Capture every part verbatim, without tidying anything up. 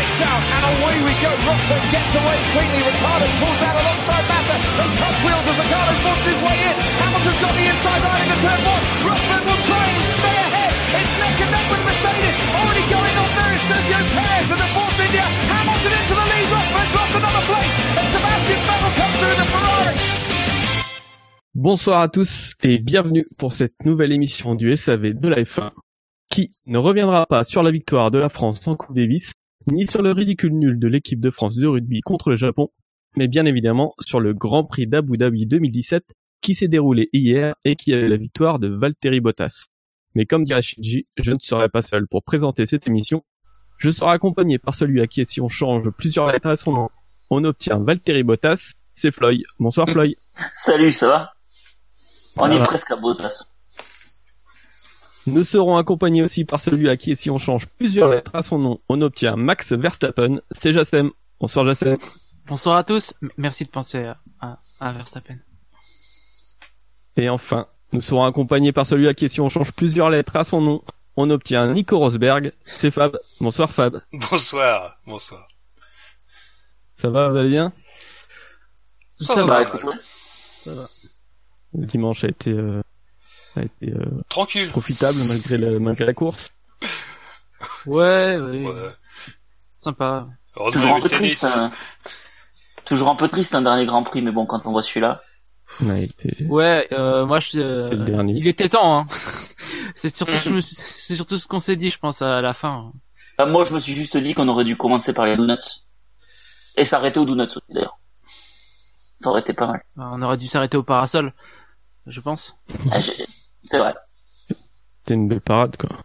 lights out, and away we go. Rosberg gets away quickly. Ricciardo pulls out alongside Massa. They touch wheels as Ricciardo forces his way in. Hamilton's got the inside line into turn one. Rosberg will try and stay ahead. It's neck and neck with Mercedes. Already going on there is Sergio Perez and the Force India. Hamilton into the lead. Rosberg's lost another place. And Sebastian Vettel comes through in the Ferrari. Bonsoir à tous et bienvenue pour cette nouvelle émission du S A V de la F un qui ne reviendra pas sur la victoire de la France en Coupe Davis, ni sur le ridicule nul de l'équipe de France de rugby contre le Japon, mais bien évidemment sur le Grand Prix d'Abu Dhabi deux mille dix-sept qui s'est déroulé hier et qui a eu la victoire de Valtteri Bottas. Mais comme dirait Shinji, je ne serai pas seul pour présenter cette émission. Je serai accompagné par celui à qui si on change plusieurs lettres à son nom, on obtient Valtteri Bottas, c'est Floy. Bonsoir Floy. Salut, ça va? On ça est va. presque à Bottas. Nous serons accompagnés aussi par celui à qui si on change plusieurs lettres à son nom, on obtient Max Verstappen, c'est Jassem. Bonsoir Jassem. Bonsoir à tous, M- merci de penser à, à, à Verstappen. Et enfin, nous serons accompagnés par celui à qui si on change plusieurs lettres à son nom, on obtient Nico Rosberg, c'est Fab. Bonsoir Fab. Bonsoir, bonsoir. Ça va, vous allez bien? Ça, Ça va, Bah, pas écoute, mal. ouais. Ça va. Le dimanche a été, euh, a été euh, Tranquille. profitable malgré, le, malgré la course. Ouais, ouais, Ouais. sympa. Heureusement, Toujours il y un a peu le tennis. triste, hein. Toujours un peu triste un dernier Grand Prix, mais bon, quand on voit celui-là. Ouais, il était- Ouais, euh, moi je. euh, C'est le dernier. Il était temps, hein. c'est surtout, je me suis- c'est surtout ce qu'on s'est dit, je pense à la fin. Bah, moi, je me suis juste dit qu'on aurait dû commencer par les donuts. Et s'arrêter aux donuts aussi, d'ailleurs. Ça aurait été pas mal. On aurait dû s'arrêter au parasol, je pense. Ah, j'ai- C'est vrai. C'était une belle parade, quoi.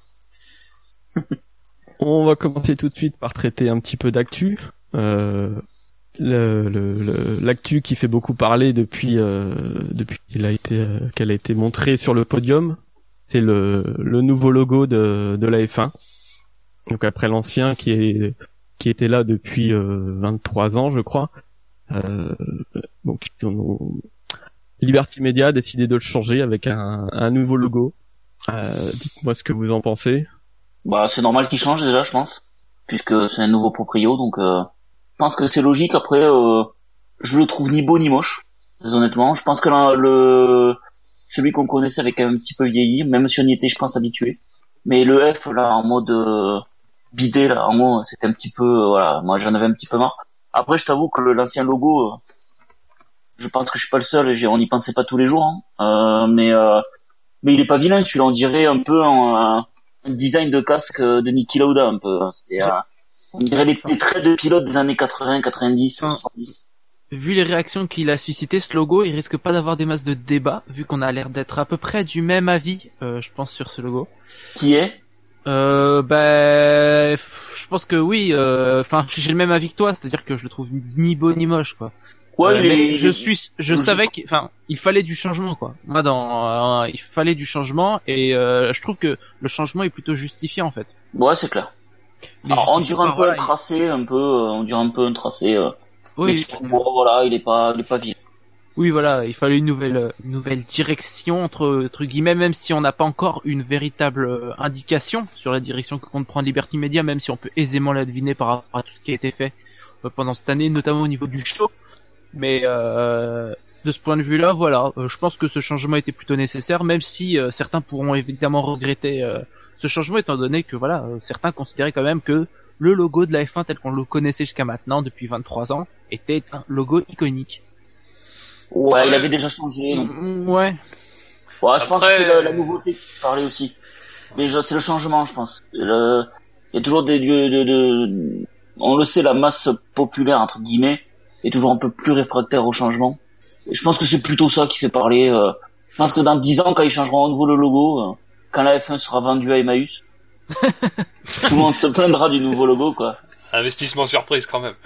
On va commencer tout de suite par traiter un petit peu d'actu. Euh, le, le, le- l'actu qui fait beaucoup parler depuis euh, depuis qu'il a été euh, qu'elle a été montrée sur le podium, c'est le le nouveau logo de de la F un. Donc après l'ancien qui est qui était là depuis euh, vingt-trois ans, je crois. Euh, donc on- Liberty Media a décidé de le changer avec un un nouveau logo. Euh, dites-moi ce que vous en pensez. Bah, c'est normal qu'il change déjà, je pense. Puisque c'est un nouveau proprio, donc, euh, je pense que c'est logique. Après, euh, je le trouve ni beau ni moche. Très honnêtement. Je pense que là, le, celui qu'on connaissait avait quand même un petit peu vieilli, même si on y était, je pense, habitué. Mais le F, là, en mode, euh, bidé, là, en gros, c'était un petit peu, euh, voilà, moi, j'en avais un petit peu marre. Après, je t'avoue que le- l'ancien logo, euh, je pense que je suis pas le seul, j'ai- on n'y pensait pas tous les jours, hein. Euh, mais, euh, mais il est pas vilain, celui-là, on dirait un peu un, un design de casque de Niki Lauda, un peu. C'est, euh, on dirait les, les traits de pilote des années quatre-vingts, quatre-vingt-dix, Ah. soixante-dix. Vu les réactions qu'il a suscité, ce logo, il risque pas d'avoir des masses de débats, vu qu'on a l'air d'être à peu près du même avis, euh, je pense, sur ce logo. Qui est? Euh, ben, je pense que oui. Enfin, j'ai le même avis que toi, c'est-à-dire que je le trouve ni beau ni moche, quoi. Ouais, Euh, il mais est- je suis, je logique. savais qu'il, enfin, il fallait du changement, quoi. Moi, dans, euh, il fallait du changement, et euh, je trouve que le changement est plutôt justifié, en fait. Ouais, c'est clair. Il est Alors, on justifié dirait un par, peu voilà, un tracé, un peu, euh, on dirait un peu un tracé, euh, il- mais oui, je trouve, bon, voilà, il est pas, il est pas vilain. oui, voilà, il fallait une nouvelle, une nouvelle direction entre, entre guillemets, même si on n'a pas encore une véritable euh, indication sur la direction que compte prendre Liberty Media, même si on peut aisément la deviner par rapport à tout ce qui a été fait euh, pendant cette année, notamment au niveau du show. Mais euh, de ce point de vue-là, voilà, euh, je pense que ce changement était plutôt nécessaire, même si euh, certains pourront évidemment regretter euh, ce changement, étant donné que voilà, euh, certains considéraient quand même que le logo de la F un tel qu'on le connaissait jusqu'à maintenant, depuis vingt-trois ans, était un logo iconique. Ouais, il avait déjà changé, donc. Mm, Ouais. Ouais, je pense que Après, c'est la, la nouveauté qui parlait aussi. Mais je- c'est le changement, je pense. Le- Il y a toujours des, de, de, de- on le sait, la masse populaire, entre guillemets, est toujours un peu plus réfractaire au changement. Et je pense que c'est plutôt ça qui fait parler. euh. Je pense que dans dix ans, quand ils changeront à nouveau le logo, euh, quand la F un sera vendue à Emmaüs, tout le monde se plaindra du nouveau logo, quoi. Investissement surprise quand même.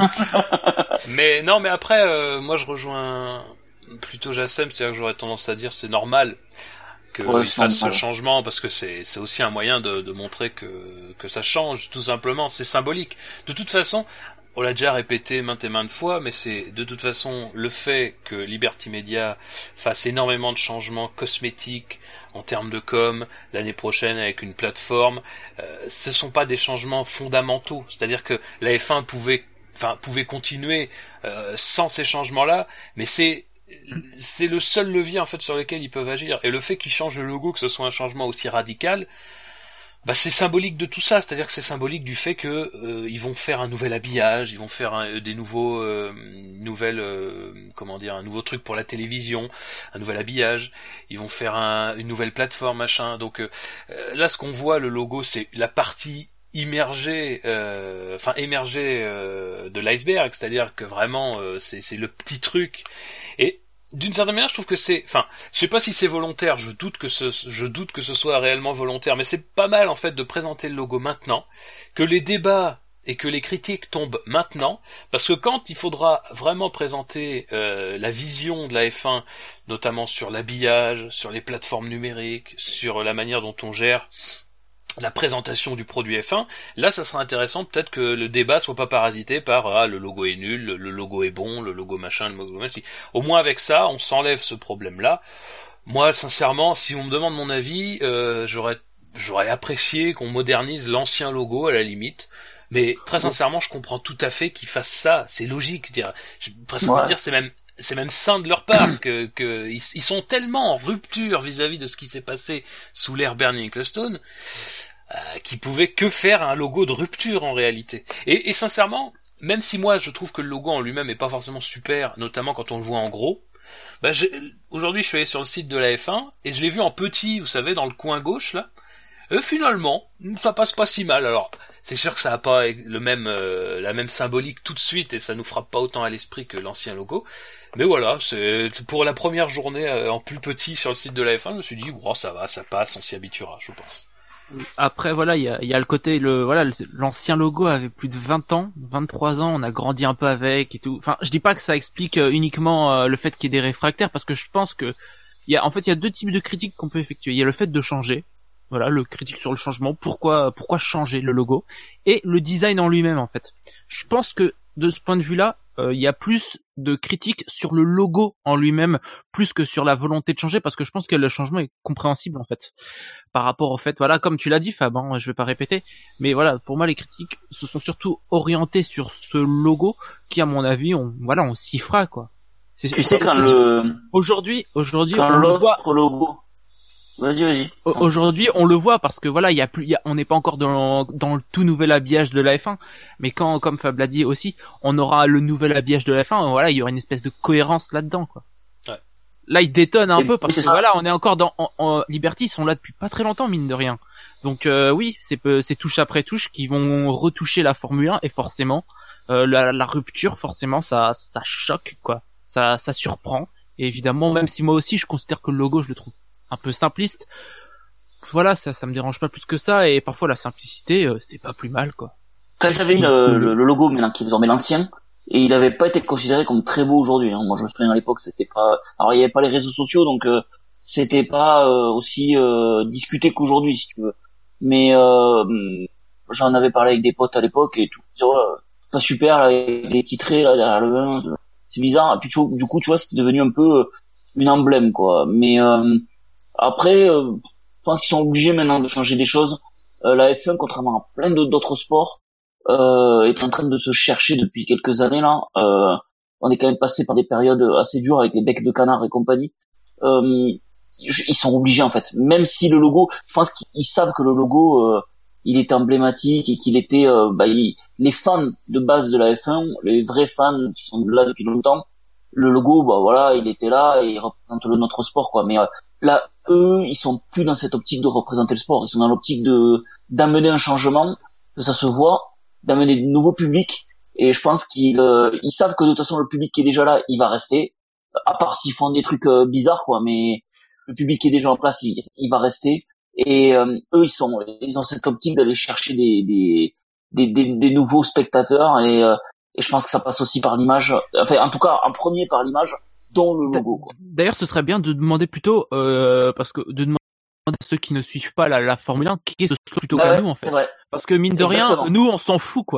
mais non, mais après, euh, moi je rejoins plutôt Jassem, c'est-à-dire que j'aurais tendance à dire c'est normal qu'il Ouais, fasse c'est ce normal. changement parce que c'est c'est aussi un moyen de, de montrer que que ça change, tout simplement, c'est symbolique. De toute façon, on l'a déjà répété maintes et maintes fois, mais c'est de toute façon le fait que Liberty Media fasse énormément de changements cosmétiques en termes de com l'année prochaine avec une plateforme, euh, ce sont pas des changements fondamentaux. C'est-à-dire que la F un pouvait, enfin pouvait continuer euh, sans ces changements-là, mais c'est c'est le seul levier en fait sur lequel ils peuvent agir. Et le fait qu'ils changent le logo, que ce soit un changement aussi radical, bah c'est symbolique de tout ça, c'est-à-dire que c'est symbolique du fait que euh, ils vont faire un nouvel habillage, ils vont faire un, des nouveaux euh, nouvelles euh, comment dire, un nouveau truc pour la télévision, un nouvel habillage, ils vont faire un, une nouvelle plateforme machin. Donc euh, là ce qu'on voit, le logo, c'est la partie immergée euh, enfin émergée euh, de l'iceberg, c'est-à-dire que vraiment euh, c'est c'est le petit truc. Et d'une certaine manière, je trouve que c'est, enfin, je sais pas si c'est volontaire, je doute que ce, je doute que ce soit réellement volontaire, mais c'est pas mal, en fait, de présenter le logo maintenant, que les débats et que les critiques tombent maintenant, parce que quand il faudra vraiment présenter euh, la vision de la F un, notamment sur l'habillage, sur les plateformes numériques, sur la manière dont on gère la présentation du produit F un, là ça sera intéressant peut-être que le débat soit pas parasité par ah le logo est nul, le logo est bon, le logo machin, le logo machin. Au moins avec ça, on s'enlève ce problème-là. Moi sincèrement, si on me demande mon avis, euh, j'aurais j'aurais apprécié qu'on modernise l'ancien logo à la limite. Mais très sincèrement, je comprends tout à fait qu'ils fassent ça, c'est logique, dire je presque ouais. dire c'est même c'est même sain de leur part que que ils, ils sont tellement en rupture vis-à-vis de ce qui s'est passé sous l'ère Bernie Ecclestone euh, qu'ils pouvaient que faire un logo de rupture en réalité. Et, et sincèrement, même si moi je trouve que le logo en lui-même est pas forcément super, notamment quand on le voit en gros, bah aujourd'hui je suis allé sur le site de la F un et je l'ai vu en petit, vous savez, dans le coin gauche là. Et finalement, ça passe pas si mal. Alors, c'est sûr que ça a pas le même euh, la même symbolique tout de suite et ça nous frappe pas autant à l'esprit que l'ancien logo. Mais voilà, c'est pour la première journée euh, en plus petit sur le site de la F un, je me suis dit oh, ça va, ça passe, on s'y habituera, je pense. Après voilà, il y a il y a le côté le voilà, l'ancien logo avait plus de vingt ans, vingt-trois ans, on a grandi un peu avec et tout. Enfin, je dis pas que ça explique uniquement euh, le fait qu'il y ait des réfractaires parce que je pense que il y a en fait il y a deux types de critiques qu'on peut effectuer. Il y a le fait de changer. Voilà, le critique sur le changement, pourquoi pourquoi changer le logo et le design en lui-même en fait. Je pense que de ce point de vue-là, il euh, y a plus de critiques sur le logo en lui-même plus que sur la volonté de changer parce que je pense que le changement est compréhensible en fait. Par rapport au fait, voilà, comme tu l'as dit Fab, hein, je vais pas répéter, mais voilà, pour moi les critiques se sont surtout orientées sur ce logo qui à mon avis, on voilà, on s'y fera quoi. C'est, tu sais quand le aujourd'hui, aujourd'hui quand on le voit logo. Vas-y, vas-y. Aujourd'hui, on le voit parce que voilà, il y a plus, y a, on n'est pas encore dans, dans le tout nouvel habillage de la F un, mais quand, comme Fab l'a dit aussi, on aura le nouvel habillage de la F un, voilà, il y aura une espèce de cohérence là-dedans, quoi. Ouais. Là, ils détonnent un Et, peu parce que ça. Voilà, on est encore dans, en, en Liberty, ils sont là depuis pas très longtemps, mine de rien. Donc euh, oui, c'est, c'est touche après touche qui vont retoucher la Formule un et forcément, euh, la, la rupture, forcément, ça, ça choque, quoi. Ça, ça surprend. Et évidemment, même si moi aussi, je considère que le logo, je le trouve un peu simpliste, voilà, ça ça me dérange pas plus que ça et parfois la simplicité euh, c'est pas plus mal quoi. Quand il avait le, le, le logo maintenant qui est désormais l'ancien et il avait pas été considéré comme très beau aujourd'hui hein. Moi je me souviens à l'époque c'était pas, alors il y avait pas les réseaux sociaux donc euh, c'était pas euh, aussi euh, discuté qu'aujourd'hui si tu veux, mais euh, j'en avais parlé avec des potes à l'époque et tout, oh, pas super là, les titrés là derrière le un, c'est bizarre et puis tu, du coup tu vois c'était devenu un peu une emblème quoi, mais euh, après, euh, je pense qu'ils sont obligés maintenant de changer des choses. Euh, la F un, contrairement à plein d'autres sports, euh, est en train de se chercher depuis quelques années là. Euh, on est quand même passé par des périodes assez dures avec les becs de canard et compagnie. Euh, ils sont obligés en fait. Même si le logo, je pense qu'ils savent que le logo, euh, il était emblématique et qu'il était, euh, bah, il, les fans de base de la F un, les vrais fans qui sont là depuis longtemps, le logo, bah voilà, il était là et il représente le notre sport quoi. Mais euh, là, eux, ils sont plus dans cette optique de représenter le sport. Ils sont dans l'optique de d'amener un changement, que ça se voit, d'amener de nouveaux publics. Et je pense qu'ils euh, ils savent que de toute façon le public qui est déjà là, il va rester. À part s'ils font des trucs euh, bizarres quoi, mais le public qui est déjà en place, il, il va rester. Et euh, eux, ils sont, ils ont cette optique d'aller chercher des des des, des, des nouveaux spectateurs. Et, euh, et je pense que ça passe aussi par l'image. Enfin, en tout cas, en premier par l'image. Dans le logo, quoi. D'ailleurs, ce serait bien de demander plutôt, euh, parce que de demander à ceux qui ne suivent pas la, la Formule un, qui est ce plutôt bah qu'à ouais, nous en fait. Parce que mine de Exactement. rien, nous on s'en fout quoi.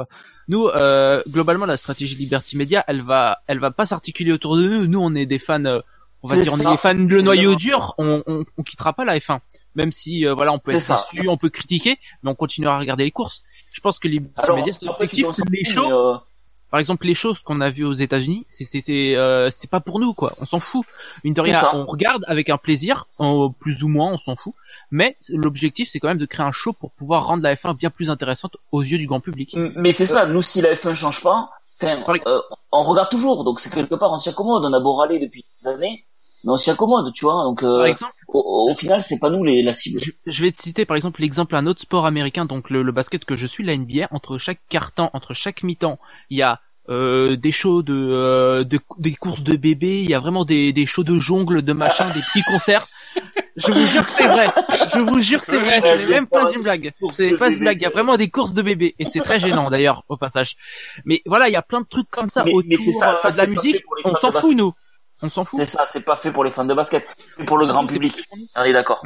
Nous, euh, globalement, la stratégie Liberty Media, elle va, elle va pas s'articuler autour de nous. Nous, on est des fans, euh, on va C'est dire, on ça. est des fans de le C'est noyau ça. dur. On, on, on quittera pas la F un, même si, euh, voilà, on peut C'est être ça. déçu, on peut critiquer, mais on continuera à regarder les courses. Je pense que Liberty Alors, Media, c'est après, tu l'objectif. dois s'en Les foutre, shows, mais, euh, par exemple, les choses qu'on a vues aux États-Unis, c'est c'est c'est euh, c'est pas pour nous quoi. On s'en fout. Mine de C'est rien, ça. on regarde avec un plaisir, en, plus ou moins, on s'en fout. Mais l'objectif, c'est quand même de créer un show pour pouvoir rendre la F un bien plus intéressante aux yeux du grand public. Mais c'est ça, nous, si la F un change pas, enfin, Par- euh, on regarde toujours, donc c'est quelque part, on s'y accommode, on a beau râler depuis des années, mais on s'y accommode, tu vois, donc, euh, Par exemple, au, au final, c'est pas nous les, la cible. je, je vais te citer par exemple l'exemple d'un autre sport américain, donc le, le basket que je suis, la N B A. Entre chaque quart-temps, entre chaque mi-temps, il y a euh, des shows de, euh, de des courses de bébés, il y a vraiment des des shows de jongle, de machin, des petits concerts. Je vous jure que c'est vrai. Je vous jure que c'est vrai. C'est même pas une blague. C'est pas une blague. Il y a vraiment des courses de bébés et c'est très gênant d'ailleurs au passage. Mais voilà, il y a plein de trucs comme ça Mais- autour mais c'est ça, ça, euh, de c'est la pas musique. fait pour les On fans s'en de fout basket. nous. On s'en fout. C'est ça, c'est pas fait pour les fans de basket, mais pour le Ça, grand c'est public. pour- On est d'accord.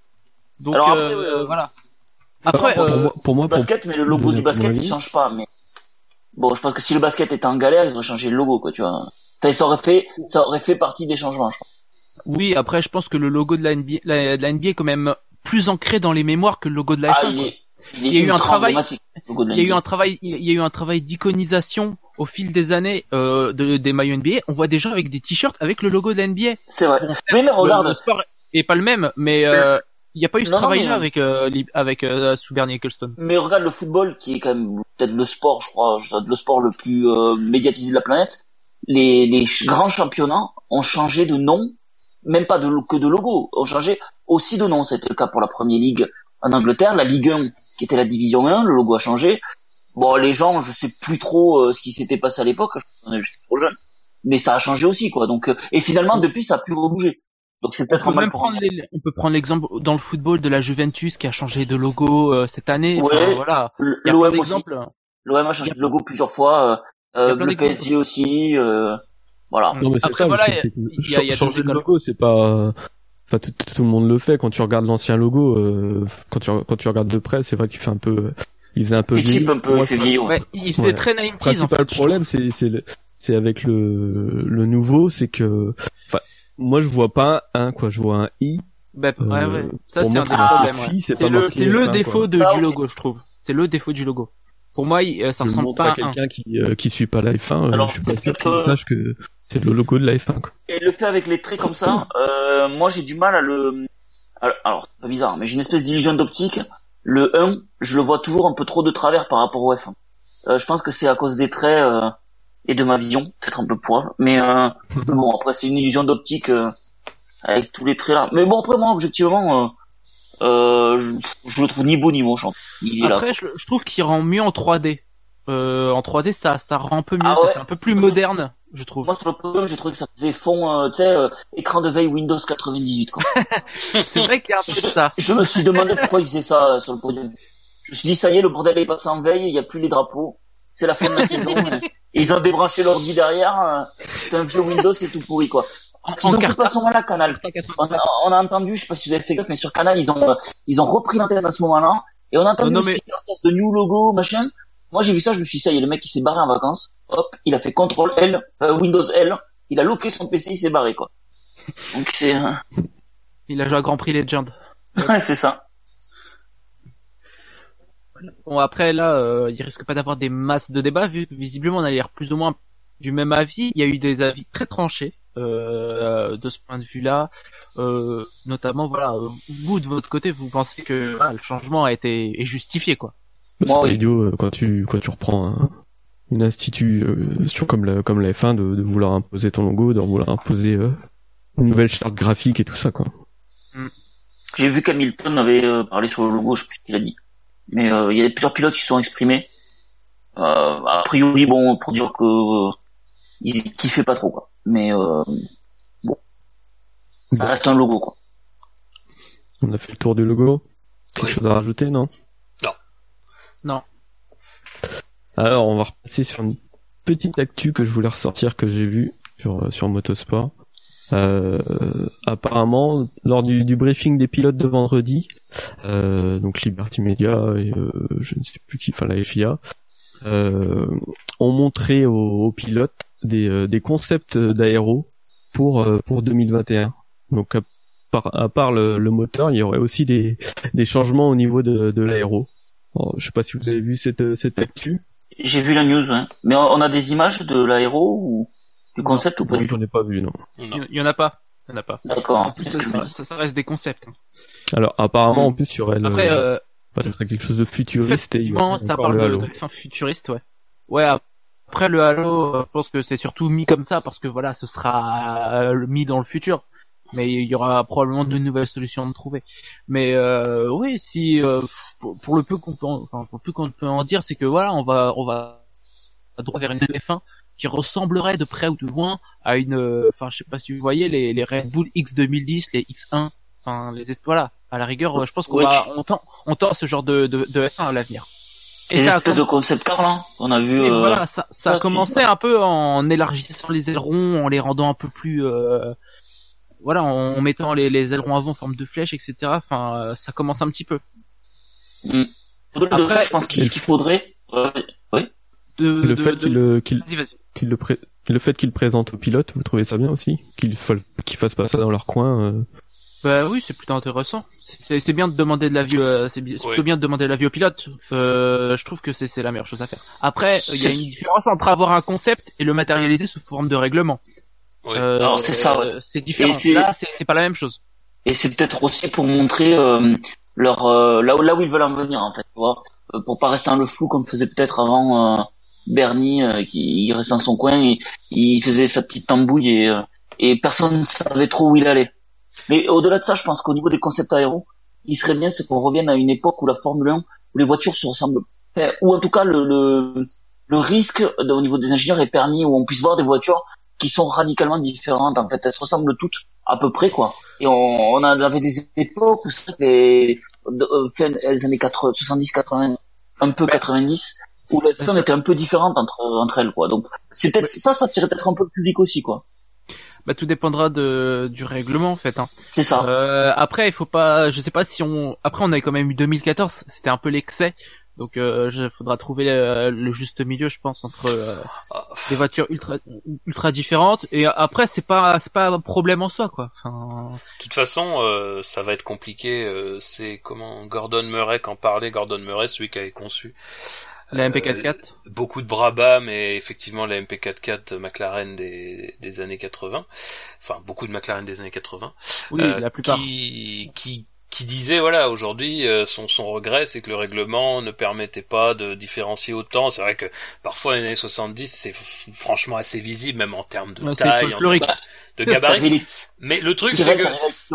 Donc Alors après, euh, euh, voilà. Après, pour euh, pour moi, pour moi, Le pour- basket, mais le logo pour du mon basket, avis. il change pas, mais bon, je pense que si le basket était en galère, ils auraient changé le logo, quoi, tu vois. Enfin, ça aurait fait, ça aurait fait partie des changements, je crois. oui, après, je pense que le logo de la N B A, la, de la N B A est quand même plus ancré dans les mémoires que le logo de la F Ah, un. il quoi. est, il est Il y a eu un ultra travail- emblématique, le logo de la Il y a eu N B A. un travail, il y a eu un travail d'iconisation au fil des années euh, de, des maillots N B A. On voit des gens avec des t-shirts avec le logo de la N B A. C'est vrai. Bon, Mais, mais le, regarde, le sport est pas le même, mais euh, il n'y a pas eu ce Non, non, travail-là mais- avec euh, Lib- avec euh, sous Bernie Ecclestone. mais regarde le football, qui est quand même peut-être le sport, je crois, je sais, le sport le plus euh, médiatisé de la planète. Les, les ch- grands championnats ont changé de nom, même pas de lo- que de logo, ont changé aussi de nom. C'était le cas pour la Premier League en Angleterre, la Ligue un, qui était la Division un, le logo a changé. Bon, les gens, je sais plus trop euh, ce qui s'était passé à l'époque, on est juste trop jeune, mais ça a changé aussi, quoi. Donc, euh, et finalement, depuis, ça a plus rebouger. Donc, c'est On peut-être peut un mal même pour prendre les- on peut prendre l'exemple dans le football de la Juventus qui a changé de logo euh, cette année. Enfin, Ouais. voilà. L- Il y a L'O plein M aussi. d'exemples. L'O M a changé Il y a- de logo plusieurs fois, Il y euh, a plein le P S G d'exemples. aussi, euh, voilà. Non, mais c'est Après, ça, le voilà, truc, il y a- c'est que il y a- il y a changer deux le écoles. logo, c'est pas, enfin, tout, tout- tout le monde le fait. Quand tu regardes l'ancien logo, euh, quand tu, quand tu regardes de près, c'est vrai qu'il fait un peu, il faisait un peu Il type vieilli. un peu, Moi, il fait vieillot. Ouais, il faisait Ouais. très Le nineties en principal fait. je problème, c'est, c'est, le- c'est avec le, le nouveau, c'est que, enfin, moi, je vois pas un, un, quoi, je vois un i. Bah, ouais, Euh, ouais. Ça, pour c'est moi, un c'est des marqué problèmes. fille, ouais. c'est C'est pas le, marqué c'est le F un, défaut quoi. de, Ah, du ok. logo, je trouve. C'est le défaut du logo. Pour moi, il- euh, ça Je le ressemble montre pas à à un. quelqu'un qui, euh, qui suit pas la F un, euh, Alors, je suis pas sûr peut-être qu'il que- sache que c'est le logo de la F un, quoi. Et le fait avec les traits comme ça, euh, moi j'ai du mal à le... Alors, alors, c'est pas bizarre, mais j'ai une espèce d'illusion d'optique. Le un, je le vois toujours un peu trop de travers par rapport au F un. Euh, je pense que c'est à cause des traits euh, et de ma vision, peut-être un peu poivre. Mais euh, bon, après c'est une illusion d'optique euh, avec tous les traits là. Mais bon, après moi, objectivement, euh, euh, je, je le trouve ni beau ni moche. hein. Il est là. Après, je, je trouve qu'il rend mieux en trois D. Euh, en trois D, ça, ça rend un peu mieux, Ah ça ouais. fait un peu plus moderne, je trouve. Moi sur le podium, j'ai trouvé que ça faisait fond, euh, tu sais, euh, écran de veille Windows quatre-vingt-dix-huit quoi. C'est vrai qu'il y a un peu de ça. Je me suis demandé pourquoi ils faisaient ça euh, sur le podium. Je me suis dit, ça y est, le bordel est passé en veille, il n'y a plus les drapeaux. C'est la fin de la saison. Et ils ont débranché l'ordi derrière. euh, C'est un vieux Windows, c'est tout pourri, quoi. En, Ils en ont carte. tout à ce moment-là, Canal. On a, on a entendu, je sais pas si vous avez fait gaffe, mais sur Canal, ils ont, euh, ils ont repris l'antenne à ce moment-là. Et on a entendu Non, le mais- speaker, ce new logo, machin. Moi, j'ai vu ça, je me suis dit, ça y est, le mec, il s'est barré en vacances. Hop, il a fait contrôle L, euh, Windows L. Il a loqué son P C, il s'est barré, quoi. Donc c'est, euh, Il a joué à Grand Prix Legend. ouais, c'est ça. Bon, après, là, euh, il risque pas d'avoir des masses de débats, vu que visiblement on a l'air plus ou moins du même avis. Il y a eu des avis très tranchés euh, de ce point de vue-là. Euh, notamment, voilà, euh, vous, de votre côté, vous pensez que voilà, le changement a été est justifié, quoi. C'est Moi, pas oui. idiot euh, quand tu quand tu reprends un, une institut euh, sur comme la comme la F un de, de vouloir imposer ton logo, de vouloir imposer euh, une nouvelle charte graphique et tout ça, quoi. J'ai vu qu'Hamilton avait euh, parlé sur le logo, je sais plus ce qu'il a dit. Mais euh, il y a plusieurs pilotes qui se sont exprimés. Euh, a priori, bon, pour dire que euh, ils kiffaient pas trop, quoi. Mais euh, bon, ça reste un logo, quoi. On a fait le tour du logo. Quelque Oui. chose à rajouter, non? Non. Non. Alors, on va repasser sur une petite actu que je voulais ressortir, que j'ai vue sur, sur Motosport. Euh, apparemment, lors du, du briefing des pilotes de vendredi, euh, donc Liberty Media et euh, je ne sais plus qui, enfin la F I A, euh, ont montré aux, aux pilotes des, euh, des concepts d'aéro pour euh, pour deux mille vingt et un. Donc à part, à part le, le moteur, il y aurait aussi des, des changements au niveau de, de l'aéro. Alors, je sais pas si vous avez vu cette cette actu. J'ai vu la news, ouais. Mais on a des images de l'aéro ou du concept non, ou pas? Oui, j'en ai pas vu, non. non. Il y en a pas. Il y en a pas. D'accord. En plus, ça, ça, ça reste des concepts. Alors apparemment, en plus, il y aurait le... Après, euh, bah, ça serait quelque chose de futuriste. Effectivement, ça parle de, de fin futuriste, ouais. Ouais. Après le Halo, je pense que c'est surtout mis comme ça parce que voilà, ce sera mis dans le futur. Mais il y aura probablement de nouvelles solutions de trouver. Mais euh, oui, si euh, pour, pour le peu qu'on peut, en, enfin pour le peu qu'on peut en dire, c'est que voilà, on va on va droit vers une F un qui ressemblerait de près ou de loin à une, enfin je sais pas si vous voyez les les Red Bull X deux mille dix, les X un, enfin les voilà. À la rigueur, je pense qu'on ouais, va tu... on tend on tend à ce genre de de, de F un à l'avenir. Et, et ça espèce de concept car là, on a vu. Et euh... voilà, ça ça, ça a commencé un peu en élargissant les ailerons, en les rendant un peu plus euh, voilà, en mettant les, les ailerons avant en forme de flèche, et cetera. Enfin, euh, ça commence un petit peu. Mmh. Après, ça, je pense qu'il qu'il faudrait. Euh, oui. De, le de, fait qu'il de... qu'il vas-y, vas-y. qu'il le pré... le fait qu'il présente aux pilotes, vous trouvez ça bien aussi, qu'ils fa... qu'ils fassent pas ça dans leur coin. Euh... Bah oui, c'est plutôt intéressant. C'est, c'est bien de demander de l'avis. Euh, c'est, c'est plutôt oui. bien de demander de l'avis aux pilotes. Euh, je trouve que c'est, c'est la meilleure chose à faire. Après, il y a une différence entre avoir un concept et le matérialiser sous forme de règlement. Oui. Euh, Alors c'est ça, ouais. C'est différent. C'est... Là, c'est, c'est pas la même chose. Et c'est peut-être aussi pour montrer euh, leur euh, là où là où ils veulent en venir en fait, tu vois, euh, pour pas rester dans le flou comme faisait peut-être avant euh, Bernie, euh, qui il restait dans son coin et il faisait sa petite tambouille et euh, et personne ne savait trop où il allait. Mais au-delà de ça, je pense qu'au niveau des concepts aéros, il serait bien c'est qu'on revienne à une époque où la Formule un, où les voitures se ressemblent, enfin, ou en tout cas le le, le risque de, au niveau des ingénieurs est permis, où on puisse voir des voitures qui sont radicalement différentes. En fait, elles se ressemblent toutes à peu près, quoi. Et on, on avait des époques où c'est les, euh, les années quatre-vingts, soixante-dix, quatre-vingts, un peu quatre-vingt-dix, où les films étaient un peu différentes entre entre elles, quoi. Donc c'est peut-être ça, ça tirait peut-être un peu le public aussi, quoi. Bah tout dépendra de du règlement en fait. Hein. C'est ça. Euh, après, il faut pas, je sais pas si on, après on avait quand même eu deux mille quatorze, c'était un peu l'excès. Donc, euh, il faudra trouver le, le juste milieu, je pense, entre euh, des voitures ultra ultra différentes. Et après, c'est pas c'est pas un problème en soi, quoi. Enfin... De toute façon, euh, ça va être compliqué. Euh, c'est comment Gordon Murray qu'en parlait. Gordon Murray, celui qui avait conçu la M P quatre-quatre. Euh, beaucoup de bras bas, mais effectivement la M P quatre-quatre McLaren des des années quatre-vingts. Enfin, beaucoup de McLaren des années quatre-vingts. Oui, euh, la plupart. Qui qui qui disait voilà aujourd'hui euh, son son regret c'est que le règlement ne permettait pas de différencier autant. C'est vrai que parfois les années soixante-dix c'est f- franchement assez visible même en termes de ouais, taille, en termes de, de gabarit. Mais le truc c'est, c'est que c'est...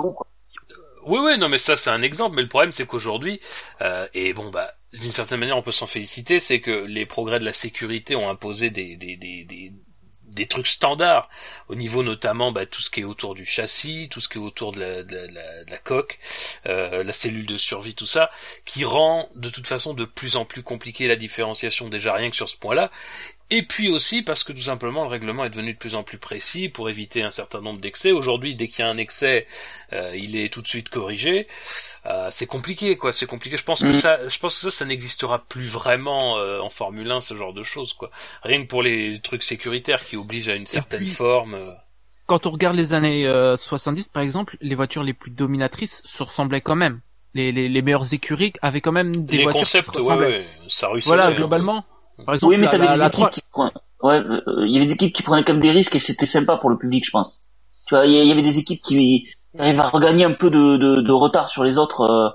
oui oui non mais ça c'est un exemple, mais le problème c'est qu'aujourd'hui euh, et bon bah d'une certaine manière on peut s'en féliciter, c'est que les progrès de la sécurité ont imposé des des des des des trucs standards au niveau notamment bah, tout ce qui est autour du châssis, tout ce qui est autour de la, de la, de la, de la coque, euh, la cellule de survie, tout ça, qui rend de toute façon de plus en plus compliqué la différenciation déjà rien que sur ce point-là. Et puis aussi parce que tout simplement le règlement est devenu de plus en plus précis pour éviter un certain nombre d'excès. Aujourd'hui, dès qu'il y a un excès, euh, il est tout de suite corrigé. Euh, c'est compliqué, quoi. C'est compliqué. Je pense que ça, je pense que ça, ça n'existera plus vraiment euh, en Formule un, ce genre de choses, quoi. Rien que pour les trucs sécuritaires qui obligent à une certaine puis, forme. Euh... Quand on regarde les années euh, soixante-dix, par exemple, les voitures les plus dominatrices se ressemblaient quand même. Les, les, les meilleures écuries avaient quand même des les voitures concepts, qui se ressemblaient. ouais, ouais, ça ruisselait. Voilà, globalement. Par exemple, oui, mais t'avais la, des la, équipes la... qui prenaient, ouais, euh, il y avait des équipes qui prenaient quand même des risques et c'était sympa pour le public, je pense. Tu vois, il y avait des équipes qui arrivaient à regagner un peu de, de, de retard sur les autres, euh,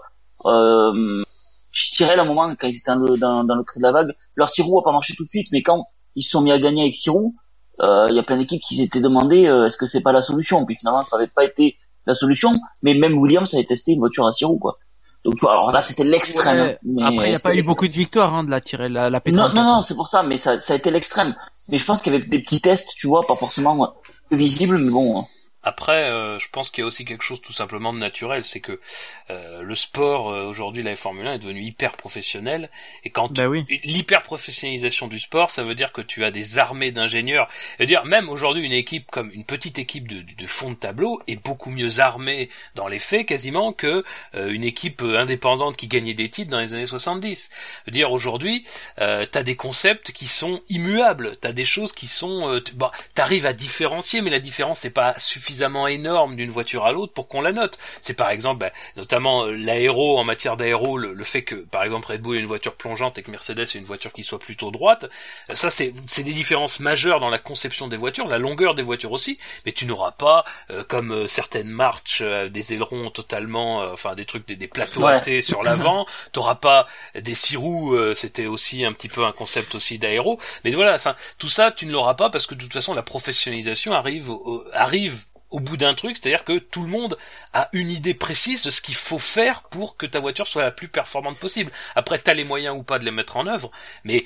euh, je tirais à un moment, quand ils étaient dans le, dans, dans le creux de la vague, leur six roues a pas marché tout de suite, mais quand ils se sont mis à gagner avec six roues, euh, il y a plein d'équipes qui s'étaient demandé, euh, est-ce que c'est pas la solution? Puis finalement, ça avait pas été la solution, mais même Williams avait testé une voiture à six roues, quoi. Donc tu vois, alors là c'était l'extrême. Ouais, mais après il y a pas eu beaucoup de victoires hein, de la tirer la, la P trente-quatre. Non non non, c'est pour ça, mais ça ça a été l'extrême. Mais je pense qu'il y avait des petits tests, tu vois, pas forcément visibles, mais bon. Après, euh, je pense qu'il y a aussi quelque chose tout simplement de naturel, c'est que euh, le sport euh, aujourd'hui, la Formule un est devenu hyper professionnel, et quand bah oui. l'hyper professionnalisation du sport, ça veut dire que tu as des armées d'ingénieurs. Je veux dire, même aujourd'hui, une équipe comme une petite équipe de, de fond de tableau est beaucoup mieux armée dans les faits quasiment que euh, une équipe indépendante qui gagnait des titres dans les années soixante-dix. Je veux dire, aujourd'hui, euh, t'as des concepts qui sont immuables, t'as des choses qui sont, euh, t- bon, t'arrives à différencier, mais la différence n'est pas suffisante suffisamment énorme d'une voiture à l'autre pour qu'on la note. C'est par exemple, bah, notamment euh, l'aéro, en matière d'aéro, le, le fait que par exemple Red Bull ait une voiture plongeante et que Mercedes ait une voiture qui soit plutôt droite, euh, ça c'est, c'est des différences majeures dans la conception des voitures, la longueur des voitures aussi, mais tu n'auras pas, euh, comme euh, certaines marches, euh, des ailerons totalement, euh, enfin des trucs, des, des plateaux ouais. hâtés sur l'avant, t'auras pas des six roues, euh, c'était aussi un petit peu un concept aussi d'aéro, mais voilà, ça, tout ça tu ne l'auras pas parce que de toute façon la professionnalisation arrive, euh, arrive au bout d'un truc, c'est-à-dire que tout le monde a une idée précise de ce qu'il faut faire pour que ta voiture soit la plus performante possible. Après, t'as les moyens ou pas de les mettre en œuvre, mais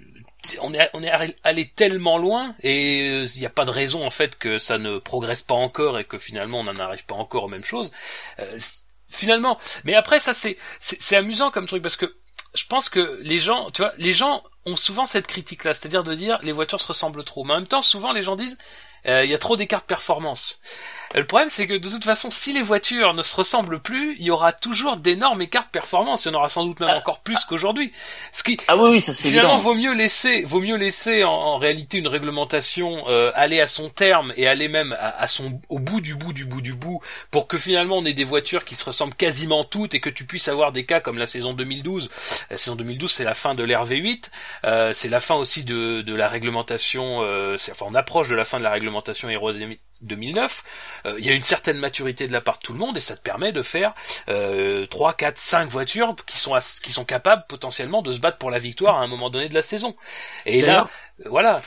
on est on est allé tellement loin et il n'y a pas de raison en fait que ça ne progresse pas encore et que finalement on n'en arrive pas encore aux mêmes choses. Euh, finalement, mais après ça c'est, c'est c'est amusant comme truc parce que je pense que les gens, tu vois, les gens ont souvent cette critique-là, c'est-à-dire de dire les voitures se ressemblent trop. Mais en même temps, souvent les gens disent il euh, y a trop d'écart de performance. Le problème, c'est que de toute façon, si les voitures ne se ressemblent plus, il y aura toujours d'énormes écarts de performance. Il y en aura sans doute même encore plus qu'aujourd'hui. Ce qui, ah oui, oui, ça, c'est finalement, évident. vaut mieux laisser, vaut mieux laisser en, en réalité une réglementation euh, aller à son terme et aller même à, à son au bout du bout du bout du bout, pour que finalement on ait des voitures qui se ressemblent quasiment toutes et que tu puisses avoir des cas comme la saison deux mille douze. La saison deux mille douze, c'est la fin de l'R V huit, euh, c'est la fin aussi de, de la réglementation. Euh, c'est, enfin, on approche de la fin de la réglementation aérodynamique deux mille neuf, il euh, y a une certaine maturité de la part de tout le monde et ça te permet de faire euh, trois, quatre, cinq voitures qui sont as- qui sont capables potentiellement de se battre pour la victoire à un moment donné de la saison. Et D'ailleurs, là, euh, voilà.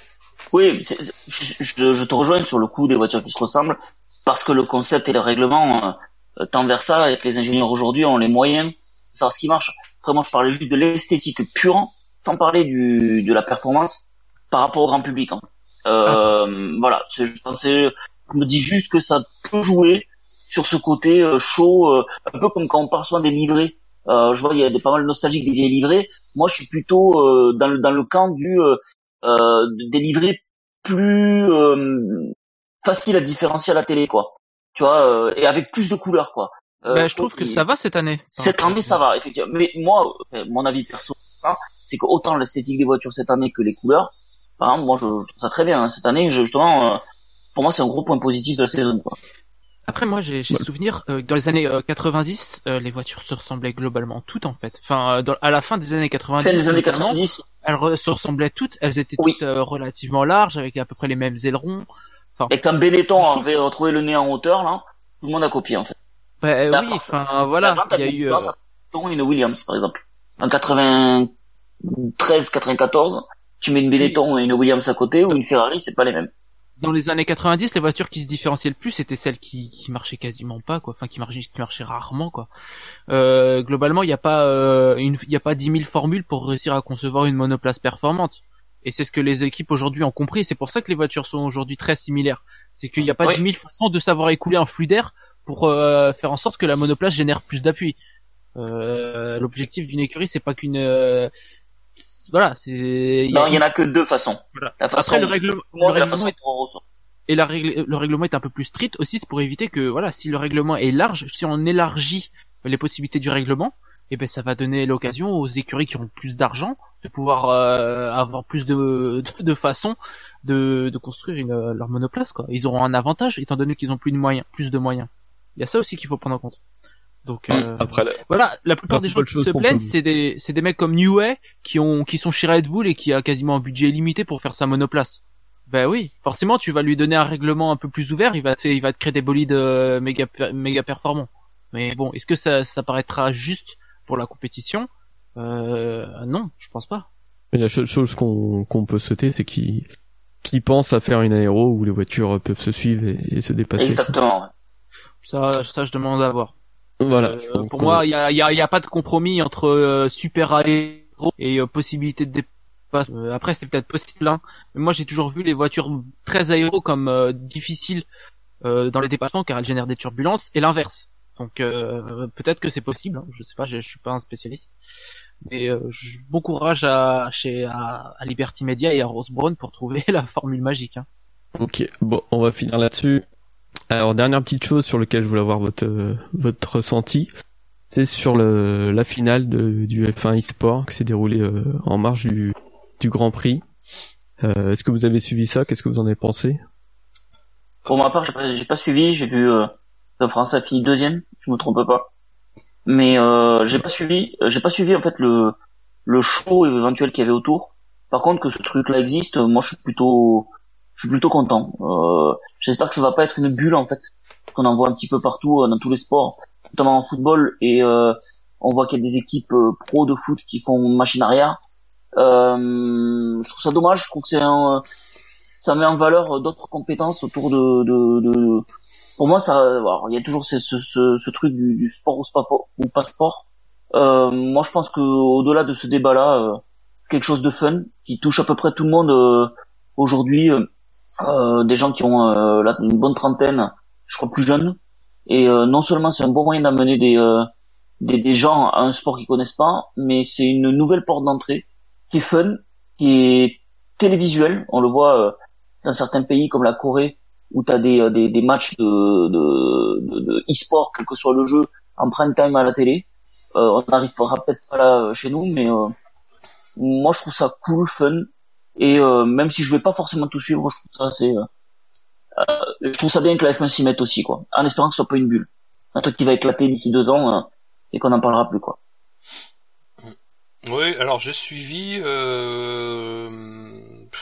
Oui, c'est, c'est, je, je, je te rejoins sur le coup des voitures qui se ressemblent parce que le concept et le règlement euh, tendent vers ça et que les ingénieurs aujourd'hui ont les moyens de savoir ce qui marche. Après, moi, je parlais juste de l'esthétique pure, sans parler du de la performance par rapport au grand public. Hein. Euh, ah. Voilà, c'est, je pensais, je me dis juste que ça peut jouer sur ce côté euh, chaud, euh, un peu comme quand on parle souvent des livrets. Euh, je vois il y a des, pas mal de nostalgiques des vieilles livrets. Moi, je suis plutôt euh, dans le dans le camp du euh, euh, des livrets plus euh, faciles à différencier à la télé, quoi. Tu vois, euh, et avec plus de couleurs, quoi. Euh, bah, je trouve que ça va cette année. Cette année, ça va, effectivement. Mais moi, mon avis perso, hein, c'est que autant l'esthétique des voitures cette année que les couleurs. Par exemple, moi, je, je trouve ça très bien. Hein. Cette année, je, justement, euh, pour moi, c'est un gros point positif de la saison, quoi. Après, moi, j'ai, j'ai souvenir euh, dans les années euh, quatre-vingt-dix, euh, les voitures se ressemblaient globalement toutes, en fait. Enfin, euh, dans, à la fin des années quatre-vingt-dix, fin des années quatre-vingt-dix, elles re- se ressemblaient toutes. Elles étaient oui. toutes euh, relativement larges, avec à peu près les mêmes ailerons. Enfin, et quand Benetton avait retrouvé le nez en hauteur, là, tout le monde a copié, en fait. Bah, euh, oui, enfin, voilà, il y a eu... Euh... une Williams, par exemple. En quatre-vingt-treize quatre-vingt-quatorze, tu mets une Benetton et une Williams à côté, ou une Ferrari, c'est pas les mêmes. Dans les années quatre-vingt-dix, les voitures qui se différenciaient le plus, c'était celles qui, qui marchaient quasiment pas, quoi. Enfin, qui marchaient, qui marchaient rarement, quoi. Euh, globalement, il n'y a pas, euh, une, il y a pas dix mille formules pour réussir à concevoir une monoplace performante. Et c'est ce que les équipes aujourd'hui ont compris. C'est pour ça que les voitures sont aujourd'hui très similaires. C'est qu'il n'y a pas oui. dix mille façons de savoir écouler un flux d'air pour euh, faire en sorte que la monoplace génère plus d'appui. Euh, l'objectif d'une écurie, c'est pas qu'une euh, voilà, c'est non, il y en a que deux façons. Voilà. La façon Après le règlement, le règlement est... ressort. et la règle, le règlement est un peu plus strict aussi, c'est pour éviter que voilà, si le règlement est large, si on élargit les possibilités du règlement, et eh ben ça va donner l'occasion aux écuries qui ont plus d'argent de pouvoir euh, avoir plus de de, de façons de de construire une, leur monoplace, quoi. Ils auront un avantage étant donné qu'ils ont plus de moyens, plus de moyens. Il y a ça aussi qu'il faut prendre en compte. Donc euh, après la... voilà, la plupart des gens qui se plaignent, c'est des c'est des mecs comme Newey qui ont qui sont chez Red Bull et qui a quasiment un budget illimité pour faire sa monoplace. Ben oui, forcément tu vas lui donner un règlement un peu plus ouvert, il va te il va te créer des bolides euh, méga méga performants. Mais bon, est-ce que ça ça paraîtra juste pour la compétition? Euh non, je pense pas. Mais la seule chose qu'on qu'on peut sauter, c'est qu'ils qu'ils pensent à faire une aéro où les voitures peuvent se suivre et, et se dépasser. Exactement. Ça ça je demande à voir. Voilà. Euh, pour moi, il y a, y a, y a pas de compromis entre euh, super aéro et euh, possibilité de dépasse. Euh, après, c'est peut-être possible, hein. Mais moi, j'ai toujours vu les voitures très aéro comme euh, difficiles euh, dans les dépassements car elle génère des turbulences et l'inverse. Donc euh, peut-être que c'est possible, hein, je sais pas, je, je suis pas un spécialiste. Mais euh, je, bon courage à chez à, à Liberty Media et à Ross Brawn pour trouver la formule magique. Hein. Ok, bon, on va finir là-dessus. Alors dernière petite chose sur laquelle je voulais avoir votre euh, votre ressenti, c'est sur le la finale de, du F un eSport qui s'est déroulée euh, en marge du du Grand Prix. Euh, est-ce que vous avez suivi ça? Qu'est-ce que vous en avez pensé? Pour ma part, j'ai pas, j'ai pas suivi. J'ai vu euh, la France a fini deuxième, je me trompe pas. Mais euh, j'ai pas suivi. J'ai pas suivi en fait le le show éventuel qu'il y avait autour. Par contre, que ce truc-là existe, moi je suis plutôt je suis plutôt content. Euh, j'espère que ça va pas être une bulle en fait, qu'on en voit un petit peu partout euh, dans tous les sports, notamment en football. Et euh, on voit qu'il y a des équipes euh, pro de foot qui font machine arrière. Euh, je trouve ça dommage. Je trouve que c'est un, ça met en valeur d'autres compétences autour de, de, de pour moi ça. Alors, il y a toujours ce, ce, ce, ce truc du, du sport ou, spa, ou pas sport. Euh, moi, je pense que au-delà de ce débat-là, euh, quelque chose de fun qui touche à peu près tout le monde euh, aujourd'hui. Euh, euh, des gens qui ont euh, là, une bonne trentaine, je crois plus jeunes. Et euh, non seulement c'est un bon moyen d'amener des, euh, des des gens à un sport qu'ils connaissent pas, mais c'est une nouvelle porte d'entrée qui est fun, qui est télévisuel. On le voit euh, dans certains pays comme la Corée où t'as des euh, des, des matchs de de, de de e-sport, quel que soit le jeu, en prime time à la télé. Euh, on n'arrivera peut-être pas là chez nous, mais euh, moi je trouve ça cool, fun. Et euh, même si je vais pas forcément tout suivre, je trouve ça assez, euh, euh, je trouve ça bien que la F un s'y mette aussi, quoi. En espérant que ce soit pas une bulle, un truc qui va éclater d'ici deux ans euh, et qu'on n'en parlera plus, quoi. Oui, alors j'ai suivi. Euh...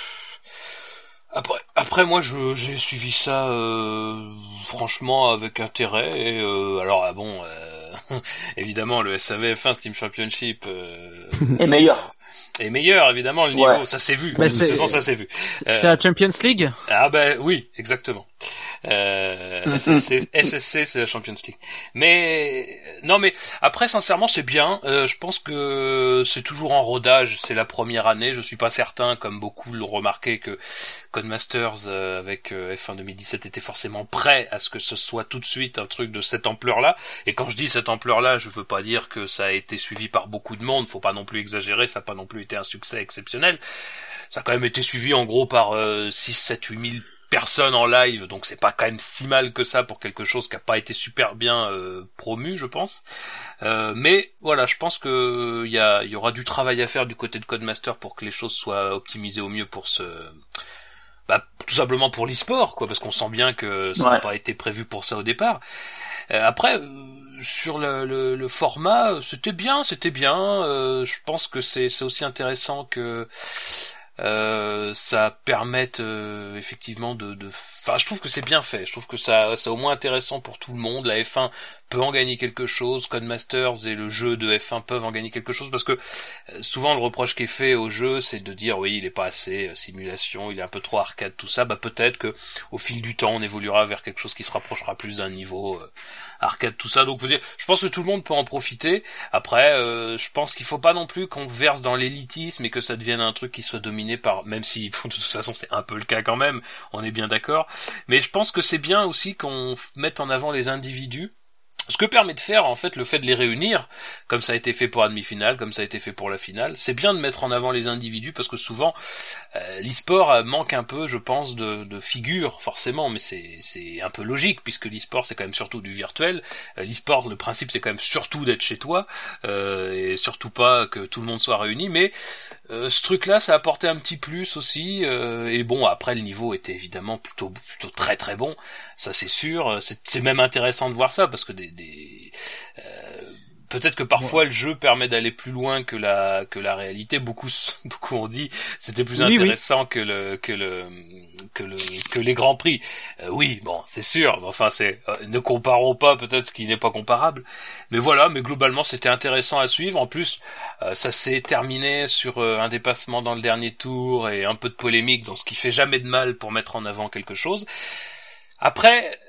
Après, après moi, je j'ai suivi ça euh, franchement avec intérêt. Et euh, alors, ah bon, euh, évidemment, le S A V F un Steam Championship euh, est meilleur. Est meilleur, évidemment, le niveau, ouais. Ça s'est vu. Bah, de toute façon, ça s'est vu. C'est euh, la Champions League. Ah ben oui, exactement. Euh, S S C, S S C, c'est la Champions League. Mais non, mais après, sincèrement, c'est bien. Euh, je pense que c'est toujours en rodage. C'est la première année. Je suis pas certain, comme beaucoup l'ont remarqué, que Codemasters euh, avec euh, F un deux mille dix-sept était forcément prêt à ce que ce soit tout de suite un truc de cette ampleur-là. Et quand je dis cette ampleur-là, je veux pas dire que ça a été suivi par beaucoup de monde. Faut pas non plus exagérer. Ça a pas non plus été un succès exceptionnel. Ça a quand même été suivi en gros par euh, six, sept, huit mille personnes en live, donc c'est pas quand même si mal que ça pour quelque chose qui a pas été super bien euh, promu, je pense. Euh, mais voilà, je pense que il y a, il y aura du travail à faire du côté de Codemaster pour que les choses soient optimisées au mieux pour ce, bah tout simplement pour l'e-sport, quoi, parce qu'on sent bien que ça n'a ouais. pas été prévu pour ça au départ. Euh, après. Euh, Sur le, le, le format, c'était bien, c'était bien. Euh, je pense que c'est, c'est aussi intéressant que euh, ça permette euh, effectivement de, de. Enfin, je trouve que c'est bien fait. Je trouve que ça, c'est au moins intéressant pour tout le monde. La F un peut en gagner quelque chose. Codemasters et le jeu de F un peuvent en gagner quelque chose parce que euh, souvent le reproche qui est fait au jeu, c'est de dire oui, il est pas assez euh, simulation, il est un peu trop arcade, tout ça. Bah peut-être que au fil du temps, on évoluera vers quelque chose qui se rapprochera plus d'un niveau euh, arcade, tout ça. Donc vous dire, je pense que tout le monde peut en profiter. Après, euh, je pense qu'il faut pas non plus qu'on verse dans l'élitisme et que ça devienne un truc qui soit dominé par, même si de toute façon c'est un peu le cas quand même, on est bien d'accord. Mais je pense que c'est bien aussi qu'on mette en avant les individus. Ce que permet de faire, en fait, le fait de les réunir, comme ça a été fait pour la demi-finale, comme ça a été fait pour la finale, c'est bien de mettre en avant les individus, parce que souvent, euh, l'e-sport manque un peu, je pense, de, de figures, forcément, mais c'est, c'est un peu logique, puisque l'e-sport, c'est quand même surtout du virtuel. Euh, l'e-sport, le principe, c'est quand même surtout d'être chez toi, euh, et surtout pas que tout le monde soit réuni, mais euh, ce truc-là, ça a apporté un petit plus aussi, euh, et bon, après, le niveau était évidemment plutôt, plutôt très très bon, ça c'est sûr, c'est, c'est même intéressant de voir ça, parce que des Des, euh, peut-être que parfois ouais. le jeu permet d'aller plus loin que la que la réalité. Beaucoup beaucoup ont dit c'était plus oui, intéressant oui. que le que le que le que les grands prix. Euh, oui, bon, c'est sûr. Mais enfin, c'est euh, ne comparons pas peut-être ce qui n'est pas comparable. Mais voilà. Mais globalement, c'était intéressant à suivre. En plus, euh, ça s'est terminé sur euh, un dépassement dans le dernier tour et un peu de polémique, donc ce qui fait jamais de mal pour mettre en avant quelque chose. Après.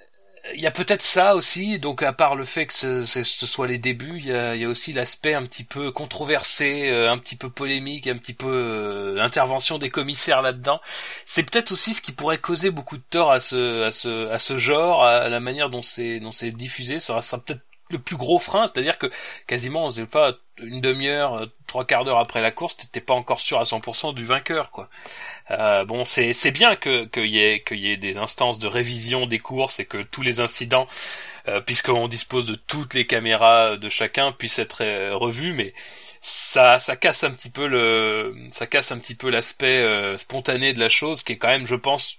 il y a peut-être ça aussi, donc à part le fait que ce, ce, ce soit les débuts, il y a, il y a aussi l'aspect un petit peu controversé, euh, un petit peu polémique, un petit peu euh, intervention des commissaires là-dedans. C'est peut-être aussi ce qui pourrait causer beaucoup de tort à ce à ce à ce genre, à la manière dont c'est dont c'est diffusé. Ça sera peut-être le plus gros frein, c'est-à-dire que quasiment, on sait pas, une demi-heure, trois quarts d'heure après la course, t'étais pas encore sûr à cent pour cent du vainqueur, quoi. Euh, bon, c'est c'est bien que qu'il y ait qu'il y ait des instances de révision des courses et que tous les incidents, euh, puisqu'on dispose de toutes les caméras de chacun, puissent être euh, revus, mais ça ça casse un petit peu le ça casse un petit peu l'aspect euh, spontané de la chose, qui est quand même, je pense,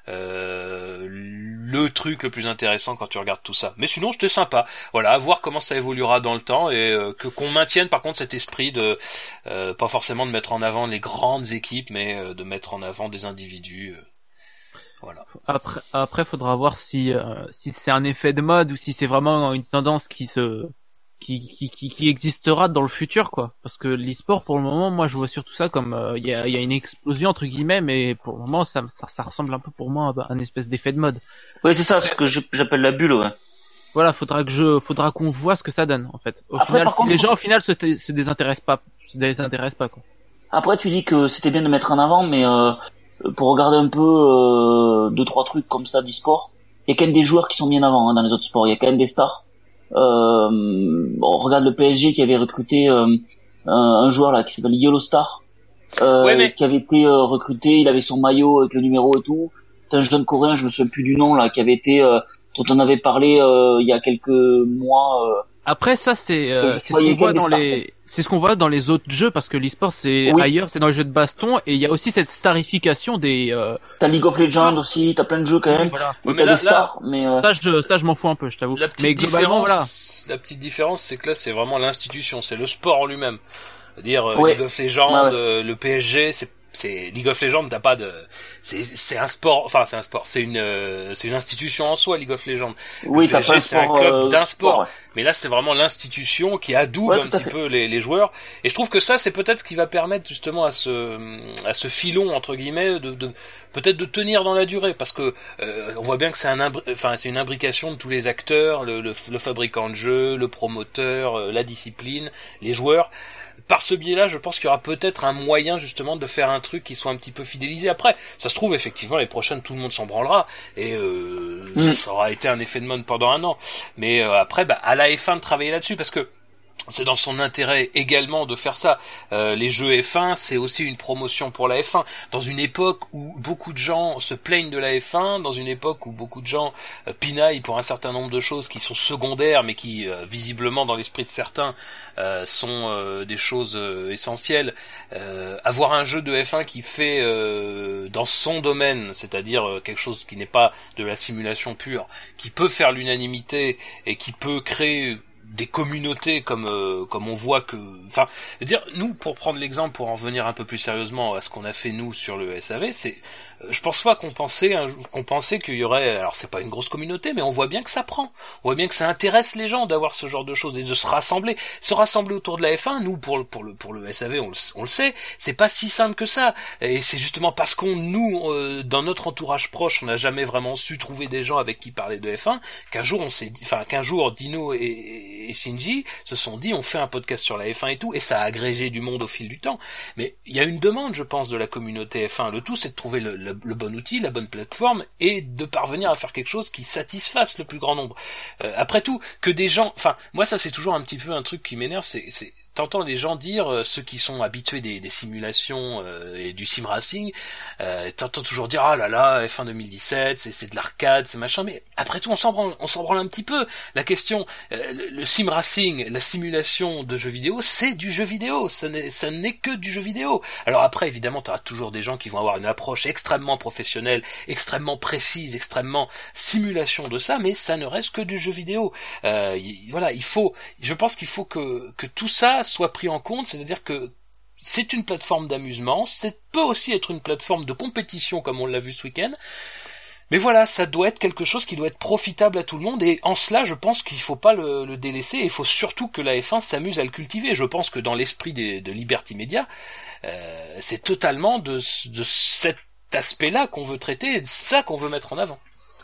Euh, le truc le plus intéressant quand tu regardes tout ça. Mais sinon c'était sympa, voilà, à voir comment ça évoluera dans le temps, et euh, que qu'on maintienne par contre cet esprit de euh, pas forcément de mettre en avant les grandes équipes, mais euh, de mettre en avant des individus, euh, voilà. Après, après, faudra voir si euh, si c'est un effet de mode ou si c'est vraiment une tendance qui se qui qui qui, qui existera dans le futur, quoi. Parce que l'e-sport, pour le moment, moi, je vois surtout ça comme il euh, y a il y a une explosion entre guillemets, mais pour le moment, ça ça, ça ressemble un peu pour moi à un espèce d'effet de mode. Oui, c'est ça, ce que j'appelle la bulle, ouais. Voilà, faudra que je faudra qu'on voit ce que ça donne, en fait. Au Après, final, si contre, les gens au final se se désintéressent pas, se désintéressent pas, quoi. Après, tu dis que c'était bien de mettre en avant, mais euh, pour regarder un peu euh, deux trois trucs comme ça d'e-sport, il y a quand même des joueurs qui sont mis en avant, hein, dans les autres sports. Il y a quand même des stars. Euh, on regarde le P S G qui avait recruté euh, un, un joueur là qui s'appelle Yellow Star, euh, ouais, mais... qui avait été euh, recruté. Il avait son maillot avec le numéro et tout. C'est un jeune coréen, je me souviens plus du nom là, qui avait été euh, dont on avait parlé euh, il y a quelques mois. Euh, Après ça c'est euh, c'est ce qu'on voit dans les c'est ce qu'on voit dans les autres jeux, parce que l'e-sport c'est oui. ailleurs, c'est dans les jeux de baston, et il y a aussi cette starification des euh... t'as League of Legends aussi, t'as plein de jeux quand même. Voilà. Ouais, t'as là, des stars, là, mais euh... ça je ça je m'en fous un peu, je t'avoue. Mais globalement voilà. La petite différence, c'est que là c'est vraiment l'institution, c'est le sport en lui-même. C'est-à-dire ouais. League of Legends, ouais, ouais. le P S G, c'est c'est League of Legends, t'as pas de c'est c'est un sport, enfin c'est un sport, c'est une euh, c'est une institution en soi, League of Legends. Oui, le t'as P S G, pas un c'est un sport, club euh, d'un sport. sport ouais. Mais là c'est vraiment l'institution qui adoube ouais, un petit fait. peu les les joueurs, et je trouve que ça c'est peut-être ce qui va permettre justement à ce à ce filon entre guillemets de, de peut-être de tenir dans la durée, parce que euh, on voit bien que c'est un imbr... enfin c'est une imbrication de tous les acteurs, le le, le fabricant de jeu, le promoteur, euh, la discipline, les joueurs. Par ce biais-là, je pense qu'il y aura peut-être un moyen justement de faire un truc qui soit un petit peu fidélisé. Après, ça se trouve effectivement les prochaines tout le monde s'en branlera, et euh, mmh. ça, ça aura été un effet de mode pendant un an. Mais euh, après, bah, à la F un de travailler là-dessus, parce que c'est dans son intérêt également de faire ça. Euh, les jeux F un, c'est aussi une promotion pour la F un. Dans une époque où beaucoup de gens se plaignent de la F un, dans une époque où beaucoup de gens euh, pinaillent pour un certain nombre de choses qui sont secondaires, mais qui, euh, visiblement, dans l'esprit de certains, euh, sont euh, des choses euh, essentielles. Euh, avoir un jeu de F un qui fait, euh, dans son domaine, c'est-à-dire euh, quelque chose qui n'est pas de la simulation pure, qui peut faire l'unanimité et qui peut créer des communautés comme euh, comme on voit que, enfin, dire nous, pour prendre l'exemple, pour en revenir un peu plus sérieusement à ce qu'on a fait nous sur le S A V, c'est euh, je pense pas qu'on pensait hein, qu'on pensait qu'il y aurait, alors c'est pas une grosse communauté, mais on voit bien que ça prend, on voit bien que ça intéresse les gens d'avoir ce genre de choses et de se rassembler, se rassembler autour de la F un. Nous, pour le pour le pour le S A V, on le, on le sait, c'est pas si simple que ça, et c'est justement parce qu'on nous euh, dans notre entourage proche, on n'a jamais vraiment su trouver des gens avec qui parler de F un, qu'un jour on s'est dit, enfin qu'un jour Dino et et Shinji se sont dit on fait un podcast sur la F un et tout, et ça a agrégé du monde au fil du temps. Mais il y a une demande, je pense, de la communauté F un. Le tout, c'est de trouver le, le, le bon outil, la bonne plateforme, et de parvenir à faire quelque chose qui satisfasse le plus grand nombre. Euh, après tout, que des gens, enfin, moi ça c'est toujours un petit peu un truc qui m'énerve, c'est, c'est t'entends les gens dire, euh, ceux qui sont habitués des, des simulations euh, et du sim racing, euh, t'entends toujours dire ah là là F un deux mille dix-sept, c'est c'est de l'arcade, c'est machin, mais après tout on s'en branle, on s'en branle un petit peu. La question, euh, le, le sim racing, la simulation de jeux vidéo, c'est du jeu vidéo, ça n'est ça n'est que du jeu vidéo. Alors après évidemment t'auras toujours des gens qui vont avoir une approche extrêmement professionnelle, extrêmement précise, extrêmement simulation de ça, mais ça ne reste que du jeu vidéo. Euh, y, voilà, il faut, je pense qu'il faut que que tout ça soit pris en compte, c'est-à-dire que c'est une plateforme d'amusement, c'est peut aussi être une plateforme de compétition comme on l'a vu ce week-end, mais voilà, ça doit être quelque chose qui doit être profitable à tout le monde, et en cela je pense qu'il faut pas le, le délaisser, et il faut surtout que la F un s'amuse à le cultiver. Je pense que dans l'esprit des, de Liberty Media, euh, c'est totalement de, de cet aspect-là qu'on veut traiter, et de ça qu'on veut mettre en avant.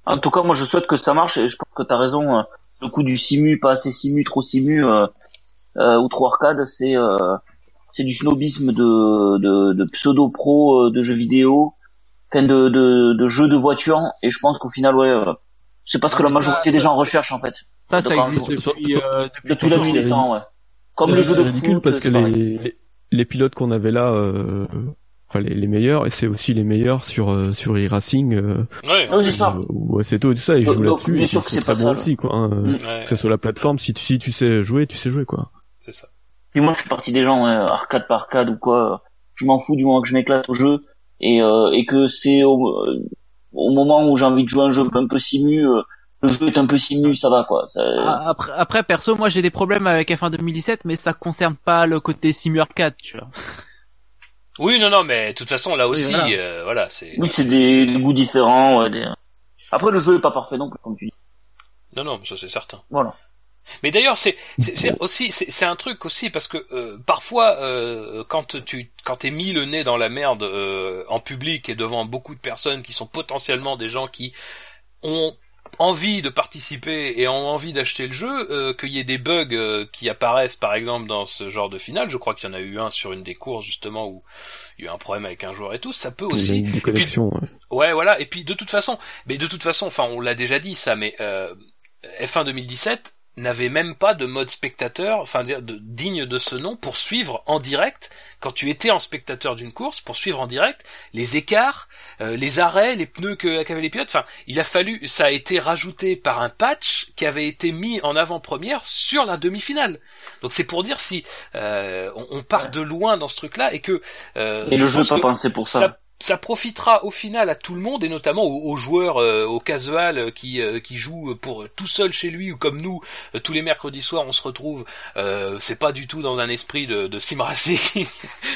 En tout cas, moi, je souhaite que ça marche et je pense que t'as raison. Le coup du simu, pas assez simu, trop simu, euh, euh, ou trop arcade, c'est euh, c'est du snobisme de de, de pseudo pro euh, de jeux vidéo, enfin de de de jeux de voiture. Et je pense qu'au final, ouais, euh, c'est parce que la majorité ça, des ça, gens recherchent en fait. Ça, ça existe depuis euh, depuis, depuis la nuit des temps, ouais. Comme les jeux de foot. C'est ridicule parce que les, les les pilotes qu'on avait là. Euh... Enfin, les, les meilleurs, et c'est aussi les meilleurs sur euh, sur e-racing euh, ouais, oui, c'est ça. Ou Assetto et tout ça, ils jouent là-dessus, et c'est très bon aussi, quoi. Hein. Ouais. Que ce soit la plateforme, si tu, si tu sais jouer, tu sais jouer, quoi. C'est ça. Puis moi, je fais partie des gens, ouais, arcade par arcade ou quoi, je m'en fous du moment que je m'éclate au jeu, et euh, et que c'est au, euh, au moment où j'ai envie de jouer un jeu un peu simu, euh, le jeu est un peu simu, ça va, quoi. Ça... Après, après, perso, moi j'ai des problèmes avec F un deux mille dix-sept, mais ça concerne pas le côté simu arcade, tu vois. Oui, non, non, mais de toute façon, là aussi, oui, voilà, euh, voilà c'est... Oui, c'est des, des goûts différents, ouais, des... Après, le jeu est pas parfait non plus, comme tu dis. Non, non, ça c'est certain. Voilà. Mais d'ailleurs, c'est, c'est, c'est aussi, c'est, c'est un truc aussi, parce que euh, parfois, euh, quand tu quand t'es mis le nez dans la merde euh, en public et devant beaucoup de personnes qui sont potentiellement des gens qui ont envie de participer et ont envie d'acheter le jeu, euh, qu'il y ait des bugs euh, qui apparaissent par exemple dans ce genre de finale, je crois qu'il y en a eu un sur une des courses justement où il y a eu un problème avec un joueur et tout, ça peut aussi... Une déconnexion, puis, ouais. ouais voilà, et puis de toute façon, mais de toute façon, enfin on l'a déjà dit ça, mais euh, F un deux mille dix-sept n'avait même pas de mode spectateur, enfin dire de, digne de ce nom, pour suivre en direct, quand tu étais en spectateur d'une course, pour suivre en direct les écarts, euh, les arrêts, les pneus que qu'avaient les pilotes. Enfin, il a fallu, ça a été rajouté par un patch qui avait été mis en avant-première sur la demi-finale. Donc c'est pour dire si euh, on, on part de loin dans ce truc-là et que euh, et le jeu n'est pas pensé pour ça. ça ça profitera au final à tout le monde et notamment aux, aux joueurs, euh, aux casuals qui euh, qui jouent pour tout seul chez lui ou comme nous euh, tous les mercredis soirs on se retrouve. Euh, c'est pas du tout dans un esprit de, de sim racing.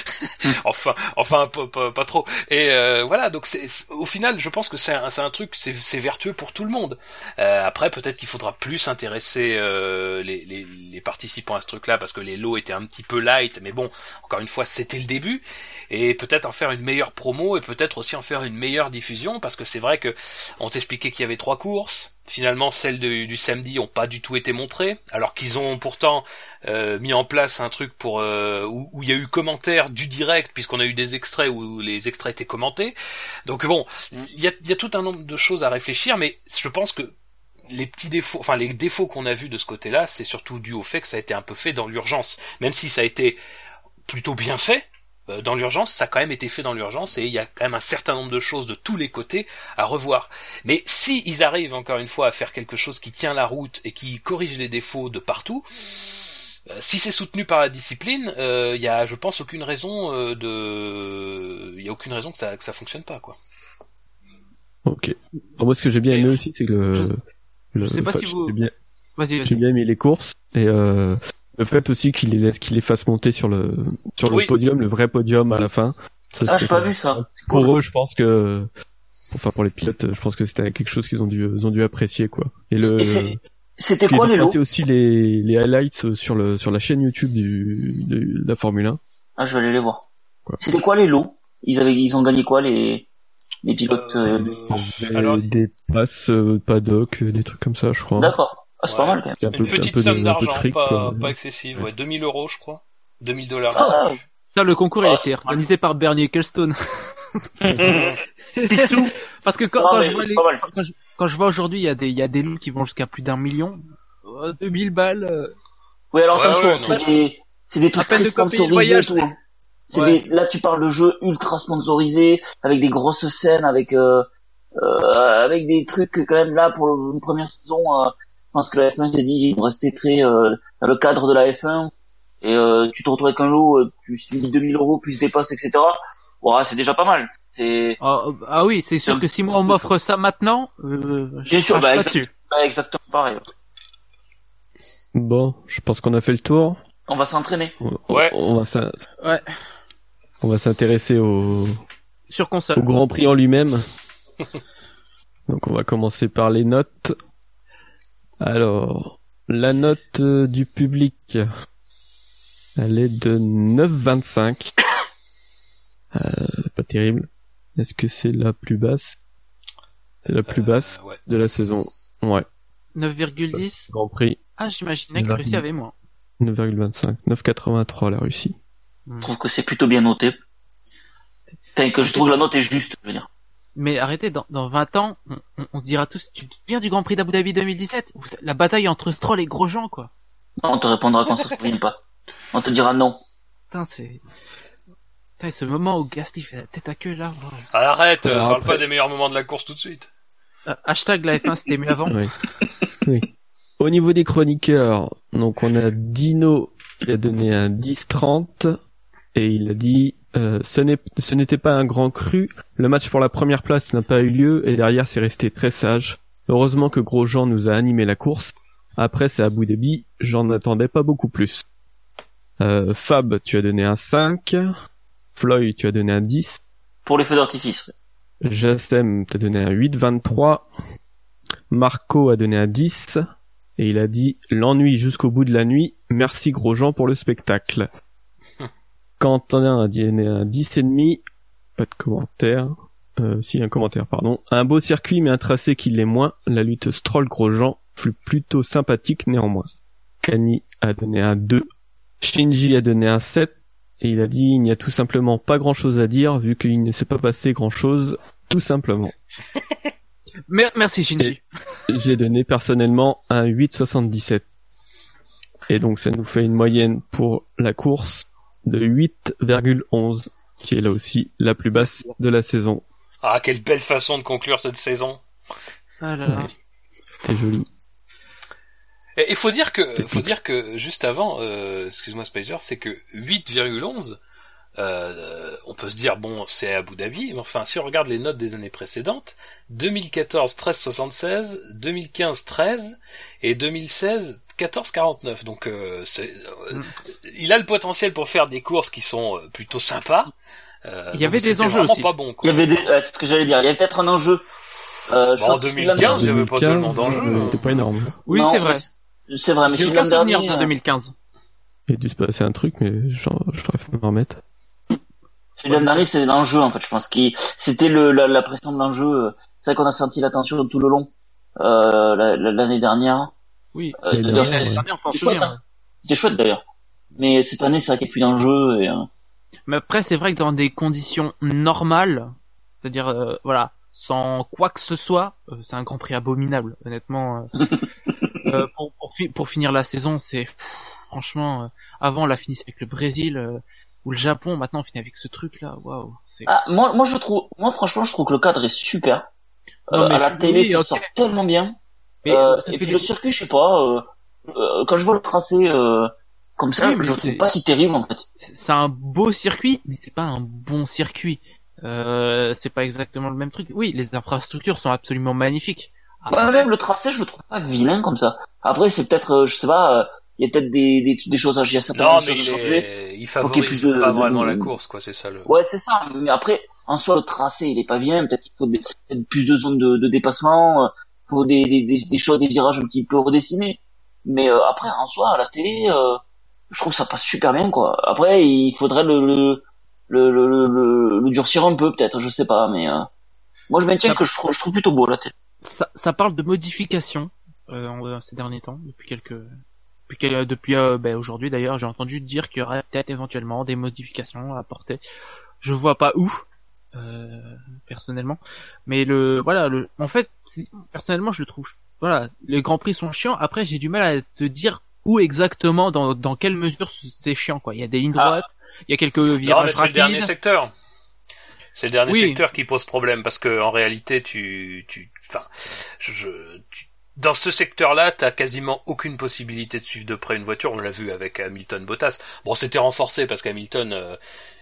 enfin, enfin pas, pas, pas trop. Et euh, voilà, donc c'est, c'est au final, je pense que c'est un, c'est un truc, c'est, c'est vertueux pour tout le monde. Euh, après, peut-être qu'il faudra plus intéresser euh, les, les les participants à ce truc-là parce que les lots étaient un petit peu light, mais bon, encore une fois, c'était le début. Et peut-être en faire une meilleure promo et peut-être aussi en faire une meilleure diffusion parce que c'est vrai que on t'expliquait qu'il y avait trois courses. Finalement, celles de, du samedi ont pas du tout été montrées, alors qu'ils ont pourtant euh, mis en place un truc pour euh, où, où il y a eu commentaires du direct puisqu'on a eu des extraits où les extraits étaient commentés. Donc bon, il y a, y a tout un nombre de choses à réfléchir, mais je pense que les petits défauts, enfin les défauts qu'on a vus de ce côté-là, c'est surtout dû au fait que ça a été un peu fait dans l'urgence, même si ça a été plutôt bien fait. Dans l'urgence, ça a quand même été fait dans l'urgence et il y a quand même un certain nombre de choses de tous les côtés à revoir. Mais si ils arrivent encore une fois à faire quelque chose qui tient la route et qui corrige les défauts de partout, euh, si c'est soutenu par la discipline, il euh, y a, je pense, aucune raison euh, de, il y a aucune raison que ça que ça fonctionne pas, quoi. Ok. Alors moi, ce que j'ai bien aimé et aussi, c'est que le, je, le, je sais pas enfin, si vous, j'ai bien, vas-y, vas-y. j'ai bien aimé les courses et euh, le fait aussi qu'il les laisse, qu'il les fasse monter sur le sur oui. le podium, le vrai podium à la fin. Ça, ah, j'ai pas vu ça. Pour cool. eux, je pense que, enfin pour les pilotes, je pense que c'était quelque chose qu'ils ont dû, ils ont dû apprécier quoi. Et le, et c'est... c'était quoi les lots? C'est aussi les les highlights sur le sur la chaîne YouTube du de la Formule un. Ah, je vais aller les voir. Quoi. C'était quoi les lots? Ils avaient, ils ont gagné quoi les les pilotes? Euh, euh, alors... Des passes euh, paddock, des trucs comme ça, je crois. D'accord. Ah, c'est ouais. pas mal, quand même. Une peu, petite somme de, d'argent, trick, pas, quoi. pas excessive, ouais. deux mille euros, je crois. deux mille dollars. Ah, là, le concours, ah, il a été organisé par Bernie Ecclestone. Parce que quand, non, quand, je vois les, quand, je, quand je vois aujourd'hui, il y a des, il y a des lots qui vont jusqu'à plus d'un million. Euh, deux mille balles. Euh... Oui, alors ouais, attention, ouais, c'est des, c'est des trucs très sponsorisés, tout. C'est ouais. des, là, tu parles de jeux ultra sponsorisés, avec des grosses scènes, avec, euh, euh, avec des trucs quand même là pour une première saison, euh, je pense que la F un s'est dit, il restait très, euh, dans le cadre de la F un, et, euh, tu te retrouves avec un lot, euh, plus, tu me dis deux mille euros, plus des passes, et cetera. Ouais, c'est déjà pas mal. C'est... Ah, ah oui, c'est sûr que si moi on m'offre ça maintenant, euh, bien sûr, bah, exa- bah, exactement pareil. Bon, je pense qu'on a fait le tour. On va s'entraîner. On, ouais. On va s'in... ouais. On va s'intéresser au sur console. Au Grand Prix en lui-même. Donc on va commencer par les notes. Alors, la note euh, du public, elle est de neuf virgule vingt-cinq. Euh, pas terrible. Est-ce que c'est la plus basse? C'est la plus basse euh, ouais. de la saison. Ouais. neuf virgule dix. Grand Prix. Ah, j'imaginais que la Russie avait moins. neuf virgule vingt-cinq. neuf virgule quatre-vingt-trois la Russie. Je trouve que c'est plutôt bien noté. Enfin, que je trouve que la note est juste, je veux dire. Mais arrêtez, dans, dans vingt ans, on, on, on se dira tous, tu te souviens du Grand Prix d'Abu Dhabi deux mille dix-sept? Vous, la bataille entre Stroll et Grosjean, quoi. Non, on te répondra quand ça se souvient pas. On te dira non. Putain, c'est... Putain, ce moment où Gasly fait la tête à queue, là. Wow. Ah, arrête, Alors, parle après... pas des meilleurs moments de la course tout de suite. Euh, hashtag la F un, c'était mieux avant. Oui. Oui. Au niveau des chroniqueurs, donc on a Dino qui a donné un dix trente et il a dit euh, ce n'est ce n'était pas un grand cru, le match pour la première place n'a pas eu lieu et derrière c'est resté très sage. Heureusement que Grosjean nous a animé la course. Après c'est Abu Dhabi, j'en attendais pas beaucoup plus. Euh, Fab, tu as donné un cinq, Floyd, tu as donné un dix. Pour les feux d'artifice. Jassem, t'as donné un huit vingt-trois. Marco a donné un dix. Et il a dit « L'ennui jusqu'au bout de la nuit. Merci Grosjean pour le spectacle. » Quentin a donné un dix et demi. Pas de commentaire. Euh, si, un commentaire, pardon. Un beau circuit, mais un tracé qui l'est moins. La lutte Stroll-Grosjean fut plutôt sympathique néanmoins. Kani a donné un deux. Shinji a donné un sept. Et il a dit « Il n'y a tout simplement pas grand-chose à dire, vu qu'il ne s'est pas passé grand-chose, tout simplement. » Merci Shinji. Et j'ai donné personnellement un huit soixante-dix-sept. Et donc ça nous fait une moyenne pour la course de huit virgule onze, qui est là aussi la plus basse de la saison. Ah, quelle belle façon de conclure cette saison. Ah là là. Ouais. C'est joli. Et il faut dire que, faut dire que juste avant, euh, excuse-moi Spicer, c'est que huit virgule onze, euh, on peut se dire bon, c'est Abu Dhabi, mais enfin, si on regarde les notes des années précédentes, deux mille quatorze treize soixante-seize, deux mille quinze treize et deux mille seize quatorze quarante-neuf. Donc, euh, c'est, euh, mm. il a le potentiel pour faire des courses qui sont euh, plutôt sympas. Euh, il y avait des enjeux aussi. Pas bon, quoi. Il y avait des, euh, c'est ce que j'allais dire. Il y avait peut-être un enjeu. Euh, bon, en deux mille quinze, il y avait pas tellement d'enjeux. Euh, c'était pas énorme. Oui, non, c'est vrai. C'est vrai, mais j'ai celui-là aucun souvenir dernier, de deux mille quinze. Il a dû se passer un truc, mais genre, je pourrais m'en remettre. Celui de dernier, c'est l'enjeu, en fait, je pense qu'il, c'était le, la, la pression de l'enjeu. C'est vrai qu'on a senti la tension tout le long, euh, la, la, l'année dernière. Oui. Euh, l'année d'ailleurs, dernière, c'était, ouais. on s'en c'était chouette, souvient. hein. C'était chouette, d'ailleurs. Mais cette année, c'est vrai qu'il n'y a plus d'enjeu, et, euh... Mais après, c'est vrai que dans des conditions normales, c'est-à-dire, euh, voilà, sans quoi que ce soit, euh, c'est un Grand Prix abominable, honnêtement. Euh, euh, pour, pour, fi- pour finir la saison, c'est pff, franchement, euh, avant on l'a fini avec le Brésil euh, ou le Japon, maintenant on finit avec ce truc-là. Waouh. C'est... Ah, moi, moi je trouve, moi franchement, je trouve que le cadre est super. Non, Euh, mais à la je- télé, oui, ça ok. sort tellement bien. Mais, Euh, ça et fait puis des- le circuit, je sais pas. Euh, euh, quand je vois le tracé euh, comme ça, Oui, mais je le c'est- trouve pas si terrible en fait. c'est c'est un beau circuit, mais c'est pas un bon circuit. Euh, c'est pas exactement le même truc. Oui, les infrastructures sont absolument magnifiques. Après, Ouais, même le tracé, je le trouve pas vilain comme ça. Après, c'est peut-être, euh, je sais pas, il euh, y a peut-être des, des, des choses à, il y a certaines Non, choses mais à il, changer. est... il Ok, favorise plus de- pas de- vraiment de- la course, quoi, c'est ça le... Ouais, c'est ça. Mais après, en soi, le tracé, il est pas bien. Peut-être qu'il faut des, peut-être plus de zones de, de dépassement, euh, faut des, des, des, des choses, des virages un petit peu redessinés. Mais euh, après, en soi, à la télé, euh, je trouve que ça passe super bien, quoi. Après, il faudrait le le le le, le, le, le durcir un peu, peut-être, je sais pas. Mais euh, moi, je maintiens Ça- que je trouve, je trouve plutôt beau la télé. ça, ça parle de modifications euh, en- ces derniers temps, depuis quelques, depuis, quel- depuis euh, ben, aujourd'hui d'ailleurs, j'ai entendu dire qu'il y aurait peut-être éventuellement des modifications à apporter. Je vois pas où, euh, personnellement, mais le, voilà, le, en fait, c'est- personnellement, je le trouve, voilà, les grands prix sont chiants. Après, j'ai du mal à te dire où exactement, dans dans quelle mesure c'est chiant, quoi. Il y a des lignes Ah. droites, il y a quelques Non, mais virages c'est le dernier rapides. secteur. C'est le dernier Oui. secteur qui pose problème parce que en réalité, tu, tu, enfin, je, je tu, dans ce secteur-là, t'as quasiment aucune possibilité de suivre de près une voiture. On l'a vu avec Hamilton, Bottas. Bon, c'était renforcé parce qu'Hamilton, euh,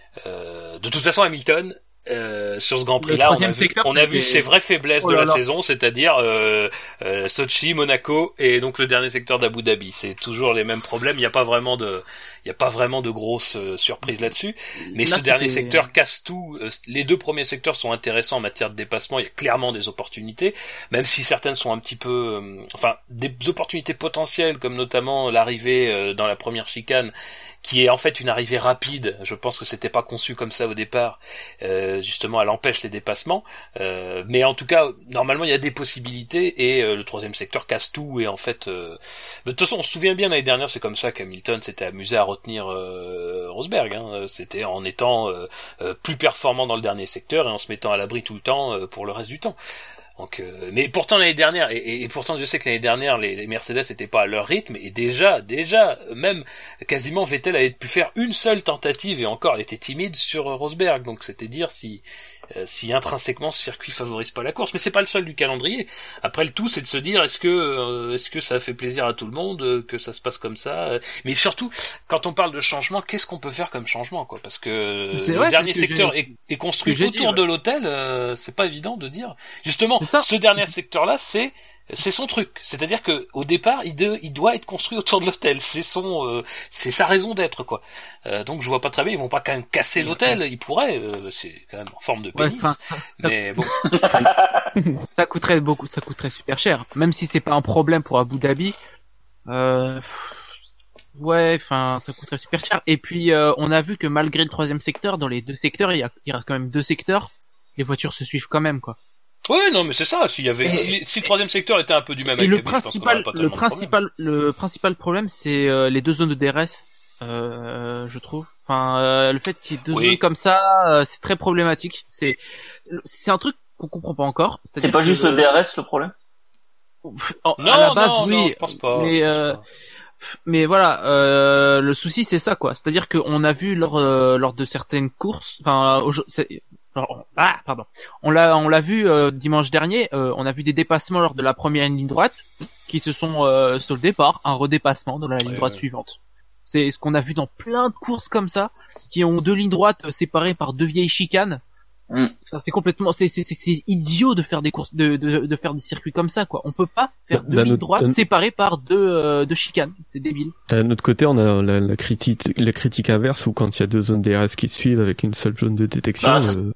euh, de toute façon, Hamilton. Euh, sur ce Grand Prix-là, on a troisième vu, secteur, on a vu c'était- ses vraies faiblesses Oh de là la là. saison, c'est-à-dire euh, euh, Sochi, Monaco et donc le dernier secteur d'Abu Dhabi. C'est toujours les mêmes problèmes. Il n'y a pas vraiment de, il y a pas vraiment de grosses euh, surprises là-dessus. Mais Là, ce dernier c'était- secteur casse tout. Euh, Les deux premiers secteurs sont intéressants en matière de dépassement. Il y a clairement des opportunités, même si certaines sont un petit peu, euh, enfin, des opportunités potentielles, comme notamment l'arrivée euh, dans la première chicane, qui est en fait une arrivée rapide. Je pense que c'était pas conçu comme ça au départ, euh, justement, elle empêche les dépassements. Euh, mais en tout cas, normalement, il y a des possibilités et euh, le troisième secteur casse tout. Et en fait, euh... de toute façon, on se souvient bien l'année dernière, c'est comme ça qu'Hamilton s'était amusé à retenir euh, Rosberg. Hein. C'était en étant euh, euh, plus performant dans le dernier secteur et en se mettant à l'abri tout le temps euh, pour le reste du temps. Donc, euh, mais pourtant l'année dernière, et, et, et pourtant je sais que l'année dernière les, les Mercedes n'étaient pas à leur rythme, et déjà, déjà, même quasiment Vettel avait pu faire une seule tentative, et encore elle était timide sur Rosberg, donc c'était dire si euh, si intrinsèquement ce circuit favorise pas la course, mais c'est pas le seul du calendrier. Après le tout c'est de se dire est-ce que euh, est-ce que ça fait plaisir à tout le monde euh, que ça se passe comme ça, euh, mais surtout quand on parle de changement, qu'est-ce qu'on peut faire comme changement quoi, parce que c'est le vrai, dernier c'est secteur est, est construit autour dit, ouais. de l'hôtel, euh, c'est pas évident de dire justement. Ça. Ce dernier secteur-là, c'est c'est son truc. C'est-à-dire que au départ, il, de, il doit être construit autour de l'hôtel. C'est son, euh, c'est sa raison d'être, quoi. Euh, donc je vois pas très bien. Ils vont pas quand même casser l'hôtel. Ils pourraient. Euh, c'est quand même en forme de pénis. Ouais, ça, ça, mais bon. ça coûterait beaucoup. Ça coûterait super cher. Même si c'est pas un problème pour Abu Dhabi. Euh, ouais, enfin, ça coûterait super cher. Et puis euh, on a vu que malgré le troisième secteur, dans les deux secteurs, il y a, il reste quand même deux secteurs. Les voitures se suivent quand même, quoi. Ouais, non, mais c'est ça. S'il y avait, et, si, si le troisième secteur était un peu du même et avec le la principal, pas le principal, le principal problème, c'est euh, les deux zones de D R S, euh, je trouve. Enfin, euh, le fait qu'il y ait deux oui. zones comme ça, euh, c'est très problématique. C'est, c'est un truc qu'on comprend pas encore. C'est pas juste le D R S le problème. Oh, non, à la base, non, oui. Non, je pense pas. Mais, je pense euh, pas. mais voilà, euh, le souci c'est ça quoi. C'est-à-dire qu'on a vu lors euh, lors de certaines courses, enfin, alors, ah pardon, on l'a on l'a vu euh, dimanche dernier, euh, on a vu des dépassements lors de la première ligne droite qui se sont euh, soldés par un redépassement dans la ligne ouais, droite ouais. suivante. C'est ce qu'on a vu dans plein de courses comme ça, qui ont deux lignes droites séparées par deux vieilles chicanes. Mm. Enfin, c'est complètement, c'est, c'est, c'est, c'est idiot de faire des courses, de, de, de faire des circuits comme ça, quoi. On peut pas faire deux lignes droites d'un... séparées par deux, euh, deux chicanes. C'est débile. D'un autre côté, on a la, la critique, la critique inverse où quand il y a deux zones D R S qui se suivent avec une seule zone de détection, ah, le,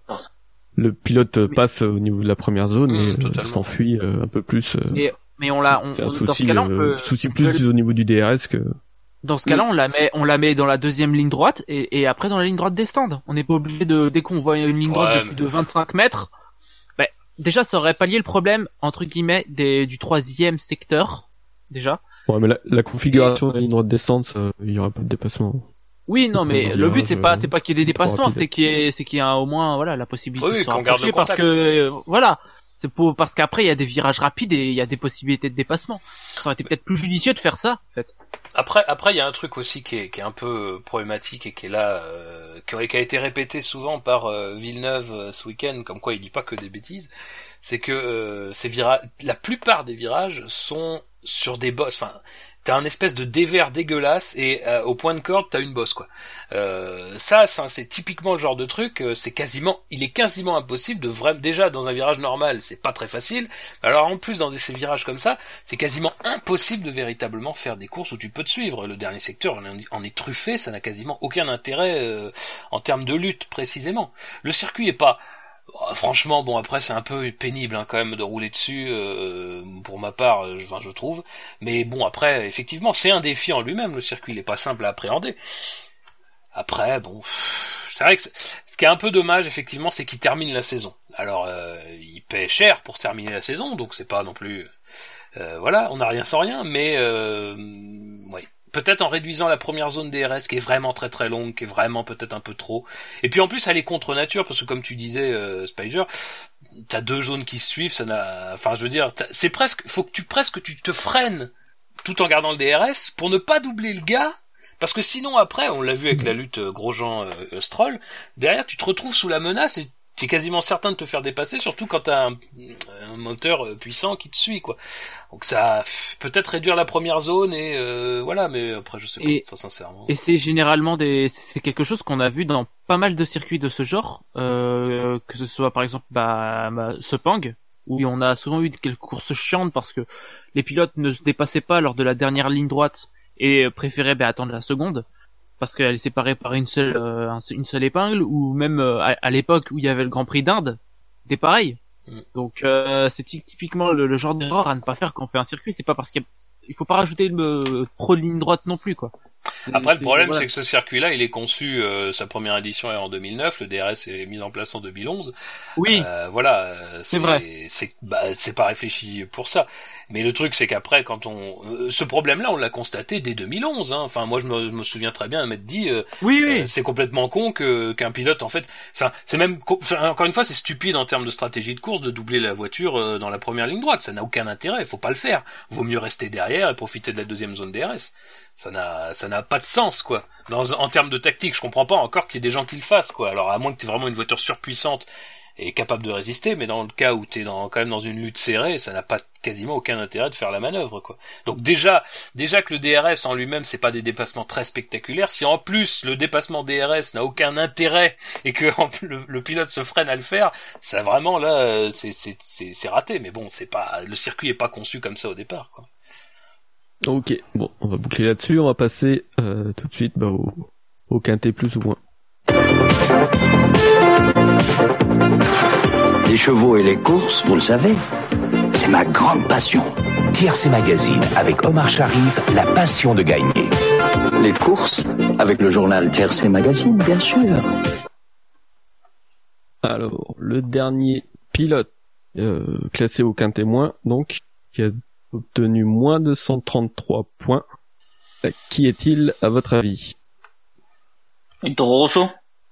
le pilote mais... passe au niveau de la première zone mmh, et euh, s'enfuit euh, un peu plus. Euh, mais, mais on l'a, on, c'est un on, souci, dans ce cas-là, on peut, euh, souci plus le... au niveau du D R S que. Dans ce cas-là, on la met, on la met dans la deuxième ligne droite et, et après dans la ligne droite des stands. On n'est pas obligé de, dès qu'on voit une ligne droite ouais, de plus mais... de vingt-cinq mètres, ben, déjà, ça aurait pallié le problème, entre guillemets, des, du troisième secteur, déjà. Ouais, mais la, la configuration et... de la ligne droite des stands, il y aura pas de dépassement. Oui, non, mais le but, c'est pas, c'est pas qu'il y ait des dépassements, c'est qu'il y ait, c'est qu'il y a au moins, voilà, la possibilité oui, de se rapprocher parce que, euh, voilà. C'est pour, parce qu'après, il y a des virages rapides et il y a des possibilités de dépassement. Ça aurait été peut-être plus judicieux de faire ça, en fait. Après, après, il y a un truc aussi qui est, qui est un peu problématique et qui est là, euh, qui, aurait, qui a été répété souvent par euh, Villeneuve euh, ce week-end, comme quoi il dit pas que des bêtises. C'est que euh, ces virages, la plupart des virages sont sur des bosses. Enfin, t'as un espèce de dévers dégueulasse et euh, au point de corde t'as une bosse quoi. Euh, ça, ça c'est typiquement le genre de truc. Euh, c'est quasiment, il est quasiment impossible de vraiment. Déjà dans un virage normal, c'est pas très facile. Alors en plus dans des, ces virages comme ça, c'est quasiment impossible de véritablement faire des courses où tu peux te suivre. Le dernier secteur en est truffé, ça n'a quasiment aucun intérêt euh, en termes de lutte précisément. Le circuit est pas. Franchement, bon après c'est un peu pénible hein, quand même de rouler dessus euh, pour ma part, euh, enfin, je trouve. Mais bon après, effectivement, c'est un défi en lui-même. Le circuit il est pas simple à appréhender. Après, bon, c'est vrai que ce qui est un peu dommage effectivement, c'est qu'il termine la saison. Alors euh, il paie cher pour terminer la saison, donc c'est pas non plus, euh, voilà, on n'a rien sans rien. Mais euh, oui. Peut-être en réduisant la première zone D R S qui est vraiment très très longue, qui est vraiment peut-être un peu trop. Et puis en plus elle est contre nature parce que comme tu disais euh, Spider, t'as deux zones qui se suivent, ça n'a, enfin je veux dire, c'est presque, faut que tu presque tu te freines tout en gardant le D R S pour ne pas doubler le gars. Parce que sinon après, on l'a vu avec la lutte Grosjean euh, Stroll, derrière tu te retrouves sous la menace et t'es quasiment certain de te faire dépasser, surtout quand t'as un, un moteur puissant qui te suit, quoi. Donc ça, peut-être réduire la première zone et euh, voilà, mais après je sais pas, et, ça sincèrement. Et c'est généralement des, c'est quelque chose qu'on a vu dans pas mal de circuits de ce genre, euh, que ce soit par exemple bah, bah Sepang, où on a souvent eu quelques courses chiantes parce que les pilotes ne se dépassaient pas lors de la dernière ligne droite et préféraient bah, attendre la seconde. Parce qu'elle est séparée par une seule euh, une seule épingle, ou même euh, à, à l'époque où il y avait le Grand Prix d'Inde, c'était pareil. Mm. Donc euh, c'est typiquement le, le genre d'erreur à ne pas faire quand on fait un circuit. C'est pas parce qu'il y a, il faut pas rajouter le, trop de ligne droite non plus quoi. Après, le c'est- problème, voilà. c'est que ce circuit-là, il est conçu, euh, sa première édition est en deux mille neuf, le D R S est mis en place en deux mille onze. Oui, Euh, voilà, euh, c'est vrai. C'est, bah, c'est pas réfléchi pour ça. Mais le truc, c'est qu'après, quand on, euh, ce problème-là, on l'a constaté dès deux mille onze. Hein. Enfin, moi, je me, me souviens très bien m'être dit, euh, oui, oui. euh, c'est complètement con que qu'un pilote, en fait, enfin, c'est même, co- enfin, encore une fois, c'est stupide en termes de stratégie de course de doubler la voiture euh, dans la première ligne droite. Ça n'a aucun intérêt. Il faut pas le faire. Vaut mieux rester derrière et profiter de la deuxième zone D R S. Ça n'a, ça n'a pas de sens, quoi. Dans, en termes de tactique, je comprends pas encore qu'il y ait des gens qui le fassent, quoi. Alors, à moins que tu aies vraiment une voiture surpuissante et capable de résister, mais dans le cas où t'es dans, quand même dans une lutte serrée, ça n'a pas quasiment aucun intérêt de faire la manœuvre, quoi. Donc déjà, déjà que le D R S en lui-même, c'est pas des dépassements très spectaculaires, si en plus le dépassement D R S n'a aucun intérêt et que en plus, le, le pilote se freine à le faire, ça vraiment là, c'est, c'est, c'est, c'est raté. Mais bon, c'est pas, le circuit est pas conçu comme ça au départ, quoi. Ok, bon, on va boucler là-dessus, on va passer euh, tout de suite bah, au, au quintet plus ou moins. Les chevaux et les courses, vous le savez, c'est ma grande passion. T R C Magazine avec Omar Sharif, la passion de gagner. Les courses, avec le journal T R C Magazine, bien sûr. Alors, le dernier pilote euh, classé au quintet moins, donc, qui a obtenu moins de cent trente-trois points. Euh, Qui est-il, à votre avis? Et Toro Rosso?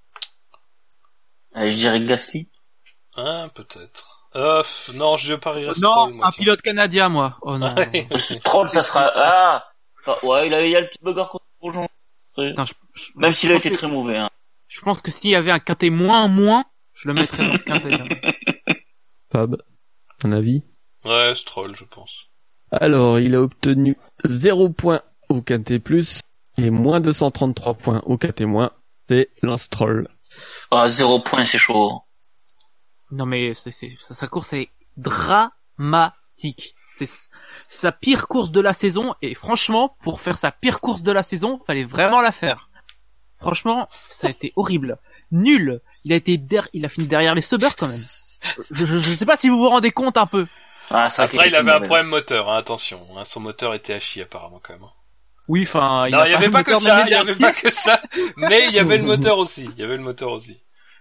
Euh, je dirais Gasly. Hein, peut-être. Euh, f- non, je parierais Non, Stroll, moi, un tiens. pilote canadien, moi. Oh non. Ouais. Stroll, ça sera, ah, ouais, il a, il y a le petit bugger contre Grosjean. Putain, je, je- Même s'il a je été pense que- très mauvais, hein. Je pense que s'il y avait un quintet moins moins, je le mettrais dans ce quintet. Fab, un avis? Ouais, Stroll, je pense. Alors, il a obtenu zéro point au quintet plus et moins de cent trente-trois points au quintet moins. C'est Lance Stroll. Ah, zéro point, c'est chaud. Non mais c'est, c'est, sa sa course elle est dramatique. C'est, c'est sa pire course de la saison et franchement, pour faire sa pire course de la saison, fallait vraiment la faire. Franchement, ça a été horrible. Nul. Il a été der... il a fini derrière les Sauber quand même. Je, je, je sais pas si vous vous rendez compte un peu. Ah, ça, Après, il avait un problème moteur, hein, attention. Hein, son moteur était à chier, apparemment, quand même. Oui, enfin, Non, il y a avait le pas que moteur de ça, l'année il y avait dernière. pas que ça, mais il y avait le moteur aussi, il y avait le moteur aussi.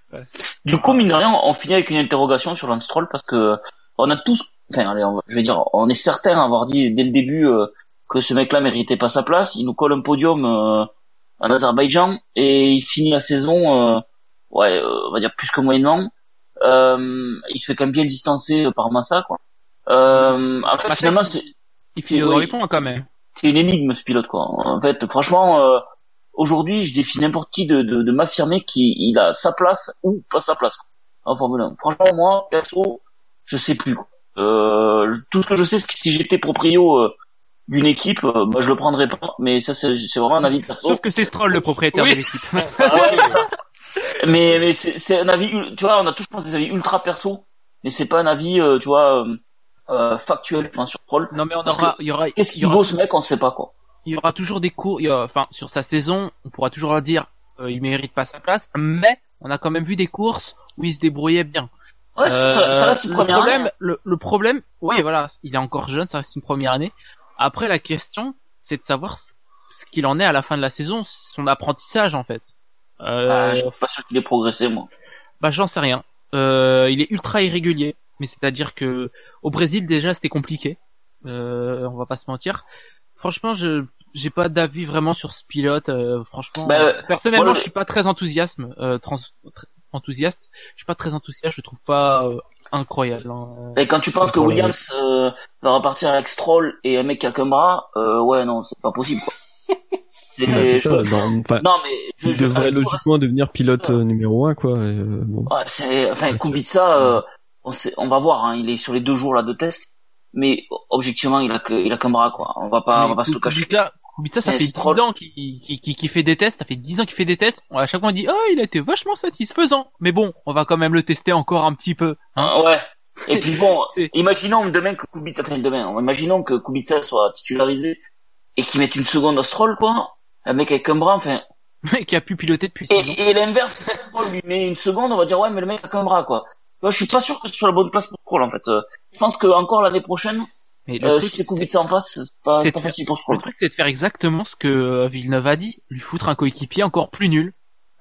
Du coup, mine de rien, on finit avec une interrogation sur Lance Stroll parce que on a tous, enfin, allez, on va- je vais dire, on est certain d'avoir dit dès le début euh, que ce mec-là méritait pas sa place. Il nous colle un podium euh, en Azerbaïdjan et il finit la saison, euh, ouais, euh, on va dire plus que moyennement. Euh, il se fait quand même bien distancer par Massa, quoi. Euh, en fait, Massa, finalement, il- c'est Il finit Oui. dans les points quand même. c'est une énigme ce pilote, quoi. En fait, franchement, euh, aujourd'hui, je défie n'importe qui de, de, de m'affirmer qu'il il a sa place ou pas sa place, quoi, en Formule un. Franchement, moi, perso, je sais plus, quoi. Euh, je- tout ce que je sais, c'est que si j'étais proprio euh, d'une équipe, euh, bah, je le prendrais pas. Mais ça, c'est, c'est vraiment un avis perso. Sauf que c'est Stroll le propriétaire Oui. de l'équipe. Enfin, ouais, Mais, mais c'est, c'est un avis, ul- tu vois, on a tous, je pense, des avis ultra perso, mais c'est pas un avis, euh, tu vois, euh, euh, factuel, enfin, sur Troll. Non mais on Parce aura, il y aura, Qu'est-ce il qu'il y aura- vaut ce mec, on sait pas, quoi. il y aura toujours des cours, il y a- enfin sur sa saison, on pourra toujours leur dire euh, il mérite pas sa place, mais on a quand même vu des courses où il se débrouillait bien. Ouais, ça, ça reste une le première problème, année. le, le problème, oui voilà, il est encore jeune, ça reste une première année. Après la question, c'est de savoir ce, ce qu'il en est à la fin de la saison, son apprentissage en fait. Euh, Ah, je suis pas sûr qu'il ait progressé, moi. bah j'en sais rien. Euh, il est ultra irrégulier, mais c'est-à-dire que au Brésil déjà c'était compliqué. Euh, on va pas se mentir. Franchement, je j'ai pas d'avis vraiment sur ce pilote. Euh, franchement, Bah, euh, personnellement, moi, le- je suis pas très enthousiaste. Euh, trans, tr- enthousiaste. Je suis pas très enthousiaste. Je trouve pas euh, incroyable. Hein. Et quand tu penses que Pour le- Williams euh, va repartir avec Stroll et un mec qui a qu'un bras, euh, ouais, non, c'est pas possible, quoi. C'est- Bah, c'est je- ça, dans- enfin, Non, mais je, il je, devrait avec tout le logiquement devenir pilote euh, numéro un, quoi. et, euh, bon. Ouais, c'est, enfin, Ouais, Kubica, euh, on, sait, on va voir, hein, il est sur les deux jours là de test, mais objectivement, il a que, il a qu'un bras, quoi. On va pas, on va pas se le cacher. Kubica, Kubica, ça Mais fait Stroll- dix ans qu'il qu'il qu'il- qu'il fait des tests. Ça fait dix ans qu'il fait des tests. À chaque fois, on dit oh, il a été vachement satisfaisant. Mais bon, on va quand même le tester encore un petit peu. Hein. Ah, ouais. Et puis bon, C'est- imaginons demain que Kubica, enfin demain, imaginons que Kubica soit titularisé et qu'il mette une seconde à Stroll, quoi. Un mec avec un bras, enfin. qui a pu piloter depuis six ans. Et, et l'inverse, Stroll lui met une seconde, on va dire ouais, mais le mec a qu'un bras, quoi. Moi, je suis pas sûr que ce soit la bonne place pour Stroll, en fait. Euh, Je pense que encore l'année prochaine, Mais le euh, truc, si c'est Kubica en face, c'est pas, c'est pas de faire- facile pour le Stroll. truc, c'est de faire exactement ce que euh, Villeneuve a dit, lui foutre un coéquipier encore plus nul.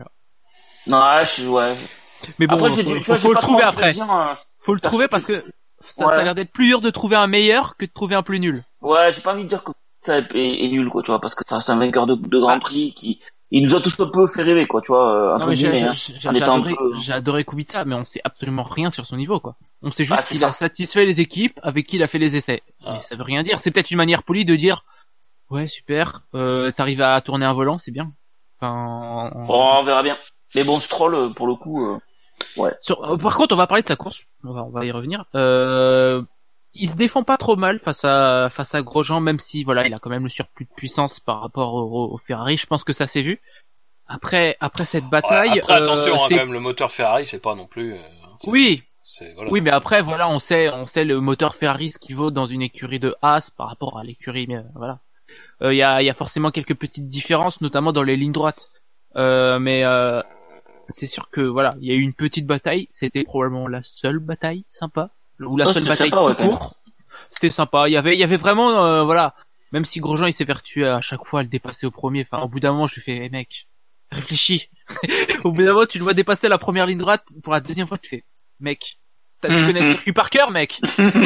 Non, je, ouais. Mais bon, Après, j'ai faut, du, tu faut, vois, faut j'ai le pas trouver trop envie de après. dire, euh, Faut le parce trouver que parce tu- que ça, Ouais. ça a l'air d'être plus dur de trouver un meilleur que de trouver un plus nul. Ouais, j'ai pas envie de dire que ça est, est, est nul, quoi, tu vois, parce que ça reste un vainqueur de, de Grand Ah. Prix qui, il nous a tous un peu fait rêver, quoi, tu vois, euh, Non, entre mais j'ai, guillemets, hein, j'ai, j'ai en étant un adoré, peu... j'ai adoré Kubica, mais on sait absolument rien sur son niveau, quoi. On sait juste Ah, c'est qu'il ça. a satisfait les équipes avec qui il a fait les essais. Ah. Mais ça veut rien dire. C'est peut-être une manière polie de dire, ouais, super, euh, t'arrives à tourner un volant, c'est bien. Enfin, on- Bon, on verra bien. Mais bon, Stroll, euh, pour le coup, euh, Sur- euh, par contre, on va parler de sa course. On va, on va y revenir. Euh, il se défend pas trop mal face à face à Grosjean, même si voilà, il a quand même le surplus de puissance par rapport au, au Ferrari. Je pense que ça s'est vu. Après, après cette bataille. Ouais, après, attention, euh, hein, c'est- quand même, le moteur Ferrari, c'est pas non plus. euh, c'est- Oui, C'est, voilà. oui, mais après, voilà, on sait, on sait le moteur Ferrari ce qu'il vaut dans une écurie de Haas par rapport à l'écurie, mais euh, voilà. Il y a, il y a forcément quelques petites différences, notamment dans les lignes droites. Euh, mais euh, c'est sûr que voilà, il y a eu une petite bataille. C'était probablement la seule bataille sympa, ou la Oh, seule c'était bataille sympa, ouais, tout court. C'était sympa. Il y avait, il y avait vraiment, euh, voilà. Même si Grosjean il s'est vertué à chaque fois à le dépasser au premier. Enfin, au bout d'un moment, je lui fais, hey, mec, réfléchis. Au bout d'un moment, tu le vois dépasser la première ligne droite. Pour la deuxième fois, tu fais, mec, t'as- tu connais le circuit par cœur, mec.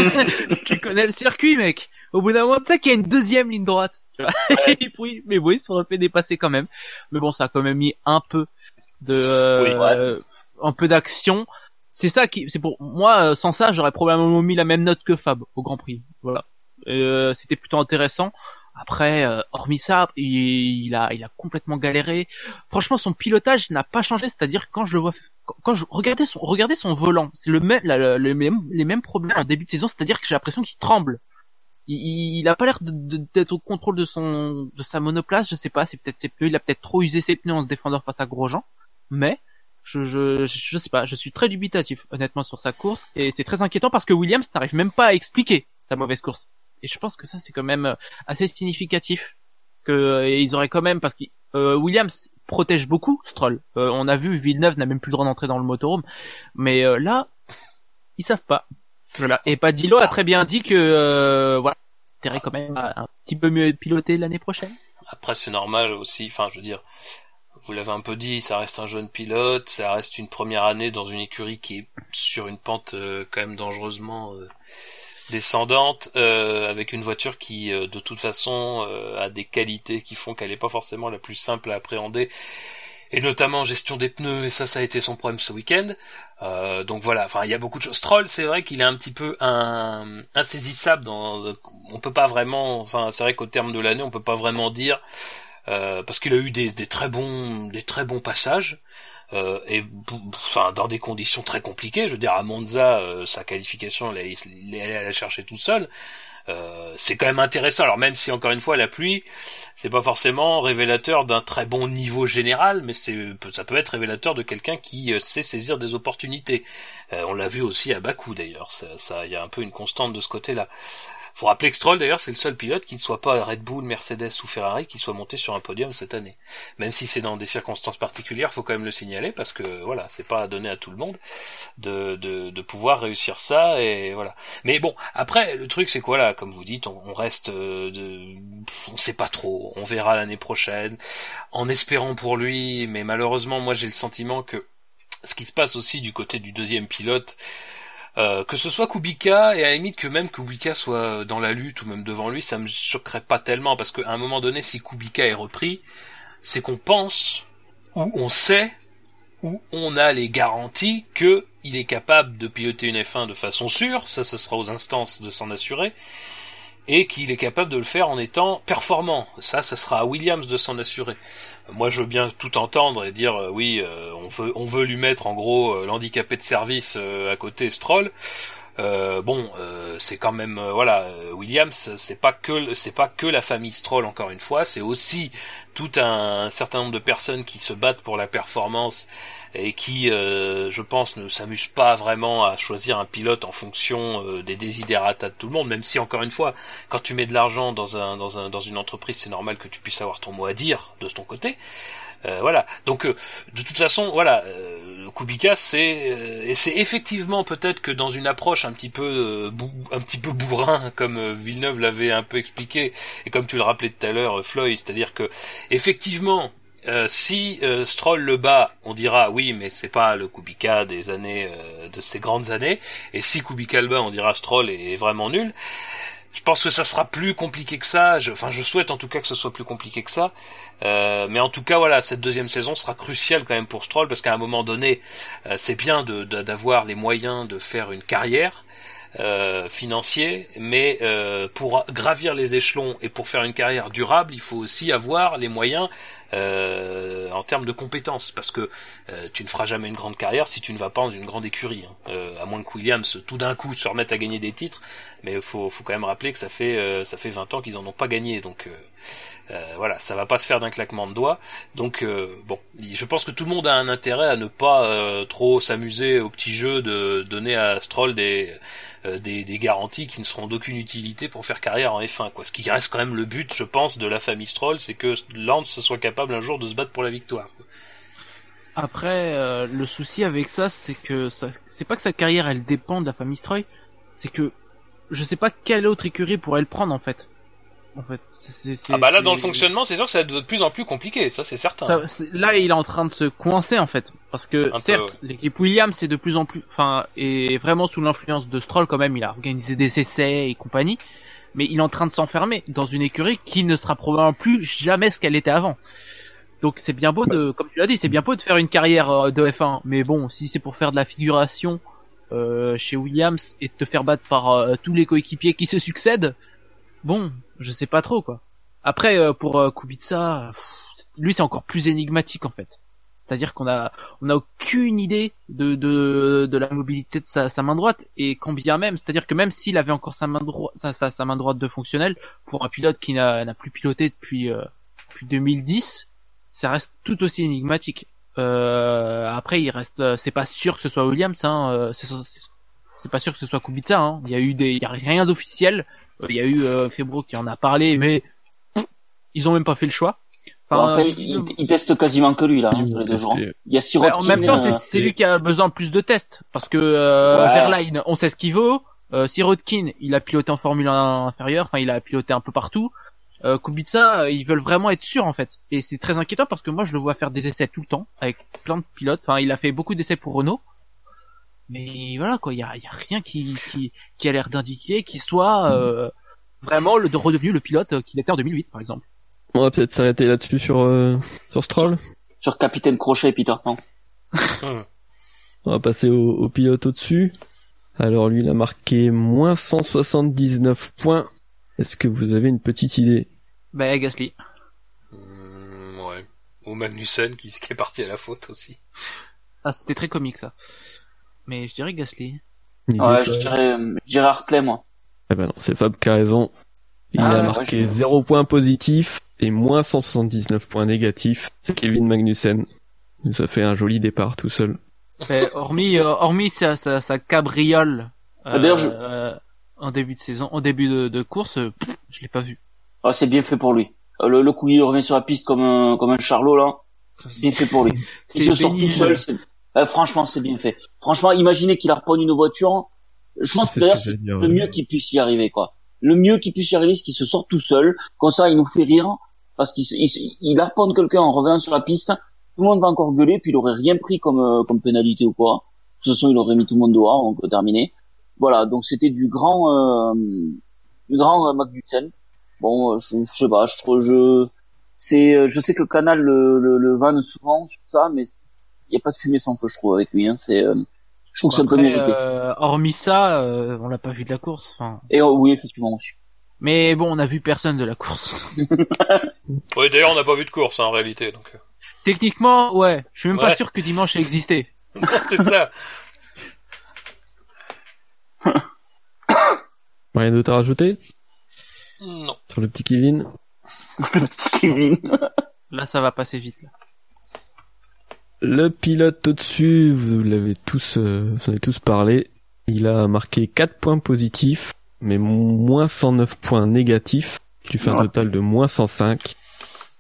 Tu connais le circuit, mec. Au bout d'un moment, tu sais qu'il y a une deuxième ligne droite. Tu vois. Et puis, mais oui, ils se sont fait dépasser quand même. Mais bon, ça a quand même mis un peu de, euh, Oui, ouais. un peu d'action. C'est ça qui, c'est pour moi, euh, sans ça, j'aurais probablement mis la même note que Fab au Grand Prix. Voilà. Euh, c'était plutôt intéressant. Après, euh, hormis ça, il, il a, il a complètement galéré. Franchement, son pilotage n'a pas changé. C'est-à-dire que quand je le vois, quand, quand je regardais son, regardez son volant, c'est le même, la, la- le même, les mêmes problèmes en début de saison. C'est-à-dire que j'ai l'impression qu'il tremble. Il, il, il a pas l'air de, de- d'être au contrôle de son, de sa monoplace. Je sais pas, c'est peut-être ses pneus. Il a peut-être trop usé ses pneus en se défendant face à Grosjean. Mais je, je, je sais pas. Je suis très dubitatif, honnêtement, sur sa course. Et c'est très inquiétant parce que Williams n'arrive même pas à expliquer sa mauvaise course. Et je pense que ça, c'est quand même assez significatif. Parce que euh, ils auraient quand même, parce que euh, Williams protège beaucoup Stroll. Euh, on a vu, Villeneuve n'a même plus le droit d'entrer dans le motorhome. Mais euh, là, ils savent pas. Voilà. Et Padillo a très bien dit que euh, voilà, intérêt quand même à un petit peu mieux piloter l'année prochaine. Après, c'est normal aussi, enfin, je veux dire, vous l'avez un peu dit, ça reste un jeune pilote, ça reste une première année dans une écurie qui est sur une pente euh, quand même dangereusement euh, descendante, euh, avec une voiture qui, euh, de toute façon, euh, a des qualités qui font qu'elle est pas forcément la plus simple à appréhender, et notamment en gestion des pneus, et ça, ça a été son problème ce week-end. Euh, donc voilà, enfin, il y a beaucoup de choses. Stroll, c'est vrai qu'il est un petit peu un, insaisissable dans, on peut pas vraiment, enfin, c'est vrai qu'au terme de l'année, on peut pas vraiment dire, euh, parce qu'il a eu des, des très bons, des très bons passages, euh, et, enfin, dans des conditions très compliquées. Je veux dire, à Monza, euh, sa qualification, il est il est allé la chercher tout seul. Euh, c'est quand même intéressant. Alors même si encore une fois la pluie, c'est pas forcément révélateur d'un très bon niveau général, mais c'est ça peut être révélateur de quelqu'un qui euh, sait saisir des opportunités. Euh, on l'a vu aussi à Bakou d'ailleurs. Ça, ça, il y a un peu une constante de ce côté-là. Faut rappeler que Stroll d'ailleurs c'est le seul pilote qui ne soit pas Red Bull, Mercedes ou Ferrari qui soit monté sur un podium cette année. Même si c'est dans des circonstances particulières, faut quand même le signaler parce que voilà, c'est pas donné à tout le monde de de, de pouvoir réussir ça et voilà. Mais bon, après le truc c'est quoi là, comme vous dites, on, on reste euh, de, on sait pas trop, on verra l'année prochaine, en espérant pour lui, mais malheureusement moi j'ai le sentiment que ce qui se passe aussi du côté du deuxième pilote. Euh, que ce soit Kubica et à la limite que même Kubica soit dans la lutte ou même devant lui, ça me choquerait pas tellement parce qu'à un moment donné, si Kubica est repris, c'est qu'on pense ou on sait ou on a les garanties que il est capable de piloter une F un de façon sûre, ça, ça sera aux instances de s'en assurer, et qu'il est capable de le faire en étant performant. Ça, ça sera à Williams de s'en assurer. Moi, je veux bien tout entendre et dire euh, oui, euh, on veut, on veut lui mettre en gros euh, l'handicapé de service euh, à côté Stroll. Euh, bon, euh, c'est quand même euh, voilà, euh, Williams, c'est pas que c'est pas que la famille Stroll encore une fois, c'est aussi tout un, un certain nombre de personnes qui se battent pour la performance et qui, euh, je pense, ne s'amusent pas vraiment à choisir un pilote en fonction euh, des desiderata de tout le monde, même si encore une fois, quand tu mets de l'argent dans un dans un dans une entreprise, c'est normal que tu puisses avoir ton mot à dire de ton côté. Euh, voilà. Donc euh, de toute façon, voilà, euh, Kubica, c'est euh, et c'est effectivement peut-être que dans une approche un petit peu euh, bou- un petit peu bourrin, comme euh, Villeneuve l'avait un peu expliqué et comme tu le rappelais tout à l'heure, euh, Floyd, c'est-à-dire que effectivement. Euh, si euh, Stroll le bat, on dira oui, mais c'est pas le Kubica des années, euh, de ces grandes années. Et si Kubica le bat, on dira Stroll est vraiment nul. Je pense que ça sera plus compliqué que ça. Je, enfin, je souhaite en tout cas que ce soit plus compliqué que ça. Euh, mais en tout cas, voilà, cette deuxième saison sera cruciale quand même pour Stroll parce qu'à un moment donné, euh, c'est bien de, de, d'avoir les moyens de faire une carrière. Euh, financier, mais euh, pour gravir les échelons et pour faire une carrière durable, il faut aussi avoir les moyens euh, en termes de compétences, parce que euh, tu ne feras jamais une grande carrière si tu ne vas pas dans une grande écurie, hein. euh, à moins que Williams tout d'un coup se remette à gagner des titres, mais il faut, faut quand même rappeler que ça fait euh, ça fait vingt ans qu'ils en ont pas gagné, donc euh, euh, voilà, ça va pas se faire d'un claquement de doigts. Donc euh, bon, je pense que tout le monde a un intérêt à ne pas euh, trop s'amuser au petit jeu de donner à Stroll des euh, des, des garanties qui ne seront d'aucune utilité pour faire carrière en F un, quoi. Ce qui reste quand même le but, je pense, de la famille Stroll, c'est que Lance soit capable un jour de se battre pour la victoire. Après, euh, le souci avec ça, c'est que ça, c'est pas que sa carrière elle dépend de la famille Stroll, c'est que je sais pas quelle autre écurie pourrait le prendre en fait. En fait, c'est, c'est, ah bah là c'est... dans le fonctionnement, c'est sûr que ça va être de plus en plus compliqué, ça c'est certain. Ça, c'est... Là, il est en train de se coincer en fait, parce que un certes, peu, ouais. L'équipe Williams c'est de plus en plus, enfin, est vraiment sous l'influence de Stroll quand même. Il a organisé des essais et compagnie, mais il est en train de s'enfermer dans une écurie qui ne sera probablement plus jamais ce qu'elle était avant. Donc c'est bien beau de, comme tu l'as dit, c'est bien beau de faire une carrière de F un, mais bon, si c'est pour faire de la figuration euh, chez Williams et de te faire battre par euh, tous les coéquipiers qui se succèdent, bon, je sais pas trop quoi. Après euh, pour euh, Kubica, pff, lui c'est encore plus énigmatique en fait. C'est-à-dire qu'on a on a aucune idée de de de la mobilité de sa, sa main droite, et quand bien même, c'est-à-dire que même s'il avait encore sa main droite sa, sa, sa main droite de fonctionnelle, pour un pilote qui n'a n'a plus piloté depuis euh, depuis deux mille dix, ça reste tout aussi énigmatique. Euh, après il reste, c'est pas sûr que ce soit Williams, hein, euh, c'est, c'est, c'est pas sûr que ce soit Kubica, hein. Il y a eu des, il y a rien d'officiel. Il y a eu euh, Febro qui en a parlé, mais pff, ils ont même pas fait le choix. Enfin, en fait, il, il teste quasiment que lui là, hein, sur les deux jours. Il y a Sirotkin. En même temps, c'est, c'est lui qui a besoin de plus de tests, parce que euh, ouais. Verlaine, on sait ce qu'il vaut. Euh, Sirotkin, il a piloté en Formule un inférieure, enfin il a piloté un peu partout. Euh, Kubica, ils veulent vraiment être sûrs en fait, et c'est très inquiétant parce que moi je le vois faire des essais tout le temps avec plein de pilotes. Enfin, il a fait beaucoup d'essais pour Renault. Mais voilà quoi, il y a, y a rien qui, qui, qui a l'air d'indiquer qu'il soit euh, vraiment le, redevenu le pilote qu'il était en deux mille huit par exemple. On va peut-être s'arrêter là-dessus sur euh, sur Stroll. Sur, sur Capitaine Crochet et Peter Pan. On va passer au, au pilote au-dessus. Alors lui il a marqué moins cent soixante-dix-neuf points. Est-ce que vous avez une petite idée? Bah Gasly. Mmh, ouais. Ou Magnussen qui, qui est parti à la faute aussi. Ah c'était très comique ça. Mais je dirais Gasly. Ouais, je dirais, je dirais Hartley, moi. Eh ben non, c'est Fab qui a raison. Il ah, a ouais, marqué ouais, zéro points positifs et moins cent soixante-dix-neuf points négatifs. C'est Kevin Magnussen. Ça fait un joli départ tout seul. Et hormis, euh, hormis sa, sa, sa cabriole, euh, D'ailleurs, je... euh, en début de saison, en début de, de course, pff, je l'ai pas vu. Ah, c'est bien fait pour lui. Le, le coup, il revient sur la piste comme un, comme un charlot, là. C'est bien fait pour lui. Il se sort tout seul, c'est... Euh, franchement, c'est bien fait. Franchement, imaginez qu'il harponne une voiture. Je pense c'est que d'ailleurs, que c'est dire, le ouais. mieux qu'il puisse y arriver, quoi. Le mieux qu'il puisse y arriver, c'est qu'il se sort tout seul. Comme ça, il nous fait rire. Parce qu'il il, il harponne quelqu'un en revenant sur la piste. Tout le monde va encore gueuler, puis il aurait rien pris comme, euh, comme pénalité ou quoi. De toute façon, il aurait mis tout le monde dehors, on peut terminer. Voilà. Donc, c'était du grand, euh, du grand euh, Magnussen. Bon, je, je sais pas, je trouve, je, c'est, je sais que le Canal le, le, le vanne souvent sur ça, mais il y a pas de fumée sans feu, je trouve, avec lui, hein. C'est, euh, je trouve bon, que c'est un peu mérité. Euh, hormis ça, euh, on l'a pas vu de la course. Enfin. Et oh, oui, effectivement aussi. Mais bon, on a vu personne de la course. Oui, d'ailleurs, on n'a pas vu de course hein, en réalité. Donc. Techniquement, ouais. Je suis même ouais. pas sûr que dimanche ait existé. C'est ça. Rien d'autre à rajouter? Non. Sur le petit Kevin? Le petit Kevin. Là, ça va passer vite. Là. Le pilote au-dessus, vous l'avez tous, euh, vous en avez tous parlé. Il a marqué quatre points positifs, mais moins cent neuf points négatifs, qui lui fait ouais. un total de moins cent cinq.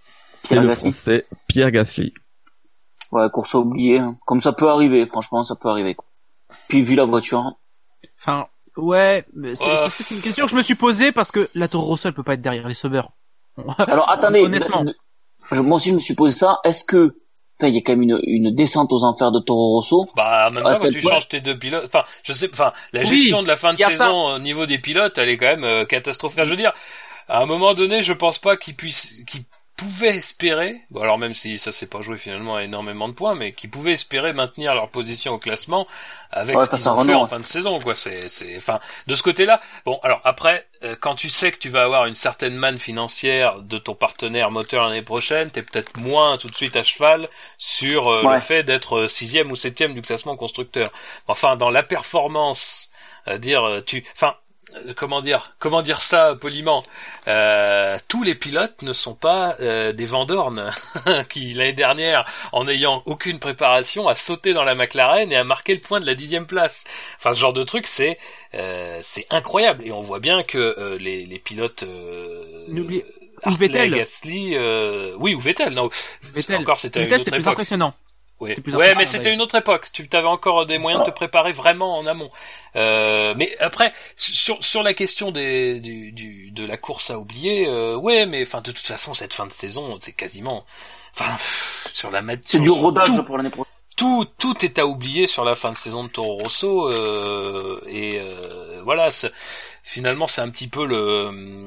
Pierre le Gasly. Français Pierre Gasly. Ouais, course à oublier. Hein. Comme ça peut arriver, franchement, ça peut arriver. Quoi. Puis vu la voiture. Enfin, ouais, mais c'est, oh. c'est, c'est une question que je me suis posée parce que la Toro Rosso elle peut pas être derrière les sauveurs. Alors attendez, honnêtement, je, moi aussi je me suis posé ça. Est-ce que, enfin, il y a quand même une, une descente aux enfers de Toro Rosso. Bah, même quand tu point... changes tes deux pilotes. Enfin, je sais, enfin, la oui, gestion de la fin de saison ça. Au niveau des pilotes, elle est quand même euh, catastrophique. Enfin, je veux dire, à un moment donné, je pense pas qu'ils puissent, qu'ils pouvaient espérer, bon alors même si ça s'est pas joué finalement à énormément de points, mais qui pouvaient espérer maintenir leur position au classement avec ouais, ce qu'ils ont fait en fin de saison, quoi. C'est, c'est, enfin, de ce côté-là. Bon, alors après, euh, quand tu sais que tu vas avoir une certaine manne financière de ton partenaire moteur l'année prochaine, t'es peut-être moins tout de suite à cheval sur euh, ouais. le fait d'être sixième ou septième du classement constructeur. Enfin, dans la performance, euh, dire, tu, enfin. Comment dire, comment dire ça poliment, euh, tous les pilotes ne sont pas euh, des Van Dorn qui l'année dernière, en n'ayant aucune préparation, a sauté dans la McLaren et a marqué le point de la dixième place. Enfin, ce genre de truc, c'est euh, c'est incroyable et on voit bien que euh, les les pilotes euh, N'oublie Hartley, Gasly, euh, oui ou Vettel, non, Vettel. Encore c'était Vettel, une autre c'était époque. Plus impressionnant. Oui. Ouais, mais c'était une autre époque. Tu avais encore des moyens de te préparer vraiment en amont. Euh, mais après, sur sur la question des du, du de la course à oublier, euh, ouais, mais enfin de toute façon cette fin de saison, c'est quasiment, enfin pff, sur la mat- c'est sur, du rodage tout, pour l'année prochaine. Tout tout est à oublier sur la fin de saison de Toro Rosso euh, et euh, voilà. C'est, finalement, c'est un petit peu le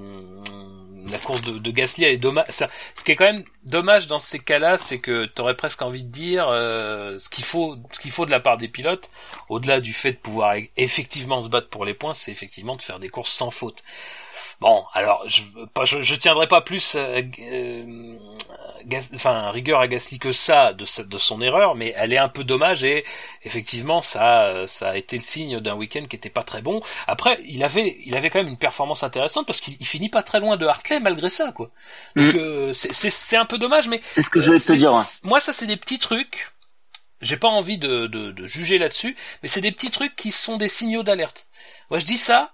la course de, de Gasly, elle est dommage. Ça, ce qui est quand même dommage dans ces cas-là, c'est que t'aurais presque envie de dire euh, ce qu'il faut, ce qu'il faut de la part des pilotes, au-delà du fait de pouvoir effectivement se battre pour les points, c'est effectivement de faire des courses sans faute. Bon, alors je je, je tiendrai pas plus euh, euh, Gas, enfin rigueur à Gasly que ça de sa, de son erreur, mais elle est un peu dommage et effectivement ça ça a été le signe d'un week-end qui était pas très bon. Après il avait il avait quand même une performance intéressante parce qu'il il finit pas très loin de Hartley malgré ça quoi. Donc mmh. euh, c'est c'est c'est un peu dommage, mais c'est ce que je vais te dire. Ouais. Moi ça c'est des petits trucs. J'ai pas envie de de, de juger là-dessus, mais c'est des petits trucs qui sont des signaux d'alerte. Moi je dis ça.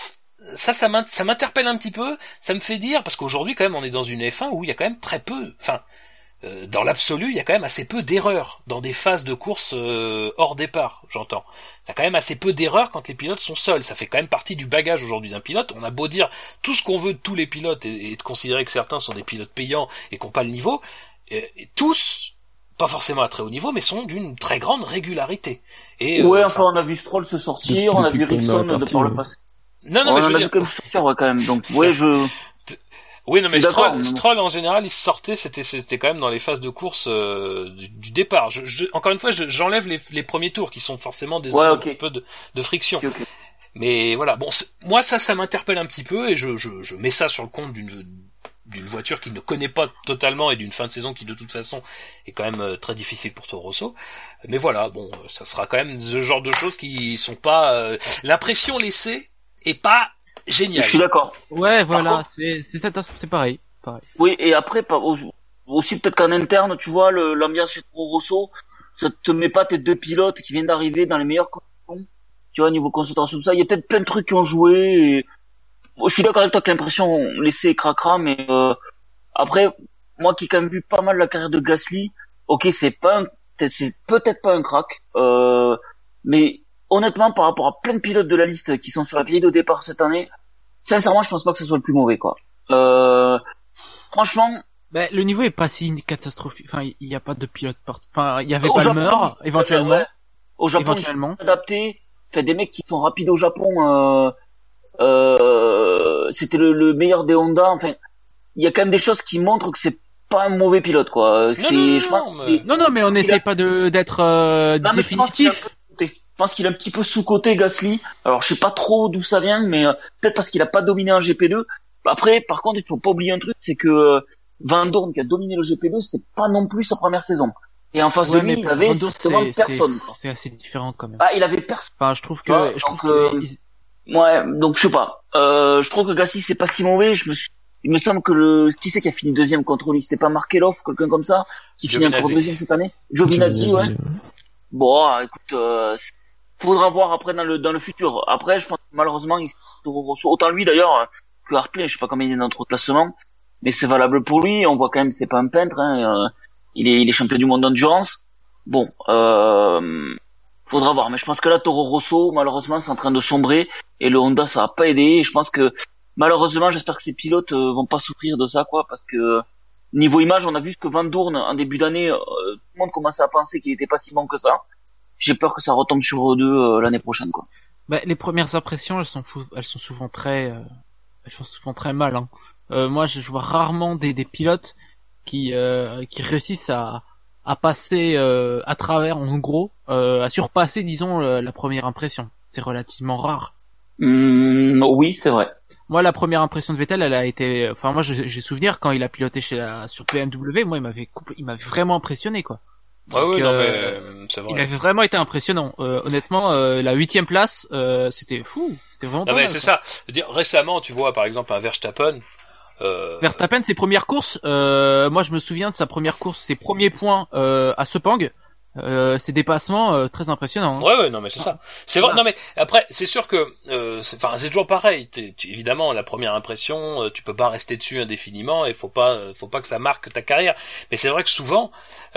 Ça, ça m'interpelle un petit peu, ça me fait dire, parce qu'aujourd'hui, quand même, on est dans une F un où il y a quand même très peu, enfin, euh, dans l'absolu, il y a quand même assez peu d'erreurs dans des phases de course euh, hors départ, j'entends. Il y a quand même assez peu d'erreurs quand les pilotes sont seuls, ça fait quand même partie du bagage aujourd'hui d'un pilote. On a beau dire tout ce qu'on veut de tous les pilotes et, et de considérer que certains sont des pilotes payants et qui n'ont pas le niveau, et, et tous, pas forcément à très haut niveau, mais sont d'une très grande régularité. Et, ouais, euh, enfin, on a vu Stroll se sortir, depuis, on a vu Rickson de par le passé. Non, non, oh, mais on je veux a dire... vu comme sortir, ouais, quand même. Donc, ouais, je... Oui, non, mais Stroll, Stroll, en général, il se sortait, c'était, c'était quand même dans les phases de course, euh, du, du départ. Je, je, encore une fois, je, j'enlève les, les premiers tours, qui sont forcément des zones ouais, okay. un petit peu de, de friction. Okay, okay. Mais voilà, bon, moi, ça, ça m'interpelle un petit peu, et je, je, je mets ça sur le compte d'une, d'une voiture qui ne connaît pas totalement, et d'une fin de saison qui, de toute façon, est quand même très difficile pour Toro Rosso. Mais voilà, bon, ça sera quand même ce genre de choses qui sont pas, euh, l'impression laissée, et pas génial. Je suis d'accord. Ouais, voilà, contre, c'est c'est c'est pareil, pareil. Oui, et après aussi peut-être qu'en interne, tu vois, le, l'ambiance chez Toro Rosso, ça te met pas tes deux pilotes qui viennent d'arriver dans les meilleures conditions. Tu vois, niveau concentration tout ça, il y a peut-être plein de trucs qui ont joué et moi, je suis d'accord avec toi que l'impression laissée cracra, mais euh, après moi qui ai quand même vu pas mal la carrière de Gasly, OK, c'est pas un, c'est peut-être pas un crack euh mais honnêtement, par rapport à plein de pilotes de la liste qui sont sur la grille de départ cette année, sincèrement, je pense pas que ce soit le plus mauvais, quoi. Euh, franchement, ben, le niveau est pas si catastrophique. Enfin, il y a pas de pilote part... Enfin, il y avait Palmer, Japon, éventuellement. Ouais. Au Japon, éventuellement. ils sont adaptés. Fait des mecs qui sont rapides au Japon, euh, euh, c'était le, le meilleur des Honda. Enfin, il y a quand même des choses qui montrent que c'est pas un mauvais pilote, quoi. Non, c'est, non, je pense mais... non, non, mais on n'essaie a... pas de, d'être, euh, non, définitif. Je pense qu'il est un petit peu sous-coté, Gasly. Alors, je sais pas trop d'où ça vient, mais euh, peut-être parce qu'il a pas dominé un G P deux. Après, par contre, il faut pas oublier un truc, c'est que euh, Van Dorn qui a dominé le G P deux, c'était pas non plus sa première saison. Et en face ouais, de lui, il avait strictement personne. C'est, c'est assez différent quand même. Ah, il avait personne. Enfin, je trouve que, ouais, je trouve donc, que, euh, ouais, donc je sais pas. Euh, je trouve que Gasly c'est pas si mauvais. Je me suis... il me semble que le qui c'est qui a fini deuxième contre lui, c'était pas Markelov, quelqu'un comme ça, qui finit encore deuxième cette année. Giovinazzi, ouais. ouais. Bon, écoute. Euh, faudra voir après dans le dans le futur. Après, je pense que malheureusement, il autant lui d'ailleurs que Hartley, je sais pas combien il est dans notre classement. mais c'est valable pour lui. On voit quand même, c'est pas un peintre, hein, euh, il est, il est champion du monde d'endurance. Bon, euh, faudra voir. Mais je pense que là, Toro Rosso, malheureusement, c'est en train de sombrer et le Honda, ça va pas aider. Et je pense que malheureusement, j'espère que ces pilotes euh, vont pas souffrir de ça, quoi, parce que niveau image, on a vu ce que Van Doorn en début d'année, euh, tout le monde commençait à penser qu'il était pas si bon que ça. J'ai peur que ça retombe sur eux deux euh, l'année prochaine, quoi. Bah, les premières impressions, elles sont fou- elles sont souvent très, euh, elles sont souvent très mal. Hein. Euh, moi, je vois rarement des, des pilotes qui, euh, qui réussissent à, à passer euh, à travers, en gros, euh, à surpasser, disons, le, la première impression. C'est relativement rare. Mmh, oui, c'est vrai. Moi, la première impression de Vettel, elle a été, enfin, moi, j'ai, j'ai souvenir quand il a piloté chez la, sur P M W, moi, il m'avait coupé, il m'avait vraiment impressionné, quoi. Ah oui, Donc, non, euh, mais euh, c'est vrai. Il avait vraiment été impressionnant. Euh, honnêtement, euh, la huitième place, euh, c'était fou. C'était vraiment. Non, pas mais mal, c'est quoi. ça. Je veux dire, récemment, tu vois, par exemple, un Verstappen. Euh... Verstappen, ses premières courses, euh, moi je me souviens de sa première course, ses premiers points euh, à Sepang, euh, ses dépassements euh, très impressionnants. Hein. Ouais, ouais, non, mais c'est ça. C'est vrai. Voilà. Non, mais après, c'est sûr que, euh, c'est, enfin, c'est toujours pareil. T'es, tu, évidemment, la première impression, euh, tu peux pas rester dessus indéfiniment. Et faut pas, euh, faut pas que ça marque ta carrière. Mais c'est vrai que souvent,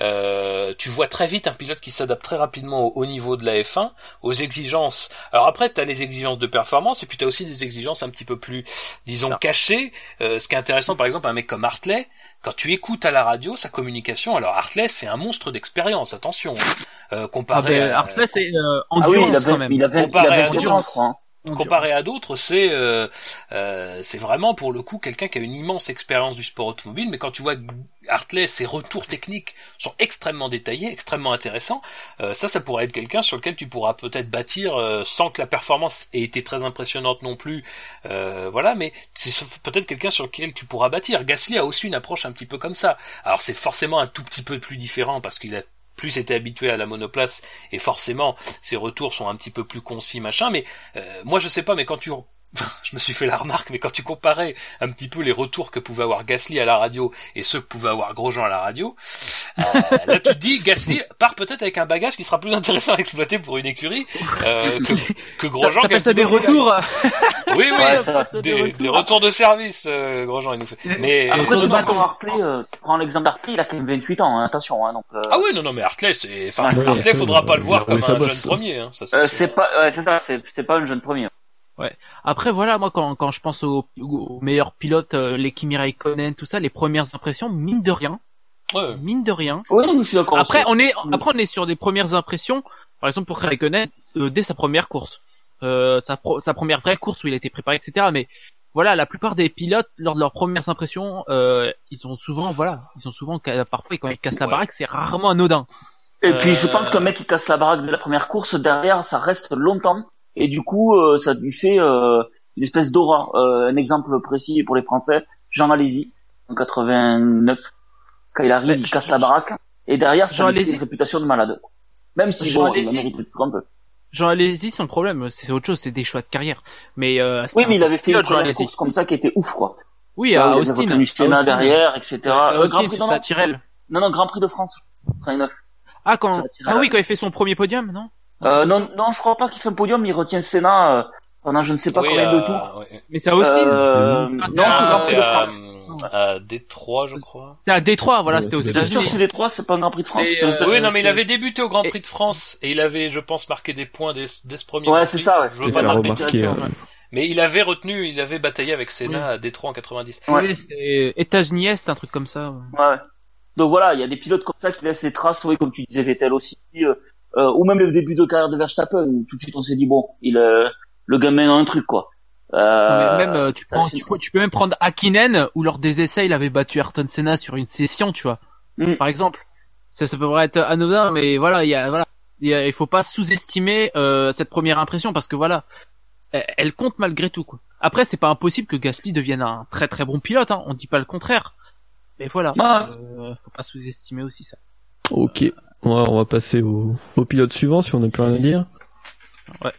euh, tu vois très vite un pilote qui s'adapte très rapidement au haut niveau de la F un, aux exigences. Alors après, t'as les exigences de performance, et puis t'as aussi des exigences un petit peu plus, disons, Alors. cachées. Euh, ce qui est intéressant, par exemple, un mec comme Hartley. Quand tu écoutes à la radio sa communication, alors Hartley c'est un monstre d'expérience, attention. Euh, Ah comparé ben, à, Hartley, c'est euh, Ah oui, endurance il avait, quand même. il avait, il Comparé avait à endurance, d'autres. je crois, hein. comparé à d'autres, c'est euh, euh, c'est vraiment pour le coup quelqu'un qui a une immense expérience du sport automobile. Mais quand tu vois Hartley, ses retours techniques sont extrêmement détaillés, extrêmement intéressants. Euh, ça, ça pourrait être quelqu'un sur lequel tu pourras peut-être bâtir euh, sans que la performance ait été très impressionnante non plus. Euh, voilà, mais c'est peut-être quelqu'un sur lequel tu pourras bâtir. Gasly a aussi une approche un petit peu comme ça. Alors c'est forcément un tout petit peu plus différent parce qu'il a plus été habitué à la monoplace et forcément ses retours sont un petit peu plus concis machin, mais euh, moi je sais pas, mais quand tu je me suis fait la remarque, mais quand tu comparais un petit peu les retours que pouvait avoir Gasly à la radio et ceux que pouvait avoir Grosjean à la radio, euh, là tu te dis Gasly part peut-être avec un bagage qui sera plus intéressant à exploiter pour une écurie euh, que, que Grosjean. T'appelles ça des retours? Oui, oui, Ouais, ça va. des, des retours. des retours de service, euh, Grosjean il nous fait. Mais Après, Autour de tu prends bâton. Hartley, euh, tu prends l'exemple d'Hartley, il a quand même vingt-huit ans, hein, attention, hein, donc, euh, ah oui, non, non, mais Hartley, c'est, enfin, Ouais, Hartley, faudra pas le voir il a comme roulé sa un bosse. jeune premier, hein, ça c'est euh, sûr. c'est pas, ouais, c'est ça, c'est, c'était pas un jeune premier. Après voilà, moi quand quand je pense aux, aux meilleurs pilotes, euh, les Kimi Raikkonen, tout ça, les premières impressions, mine de rien, Ouais. mine de rien. Oui, non, mais je suis d'accord. Après aussi. on est après on est sur des premières impressions. Par exemple pour Raikkonen, euh, dès sa première course, euh, sa pro- sa première vraie course où il a été préparé, et cetera. Mais voilà, la plupart des pilotes lors de leurs premières impressions, euh, ils ont souvent voilà, ils ont souvent parfois quand ils cassent la Ouais. baraque, c'est rarement anodin. Et puis, je Euh, pense qu'un mec qui casse la baraque de la première course, derrière, ça reste longtemps. Et du coup, euh, ça lui fait euh, une espèce d'aura. Euh, un exemple précis pour les Français, Jean Alesi, en quatre-vingt-neuf, quand il arrive, Mais il je- casse la baraque. Et derrière, Jean ça lui fait Alesi- une réputation de malade. Même si, Jean bon, il Alesi- mérite peut-être un peu. Jean Alesi, son problème, c'est autre chose, c'est des choix de carrière. Mais euh, Oui, mais il avait fait une pilote, Jean première Alesi. course comme ça qui était ouf, quoi. Oui, Là, à il avait Austin. retenu Senna à Austin. derrière, et cetera. C'est Euh, Grand Austin, Prix, c'est non, la non, Tyrrell. non, non, Grand Prix de France, quatre-vingt-neuf. Ah, quand, Ça va tirer ah là. oui, quand il fait son premier podium, non? Euh, non, non, je crois pas qu'il fait un podium, il retient Senna, euh, pendant je ne sais pas Oui, combien à- de tours. ouais. Mais c'est à Austin. Euh, Ah, c'est non, à- c'est Grand Prix C'était de à, France. à Détroit, je crois. C'est à Détroit, voilà, Ouais, c'était aux c'est Bien sûr, États-Unis. c'est les trois, c'est pas un Grand Prix de France. Et, c'est aux euh, États-Unis. Oui, non, mais il c'est- avait débuté au Grand Prix Et- de France et il avait, je pense, marqué des points dès, dès ce premier Ouais, Grand c'est Prix. ça, ouais. Je veux Je pas vais dire faire de bêtises. remarquer. directeur, euh, Mais il avait retenu, il avait bataillé avec Senna à Détroit en quatre-vingt-dix. Ouais. Oui, c'était États-Unis Est, un truc comme ça. Ouais, ouais. Donc voilà, il y a des pilotes comme ça qui laissent des traces, oui, comme tu disais, Vettel aussi, euh, euh, ou même le début de carrière de Verstappen, où tout de suite on s'est dit, bon, il, euh, le gamin a un truc, quoi. Euh, Mais même, euh, tu, ça, prends, c'est tu, une peux, tu peux même prendre Hakkinen, où lors des essais, il avait battu Ayrton Senna sur une session, tu vois. Mm. Par exemple. Ça, ça peut être anodin, mais voilà, il y a, voilà. Il y a- il faut pas sous-estimer, euh, cette première impression, parce que voilà, elle, elle compte malgré tout, quoi. Après, c'est pas impossible que Gasly devienne un très très bon pilote, hein. On dit pas le contraire. Mais voilà. Ouais. Euh, faut pas sous-estimer aussi ça. Ok. Ouais, on va passer au, au pilote suivant si on n'a plus rien à dire. Ouais.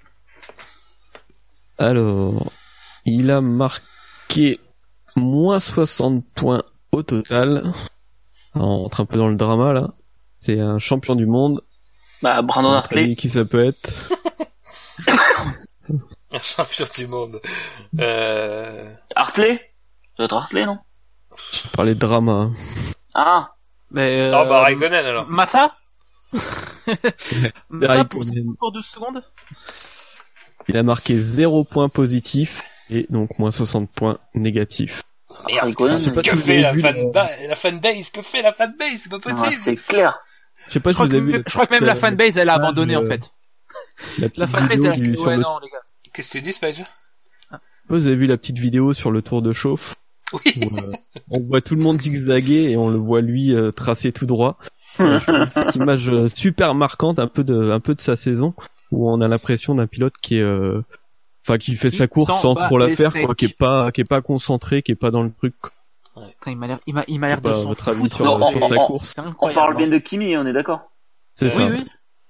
Alors, il a marqué moins soixante points au total. On rentre un peu dans le drama là. C'est un champion du monde. Bah, Brandon Hartley. Qui ça peut être? Un champion du monde. Euh... Hartley? Ça doit être Hartley, non? Je parlais de drama. Hein. Ah. Mais, euh, Ah bah Raikkonen alors. Massa Massa pour, Raikkonen. pour douze secondes. Il a marqué zéro point positif et donc moins soixante points négatifs. Merde, Raikkonen, je sais pas que si vous fait avez la, vu fan le- ba- la fanbase Que fait la fanbase C'est pas Ah, possible. c'est clair. Je sais pas Je si crois, vous que, avez vu. même- je crois que même la fanbase elle a abandonné en euh, fait. La petite La fanbase vidéo elle a du- dit sur ouais le- non les gars. Qu'est-ce que tu dis, Spage? Vous avez vu la petite vidéo sur le tour de chauffe Oui. où, euh, on voit tout le monde zigzaguer et on le voit lui euh, tracer tout droit. Euh, je trouve cette image euh, super marquante, un peu de, un peu de sa saison, où on a l'impression d'un pilote qui est, euh, enfin, qui fait Qui sa course s'en sans bat trop la les faire, steaks. quoi, qui est pas, qui est pas concentré, qui est pas dans le truc. Putain, il m'a l'air, il m'a, il m'a l'air Je sais de pas s'en votre avis foutre. sur, Non, sur on- sa on- course. C'est On incroyable. parle bien de Kimi, on est d'accord. C'est Oui, ça. oui.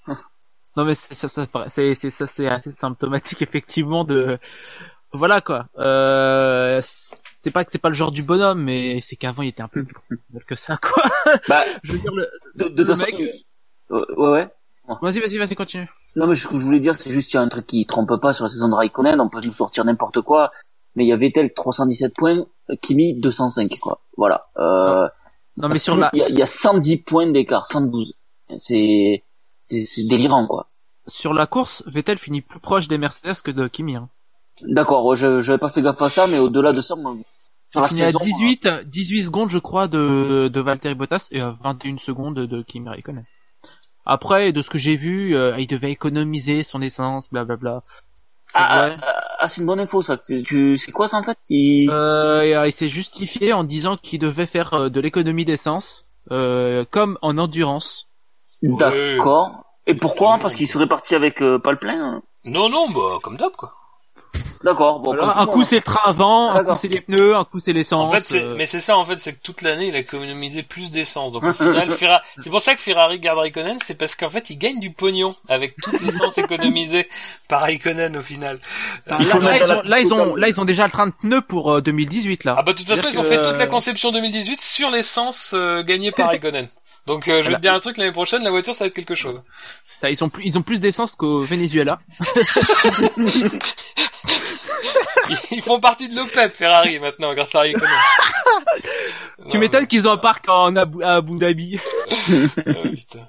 Non mais c'est ça, ça, c'est, c'est ça, c'est assez symptomatique effectivement de, voilà quoi. Euh, c'est pas que c'est pas le genre du bonhomme, mais c'est qu'avant il était un peu plus mal que ça quoi. Bah, Je veux dire le, de, de le toute façon, mec. il- ouais, ouais, ouais. Vas-y, vas-y, vas-y, continue. Non, mais ce que je voulais dire, c'est juste qu'il y a un truc qui trompe pas sur la saison de Raikkonen. On peut nous sortir n'importe quoi, mais il y a Vettel trois cent dix-sept points, Kimi deux cent cinq, quoi. Voilà. Euh, Non mais sur la, il y a, il y a cent dix points d'écart, cent douze. C'est, c'est, c'est délirant, quoi. sur la course, Vettel finit plus proche des Mercedes que de Kimi. Hein. D'accord, ouais, je, j'avais pas fait gaffe à ça, mais au-delà de ça, moi, sur Il la finit à saison, dix-huit, dix-huit secondes, je crois, de, de Valtteri Bottas et à vingt et une secondes de Kimi Raikkonen. Après, de ce que j'ai vu, euh, il devait économiser son essence, blablabla. ah, Ouais. ah, ah, c'est une bonne info, ça. Tu, tu- c'est quoi ça, en fait? Il... Euh, et, euh, il s'est justifié en disant qu'il devait faire euh, de l'économie d'essence, euh, comme en endurance. D'accord. Et pourquoi? Parce qu'il serait parti avec euh, pas le plein. hein. Non, non, bah, comme d'hab, quoi. D'accord. Bon, Voilà, comme un tout le coup monde. c'est le train avant, un D'accord. coup c'est les pneus, un coup c'est l'essence. En fait, c'est, euh, mais c'est ça, en fait, c'est que toute l'année, il a économisé plus d'essence. Donc, au final, Ferrari, c'est pour ça que Ferrari garde Raikkonen, c'est parce qu'en fait, il gagne du pognon avec toute l'essence économisée par Raikkonen, au final. là, il faut là, mettre ils la- ont, là, ils ont, là, ils ont déjà le train de pneus pour euh, deux mille dix-huit, là. Ah bah, de toute façon, ils C'est-à-dire ont fait que, toute la euh, conception deux mille dix-huit sur l'essence euh, gagnée par Raikkonen. Donc, euh, je vais te dire un truc, l'année prochaine, la voiture, ça va être quelque chose. Putain, Ils ont plus, ils ont plus d'essence qu'au Venezuela. Ils font partie de l'OPEP, Ferrari, maintenant, grâce à Raikkonen. Tu Non, m'étonnes qu'ils ont un parc en Abu, à Abu Dhabi. mais- oh, putain.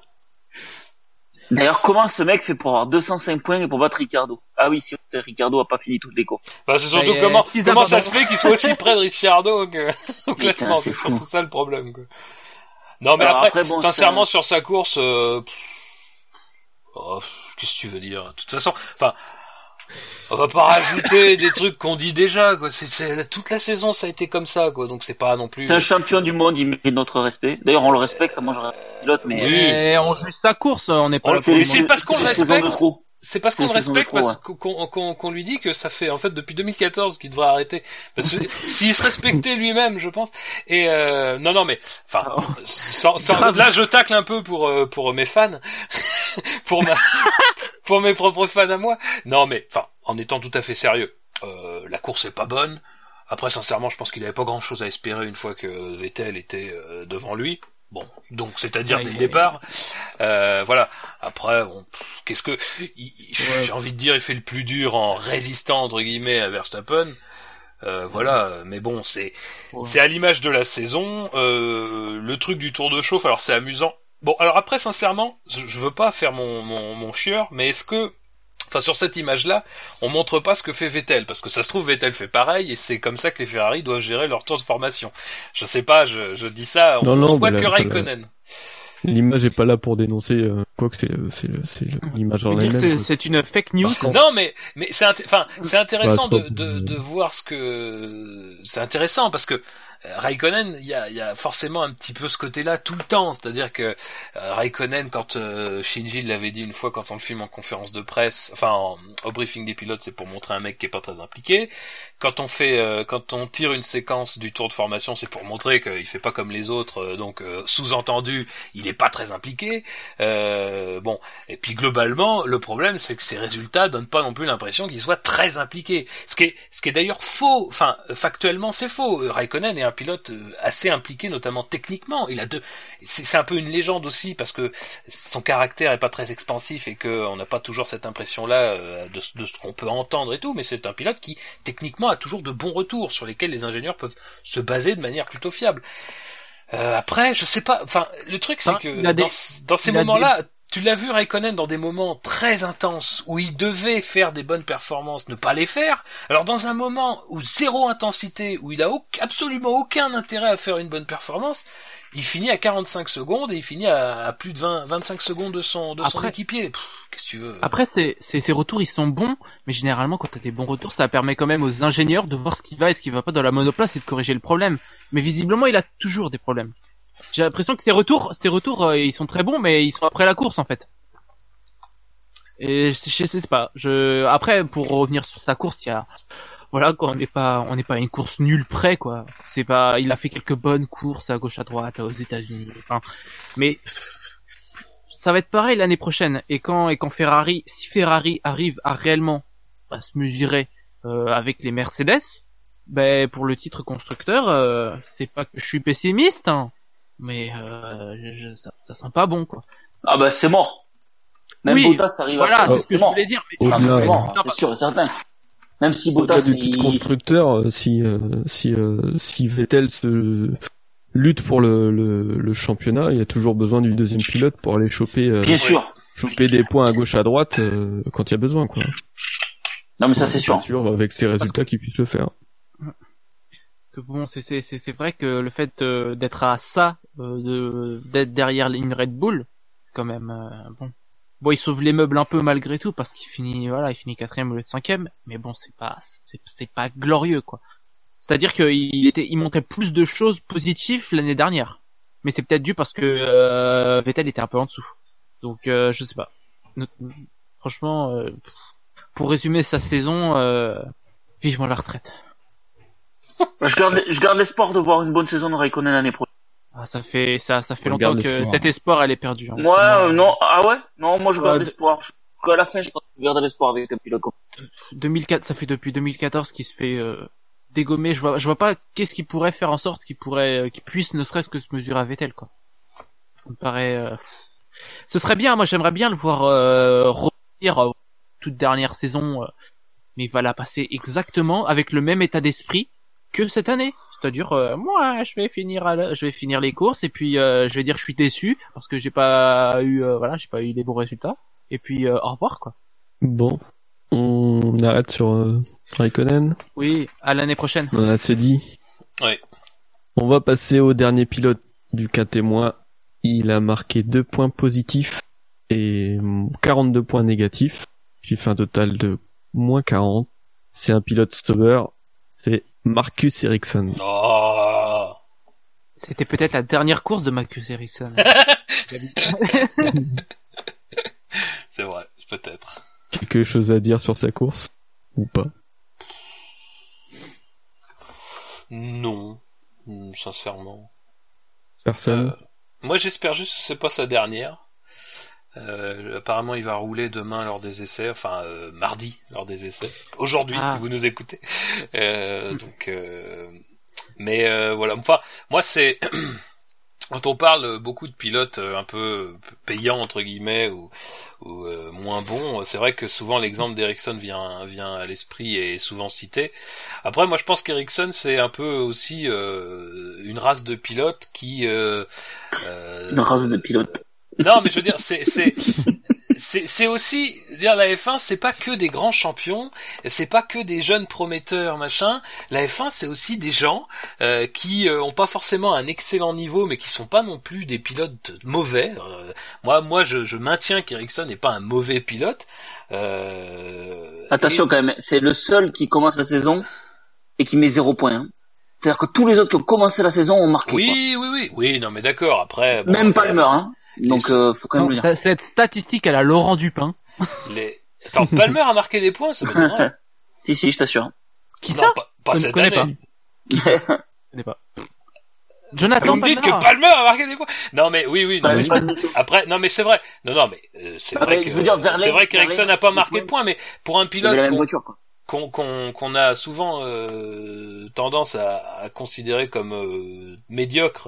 D'ailleurs, comment ce mec fait pour avoir deux cent cinq points et pour battre Ricciardo? Ah oui, si Ricciardo a pas fini toutes les courses. Bah, c'est surtout Et, euh, comment, six comment ça abandons. se fait qu'il soit aussi près de Ricciardo que, au classement. c'est C'est fou. surtout ça le problème, quoi. Non, mais Alors après, après, bon, sincèrement, c'est sur sa course, euh, pff, oh, pff, qu'est-ce que tu veux dire? De toute façon, enfin, on va pas rajouter des trucs qu'on dit déjà, quoi. C'est, c'est, toute la saison, ça a été comme ça, quoi. Donc c'est pas non plus. C'est un champion du monde, il mérite notre respect. D'ailleurs, on le respecte, moi je respecte le pilote, mais Oui. Et on juge sa course, on n'est pas on là le pour fait Mais lui c'est demander- parce qu'on le une saison respecte. de trop. C'est parce qu'on le C'est une saison de respecte, trop, parce qu'on, qu'on, qu'on lui dit que ça fait, en fait, depuis deux mille quatorze qu'il devrait arrêter. Parce que s'il se respectait lui-même, je pense. Et, euh, non, non, mais, enfin, Oh. sans, sans- Grave. là, je tacle un peu pour, euh, pour mes fans. pour ma, pour mes propres fans à moi. Non, mais, enfin, en étant tout à fait sérieux, euh, la course est pas bonne. Après, sincèrement, je pense qu'il avait pas grand chose à espérer une fois que Vettel était euh, devant lui. Bon, donc c'est-à-dire Ouais, dès le il- départ. Euh, voilà. Après, bon, pff, qu'est-ce que il- il- Ouais. j'ai envie de dire, il fait le plus dur en résistant entre guillemets à Verstappen. Euh, voilà. Mais bon, c'est Ouais. c'est à l'image de la saison. Euh, le truc du tour de chauffe, alors c'est amusant. Bon, alors après, sincèrement, je, je veux pas faire mon mon, mon chieur, mais est-ce que Enfin, sur cette image-là, on montre pas ce que fait Vettel, parce que ça se trouve, Vettel fait pareil, et c'est comme ça que les Ferrari doivent gérer leur tour de formation. Je sais pas, je, je dis ça, on, Non, non, on voit mais que la- Raikkonen. L'image est pas là pour dénoncer euh, quoi que c'est, c'est, c'est l'image Je en veux dire que elle-même. c'est, quoi. c'est une fake news. Par contre- Non, mais, mais c'est, inté- enfin, c'est intéressant Bah, de, stop. de, de voir ce que, c'est intéressant parce que euh, Raikkonen, il y a, il y a forcément un petit peu ce côté-là tout le temps, c'est-à-dire que euh, Raikkonen, quand euh, Shinji l'avait dit une fois quand on le filme en conférence de presse, enfin en- au briefing des pilotes, c'est pour montrer un mec qui est pas très impliqué. Quand on fait, euh, quand on tire une séquence du tour de formation, c'est pour montrer qu'il fait pas comme les autres, euh, donc euh, sous-entendu, il est pas très impliqué. Euh, Euh, bon, et puis globalement, le problème, c'est que ces résultats donnent pas non plus l'impression qu'il soit très impliqué. Ce qui est, ce qui est d'ailleurs faux. Enfin, factuellement, c'est faux. Raikkonen est un pilote assez impliqué, notamment techniquement. Il a deux. C'est, c'est un peu une légende aussi parce que son caractère est pas très expansif et que on n'a pas toujours cette impression-là euh, de, de ce qu'on peut entendre et tout. Mais c'est un pilote qui techniquement a toujours de bons retours sur lesquels les ingénieurs peuvent se baser de manière plutôt fiable. Euh, après, je sais pas. Enfin, le truc, c'est enfin, que des, dans, dans ces moments-là, des... tu l'as vu Raikkonen dans des moments très intenses où il devait faire des bonnes performances, ne pas les faire. Alors dans un moment où zéro intensité, où il a au- absolument aucun intérêt à faire une bonne performance, il finit à quarante-cinq secondes et il finit à, à plus de vingt, vingt-cinq secondes de son de après, son équipier. Pff, qu'est-ce que tu veux? Après, c'est, c'est, ces retours, ils sont bons, mais généralement, quand t'as des bons retours, ça permet quand même aux ingénieurs de voir ce qui va et ce qui va pas dans la monoplace et de corriger le problème. Mais visiblement, il a toujours des problèmes. J'ai l'impression que ses retours, ses retours, euh, ils sont très bons, mais ils sont après la course en fait. Et je, je sais pas. Je après, pour revenir sur sa course, il y a, voilà, quoi, on n'est pas, on n'est pas à une course nulle près, quoi. C'est pas, il a fait quelques bonnes courses à gauche à droite aux États-Unis. Enfin, mais ça va être pareil l'année prochaine. Et quand et quand Ferrari, si Ferrari arrive à réellement à se mesurer euh, avec les Mercedes, ben pour le titre constructeur, euh, c'est pas que je suis pessimiste, hein. Mais euh, je, ça, ça sent pas bon, quoi. Ah bah c'est mort. Même oui, Bottas arrive voilà, à c'est faire, ce que je voulais dire. Mais... Ah, Au-delà, c'est mort, non, c'est sûr et certain. Même si Au-delà Bottas du titre il... constructeur, euh, si euh, si euh, si Vettel se lutte pour le, le le championnat, il y a toujours besoin du deuxième pilote pour aller choper euh, Bien sûr. choper des points à gauche à droite euh, quand il y a besoin, quoi. Non mais ça c'est sûr. C'est sûr, avec ces résultats qu'il puisse le faire. Que bon, c'est c'est c'est c'est vrai que le fait euh, d'être à ça, euh, de d'être derrière une Red Bull, quand même, euh, bon. Bon, il sauve les meubles un peu malgré tout parce qu'il finit, voilà, il finit quatrième au lieu de cinquième. Mais bon, c'est pas, c'est c'est pas glorieux, quoi. C'est-à-dire qu'il était, il montrait plus de choses positives l'année dernière. Mais c'est peut-être dû parce que euh, Vettel était un peu en dessous. Donc, euh, je sais pas. Franchement, euh, pour résumer sa saison, euh, vivement la retraite. Je garde, je garde l'espoir de voir une bonne saison de Raikkonen l'année prochaine. Ah, ça fait, ça, ça fait On longtemps garde que l'espoir. cet espoir, elle est perdue. Hein, Moi, euh, non, ah ouais? Non, moi je garde Ouais, l'espoir. Jusqu'à la fin, je pense que je garde l'espoir avec un pilote comme deux mille quatre, ça fait depuis deux mille quatorze qu'il se fait euh, dégommer. Je vois, je vois pas qu'est-ce qui pourrait faire en sorte qu'il pourrait, euh, qu'il puisse ne serait-ce que se mesurer à Vettel, quoi. Ça me paraît. Euh... Ce serait bien. Moi, j'aimerais bien le voir euh, revenir euh, toute dernière saison, euh, mais il va la passer exactement avec le même état d'esprit que cette année. C'est-à-dire, euh, moi, je vais finir, à la... je vais finir les courses et puis euh, je vais dire je suis déçu parce que j'ai pas eu, euh, voilà, j'ai pas eu les bons résultats. Et puis euh, au revoir, quoi. Bon, on arrête sur euh, Raikkonen. Oui, à l'année prochaine. On a assez dit. Oui. On va passer au dernier pilote du quintémois. Il a marqué deux points positifs et quarante-deux points négatifs, qui fait un total de moins quarante. C'est un pilote Sauber, c'est Marcus Ericsson. Oh. C'était peut-être la dernière course de Marcus Ericsson. C'est vrai, c'est peut-être. Quelque chose à dire sur sa course ou pas? Non, sincèrement. Personne. Euh, moi, j'espère juste que c'est pas sa dernière. Euh, apparemment, il va rouler demain lors des essais, enfin euh, mardi lors des essais. Aujourd'hui, Ah. si vous nous écoutez. Euh, donc, euh, mais euh, voilà. Enfin, moi, c'est quand on parle beaucoup de pilotes un peu payants entre guillemets ou, ou euh, moins bons, c'est vrai que souvent l'exemple d'Ericsson vient vient à l'esprit et est souvent cité. Après, moi, je pense qu'Ericsson c'est un peu aussi euh, une race de pilotes qui euh, euh, une race de pilote. non, mais je veux dire, c'est c'est c'est c'est aussi dire la F un, c'est pas que des grands champions, c'est pas que des jeunes prometteurs machin. La F un, c'est aussi des gens euh, qui euh, ont pas forcément un excellent niveau, mais qui sont pas non plus des pilotes mauvais. Euh, moi, moi, je, je maintiens qu'Ericsson n'est pas un mauvais pilote. Euh, Attention et... quand même, c'est le seul qui commence la saison et qui met zéro point. Hein. C'est-à-dire que tous les autres qui ont commencé la saison ont marqué. Oui, quoi. oui, oui, oui. Non, mais d'accord. Après, bon, même après, Palmer, hein. Donc, euh, faut quand même Non, le dire. ça, cette statistique, elle a Laurent Dupin. les... Attends, Palmer a marqué des points, ça m'étonnerait. Si, si, je t'assure. Qui Non, ça? pas, pas Je ne cette connais année. pas. Je connais pas. Jonathan Vous me dites Palmer. que Palmer a marqué des points. Non mais oui oui non Pas- mais pas du tout. après non mais c'est vrai. Non non mais euh, c'est Ah, vrai mais que je veux dire, Verlaine- c'est vrai qu'Ericsson Verlaine- n'a pas marqué de points mais pour un Il avait pilote la même qu'on voiture, quoi. qu'on qu'on qu'on a souvent euh, tendance à, à considérer comme euh, médiocre.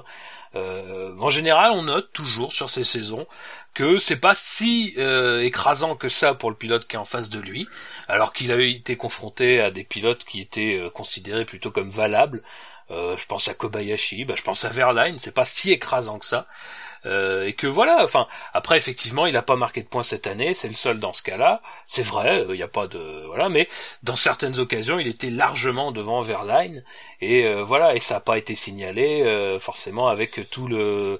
Euh, en général, on note toujours sur ces saisons que c'est pas si euh, écrasant que ça pour le pilote qui est en face de lui, alors qu'il a été confronté à des pilotes qui étaient euh, considérés plutôt comme valables. Euh, je pense à Kobayashi, bah, je pense à Verlaine, c'est pas si écrasant que ça. Euh, et que voilà, enfin, après effectivement, il a pas marqué de points cette année, c'est le seul dans ce cas-là, c'est vrai, il euh, y a pas de voilà, mais dans certaines occasions, il était largement devant Verlaine et euh, voilà, et ça a pas été signalé euh, forcément avec tout le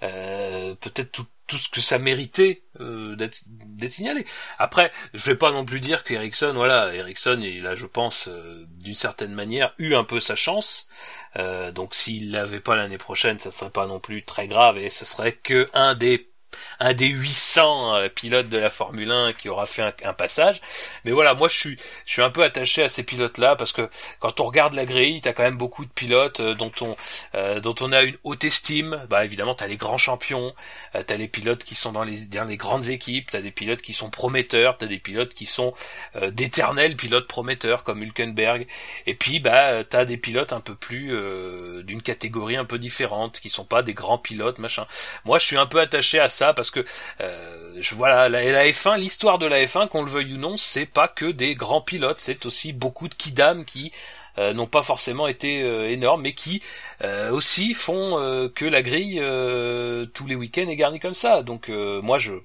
euh, peut-être tout tout ce que ça méritait euh, d'être, d'être signalé. Après, je vais pas non plus dire qu'Ericsson, voilà, Ericsson, il a, je pense, euh, d'une certaine manière, eu un peu sa chance. Euh, donc s'il l'avait pas l'année prochaine, ça serait pas non plus très grave et ce serait que un des un des huit cents euh, pilotes de la Formule un qui aura fait un, un passage. Mais voilà, moi je suis je suis un peu attaché à ces pilotes-là parce que quand on regarde la grille, t'as quand même beaucoup de pilotes euh, dont on euh, dont on a une haute estime. Bah évidemment, t'as les grands champions, euh, t'as les pilotes qui sont dans les dans les grandes équipes, t'as des pilotes qui sont prometteurs, t'as des pilotes qui sont euh, d'éternels pilotes prometteurs comme Hülkenberg. Et puis bah t'as des pilotes un peu plus euh, d'une catégorie un peu différente qui sont pas des grands pilotes machin. Moi, je suis un peu attaché à ça parce que euh, je voilà la, la F un, l'histoire de la F un, qu'on le veuille ou non, c'est pas que des grands pilotes, c'est aussi beaucoup de kidam qui euh, n'ont pas forcément été euh, énormes, mais qui euh, aussi font euh, que la grille euh, tous les week-ends est garnie comme ça. Donc euh, moi je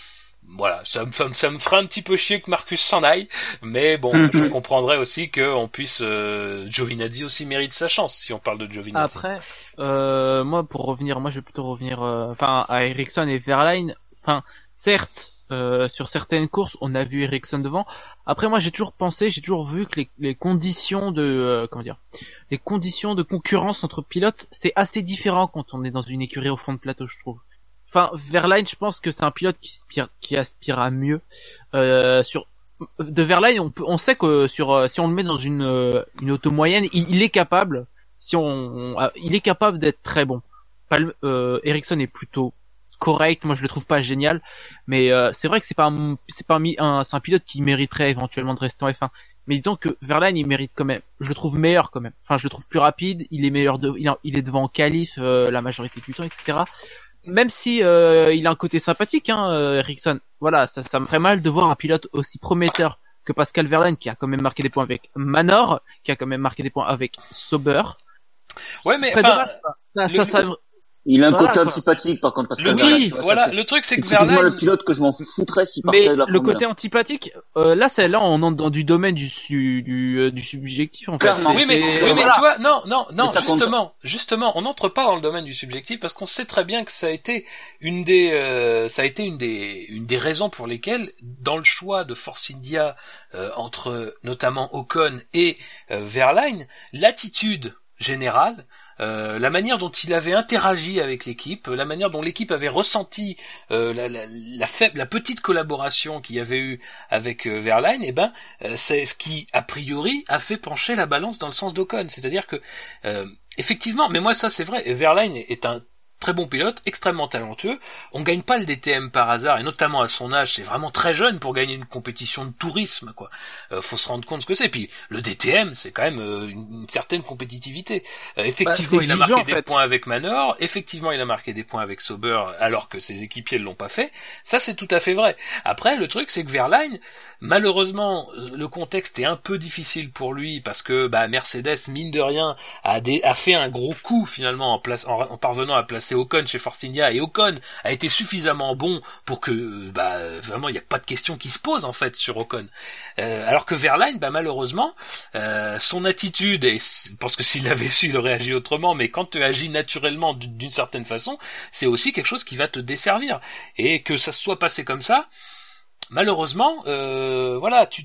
voilà, ça me, ça, me, ça me fera un petit peu chier que Marcus s'en aille, mais bon, Mm-hmm. je comprendrais aussi qu'on puisse... Euh, Giovinazzi aussi mérite sa chance, si on parle de Giovinazzi. Après, euh, moi pour revenir, moi je vais plutôt revenir, euh, enfin à Ericsson et Verlaine. Enfin, certes, euh, sur certaines courses, on a vu Ericsson devant. Après, moi j'ai toujours pensé, j'ai toujours vu que les, les conditions de, euh, comment dire, les conditions de concurrence entre pilotes, c'est assez différent quand on est dans une écurie au fond de plateau, je trouve. Enfin, Verlaine, je pense que c'est un pilote qui aspire, qui aspire à mieux. Euh, sur de Verlaine, on peut, on sait que sur, si on le met dans une une auto moyenne, il, il est capable. Si on, on, il est capable d'être très bon. Palme, euh, Ericsson est plutôt correct. Moi, je le trouve pas génial, mais euh, c'est vrai que c'est pas un, c'est pas un, un, c'est un pilote qui mériterait éventuellement de rester en F un. Mais disons que Verlaine, il mérite quand même. Je le trouve meilleur quand même. Enfin, je le trouve plus rapide. Il est meilleur de, il, il est devant en qualif euh, la majorité du temps, et cetera. Même si euh, il a un côté sympathique, hein, euh, Ericsson. Voilà, ça, ça me ferait mal de voir un pilote aussi prometteur que Pascal Verlaine, qui a quand même marqué des points avec Manor, qui a quand même marqué des points avec Sauber. Ouais, mais C'est enfin, dommage, ça, ça, le- ça, Il a un Voilà, côté quoi. antipathique, par contre, parce que le Verlaine, truc, tu vois, ça voilà, fait- le truc c'est c'est que typiquement le Verlaine, pilote que je m'en foutrais s'il partait mais de la le Formule côté un. antipathique, euh, là, c'est là, on entre dans du domaine du su- du, euh, du subjectif, en fait. Clairement. C'est- oui mais, c'est- oui, mais voilà. tu vois, non, non, non, Mais ça compte justement, justement, on n'entre pas dans le domaine du subjectif parce qu'on sait très bien que ça a été une des, euh, ça a été une des, une des raisons pour lesquelles, dans le choix de Force India euh, entre notamment Ocon et euh, Verlaine, l'attitude générale, euh, la manière dont il avait interagi avec l'équipe, la manière dont l'équipe avait ressenti euh, la, la, la faible, la petite collaboration qu'il y avait eu avec euh, Verlaine, et ben euh, c'est ce qui a priori a fait pencher la balance dans le sens d'Ocon. C'est-à-dire que euh, effectivement, mais moi ça c'est vrai, Verlaine est un très bon pilote, extrêmement talentueux. On gagne pas le D T M par hasard, et notamment à son âge, c'est vraiment très jeune pour gagner une compétition de tourisme, quoi. Euh, faut se rendre compte ce que c'est. Puis le D T M, c'est quand même euh, une, une certaine compétitivité. Euh, effectivement, Bah, c'est il a exigeant, marqué en des fait. points avec Manor. Effectivement, il a marqué des points avec Sauber, alors que ses équipiers ne l'ont pas fait. Ça, c'est tout à fait vrai. Après, le truc, c'est que Verlaine, malheureusement, le contexte est un peu difficile pour lui parce que bah, Mercedes, mine de rien, a, des, a fait un gros coup finalement en, place, en, en parvenant à placer Ocon chez Force India, et Ocon a été suffisamment bon pour que bah vraiment il n'y a pas de question qui se pose en fait sur Ocon. Euh, alors que Verlaine, bah malheureusement, euh, son attitude, et je pense que s'il l'avait su, il aurait agi autrement, mais quand tu agis naturellement d'une certaine façon, c'est aussi quelque chose qui va te desservir. Et que ça se soit passé comme ça, malheureusement, euh, voilà, tu, tu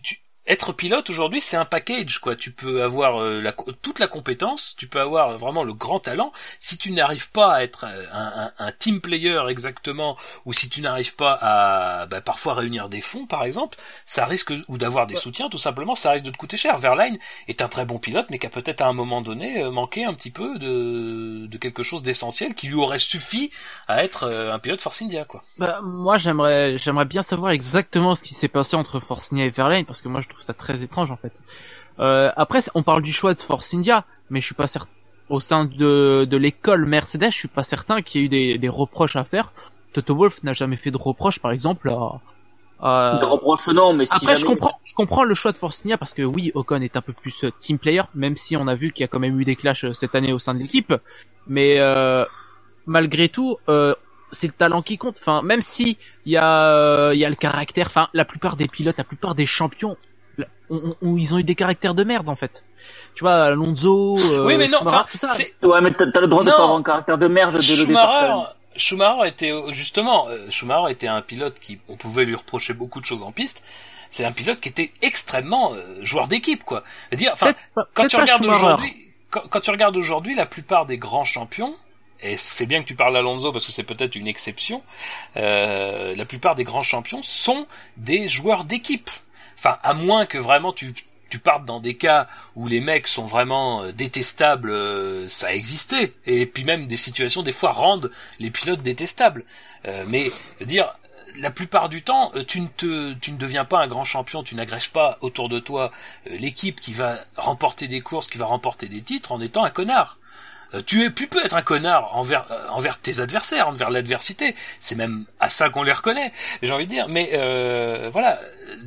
être pilote aujourd'hui, c'est un package, quoi. Tu peux avoir euh, la, toute la compétence, tu peux avoir vraiment le grand talent. Si tu n'arrives pas à être un, un, un team player exactement, ou si tu n'arrives pas à bah, parfois réunir des fonds, par exemple, ça risque, ou d'avoir des soutiens, tout simplement, ça risque de te coûter cher. Verlaine est un très bon pilote, mais qui a peut-être à un moment donné euh, manqué un petit peu de, de quelque chose d'essentiel qui lui aurait suffi à être euh, un pilote Force India, quoi. Bah, moi, j'aimerais, j'aimerais bien savoir exactement ce qui s'est passé entre Force India et Verlaine, parce que moi, je trouve ça très étrange, en fait. Euh, après, on parle du choix de Force India, mais je suis pas certain, au sein de, de l'école Mercedes, je suis pas certain qu'il y ait eu des, des reproches à faire. Toto Wolff n'a jamais fait de reproches, par exemple, à, à... Des reproches, non, mais si Après, jamais... je comprends, je comprends le choix de Force India, parce que oui, Ocon est un peu plus team player, même si on a vu qu'il y a quand même eu des clashs cette année au sein de l'équipe, mais, euh, malgré tout, euh, c'est le talent qui compte. Enfin, même si il y a, il y a le caractère. Enfin, la plupart des pilotes, la plupart des champions, on, on, ils ont eu des caractères de merde en fait. Tu vois, Alonso. Euh, oui, mais non. Enfin, tout ça. C'est... Ouais, mais t'as, t'as le droit non. de pas avoir un caractère de merde dès le départ. Schumacher était justement, Schumacher était un pilote qui, on pouvait lui reprocher beaucoup de choses en piste. C'est un pilote qui était extrêmement euh, joueur d'équipe, quoi. C'est-à-dire, enfin, peut-être, quand peut-être tu regardes aujourd'hui, quand, quand tu regardes aujourd'hui, la plupart des grands champions. Et c'est bien que tu parles d'Alonso parce que c'est peut-être une exception. Euh, la plupart des grands champions sont des joueurs d'équipe. Enfin, à moins que vraiment tu tu partes dans des cas où les mecs sont vraiment détestables, euh, ça a existé. Et puis même des situations des fois rendent les pilotes détestables. Euh, mais dire la plupart du temps, tu ne te tu ne deviens pas un grand champion, tu n'agrèges pas autour de toi euh, l'équipe qui va remporter des courses, qui va remporter des titres en étant un connard. Tu, es, tu peux être un connard envers, euh, envers tes adversaires, envers l'adversité. C'est même à ça qu'on les reconnaît, j'ai envie de dire. Mais euh, voilà,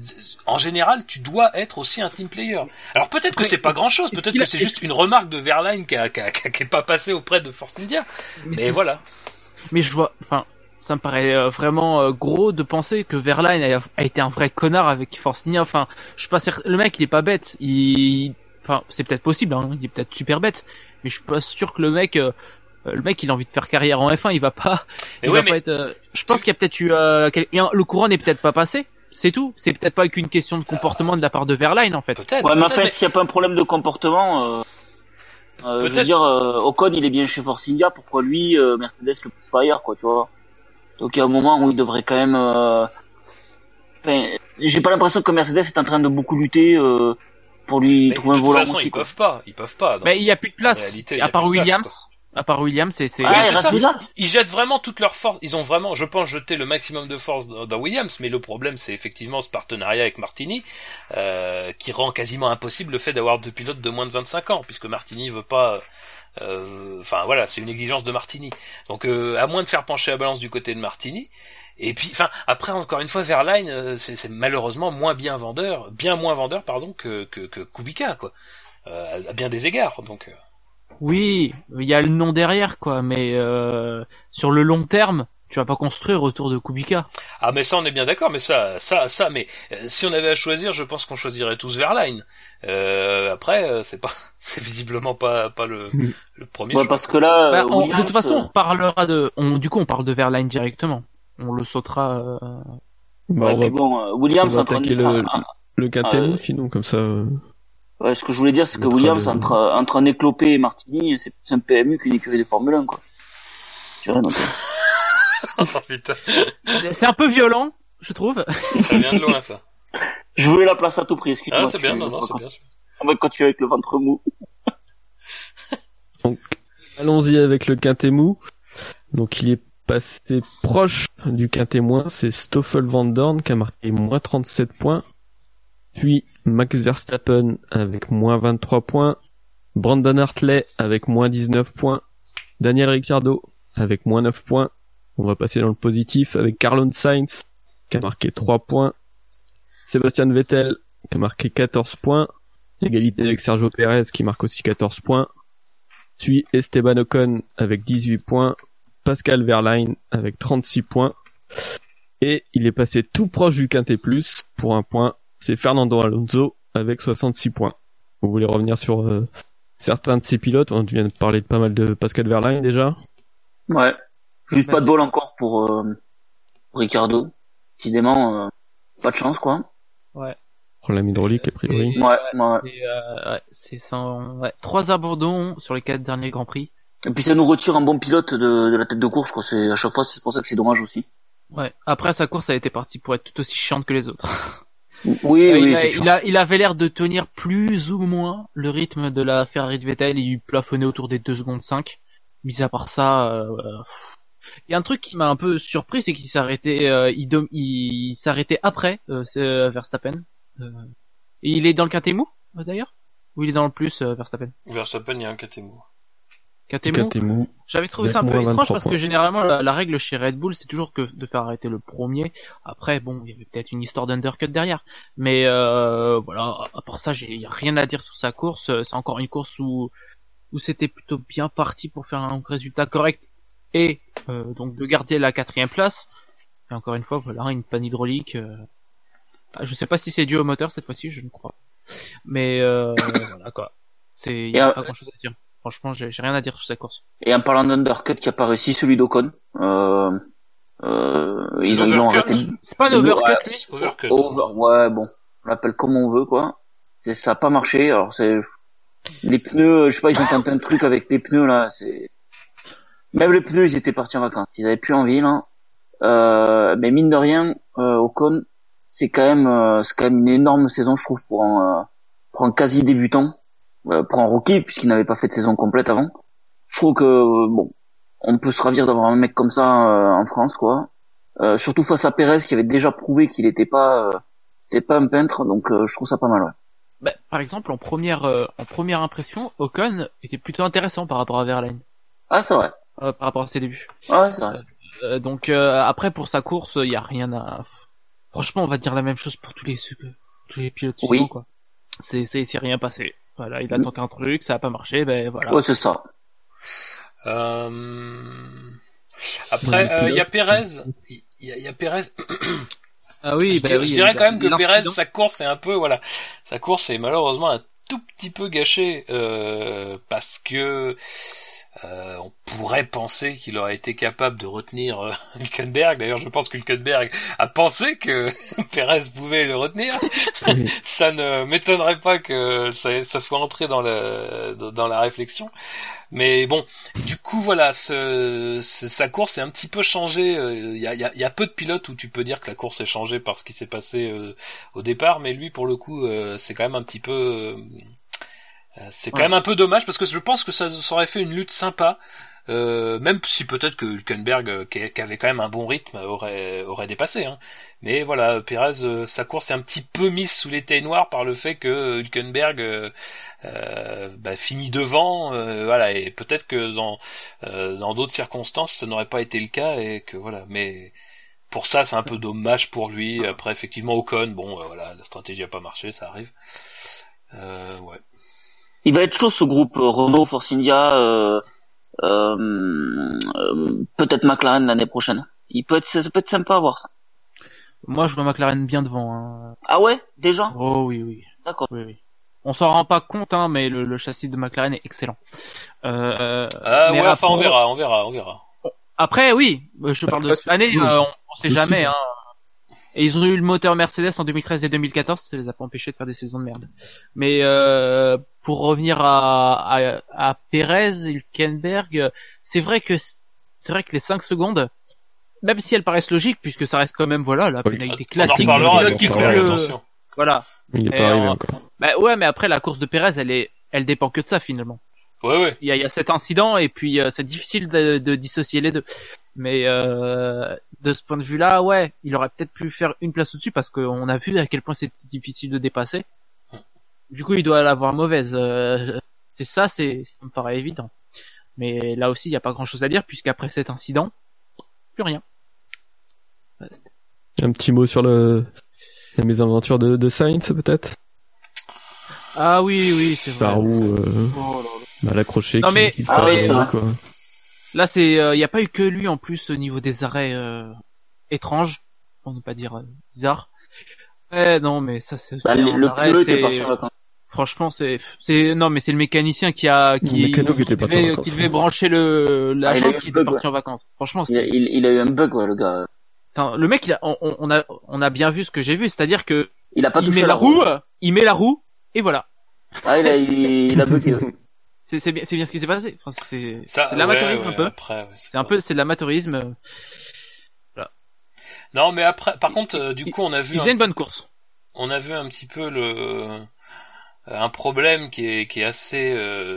en général, tu dois être aussi un team player. Alors peut-être que c'est pas grand-chose, peut-être que c'est juste une remarque de Verlaine qui a, qui a, qui a, qui est pas passée auprès de Force India. Mais, mais voilà. Mais je vois, enfin, ça me paraît vraiment gros de penser que Verlaine a, a été un vrai connard avec Force India. Enfin, je suis pas certain. Le mec, il est pas bête. Il, enfin, c'est peut-être possible. Hein, il est peut-être super bête. Mais je suis pas sûr que le mec, euh, le mec, il a envie de faire carrière en F un, il va pas, il ouais, va pas être. Euh, je pense tu... qu'il y a peut-être eu, euh, quel... le courant n'est peut-être pas passé. C'est tout. C'est peut-être pas qu'une question de comportement de la part de Verlaine en fait. Peut-être. Ouais, mais après, mais... s'il y a pas un problème de comportement, euh, euh, je veux dire, euh, Ocon, il est bien chez Force India. Pourquoi lui, euh, Mercedes le pousse pas ailleurs, quoi, tu vois. Donc il y a un moment où il devrait quand même. Euh... Enfin, j'ai pas l'impression que Mercedes est en train de beaucoup lutter. Euh... pour lui mais trouver un volant. De toute façon, ils quoi. peuvent pas, ils peuvent pas. Mais il y a plus de place. Réalité, à part Williams, place, à part Williams, c'est c'est. Oui, c'est ça. Ils jettent vraiment toute leur force. Ils ont vraiment, je pense, jeté le maximum de force dans, dans Williams. Mais le problème, c'est effectivement ce partenariat avec Martini, euh, qui rend quasiment impossible le fait d'avoir deux pilotes de moins de vingt-cinq ans, puisque Martini veut pas. Enfin euh, voilà, c'est une exigence de Martini. Donc euh, à moins de faire pencher la balance du côté de Martini. Et puis, enfin, après encore une fois, Verlaine, euh, c'est, c'est malheureusement moins bien vendeur, bien moins vendeur, pardon, que que, que Kubica, quoi, euh, à, à bien des égards. Donc. Euh... Oui, il y a le nom derrière, quoi, mais euh, sur le long terme, tu vas pas construire autour de Kubica. Ah, mais ça, on est bien d'accord. Mais ça, ça, ça, mais euh, si on avait à choisir, je pense qu'on choisirait tous Verlaine. Euh, après, euh, c'est pas, c'est visiblement pas pas le, le premier. Ouais, choix. parce que là, bah, on, Williams, de toute façon, on reparlera de, on, du coup, on parle de Verlaine directement. On le sautera. Euh... Bah, ouais, on va, bon, euh, Williams on va attaquer le, ah, le Quintet, euh, sinon comme ça. Euh... Ouais, ce que je voulais dire, c'est que Williams de... entre entre un éclopé et Martini, c'est plus un P M U qu'une écurie de Formule un, quoi. Tu vois, donc. Oh putain. C'est un peu violent, je trouve. Ça vient de loin, ça. Je voulais la place à tout prix, excuse-moi. Ah, c'est bien, non, non, c'est bien. On va continuer avec le ventre mou. Donc, allons-y avec le Quintet mou. Donc, il est passé proche du Quintet moins, c'est Stoffel Van Dorn qui a marqué moins trente-sept points, puis Max Verstappen avec moins vingt-trois points, Brandon Hartley avec moins dix-neuf points, Daniel Ricciardo avec moins neuf points. On va passer dans le positif avec Carlos Sainz qui a marqué trois points, Sébastien Vettel qui a marqué quatorze points, égalité avec Sergio Pérez qui marque aussi quatorze points, puis Esteban Ocon avec dix-huit points, Pascal Verlaine avec trente-six points, et il est passé tout proche du Quintet plus pour un point, c'est Fernando Alonso avec soixante-six points. Vous voulez revenir sur euh, certains de ces pilotes? On vient de parler de pas mal de Pascal Verlaine déjà. Ouais, juste Merci. Pas de bol encore pour, euh, pour Ricciardo, décidément euh, pas de chance, quoi. Ouais. Problème hydraulique, a priori. Ouais, ouais. Et, euh, ouais, c'est sans, ouais, trois abandons sur les quatre derniers Grands Prix. Et puis ça nous retire un bon pilote de, de la tête de course, quoi. C'est, à chaque fois, c'est pour ça que c'est dommage aussi. Ouais. Après, sa course a été partie pour être tout aussi chiante que les autres. Oui, Euh, oui, il, a, c'est sûr. il, a, il avait l'air de tenir plus ou moins le rythme de la Ferrari de Vettel. Il plafonnait autour des deux secondes cinq. Mis à part ça, euh, pff. Il y a un truc qui m'a un peu surpris, c'est qu'il s'arrêtait, euh, il, dom- il s'arrêtait après euh, c'est, euh, Verstappen. Euh, et il est dans le K T M U d'ailleurs, ou il est dans le plus euh, Verstappen. Verstappen, il y a un K T M U. K T M U. K T M U. J'avais trouvé ça un Avec peu moins étrange vingt-trois parce points. que généralement la, la règle chez Red Bull c'est toujours que de faire arrêter le premier. Après bon, il y avait peut-être une histoire d'undercut derrière, mais euh, voilà. À part ça, j'ai y a rien à dire sur sa course. C'est encore une course où où c'était plutôt bien parti pour faire un résultat correct et euh, donc de garder la quatrième place. Et encore une fois, voilà, une panne hydraulique. Euh... Je sais pas si c'est dû au moteur cette fois-ci, je ne crois pas. Mais euh, voilà quoi. C'est y a Et, pas grand-chose à dire. Franchement, j'ai, j'ai rien à dire sur sa course. Et en parlant d'undercut qui a pas réussi, celui d'Ocon, euh, euh, ils ont, ils l'ont Overcut. arrêté. C'est pas un overcut Ouais, lui. Overcut. Over- ouais, bon. On l'appelle comme on veut, quoi. Et ça a pas marché, alors c'est, les pneus, je sais pas, ils ont tenté un truc avec les pneus, là, c'est, même les pneus, ils étaient partis en vacances. Ils avaient plus envie, là. Euh, mais mine de rien, euh, Ocon, c'est quand même, euh, c'est quand même une énorme saison, je trouve, pour un, euh, pour un quasi débutant, euh, pour un rookie, puisqu'il n'avait pas fait de saison complète avant. Je trouve que, euh, bon, on peut se ravir d'avoir un mec comme ça euh, en France, quoi. Euh, surtout face à Perez, qui avait déjà prouvé qu'il était pas, euh, c'était pas un peintre, donc euh, je trouve ça pas mal, ouais. Bah, par exemple, en première, euh, en première impression, Ocon était plutôt intéressant par rapport à Verlaine, Ah, c'est vrai. euh, par rapport à ses débuts. Ouais, c'est vrai. Euh, donc euh, après pour sa course, il y a rien à. Franchement, on va dire la même chose pour tous les tous les pilotes suivants, Oui. quoi. C'est c'est c'est rien passé. Voilà, il a tenté un truc, ça a pas marché, ben voilà. Ouais, c'est ça. Euh... Après, euh, il y a Perez. Il y a, il y a Perez. Ah oui, je, bah dirais, oui, je dirais bah, quand même que l'incident. Perez, sa course est un peu, voilà, sa course est malheureusement un tout petit peu gâchée euh, parce que euh, on pourrait penser qu'il aurait été capable de retenir euh, Hülkenberg. D'ailleurs, je pense que Hülkenberg a pensé que Perez pouvait le retenir. Oui. Ça ne m'étonnerait pas que ça, ça soit entré dans la dans la réflexion. Mais bon, du coup voilà, ce, ce, sa course est un petit peu changée. Il y a, y, a, y a peu de pilotes où tu peux dire que la course est changée par ce qui s'est passé euh, au départ, mais lui pour le coup, euh, c'est quand même un petit peu, euh, c'est quand Ouais. même un peu dommage parce que je pense que ça, ça aurait fait une lutte sympa. Euh, même si peut-être que Hülkenberg, euh, qui, qui avait quand même un bon rythme, aurait aurait dépassé. Hein. Mais voilà, Pérez, euh, sa course est un petit peu mise sous l'étai noir par le fait que Hülkenberg euh, euh, bah, finit devant. Euh, voilà, et peut-être que dans euh, dans d'autres circonstances, ça n'aurait pas été le cas et que voilà. Mais pour ça, c'est un peu dommage pour lui. Après, effectivement, Ocon, bon, euh, voilà, la stratégie a pas marché, ça arrive. Euh, ouais. Il va être chaud ce groupe euh, Renault, Force India, euh, euh, euh, peut-être McLaren l'année prochaine. Il peut être, ça peut être sympa à voir ça. Moi, je vois McLaren bien devant. Hein. Ah ouais, déjà? Oh oui, oui. D'accord. Oui, oui. On s'en rend pas compte, hein, mais le, le châssis de McLaren est excellent. Euh, Ah mais ouais, enfin, on rapport- verra, on verra, on verra. Après, oui, je te parle de cette année, euh, on, on sait Possible. jamais. Hein. Et ils ont eu le moteur Mercedes en deux mille treize et deux mille quatorze, ça les a pas empêchés de faire des saisons de merde. Mais euh, pour revenir à, à, à Perez, Hülkenberg, c'est vrai que c'est vrai que les cinq secondes, même si elles paraissent logiques, puisque ça reste quand même voilà la Oui. pénalité On en classique du reparlera, pilote donc, qui on coule parlera, le... attention. Voilà. Il est Et pas arrivé en- encore. Bah ouais, mais après la course de Perez, elle est, elle dépend que de ça finalement. Ouais, ouais. Il y a, il y a cet incident et puis euh, c'est difficile de, de dissocier les deux. Mais euh, de ce point de vue-là, ouais, il aurait peut-être pu faire une place au-dessus parce qu'on a vu à quel point c'était difficile de dépasser. Du coup, il doit l'avoir mauvaise. Euh, c'est ça, c'est, ça me paraît évident. Mais là aussi, il n'y a pas grand-chose à dire puisqu'après cet incident, plus rien. Un petit mot sur le la mésaventure de, de Sainz, peut-être? Ah oui, oui, c'est vrai. Par où, euh, Oh là là. mal accroché, Non, qui, mais- qui Ah fait oui, c'est rien, vrai. quoi. Là, c'est, il euh, n'y a pas eu que lui en plus au niveau des arrêts euh, étranges, pour ne pas dire euh, bizarres. Ouais, non, mais ça c'est. Bah, c'est le en le arrêt, pilote était c'est- parti en vacances. Franchement, c'est, c'est, non, mais c'est le mécanicien qui a, qui, Le mécano qui était parti en devait, vacances. qui devait brancher le, la Ah, il a jambe eu un qui était bug, parti en vacances. Franchement, Il a, c'est, il, il a eu un bug, ouais, le gars. Putain, le mec, il a, on, on a, on a bien vu ce que j'ai vu, c'est-à-dire que Il a pas il touché met la la roue, roue, il met la roue, et voilà. Ah, il a, il, il a bugué. c'est, c'est bien, c'est bien ce qui s'est passé. Enfin, c'est, Ça, c'est de l'amateurisme ouais, ouais, un peu. Après, ouais, c'est c'est un pas... peu, c'est de l'amateurisme. Voilà. Non, mais après, par contre, euh, du coup, on a vu. Il faisait un une bonne course. On a vu un petit peu le un problème qui est qui est assez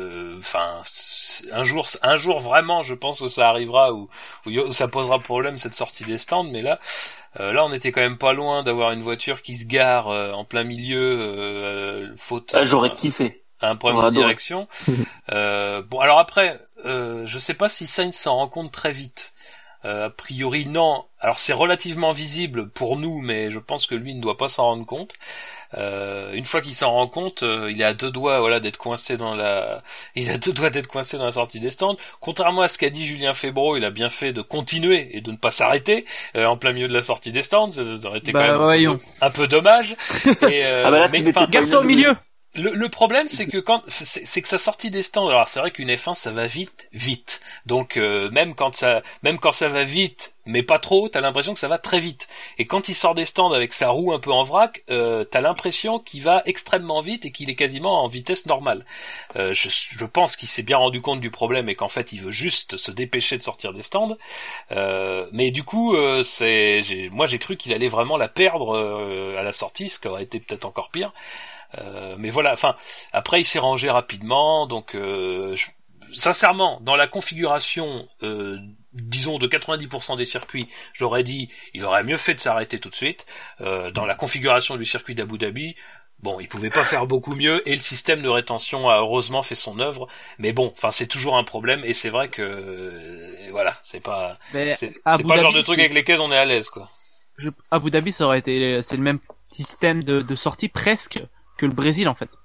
enfin euh, un jour un jour vraiment je pense que ça arrivera où où ça posera problème cette sortie des stands, mais là euh, là on était quand même pas loin d'avoir une voiture qui se gare euh, en plein milieu euh, faute ah, j'aurais kiffé un problème de direction. euh, bon alors après euh, je sais pas si Sainz s'en rend compte très vite. Euh, a priori non. Alors c'est relativement visible pour nous, mais je pense que lui ne doit pas s'en rendre compte. Euh, une fois qu'il s'en rend compte, euh, il est à deux doigts, voilà, d'être coincé dans la, il a deux doigts d'être coincé dans la sortie des stands. Contrairement à ce qu'a dit Julien Febvre, il a bien fait de continuer et de ne pas s'arrêter euh, en plein milieu de la sortie des stands. Ça, ça aurait été bah, quand même un peu, un peu dommage. Et, euh, ah bah là, mais, tu enfin, garde-toi au milieu. Le, le problème, c'est que quand c'est, c'est que sa sortie des stands, alors c'est vrai qu'une F un ça va vite, vite. Donc euh, même quand ça, même quand ça va vite, mais pas trop, t'as l'impression que ça va très vite. Et quand il sort des stands avec sa roue un peu en vrac, euh, t'as l'impression qu'il va extrêmement vite et qu'il est quasiment en vitesse normale. Euh, je, je pense qu'il s'est bien rendu compte du problème et qu'en fait il veut juste se dépêcher de sortir des stands. Euh, mais du coup, euh, c'est, j'ai, moi j'ai cru qu'il allait vraiment la perdre euh, à la sortie, ce qui aurait été peut-être encore pire. Euh, mais voilà, enfin, après il s'est rangé rapidement, donc euh, je, sincèrement, dans la configuration, euh, disons de quatre-vingt-dix pour cent des circuits, j'aurais dit, il aurait mieux fait de s'arrêter tout de suite. Euh, dans la configuration du circuit d'Abu Dhabi, bon, il pouvait pas faire beaucoup mieux, et le système de rétention a heureusement fait son œuvre. Mais bon, enfin, c'est toujours un problème, et c'est vrai que, euh, voilà, c'est pas, mais c'est, c'est pas Dhabi, le genre de truc c'est... avec lesquels on est à l'aise, quoi. Je, Abu Dhabi, ça aurait été, c'est le même système de, de sortie presque que le Brésil en fait.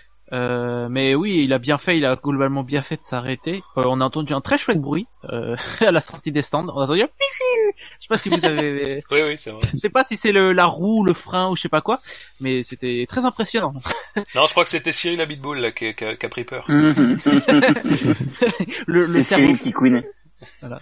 Euh, mais oui, il a bien fait, il a globalement bien fait de s'arrêter. Euh, on a entendu un très chouette bruit euh, à la sortie des stands. On a entendu un... Je sais pas si vous avez... oui, oui, c'est vrai. Je sais pas si c'est le, la roue, le frein ou je sais pas quoi, mais c'était très impressionnant. Non, je crois que c'était Cyril Abitboul là qui, qui, a, qui a pris peur. le le c'est cerveau... Cyril qui couinait. Voilà.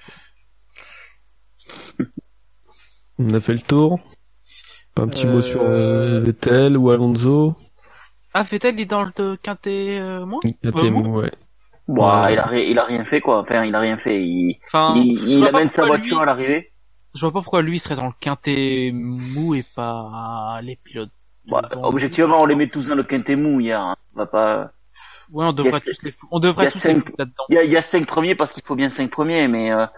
On a fait le tour. Un petit euh... mot sur euh, Vettel ou Alonso. Ah, Vettel, il est dans le quintet euh, moins Quintet moins, ouais. Bon, ouais. il a, il a rien fait, quoi. Enfin, il a rien fait. Il, enfin, il, il amène sa voiture lui... à l'arrivée. Je vois pas pourquoi lui serait dans le quintet mou et pas les pilotes. Bah, objectivement, on les met tous dans le quintet mou hier. Hein. On va pas... Ouais, on devrait tous les foutre. On devrait tous cinq... les foutre là-dedans. Il y a, il y a cinq premiers parce qu'il faut bien cinq premiers, mais euh,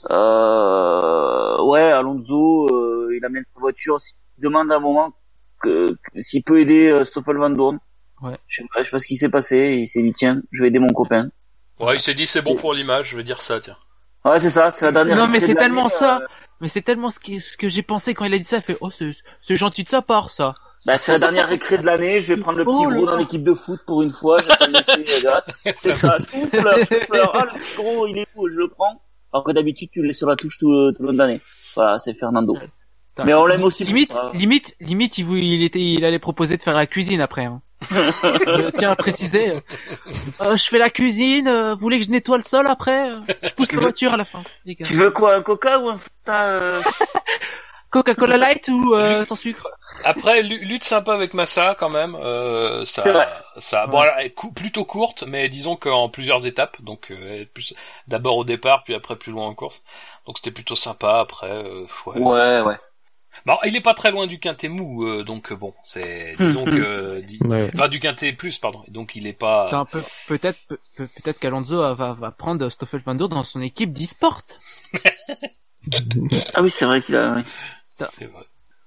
euh, ouais, Alonso, euh, il amène sa voiture. Il demande à un moment que, que s'il peut aider euh, Stoffel Van Dorn. Ouais. Je sais pas, je sais pas ce qui s'est passé. Il s'est dit tiens, je vais aider mon copain. Ouais, il s'est dit c'est bon pour l'image, je vais dire ça, tiens. Ouais, c'est ça, c'est la dernière. Non, mais c'est tellement euh... ça. Mais c'est tellement ce, qui, ce que j'ai pensé quand il a dit ça. Il fait oh, c'est, c'est gentil de sa part, ça. Bah, c'est la dernière récré de l'année. Je vais prendre le petit oh, gros dans l'équipe de foot pour une fois. Je vais pas le laisser, gars. C'est ça. Souffle, souffle. Ah, le petit gros, il est où? Je le prends. Alors que d'habitude, tu le laisses sur la touche tout, tout le long de l'année. Voilà, c'est Fernando. T'as... Mais on l'aime aussi. Limite, pour... limite, limite, il, il était, il allait proposer de faire la cuisine après. Hein. Je tiens à préciser. Euh, je fais la cuisine. Euh, vous voulez que je nettoie le sol après? Je pousse la voiture à la fin. Tu veux quoi, un Coca ou un Fanta euh... Coca-Cola Light ou euh, sans sucre? Après, lutte sympa avec Massa quand même. Euh, ça, ça, ouais. Bon, elle est cou- plutôt courte, mais disons qu'en plusieurs étapes. Donc, euh, plus d'abord au départ, puis après plus loin en course. Donc c'était plutôt sympa. Après, euh, ouais. Ouais, ouais. Bon, il est pas très loin du quintet mou, euh, donc bon, c'est disons que, di... ouais. enfin du quintet plus, pardon. Donc il est pas. Un peu, peut-être, peut, peut-être qu'Alonso va, va prendre Stoffel Van Dorn dans son équipe d'e-sport. Ah oui, c'est vrai qu'il a. Oui. C'est vrai.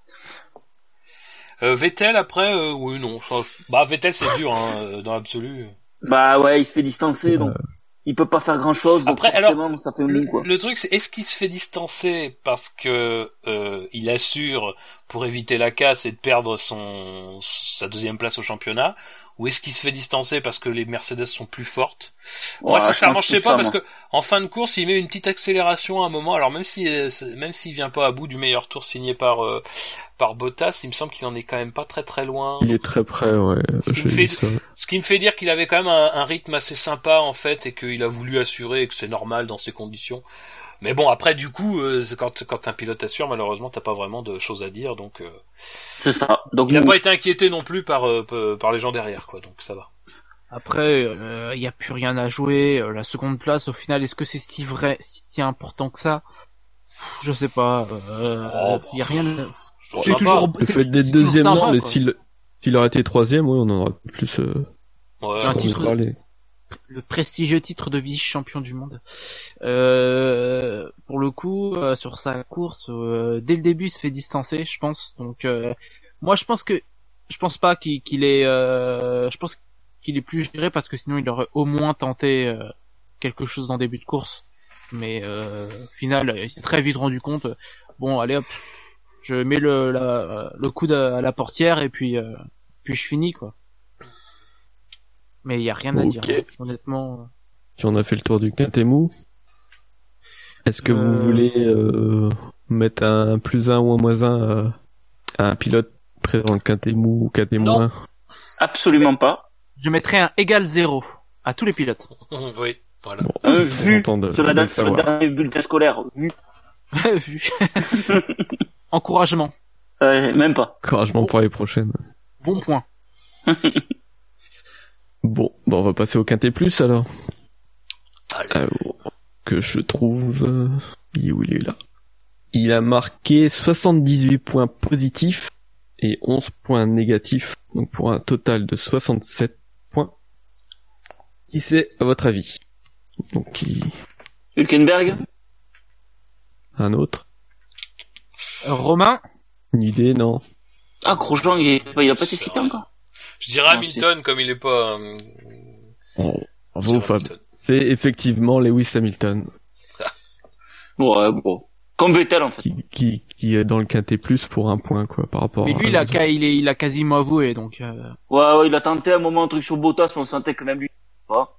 Euh, Vettel après, euh, oui non. Enfin, bah Vettel c'est dur hein, dans l'absolu. Bah ouais, il se fait distancer donc. Il peut pas faire grand chose, donc après, forcément, alors, ça fait le, mou, quoi. Le truc, c'est, est-ce qu'il se fait distancer parce que, euh, il assure pour éviter la casse et de perdre son, sa deuxième place au championnat, ou est-ce qu'il se fait distancer parce que les Mercedes sont plus fortes? Moi, ouais, sincèrement, je sais pas, ça, parce moi. que, en fin de course, il met une petite accélération à un moment, alors même si, même s'il vient pas à bout du meilleur tour signé par, euh, par Bottas, il me semble qu'il en est quand même pas très très loin. Il est très près, ouais. Ce qui, me fait, ce qui me fait dire qu'il avait quand même un, un rythme assez sympa, en fait, et qu'il a voulu assurer et que c'est normal dans ces conditions. Mais bon, après, du coup, euh, quand, quand un pilote assure, malheureusement, t'as pas vraiment de choses à dire, donc, euh, c'est ça. Donc, il a nous... pas été inquiété non plus par, euh, par les gens derrière, quoi, donc ça va. Après, il euh, y a plus rien à jouer. La seconde place, au final, est-ce que c'est si vrai, si important que ça? Je sais pas. Euh, Oh, bah, y a rien. De... C'est toujours le fait d'être deuxième, non, mais s'il, s'il aurait été troisième, oui, on en aurait plus, euh, ouais, un titre, parler. Le prestigieux titre de vice-champion du monde. Euh, pour le coup, euh, sur sa course, euh, dès le début, il se fait distancer, je pense. Donc, euh, moi, je pense que, je pense pas qu'il, qu'il est, euh, je pense qu'il est plus géré parce que sinon, il aurait au moins tenté euh, quelque chose dans le début de course. Mais euh, au final, il s'est très vite rendu compte. Euh, bon, allez hop, je mets le, la, le coude à la portière et puis, euh, puis je finis quoi. Mais il y a rien à okay. dire, hein, honnêtement. Si on a fait le tour du quintet mou, est-ce que euh... vous voulez euh, mettre un plus un ou un moins un euh, à un pilote présent dans le quintet mou ou quintet moins? Absolument pas. Je mettrais un égal zéro à tous les pilotes. Oui, voilà. Bon, euh, vu de, sur, de la date, sur le dernier bulletin scolaire, vu. vu. Encouragement. Euh, même pas. Encouragement bon. Pour les prochaines. Bon point. Bon, bon, on va passer au quintet plus alors. Alors, que je trouve... Euh, il est où il est là. Il a marqué soixante-dix-huit points positifs et onze points négatifs, donc pour un total de soixante-sept points. Qui c'est, à votre avis? Donc, il... Hülkenberg. Un autre. Romain. Une idée, non? Ah, Grosjean, il, est... il a pas été cité encore. Je dirais Hamilton, c'est... comme il est pas... Euh... Oh, bravo Fab. C'est effectivement Lewis Hamilton. Ouais, bon. Comme Vettel, en fait. Qui, qui, qui est dans le quintet plus pour un point, quoi, par rapport mais lui, à... Mais lui, il a, il, est, il a quasiment avoué, donc... Euh... Ouais, ouais, il a tenté un moment un truc sur Bottas, mais on sentait que même lui... Pas.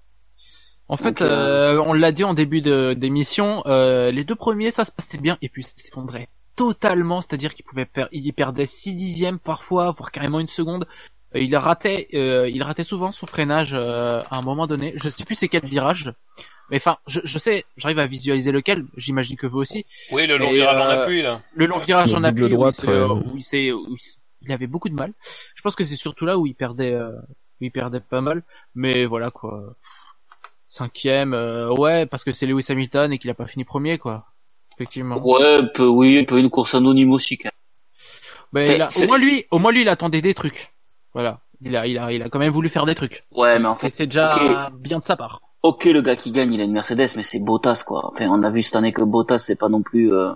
En fait, donc, euh... Euh, on l'a dit en début de, d'émission, euh, les deux premiers, ça se passait bien, et puis ça s'effondrait totalement, c'est-à-dire qu'il pouvait perdre, il perdait six dixièmes parfois, voire carrément une seconde. Il ratait, euh, il ratait souvent son freinage euh, à un moment donné. Je sais plus c'est quel virage, mais enfin, je, je sais, j'arrive à visualiser lequel. J'imagine que vous aussi. Oui, le long et, virage euh, en appui là. Le long virage le en appui droite, où, il, euh, où, il s'est, où il avait beaucoup de mal. Je pense que c'est surtout là où il perdait, euh, où il perdait pas mal. Mais voilà quoi. Cinquième, euh, ouais, parce que c'est Lewis Hamilton et qu'il a pas fini premier quoi. Effectivement. Ouais, peu, oui, peu une course anonyme aussi. Quand même. Ben, il a, au moins lui, au moins lui, il attendait des trucs. Voilà, il a, il a, il a quand même voulu faire des trucs. Ouais, mais en fait, et c'est déjà okay. bien de sa part. Ok, le gars qui gagne, il a une Mercedes, mais c'est Bottas, quoi. Enfin, on a vu cette année que Bottas, c'est pas non plus. Euh...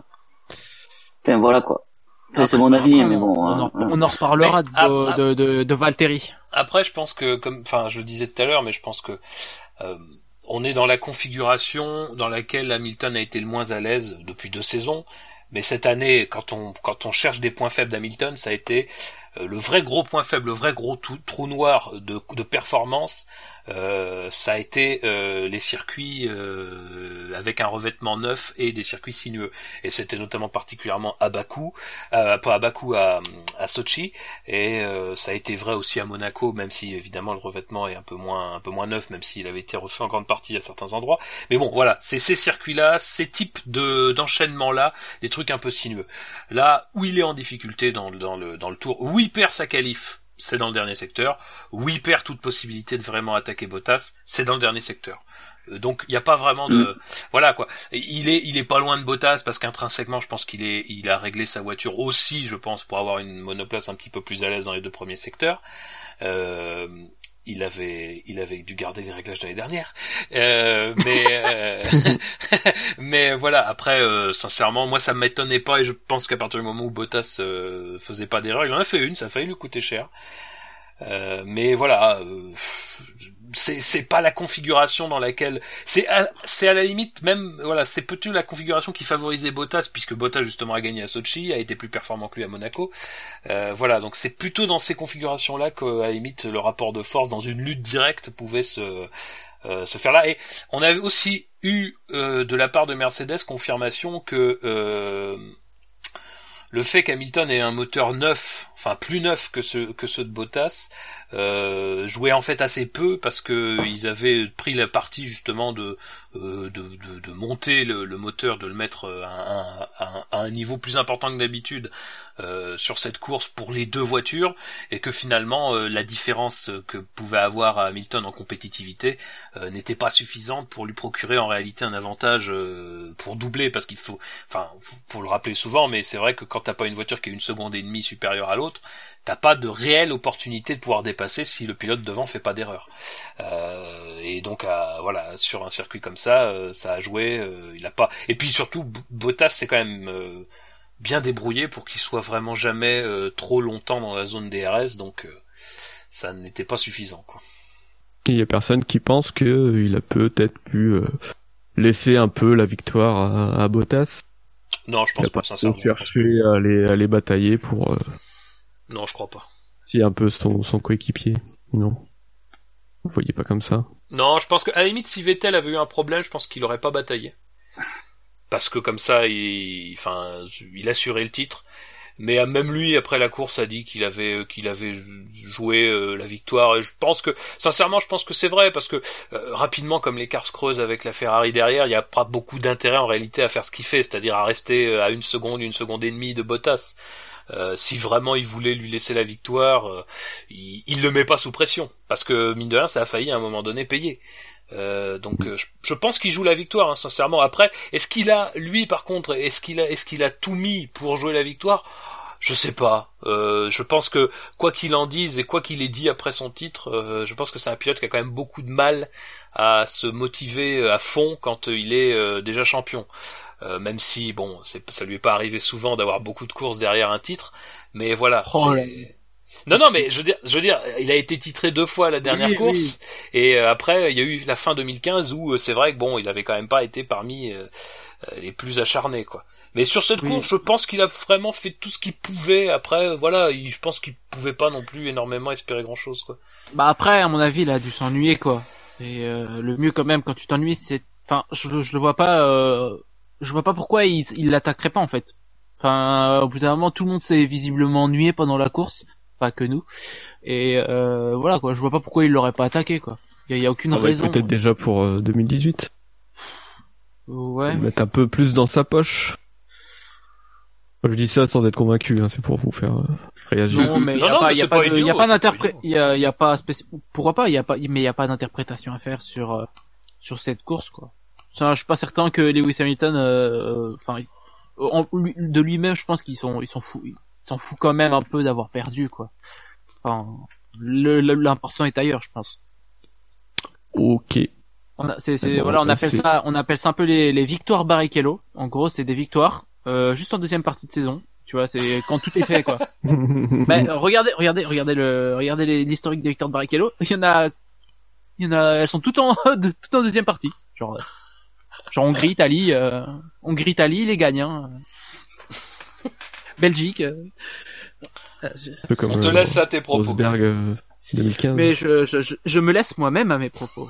Enfin, voilà, quoi. Enfin, après, c'est mon avis, après, mais bon. On, hein, en, on en reparlera de, après, de, de, de Valtteri. Après, je pense que, comme, enfin, je le disais tout à l'heure, mais je pense que euh, on est dans la configuration dans laquelle Hamilton a été le moins à l'aise depuis deux saisons. Mais cette année, quand on quand on cherche des points faibles d'Hamilton, ça a été euh, le vrai gros point faible, le vrai gros tout, trou noir de, de performance. Euh, ça a été euh, les circuits euh, avec un revêtement neuf et des circuits sinueux. Et c'était notamment particulièrement à Bakou, euh, pas à Bakou, à, à Sochi. Et euh, ça a été vrai aussi à Monaco, même si évidemment le revêtement est un peu moins un peu moins neuf, même s'il avait été refait en grande partie à certains endroits. Mais bon, voilà, c'est ces circuits-là, ces types de d'enchaînements-là, des trucs un peu sinueux. Là où il est en difficulté dans, dans le dans le tour, où il perd sa qualif, c'est dans le dernier secteur. Où il perd toute possibilité de vraiment attaquer Bottas, c'est dans le dernier secteur. Euh, donc il n'y a pas vraiment de, mmh. voilà quoi. Il est il est pas loin de Bottas parce qu'intrinsèquement, je pense qu'il est il a réglé sa voiture aussi, je pense, pour avoir une monoplace un petit peu plus à l'aise dans les deux premiers secteurs. Euh, il avait il avait dû garder les réglages de l'année dernière, euh, mais euh, mais voilà. Après, euh, sincèrement, moi ça m'étonnait pas et je pense qu'à partir du moment où Bottas euh, faisait pas d'erreur, il en a fait une, ça a failli lui coûter cher. Euh, mais voilà, euh, c'est c'est pas la configuration dans laquelle c'est à, c'est à la limite même voilà c'est peut-être la configuration qui favorisait Bottas puisque Bottas justement a gagné à Sochi, a été plus performant que lui à Monaco. Euh, voilà, donc c'est plutôt dans ces configurations là qu'à la limite le rapport de force dans une lutte directe pouvait se euh, se faire là. Et on avait aussi eu euh, de la part de Mercedes confirmation que euh, le fait qu'Hamilton ait un moteur neuf, enfin plus neuf que ceux que ceux de Bottas, euh, jouait en fait assez peu parce que ils avaient pris la partie justement de euh, de, de, de monter le, le moteur, de le mettre à un, à un, à un niveau plus important que d'habitude euh, sur cette course pour les deux voitures, et que finalement euh, la différence que pouvait avoir Hamilton en compétitivité euh, n'était pas suffisante pour lui procurer en réalité un avantage euh, pour doubler, parce qu'il faut, enfin, faut le rappeler souvent, mais c'est vrai que quand t'as pas une voiture qui est une seconde et demie supérieure à l'autre, t'as pas de réelle opportunité de pouvoir dépasser si le pilote devant fait pas d'erreur. Euh, et donc, à, voilà, sur un circuit comme ça, euh, ça a joué. Euh, il a pas. Et puis surtout, B- Bottas s'est quand même euh, bien débrouillé pour qu'il soit vraiment jamais euh, trop longtemps dans la zone D R S. Donc, euh, ça n'était pas suffisant, quoi. Il y a personne qui pense que euh, il a peut-être pu euh, laisser un peu la victoire à, à Bottas. Non, je pense il a pas, pas sincèrement. cherché à les, à les batailler pour. Euh... Non, je crois pas. Si un peu son, son coéquipier. Non. Vous voyez pas comme ça. Non, je pense que à la limite, si Vettel avait eu un problème, je pense qu'il aurait pas bataillé. Parce que comme ça, il, enfin, il assurait le titre. Mais même lui, après la course, a dit qu'il avait qu'il avait joué euh, la victoire. Et je pense que, sincèrement, je pense que c'est vrai, parce que euh, rapidement, comme l'écart se creuse avec la Ferrari derrière, il y a pas beaucoup d'intérêt en réalité à faire ce qu'il fait, c'est-à-dire à rester à une seconde, une seconde et demie de Bottas. Euh, si vraiment il voulait lui laisser la victoire, euh, il, il le met pas sous pression, parce que mine de rien, ça a failli à un moment donné payer. Euh, donc euh, je, je pense qu'il joue la victoire, hein, sincèrement. Après, est-ce qu'il a, lui par contre, est-ce qu'il a, est-ce qu'il a tout mis pour jouer la victoire? Je sais pas. Euh, je pense que quoi qu'il en dise et quoi qu'il ait dit après son titre, euh, je pense que c'est un pilote qui a quand même beaucoup de mal à se motiver à fond quand il est euh, déjà champion. Euh, même si bon, c'est, ça lui est pas arrivé souvent d'avoir beaucoup de courses derrière un titre, mais voilà. Oh c'est... là. Non, non, mais je veux dire, je veux dire, il a été titré deux fois à la dernière Oui, course, oui. Et euh, après il y a eu la fin deux mille quinze où euh, c'est vrai que bon, il avait quand même pas été parmi euh, les plus acharnés, quoi. Mais sur cette oui. course, je pense qu'il a vraiment fait tout ce qu'il pouvait. Après, euh, voilà, il, je pense qu'il pouvait pas non plus énormément espérer grand chose, quoi. Bah après, à mon avis, il a dû s'ennuyer, quoi. Et euh, le mieux quand même quand tu t'ennuies, c'est, enfin, je, je le vois pas. Euh... Je vois pas pourquoi il, il l'attaquerait pas en fait. Enfin, au bout d'un moment, tout le monde s'est visiblement ennuyé pendant la course, pas que nous. Et euh, voilà quoi. Je vois pas pourquoi il l'aurait pas attaqué quoi. Il y, y a aucune Ça va être raison. peut-être déjà pour euh, deux mille dix-huit. Ouais. Mettre un peu plus dans sa poche. Je dis ça sans être convaincu, hein, c'est pour vous faire euh, réagir. Non, mais il y Non, a non, pas, mais il y a c'est pas, pas de, idiot, y a pas c'est pas d'interpré, idiot. il y a, il y a pas spéci... pourquoi pas, il y a pas, mais il y a pas d'interprétation à faire sur euh, sur cette course quoi. Ça, je suis pas certain que Lewis Hamilton, enfin, euh, euh, de lui-même, je pense qu'ils sont, ils sont fous, ils s'en fout quand même un peu d'avoir perdu quoi. Enfin, le, le, l'important est ailleurs, je pense. Ok. On a, c'est, c'est, Bon, voilà, on appelle c'est... ça, on appelle ça un peu les, les victoires Barrichello. En gros, c'est des victoires euh, juste en deuxième partie de saison. Tu vois, c'est quand tout est fait quoi. Mais regardez, regardez, regardez le, regardez les, l'historique des victoires de Barrichello. Il y en a, il y en a, elles sont toutes en, de, toutes en deuxième partie. Genre, genre Hongrie, Italie, euh, Hongrie, Italie, les gagnants. Euh, Belgique. Euh, peu comme, On te euh, laisse à tes propos. Rosberg euh, deux mille quinze. Mais je, je, je, je me laisse moi-même à mes propos.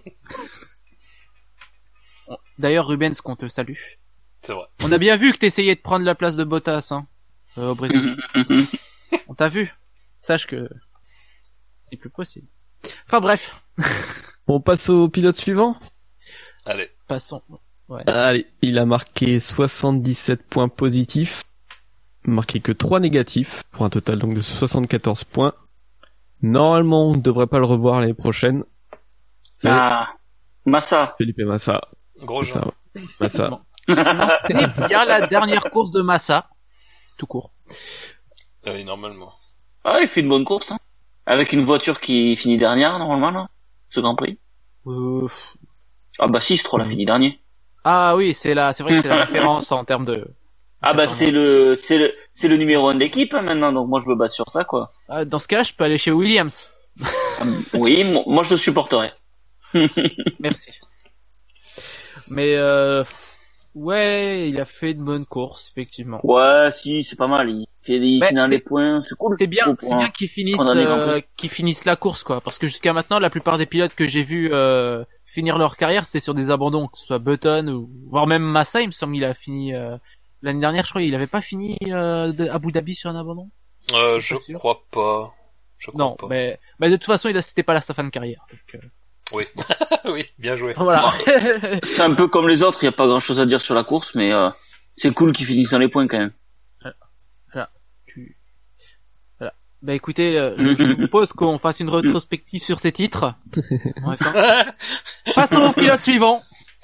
D'ailleurs, Rubens, qu'on te salue. C'est vrai. On a bien vu que t'essayais de prendre la place de Bottas, hein, euh, au Brésil. On t'a vu. Sache que c'est plus possible. Enfin bref. On passe au pilote suivant. Allez. Passons. Ouais. Allez, il a marqué soixante-dix-sept points positifs, marqué que trois négatifs, pour un total donc de soixante-quatorze points. Normalement, on ne devrait pas le revoir l'année prochaine. C'est Ah, Massa. Felipe Massa. Gros C'est Jean. ça. Massa. Bon. Je connais bien la dernière course de Massa. Tout court. Ah oui, normalement. Ah, il fait une bonne course, hein. Avec une voiture qui finit dernière, normalement, là. Ce Grand Prix. Euh... Ah bah si, Stroll a fini dernier. Ah oui, c'est la, c'est vrai que c'est la référence en termes de. Ah bah c'est le, c'est le, c'est le numéro un d'équipe, hein, maintenant, donc moi je me base sur ça, quoi. Ah, dans ce cas-là, je peux aller chez Williams. Oui, mo- moi je le supporterai. Merci. Mais euh, ouais, il a fait une bonne course, effectivement. Ouais, si, c'est pas mal. Il fait des, il Mais finit dans c'est- les points, c'est cool. C'est bien, Pour c'est un- bien qu'ils finissent, prendre un Grand euh, Prix. qu'ils finissent la course, quoi. Parce que jusqu'à maintenant, la plupart des pilotes que j'ai vus euh, finir leur carrière, c'était sur des abandons, que ce soit Button ou voire même Massa. Il me semble qu'il a fini euh, L'année dernière, je crois, il avait pas fini euh, de Abu Dhabi sur un abandon. Euh, Je je suis pas sûr. crois pas. Je crois Non, pas. mais, mais de toute façon, il a, c'était pas la sa fin de carrière. Donc, euh, Oui. Oui, bien joué. voilà. C'est un peu comme les autres, il y a pas grand chose à dire sur la course, mais euh, c'est cool qu'ils finissent dans les points quand même. Tu... Voilà. Bah écoutez, euh, je, je vous propose qu'on fasse une rétrospective sur ces titres. Ouais, enfin. Passons au pilote suivant.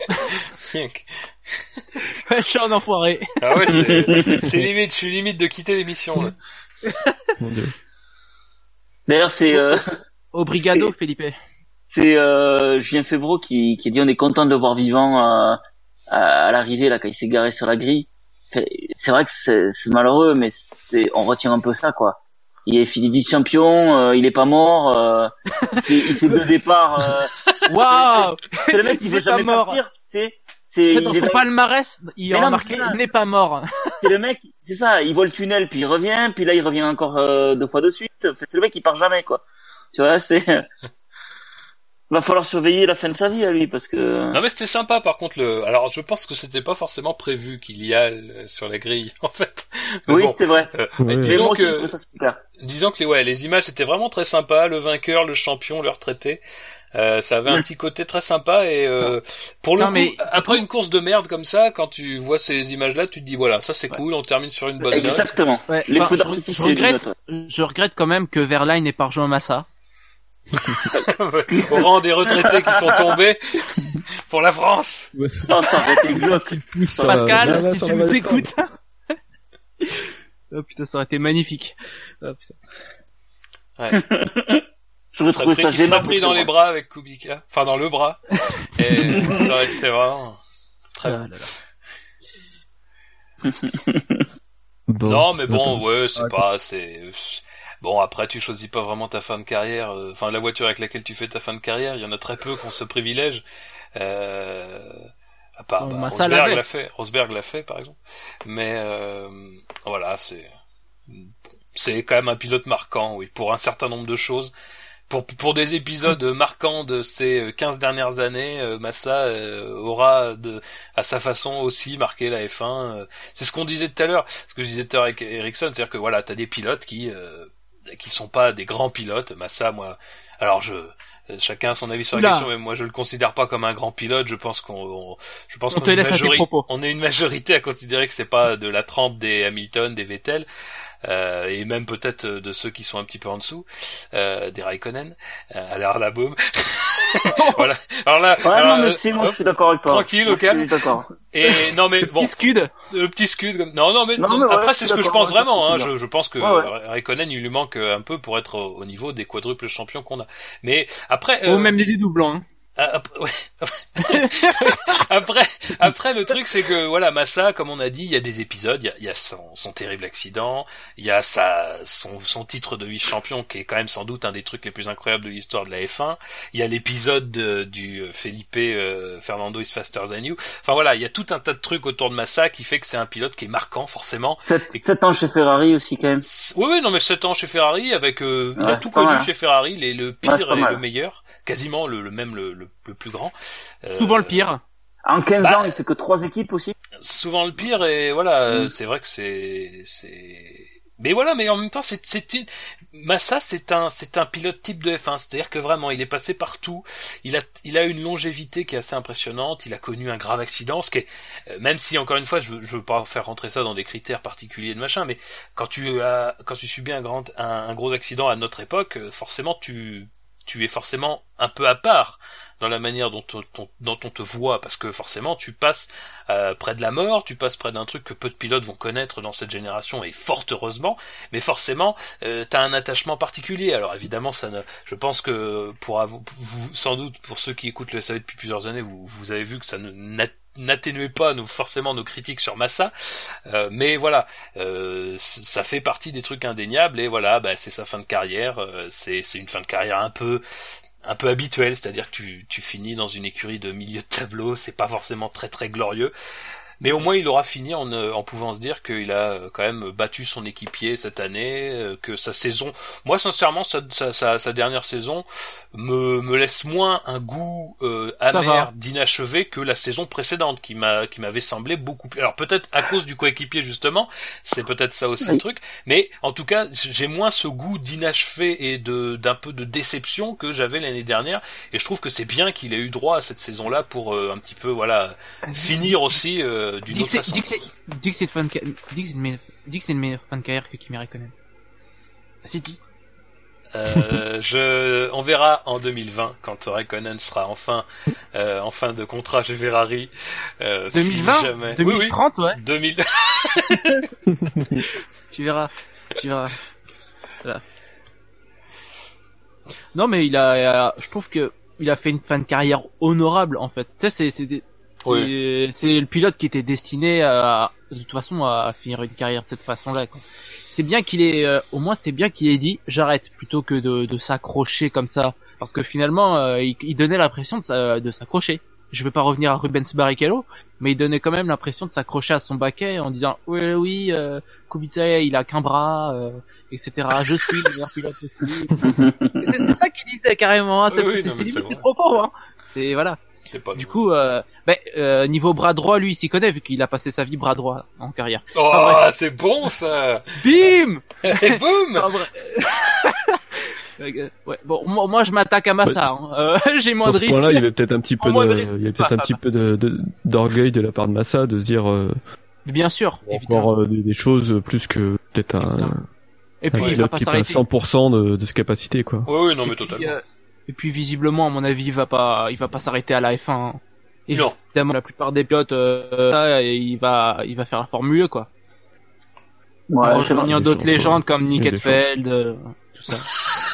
Je suis un enfoiré. Ah ouais, c'est, c'est limite, je suis limite de quitter l'émission, là. Mon Dieu. D'ailleurs, c'est euh, Au brigado, Felipe. c'est euh, Julien Febvreau qui, qui a dit on est content de le voir vivant euh, à, à l'arrivée là quand il s'est garé sur la grille. C'est vrai que c'est, c'est malheureux, mais c'est, on retient un peu ça quoi. Il est fini vice-champion, euh, il est pas mort, euh, il, fait, il fait deux départs. Euh, Waouh! c'est le mec qui Il veut est pas jamais mort. partir, tu sais. C'est, C'est dans il est son dans- palmarès, il Mais a non, mais remarqué, c'est ça. il n'est pas mort. c'est le mec, c'est ça, il voit le tunnel puis il revient, puis là il revient encore euh, deux fois de suite. En fait, c'est le mec qui part jamais quoi. Tu vois, c'est va falloir surveiller la fin de sa vie à lui parce que Non mais c'était sympa par contre le. Alors je pense que c'était pas forcément prévu qu'il y a le- sur la grille en fait. Mais oui, bon, c'est vrai. euh, Ouais. mais Mais disons moi aussi, je que trouve ça super. disons que les ouais les images étaient vraiment très sympas. Le vainqueur, le champion, le retraité. Euh, ça avait un Mm. petit côté très sympa et euh, pour le Non, coup mais- après une course de merde comme ça, quand tu vois ces images-là, tu te dis voilà ça c'est cool, on termine sur une bonne note. Exactement. Ouais, Les enfin, feux je- d'artifice, je c'est une regrette, note, je regrette quand même que Verlaine n'ait pas rejoint Massa. Au rang des retraités qui sont tombés pour la France. Ouais, c'est- Non, ça aurait été glauque. Ça Pascal, va, ça si va, tu ça nous va, écoutes. Oh putain, ça aurait été magnifique. Oh, putain. Ouais. J'aurais Il serait trouvé pris, ça il serait gênant. pris dans les bras avec Kubica, enfin dans le bras, et ça aurait été vraiment très Ah bon. là là. Bon. Non, mais bon, Attends. ouais, c'est Ah, pas, c'est bon. Après, tu choisis pas vraiment ta fin de carrière. euh, Enfin, la voiture avec laquelle tu fais ta fin de carrière, il y en a très peu qui ont ce privilège. Euh... À part, Bon, bah, Massa Rosberg l'avait. l'a fait. Rosberg l'a fait, par exemple. Mais euh... voilà, c'est c'est quand même un pilote marquant, oui, pour un certain nombre de choses. Pour, pour des épisodes marquants de ces quinze dernières années, euh, Massa euh, aura de, à sa façon aussi marqué la F un. euh. C'est ce qu'on disait tout à l'heure, ce que je disais tout à l'heure avec Ericsson, c'est-à-dire que voilà, t'as des pilotes qui euh, qui sont pas des grands pilotes. Massa, moi, alors je chacun a son avis sur la Oula. question, mais moi je le considère pas comme un grand pilote. Je pense qu'on, on- je pense On qu'on te est une laisse à tes majori- propos. on est une majorité à considérer que c'est pas de la trempe des Hamilton, des Vettel. Euh, et même peut-être de ceux qui sont un petit peu en dessous, euh, des Raikkonen, euh, alors la boum. Voilà. Alors là, Ouais, alors, non, mais euh, c'est, moi, hop, je suis d'accord avec toi. tranquille, Moi, au calme. Je suis d'accord. et non mais bon, Petit scud. le petit scud. Comme... Non, non mais, Non, non, mais ouais, après je c'est suis ce que je d'accord, pense ouais, vraiment. Hein. c'est Je, je pense que Ouais, ouais. Raikkonen il lui manque un peu pour être au, au niveau des quadruples champions qu'on a. Mais après, Ou euh, même des doublons. Hein. ah, Après, ouais. après, après, le truc, c'est que, voilà, Massa, comme on a dit, il y a des épisodes, il y a, il y a son, son terrible accident, il y a sa, son, son titre de vice-champion, qui est quand même sans doute un des trucs les plus incroyables de l'histoire de la F un, il y a l'épisode de- du Felipe euh, Fernando is faster than you, enfin voilà, il y a tout un tas de trucs autour de Massa qui fait que c'est un pilote qui est marquant, forcément. Sept, sept ans chez Ferrari aussi, quand même. Oui, oui, non, mais sept ans chez Ferrari, avec, euh, il Ouais, a tout c'est pas connu mal. chez Ferrari, les, le pire Ouais, c'est pas et mal. le meilleur, quasiment le, le même le, le, le plus grand. Euh, Souvent le pire. En quinze Bah, ans, il fait que trois équipes aussi. souvent le pire et voilà euh, Mm. c'est vrai que c'est c'est mais voilà mais en même temps c'est c'est une... Massa c'est un c'est un pilote type de F un, c'est-à-dire que vraiment il est passé partout, il a il a une longévité qui est assez impressionnante, il a connu un grave accident, ce qui est euh, même si encore une fois je veux, je veux pas faire rentrer ça dans des critères particuliers de machin, mais quand tu as quand tu subis un grand un, un gros accident à notre époque, euh, forcément tu tu es forcément un peu à part dans la manière dont on, dont, dont on te voit, parce que forcément tu passes euh, près de la mort, tu passes près d'un truc que peu de pilotes vont connaître dans cette génération, et fort heureusement, mais forcément euh, t'as un attachement particulier. Alors évidemment ça ne, je pense que pour vous, sans doute pour ceux qui écoutent le S A V depuis plusieurs années, vous, vous avez vu que ça ne n'at- n'atténuait pas nous, forcément nos critiques sur Massa, euh, mais voilà, euh, c- ça fait partie des trucs indéniables, et voilà, bah, c'est sa fin de carrière, euh, c'est, c'est une fin de carrière un peu un peu habituelle, c'est-à-dire que tu, tu finis dans une écurie de milieu de tableau, c'est pas forcément très très glorieux, Mais au moins, il aura fini en, en pouvant se dire qu'il a quand même battu son équipier cette année, que sa saison... Moi, sincèrement, sa, sa, sa, sa dernière saison me, me laisse moins un goût euh, amer d'inachevé que la saison précédente, qui m'a qui m'avait semblé beaucoup plus... Alors peut-être à cause du coéquipier, justement, c'est peut-être ça aussi oui. le truc, mais en tout cas, j'ai moins ce goût d'inachevé et de d'un peu de déception que j'avais l'année dernière, et je trouve que c'est bien qu'il ait eu droit à cette saison-là pour euh, un petit peu, voilà, finir aussi... Euh, d'une dis autre façon. Dis que c'est une, une, une meilleure fin de carrière que Kimi Räikkönen. City. Euh, je, on verra en deux mille vingt quand Räikkönen sera enfin euh, en fin de contrat chez Ferrari. Euh, deux mille vingt, si jamais... deux mille trente, oui, oui. ouais. deux mille. Tu verras, tu verras. Voilà. Non, mais il a, je trouve que il a fait une fin de carrière honorable en fait. Tu sais, c'est, c'est des... Oui. C'est, c'est le pilote qui était destiné à, de toute façon, à finir une carrière de cette façon-là, quoi. C'est bien qu'il ait, euh, au moins c'est bien qu'il ait dit j'arrête plutôt que de, de s'accrocher comme ça, parce que finalement euh, il, il donnait l'impression de, sa, de s'accrocher. Je veux pas revenir à Rubens Barrichello, mais il donnait quand même l'impression de s'accrocher à son baquet en disant oui oui euh, Kubica il a qu'un bras, euh, et cetera. Je suis le meilleur pilote aussi. c'est, c'est ça qu'il disait carrément. Hein. C'est, oui, oui, c'est, non, c'est limite des propos. Hein. C'est voilà. Du coup, euh, ben, euh, niveau bras droit, lui, il s'y connaît vu qu'il a passé sa vie bras droit en carrière. Oh, enfin, c'est bon ça. Bim. Et boum. Ouais, bon, moi, moi, je m'attaque à Massa. Hein. Euh, j'ai moins de risques. À ce point-là, il y avait peut-être un petit peu, de, de risque, il y avait peut-être un petit peu de, de, d'orgueil de la part de Massa de se dire. Euh, Bien sûr. Encore euh, des, des choses plus que peut-être un. Et puis, un il va pas qui s'arrêter. Pas cent pour cent de, de ses capacités, quoi. Oui, oui, non, mais totalement. Euh, Et puis visiblement, à mon avis, il va pas, il va pas s'arrêter à la F un. Et non. Évidemment, la plupart des pilotes, euh, ça, il va, il va faire la Formule, quoi. Ouais. En rejoignant d'autres légendes comme Nick Heidfeld, euh, tout ça.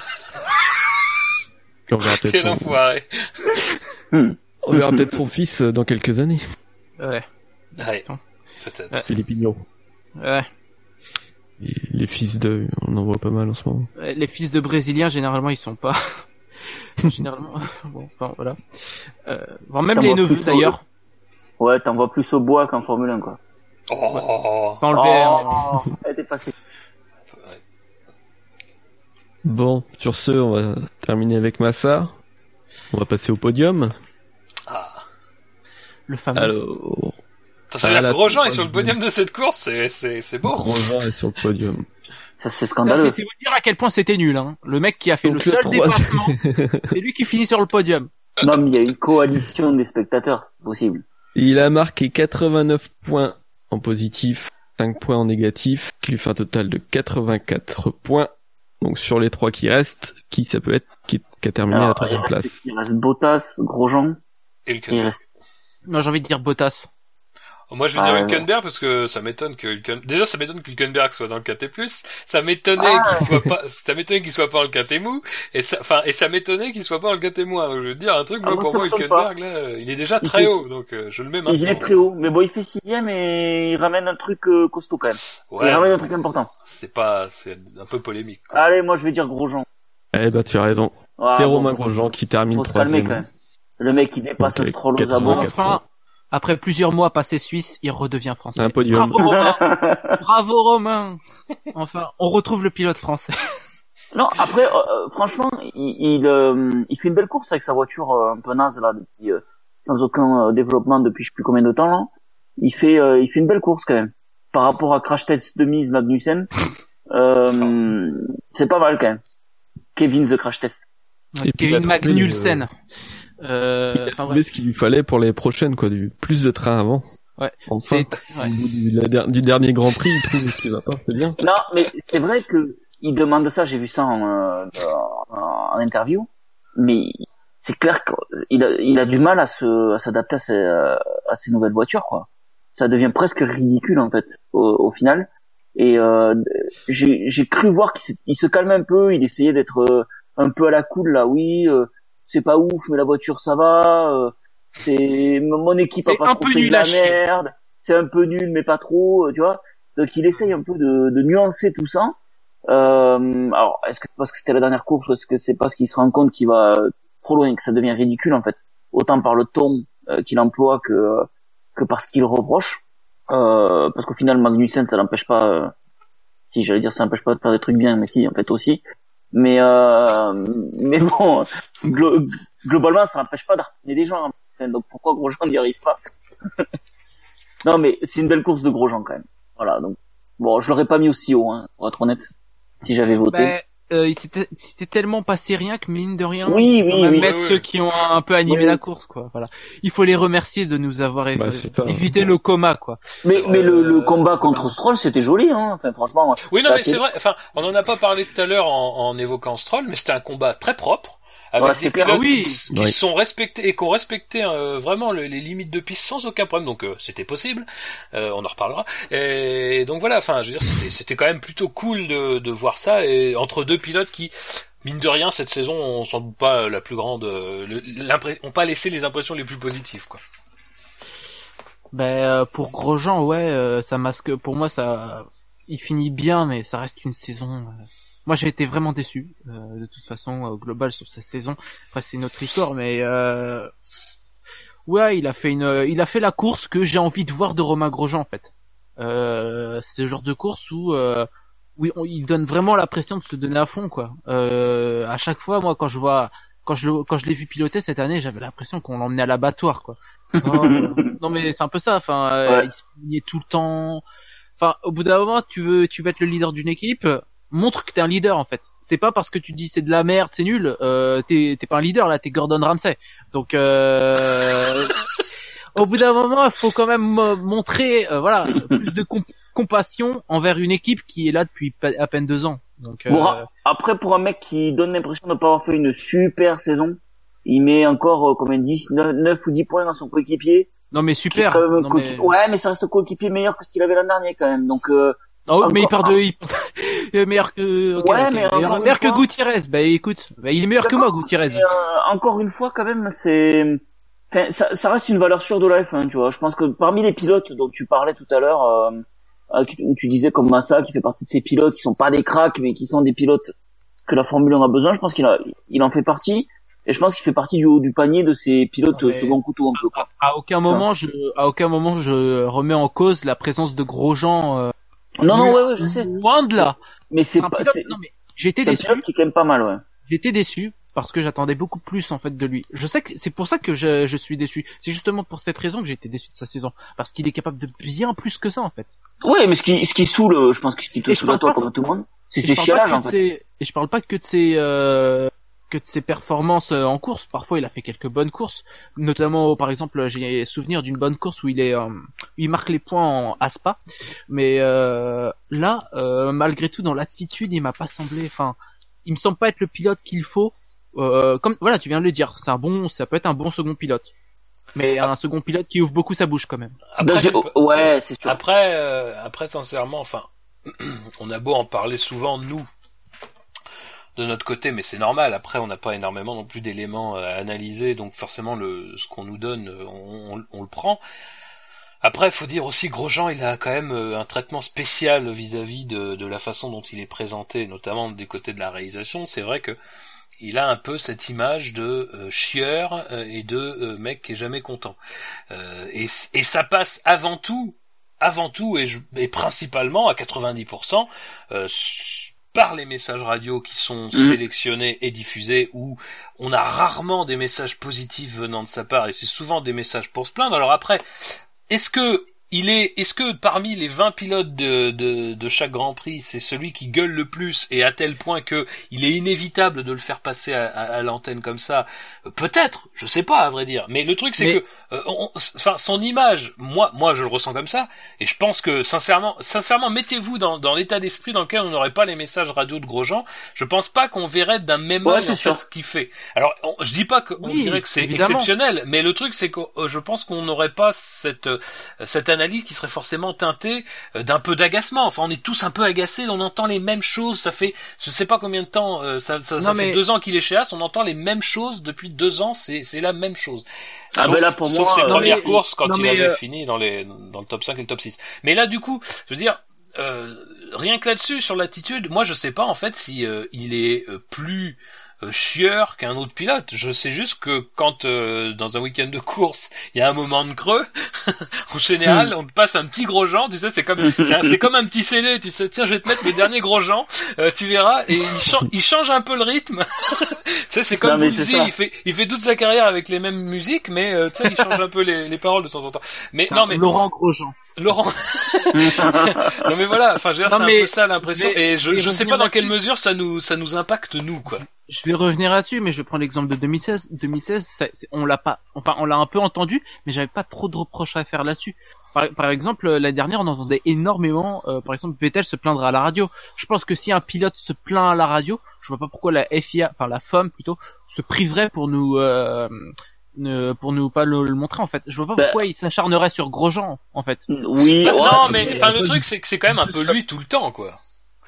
On verra peut-être. Quel enfoiré. Son... On verra peut-être son fils dans quelques années. Ouais. Ouais. Peut-être. Ouais. Philippe Igno. Ouais. Et les fils de, on en voit pas mal en ce moment. Les fils de Brésiliens, généralement, ils sont pas. Généralement, bon, enfin, voilà. Euh, voire même les neveux d'ailleurs. Au... Ouais, t'en vois plus au bois qu'en Formule un, quoi. Oh, ouais. oh, oh, oh elle était facile. Ouais. Bon, sur ce, on va terminer avec Massa. On va passer au podium. Ah. Le fameux. Alors. Ça veut dire que Grosjean est sur le podium de cette course, c'est, c'est, c'est beau. Grosjean est sur le podium. Ça, c'est scandaleux. Ça, c'est, c'est vous dire à quel point c'était nul, hein. Le mec qui a fait Donc le, le seul dépassement, c'est lui qui finit sur le podium. Non, mais il y a une coalition des spectateurs, c'est possible. Il a marqué quatre-vingt-neuf points en positif, cinq points en négatif, qui lui fait un total de quatre-vingt-quatre points. Donc sur les trois qui restent, qui ça peut être qui, qui a terminé Alors, à la troisième place. Il reste Bottas, Grosjean. Et le reste... Non, j'ai envie de dire Bottas. Moi, je vais ah, dire ouais. Hülkenberg parce que ça m'étonne que Hülken... déjà ça m'étonne que Hülkenberg soit dans le K T plus. Ça m'étonnait ah. qu'il soit pas, ça m'étonnait qu'il soit pas dans le K T mou. Et ça, enfin, et ça m'étonnait qu'il soit pas dans le K T moins. Donc, je veux dire un truc, moi, ah, moi pour moi, Hülkenberg, là, il est déjà il très fait... haut, donc euh, je le mets maintenant. Il est très haut, mais bon, il fait sixième et il ramène un truc euh, costaud quand même. Ouais, il ramène un truc important. C'est pas, c'est un peu polémique, quoi. Allez, moi, je vais dire Grosjean. Eh bah, tu as raison. Ah, c'est bon, Romain Grosjean qui termine troisième. Quand même. Le mec, il dépasse le Stroll aux abords. Enfin. Après plusieurs mois passés suisse, il redevient français. Un podium. Bravo Romain. Bravo Romain. Enfin, on retrouve le pilote français. Non, après, euh, franchement, il, il, euh, il fait une belle course avec sa voiture euh, un peu naze là, depuis, euh, sans aucun euh, développement depuis je sais plus combien de temps là. Il fait, euh, il fait une belle course quand même. Par rapport à Crash Test de mise Magnussen, euh, c'est pas mal quand même. Kevin the Crash Test. Ouais, Kevin Magnussen. Euh... Euh, il a trouvé ouais. ce qu'il lui fallait pour les prochaines, quoi, du plus de trains avant. Ouais. Enfin, ouais. Du, du, du dernier Grand Prix, il trouve ce qui va pas, c'est bien. Non, mais c'est vrai que il demande ça, j'ai vu ça en, euh, en, en interview, mais c'est clair qu'il a, il a du mal à se, à s'adapter à ces, à ces nouvelles voitures, quoi. Ça devient presque ridicule, en fait, au, au final. Et, euh, j'ai, j'ai cru voir qu'il il se calme un peu, il essayait d'être euh, un peu à la cool, là, oui, euh, c'est pas ouf, mais la voiture ça va. Euh, c'est mon équipe c'est a pas trop fait de la merde. C'est un peu nul, mais pas trop, tu vois. Donc il essaye un peu de, de nuancer tout ça. Euh, alors est-ce que c'est parce que c'était la dernière course ou est-ce que c'est parce qu'il se rend compte qu'il va trop loin et que ça devient ridicule en fait, autant par le ton euh, qu'il emploie que que par ce qu'il reproche. Euh, parce qu'au final, Magnussen, ça l'empêche pas, euh, si j'allais dire ça l'empêche pas de faire des trucs bien, mais si, en fait aussi. Mais, euh, mais bon, glo- globalement, ça l'empêche pas d'harponner des gens. Hein. Donc pourquoi Grosjean n'y arrive pas? Non, mais c'est une belle course de Grosjean quand même. Voilà, donc bon, je l'aurais pas mis aussi haut, hein, pour être honnête, si j'avais voté. Bah, euh, c'était, c'était tellement passé rien que mine de rien. Oui, oui, on va oui. mettre oui, ceux oui. qui ont un peu animé Oui. la course, quoi. Voilà. Il faut les remercier de nous avoir Bah, é- c'est ça. évité le coma, quoi. Mais, mais le, le Euh, combat contre Stroll, c'était joli, hein. Enfin, franchement. Oui, non, la mais c'est télé- vrai. Enfin, on en a pas parlé tout à l'heure en, en évoquant Stroll, mais c'était un combat très propre. Avec Ouais, des c'est clair. pilotes Oui. qui, qui Oui. sont respectés et qui ont respecté euh, vraiment le- les limites de piste sans aucun problème. Donc euh, c'était possible. Euh, on en reparlera. Et donc voilà. Enfin, je veux dire, c'était c'était quand même plutôt cool de, de voir ça et entre deux pilotes qui, mine de rien, cette saison, on s'en doute pas la plus grande. euh, le- l'impré- ont pas laissé les impressions les plus positives, quoi. Ben euh, pour Grosjean, ouais, euh, ça masque. Pour moi, ça, il finit bien, mais ça reste une saison. euh, Moi, j'ai été vraiment déçu, euh, de toute façon, au global sur cette saison. Après, c'est une autre histoire, mais euh... ouais, il a fait une, il a fait la course que j'ai envie de voir de Romain Grosjean en fait. Euh, c'est le genre de course où, euh, où on- il donne vraiment la pression de se donner à fond, quoi. Euh, à chaque fois, moi, quand je vois, quand je le, quand je l'ai vu piloter cette année, j'avais l'impression qu'on l'emmenait à l'abattoir, quoi. Oh, non, mais c'est un peu ça. Enfin, euh, Ouais. il se plaignait tout le temps. Enfin, au bout d'un moment, tu veux, tu veux être le leader d'une équipe. Montre que t'es un leader en fait. C'est pas parce que tu dis c'est de la merde, c'est nul. Euh, t'es, t'es pas un leader là, t'es Gordon Ramsay. Donc euh, au bout d'un moment, il faut quand même euh, montrer, euh, voilà, plus de comp- compassion envers une équipe qui est là depuis pa- à peine deux ans. Donc euh, Bon, a- après, pour un mec qui donne l'impression de ne pas avoir fait une super saison, il met encore, euh, combien, dix, neuf ou dix points dans son coéquipier. non mais Qui est super. quand même un Non, coéquipier- mais... Ouais, mais ça reste un coéquipier meilleur que ce qu'il avait l'an dernier quand même. Donc, euh, Oh, mais il encore- part de, il... il est meilleur que, ok, Ouais, ok. mais meilleur, encore une meilleur que fois- Gutiérrez. Bah écoute, bah, il est meilleur que moi Gutiérrez. mais, euh, encore une fois, quand même, c'est, enfin, ça, ça reste une valeur sûre de la F un, tu vois. Je pense que parmi les pilotes dont tu parlais tout à l'heure, euh, euh, où tu disais comme Massa, qui fait partie de ces pilotes qui sont pas des cracks, mais qui sont des pilotes que la Formule un a besoin, je pense qu'il a, il en fait partie. Et je pense qu'il fait partie du haut du panier de ces pilotes Ouais. euh, second couteau un peu, quoi. À aucun moment je, à aucun moment je remets en cause la présence de Grosjean. Euh, Non, non, ouais, ouais, je sais. Loin de là. Mais c'est C'est un pas, pilote- c'est, non mais j'ai été c'est un déçu. pilote qui est quand même pas mal, ouais. J'étais déçu parce que j'attendais beaucoup plus en fait de lui. Je sais que c'est pour ça que je, je suis déçu. C'est justement pour cette raison que j'ai été déçu de sa saison parce qu'il est capable de bien plus que ça en fait. Ouais, mais ce qui, ce qui saoule, je pense que ce qui Et te je saoule à parle toi pas- comme à tout le monde, c'est Et ses je parle pas chialages, que en de fait. ses- Et je parle pas que de ses euh, que de ses performances euh, en course. Parfois, il a fait quelques bonnes courses, notamment par exemple, j'ai souvenir d'une bonne course où il est, euh, il marque les points en à Spa. Mais euh, là, euh, malgré tout, dans l'attitude, il m'a pas semblé. Enfin, il me semble pas être le pilote qu'il faut. Euh, comme voilà, tu viens de le dire, c'est un bon, ça peut être un bon second pilote. Mais un second pilote qui ouvre beaucoup sa bouche quand même. Après, Non, c'est je- pas- ouais, c'est sûr. Après, euh, après, sincèrement, enfin, on a beau en parler souvent, nous, de notre côté, mais c'est normal. Après, on n'a pas énormément non plus d'éléments à analyser, donc forcément, le, ce qu'on nous donne, on, on, on le prend. Après, faut dire aussi, Grosjean, il a quand même un traitement spécial vis-à-vis de, de la façon dont il est présenté, notamment du côté de la réalisation. C'est vrai que il a un peu cette image de euh, chieur euh, et de euh, mec qui est jamais content. Euh, et, et ça passe avant tout, avant tout et, je, et principalement à quatre-vingt-dix pour cent euh, par les messages radio qui sont Mmh. sélectionnés et diffusés, où on a rarement des messages positifs venant de sa part, et c'est souvent des messages pour se plaindre. Alors après, est-ce que il est, est-ce que parmi les vingt pilotes de, de, de chaque Grand Prix, c'est celui qui gueule le plus, et à tel point que il est inévitable de le faire passer à, à, à l'antenne comme ça? Peut-être, je sais pas, à vrai dire. Mais le truc, c'est Mais... que, euh, on, enfin, son image, moi, moi, je le ressens comme ça, et je pense que sincèrement, sincèrement, mettez-vous dans, dans l'état d'esprit dans lequel on n'aurait pas les messages radio de Grosjean. Je pense pas qu'on verrait d'un même Ouais, œil c'est en sûr. fait ce qu'il fait. Alors, on, je dis pas qu'on Oui, dirait que c'est évidemment. exceptionnel, mais le truc, c'est que euh, je pense qu'on n'aurait pas cette cette analyse qui serait forcément teintée euh, d'un peu d'agacement. Enfin, on est tous un peu agacés, on entend les mêmes choses. Ça fait, je sais pas combien de temps, euh, ça, ça, ça Non, fait mais- deux ans qu'il est chez As, on entend les mêmes choses depuis deux ans. C'est c'est la même chose. Ah, sauf ben là, pour sauf moi, ses euh, premières mais- courses quand non, il mais, avait euh, fini dans les dans le top cinq et le top six. Mais là, du coup, je veux dire. Euh, rien que là-dessus, sur l'attitude, moi je sais pas en fait si euh, il est euh, plus euh, chieur qu'un autre pilote. Je sais juste que quand euh, dans un week-end de course, il y a un moment de creux, en général, on te passe un petit Grosjean, tu sais, c'est comme c'est, un, c'est comme un petit C D, tu sais, tiens, je vais te mettre le dernier Grosjean, euh, tu verras, et il, cha- il change un peu le rythme. Tu sais, c'est comme Woolsey, il fait il fait toute sa carrière avec les mêmes musiques, mais euh, tu sais, il change un peu les, les paroles de temps en temps. Mais non, mais Laurent Grosjean. Laurent. Non mais voilà, enfin je veux dire, Non, c'est mais un peu ça l'impression, je vais- et je je vais je sais revenir pas dans quelle là-dessus. mesure ça nous ça nous impacte nous quoi. Je vais revenir là-dessus, mais je vais prendre l'exemple de deux mille seize. deux mille seize, ça, c'est- on l'a pas, enfin, on l'a un peu entendu, mais j'avais pas trop de reproches à faire là-dessus. Par, par exemple, l'année dernière, on entendait énormément, euh, par exemple, Vettel se plaindre à la radio. Je pense que si un pilote se plaint à la radio, je vois pas pourquoi la F I A, enfin la F O M plutôt, se priverait pour nous, euh, ne, pour nous pas le, le montrer en fait. Je vois pas Bah. pourquoi il s'acharnerait sur Grosjean en fait. Oui, Enfin, ouais, non mais enfin le après, truc c'est que c'est quand même un peu lui tout le temps quoi.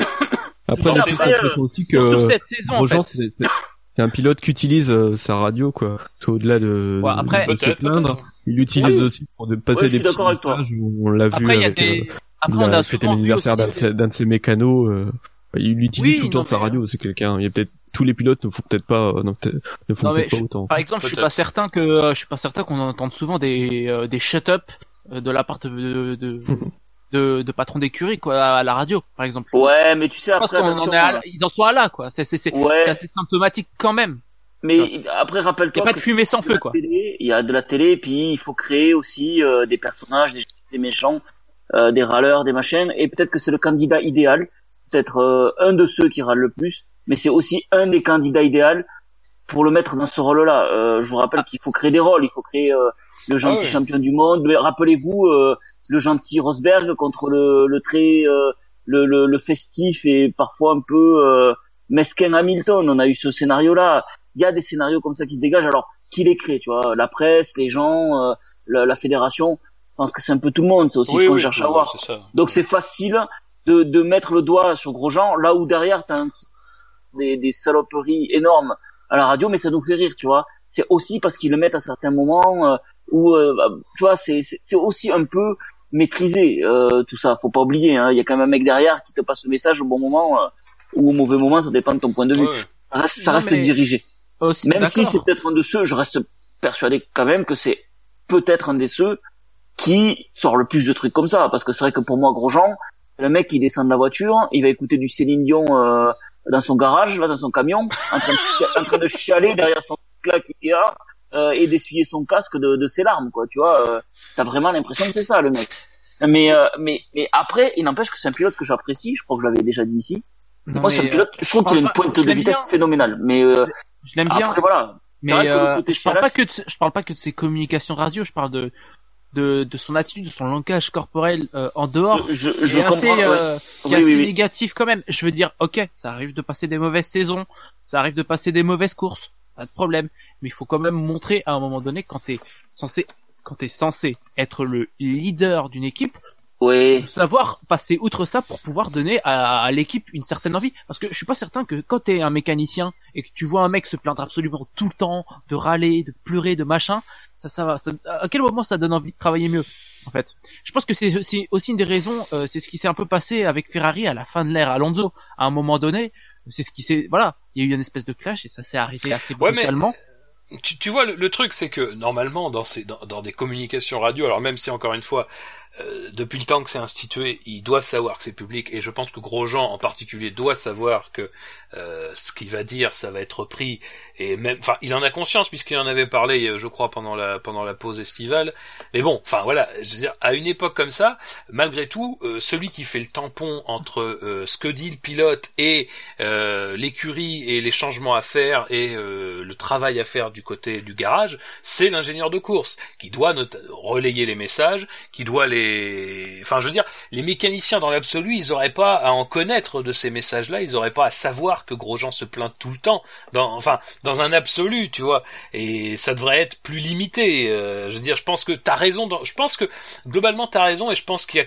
Après, Non, j'ai c'est plus vrai, l'impression aussi que Surtout cette saison en Grosjean, fait. c'est, c'est, c'est un pilote qui utilise euh, sa radio, quoi. C'est au-delà de, Ouais, après- de se Peut-être, plaindre. peut-être. Il l'utilise Oui. aussi pour de passer Ouais, je des suis petits d'accord avec toi. messages où on l'a vu Après, il y a avec, des, euh, après, il on a a fêté souvent vu l'anniversaire aussi d'un de, des- ses, d'un de ses mécanos, euh, il l'utilise Oui, tout le temps non, sa mais, radio, c'est quelqu'un, il y a peut-être, tous les pilotes ne font peut-être pas, euh, non, peut-être, ne font Non, mais peut-être pas je- autant. Par exemple, je suis Peut-être. pas certain que euh, je suis pas certain qu'on entende souvent des euh, des shut-up euh, de la part de de, de, de, de patrons d'écurie quoi à la radio par exemple. ouais, mais tu sais, Parce après, qu'on en attention, est à- ils en sont à là quoi. C'est c'est c'est Ouais. c'est assez symptomatique quand même. mais après, Il y rappelle-toi a pas que de fumée sans de feu la quoi. télé, il y a de la télé, et puis il faut créer aussi euh, des personnages, des, des méchants, euh, des râleurs, des machines, et peut-être que c'est le candidat idéal, peut-être euh, un de ceux qui râlent le plus, mais c'est aussi un des candidats idéaux pour le mettre dans ce rôle-là. Euh, je vous rappelle qu'il faut créer des rôles, il faut créer euh, le gentil Ah ouais. champion du monde. Mais rappelez-vous euh, le gentil Rosberg contre le, le très euh, le, le, le festif et parfois un peu euh, mesquin Hamilton. On a eu ce scénario-là. Il y a des scénarios comme ça qui se dégagent. Alors qui les crée, tu vois, la presse, les gens, euh, la, la fédération. Je pense que c'est un peu tout le monde. C'est aussi Oui ce qu'on oui, cherche tout- à voir. c'est ça. Donc c'est facile de, de mettre le doigt sur Grosjean, là où derrière t'as un petit, des, des saloperies énormes à la radio, mais ça nous fait rire, tu vois. C'est aussi parce qu'ils le mettent à certains moments euh, où, euh, tu vois, c'est, c'est, c'est aussi un peu maîtrisé euh, tout ça. Faut pas oublier, hein. Il y a quand même un mec derrière qui te passe le message au bon moment euh, ou au mauvais moment, ça dépend de ton point de vue. Ouais, ouais. Ça reste, ça Non, reste mais- dirigé. Aussi, Même si d'accord. c'est peut-être un de ceux, je reste persuadé quand même que c'est peut-être un des ceux qui sort le plus de trucs comme ça. Parce que c'est vrai que pour moi, Grosjean, le mec qui descend de la voiture, il va écouter du Céline Dion euh, dans son garage, là, dans son camion, en train de, chi- en train de chialer derrière son claque Ikea euh, et d'essuyer son casque de, de ses larmes, quoi. Tu vois, euh, t'as vraiment l'impression que c'est ça, le mec. Mais euh, mais mais après, il n'empêche que c'est un pilote que j'apprécie. Je crois que je l'avais déjà dit ici. Non, Moi, c'est un mais, pilote. euh, Je trouve qu'il a une parle pas- pointe je de l'aime vitesse bien. phénoménale. Mais euh, Je l'aime bien. après, voilà. Mais vrai que le euh, côté je parle challenge- pas que de, je parle pas que de ses communications radio, je parle de de, de son attitude, de son langage corporel euh, en dehors, Je, je, qui je est assez, comprends. ouais. euh, qui est Oui, assez oui, oui. négatif quand même. Je veux dire, ok, ça arrive de passer des mauvaises saisons, ça arrive de passer des mauvaises courses, pas de problème. Mais il faut quand même montrer à un moment donné quand t'es censé, quand t'es censé être le leader d'une équipe, Oui. savoir passer outre ça pour pouvoir donner à, à l'équipe une certaine envie. Parce que je suis pas certain que quand t'es un mécanicien et que tu vois un mec se plaindre absolument tout le temps, de râler, de pleurer, de machin, ça, ça va. Ça, à quel moment ça donne envie de travailler mieux, en fait? Je pense que c'est aussi, aussi une des raisons. Euh, c'est ce qui s'est un peu passé avec Ferrari à la fin de l'ère Alonso. À un moment donné, c'est ce qui s'est. Voilà, il y a eu une espèce de clash et ça s'est arrêté assez Ouais, mais- brutalement. Tu, tu vois, le, le truc, c'est que normalement, dans, ces, dans, dans des communications radio, alors même si encore une fois, euh, depuis le temps que c'est institué, ils doivent savoir que c'est public, et je pense que Grosjean en particulier doit savoir que euh, ce qu'il va dire, ça va être repris, et même, enfin, il en a conscience puisqu'il en avait parlé, je crois, pendant la pendant la pause estivale. Mais bon, enfin voilà, je veux dire, à une époque comme ça, malgré tout, euh, celui qui fait le tampon entre euh, ce que dit le pilote et euh, l'écurie et les changements à faire et euh, le travail à faire du côté du garage, c'est l'ingénieur de course qui doit not- relayer les messages, qui doit les, enfin je veux dire, les mécaniciens dans l'absolu, ils auraient pas à en connaître de ces messages-là, ils auraient pas à savoir que Grosjean se plaint tout le temps, dans, enfin dans un absolu, tu vois, et ça devrait être plus limité. Euh, je veux dire, je pense que t'as raison, dans, je pense que globalement t'as raison, et je pense qu'il y a quand même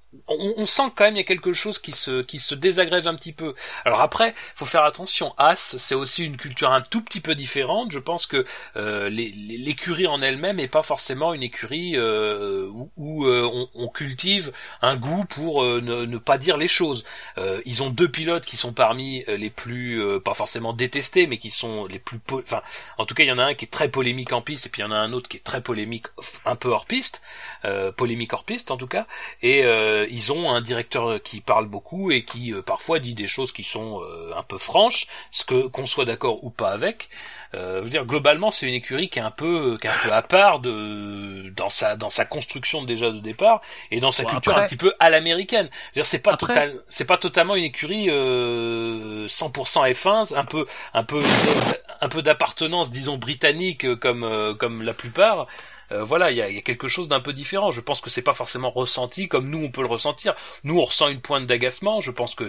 on, on sent quand même il y a quelque chose qui se qui se désagrège un petit peu. Alors après, faut faire attention. As, c'est aussi une culture un tout petit peu différente. Je pense que euh, les, les, l'écurie en elle-même est pas forcément une écurie euh, où, où euh, on, on cultive un goût pour euh, ne, ne pas dire les choses. Euh, ils ont deux pilotes qui sont parmi les plus euh, pas forcément détestés, mais qui sont les plus po- enfin en tout cas il y en a un qui est très polémique en piste et puis il y en a un autre qui est très polémique un peu hors piste, euh, polémique hors piste en tout cas. Et euh, ils ont un directeur qui parle beaucoup et qui euh, parfois dit des choses qui sont euh, un peu franches, ce que qu'on soit d'accord ou pas avec. Euh, je veux dire globalement c'est une écurie qui est un peu qui est un peu à part de dans sa dans sa construction déjà de départ et dans sa bon, culture après, un petit peu à l'américaine. Je veux dire c'est pas après, total c'est pas totalement une écurie euh, cent pour cent F un, un peu un peu un peu d'appartenance disons britannique comme euh, comme la plupart. Euh, voilà, il y a, y a quelque chose d'un peu différent. Je pense que c'est pas forcément ressenti comme nous on peut le ressentir. Nous on ressent une pointe d'agacement. Je pense que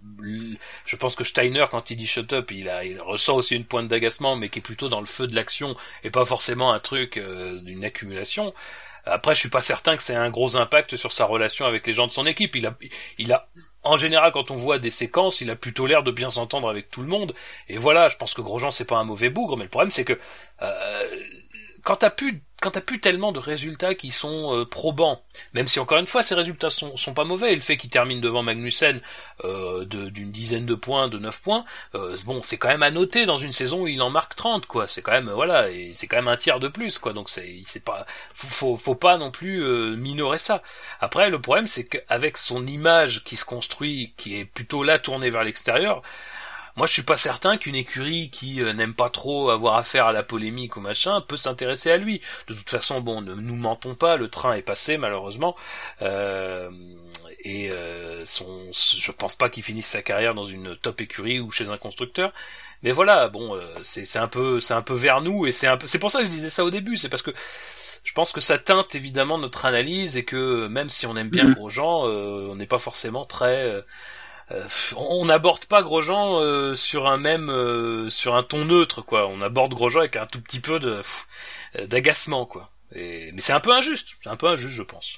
je pense que Steiner quand il dit shut up, il, a, il ressent aussi une pointe d'agacement, mais qui est plutôt dans le feu de l'action et pas forcément un truc euh, d'une accumulation. Après, je suis pas certain que c'est un gros impact sur sa relation avec les gens de son équipe. Il a, il a, en général, quand on voit des séquences, il a plutôt l'air de bien s'entendre avec tout le monde. Et voilà, je pense que Grosjean c'est pas un mauvais bougre, mais le problème c'est que euh, quand t'as plus quand t'as plus tellement de résultats qui sont euh, probants, même si encore une fois ces résultats sont sont pas mauvais, et le fait qu'il termine devant Magnussen euh, de, d'une dizaine de points, de neuf points, euh, bon c'est quand même à noter dans une saison où il en marque trente quoi, c'est quand même voilà, et c'est quand même un tiers de plus quoi, donc c'est c'est pas faut faut, faut pas non plus euh, minorer ça. Après le problème c'est qu'avec son image qui se construit, qui est plutôt là tournée vers l'extérieur, moi, je suis pas certain qu'une écurie qui euh, n'aime pas trop avoir affaire à la polémique ou machin peut s'intéresser à lui. De toute façon, bon, ne nous mentons pas, le train est passé malheureusement, euh, et euh, son, je pense pas qu'il finisse sa carrière dans une top écurie ou chez un constructeur. Mais voilà, bon, euh, c'est, c'est un peu, c'est un peu vers nous, et c'est un peu, c'est pour ça que je disais ça au début, c'est parce que je pense que ça teinte évidemment notre analyse et que même si on aime bien mmh. Grosjean, euh, on n'est pas forcément très euh, Euh, on n'aborde pas Grosjean euh, sur un même euh, sur un ton neutre quoi. On aborde Grosjean avec un tout petit peu de pff, d'agacement quoi. Et, mais c'est un peu injuste, c'est un peu injuste je pense.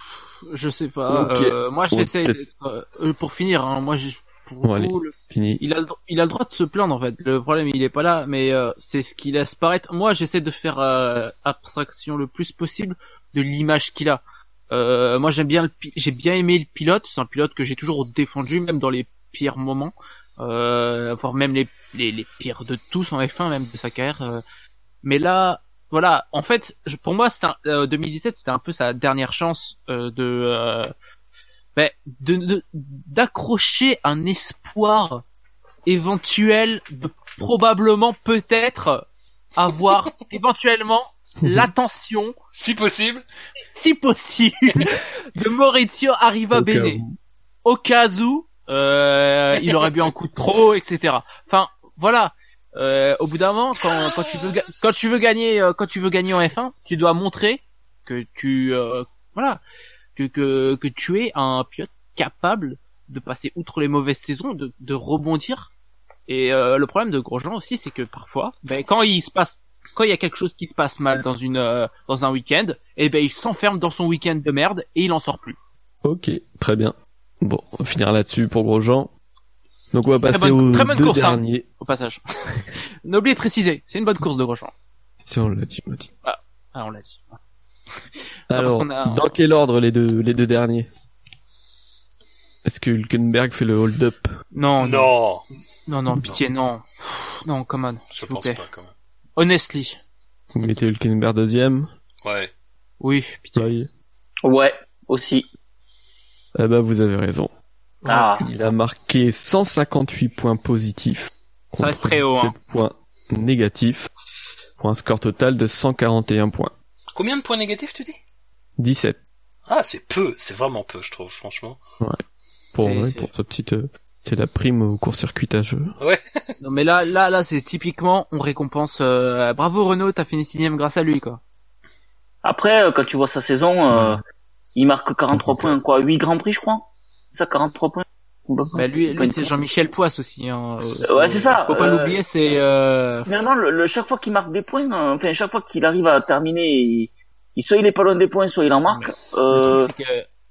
Je sais pas. Okay. Euh, moi j'essaie d'être, euh, pour finir. Hein, moi j'ai pour bon, vous, allez, le, fini. il a le, il a le droit de se plaindre en fait. Le problème il est pas là, mais euh, c'est ce qu'il laisse paraître. Moi j'essaie de faire euh, abstraction le plus possible de l'image qu'il a. Euh, moi j'aime bien le, j'ai bien aimé le pilote. C'est un pilote que j'ai toujours défendu, même dans les pires moments, euh, voire même les, les les pires de tous en F un, même de sa carrière. Euh. Mais là, voilà, en fait, je, pour moi, c'était un, euh, deux mille dix-sept, c'était un peu sa dernière chance euh, de, euh, ben, de, de d'accrocher un espoir éventuel de probablement peut-être avoir éventuellement l'attention, si possible, si possible, de Maurizio Arrivabene. Au cas où, euh, il aurait bu un coup de trop, et cetera. Enfin, voilà. Euh, au bout d'un moment, quand, quand tu veux, ga- quand tu veux gagner, euh, quand tu veux gagner en F un, tu dois montrer que tu, euh, voilà, que, que, que tu es un pilote capable de passer outre les mauvaises saisons, de, de rebondir. Et euh, le problème de Grosjean aussi, c'est que parfois, ben, quand il se passe quand il y a quelque chose qui se passe mal dans une euh, dans un week-end, et ben il s'enferme dans son week-end de merde et il en sort plus. Ok, très bien. Bon, on va finir là-dessus pour Grosjean. Donc on va passer très bonne, aux très bonne deux course, derniers. Hein, au passage. N'oubliez de préciser, c'est une bonne course de Grosjean. Si on l'a dit, on l'a dit. Ah, ah on l'a dit. Alors, non, a... dans quel ordre les deux les deux derniers? Est-ce que Hülkenberg fait le hold-up? Non, non, non, non, non, pitié, non, Pff, non, come on. Je pense pas, quand même. Honestly. Vous mettez Hülkenberg deuxième? Ouais. Oui, pitié. Oui. Ouais, aussi. Eh ben, vous avez raison. Ah. Il a marqué cent cinquante-huit points positifs. Ça reste très haut, hein. Points négatifs. Pour un score total de cent quarante et un points. Combien de points négatifs, tu dis? dix-sept. Ah, c'est peu, c'est vraiment peu, je trouve, franchement. Ouais. Pour, c'est, ouais, c'est... pour sa petite, euh, c'est la prime au court-circuitage. Ouais. Non, mais là, là, là, c'est typiquement, on récompense, euh, bravo Renault, t'as fini sixième grâce à lui, quoi. Après, euh, quand tu vois sa saison, euh, ouais. il marque quarante-trois okay. points, quoi, huit Grands Prix, je crois. C'est ça, quarante-trois points. Bah, lui, lui, c'est Jean-Michel Poisse aussi, hein. Euh, ouais, c'est ça. Faut pas euh... l'oublier, c'est, euh... Mais non, le, le, chaque fois qu'il marque des points, euh, enfin, chaque fois qu'il arrive à terminer, il, il, soit il est pas loin des points, soit il en marque, le euh... truc, c'est que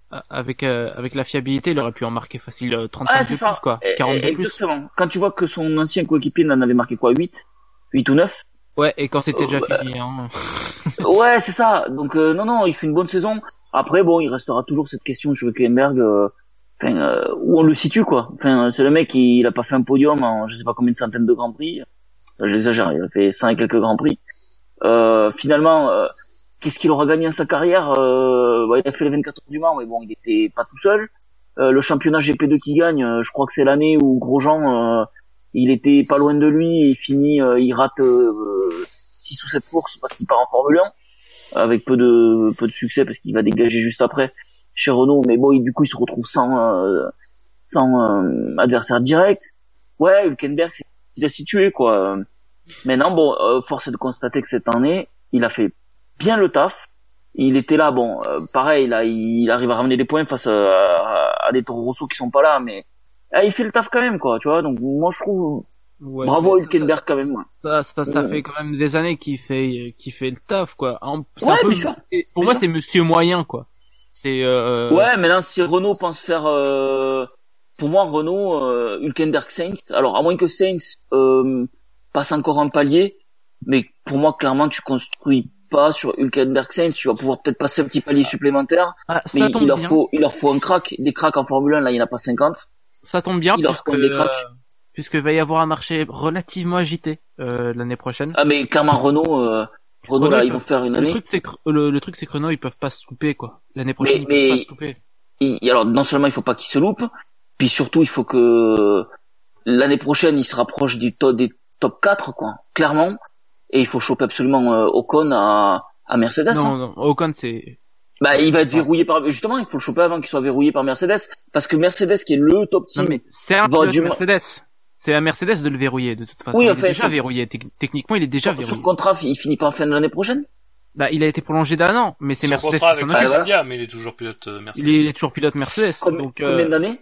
avec euh, avec la fiabilité, il aurait pu en marquer facile euh, trente-cinq Ah, de c'est plus, ça. quoi. Et- quarante-deux et- plus. Exactement. Quand tu vois que son ancien coéquipier n'en avait marqué quoi, huit huit ou neuf. Ouais, et quand c'était déjà Euh, fini, hein. Ouais, c'est ça. Donc euh, non, non, il fait une bonne saison. Après, bon, il restera toujours cette question sur Hülkenberg, euh, enfin, euh, où on le situe, quoi. Enfin, c'est le mec, il, il a pas fait un podium en je sais pas combien de centaines de grands prix. Euh, J'exagère, il a fait cent et quelques grands prix. Euh, finalement, euh, qu'est-ce qu'il aura gagné en sa carrière euh, bah, il a fait les vingt-quatre heures du Mans, mais bon, il était pas tout seul. Euh, le championnat G P deux qui gagne, euh, je crois que c'est l'année où Grosjean, euh, il était pas loin de lui, et il finit, euh, il rate euh, six ou sept courses parce qu'il part en Formule un, avec peu de peu de succès parce qu'il va dégager juste après chez Renault. Mais bon, il, du coup, il se retrouve sans euh, sans euh, adversaire direct. Ouais, Hülkenberg, c'est il a situé quoi. Maintenant, bon, euh, force est de constater que cette année, il a fait bien le taf. Il était là, bon, euh, pareil, là, il arrive à ramener des points face à, à, à des Toro Rosso qui sont pas là, mais ah, il fait le taf quand même, quoi, tu vois. Donc moi, je trouve Ouais, bravo à mais ça- Hülkenberg ça, quand même. Ouais. ça, ça, ça Ouais. fait quand même des années qu'il fait qu'il fait le taf, quoi. En- c'est Ouais, un peu, bien sûr. pour Bien moi, sûr. c'est Monsieur Moyen, quoi. C'est euh, Ouais, maintenant si Renault pense faire, euh, pour moi Renault, euh, Hülkenberg Sainz. Alors à moins que Sainz euh, passe encore un palier, mais pour moi clairement tu construis pas sur Hülkenberg Sainz. Tu vas pouvoir peut-être passer un petit palier supplémentaire, ah, mais ça il, tombe il leur bien. faut, il leur faut un crack. Des cracks en Formule un, là il n'y en a pas cinquante. Ça tombe bien Il leur puisque faut des cracks. euh, puisque va y avoir un marché relativement agité euh, l'année prochaine. Ah mais clairement Renault, euh, Renault, Renault, là ils ils vont peuvent- faire une Le année. truc c'est que le, le truc c'est que Renault ils peuvent pas se louper, quoi. L'année prochaine Mais- ils peuvent mais- pas se louper. Et, alors non seulement il faut pas qu'il se loupe, puis surtout il faut que l'année prochaine il se rapproche du top des top quatre, quoi, clairement. Et il faut choper absolument euh, Ocon à, à Mercedes. Non, hein. non, Ocon c'est Bah il va être verrouillé par justement, il faut le choper avant qu'il soit verrouillé par Mercedes, parce que Mercedes qui est le top non team. mais c'est un va pilote du ma- Mercedes. C'est à Mercedes de le verrouiller de toute façon. Oui, il enfin, est déjà sur- verrouillé. Tec- Techniquement, il est déjà Son, son verrouillé. contrat il finit pas en fin de l'année prochaine. Bah, il a été prolongé d'un an, mais c'est Son Mercedes contrat qui avec s'en Ah, occupe. voilà. India, mais il est toujours pilote euh, Mercedes. Il est toujours pilote Mercedes. Comme- donc, Combien euh, d'années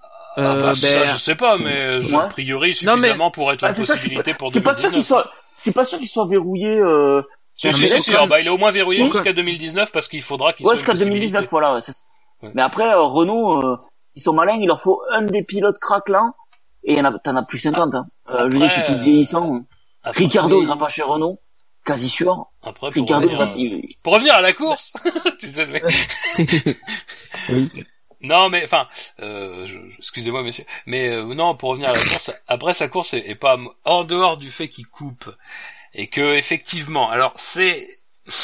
Ah bah, euh, ça, ben, je sais pas, mais je, Ouais. a priori Non, mais- suffisamment pour être Ah, une c'est ça, je suis possibilité pas- pour Je suis pas sûr qu'il deux mille dix-neuf. soit, je suis pas sûr qu'il soit verrouillé. Euh... Si, Non, si, mais si, Ocon- si, alors, bah, il est au moins verrouillé Ocon- jusqu'à deux mille dix-neuf parce qu'il faudra qu'il Ouais, soit une jusqu'à deux mille dix-neuf, possibilité. voilà. Ouais, c'est- Ouais. Mais après, euh, Renault, euh, ils sont malins, il leur faut un des pilotes crack là, et y en a, t'en as plus cinquante. Hein. Euh, je veux dire, ils sont Après, tous vieillissants. hein. Après, Ricardo, oui. il ira pas chez Renault, quasi sûr. Après, pour Ricardo, revenir, ça, il- pour revenir à la course, tu sais, mais- Oui. Non, mais enfin, euh, je, je- excusez-moi, messieurs, mais euh, non, pour revenir à la course, après sa course est, est pas en dehors du fait qu'il coupe et que effectivement, alors c'est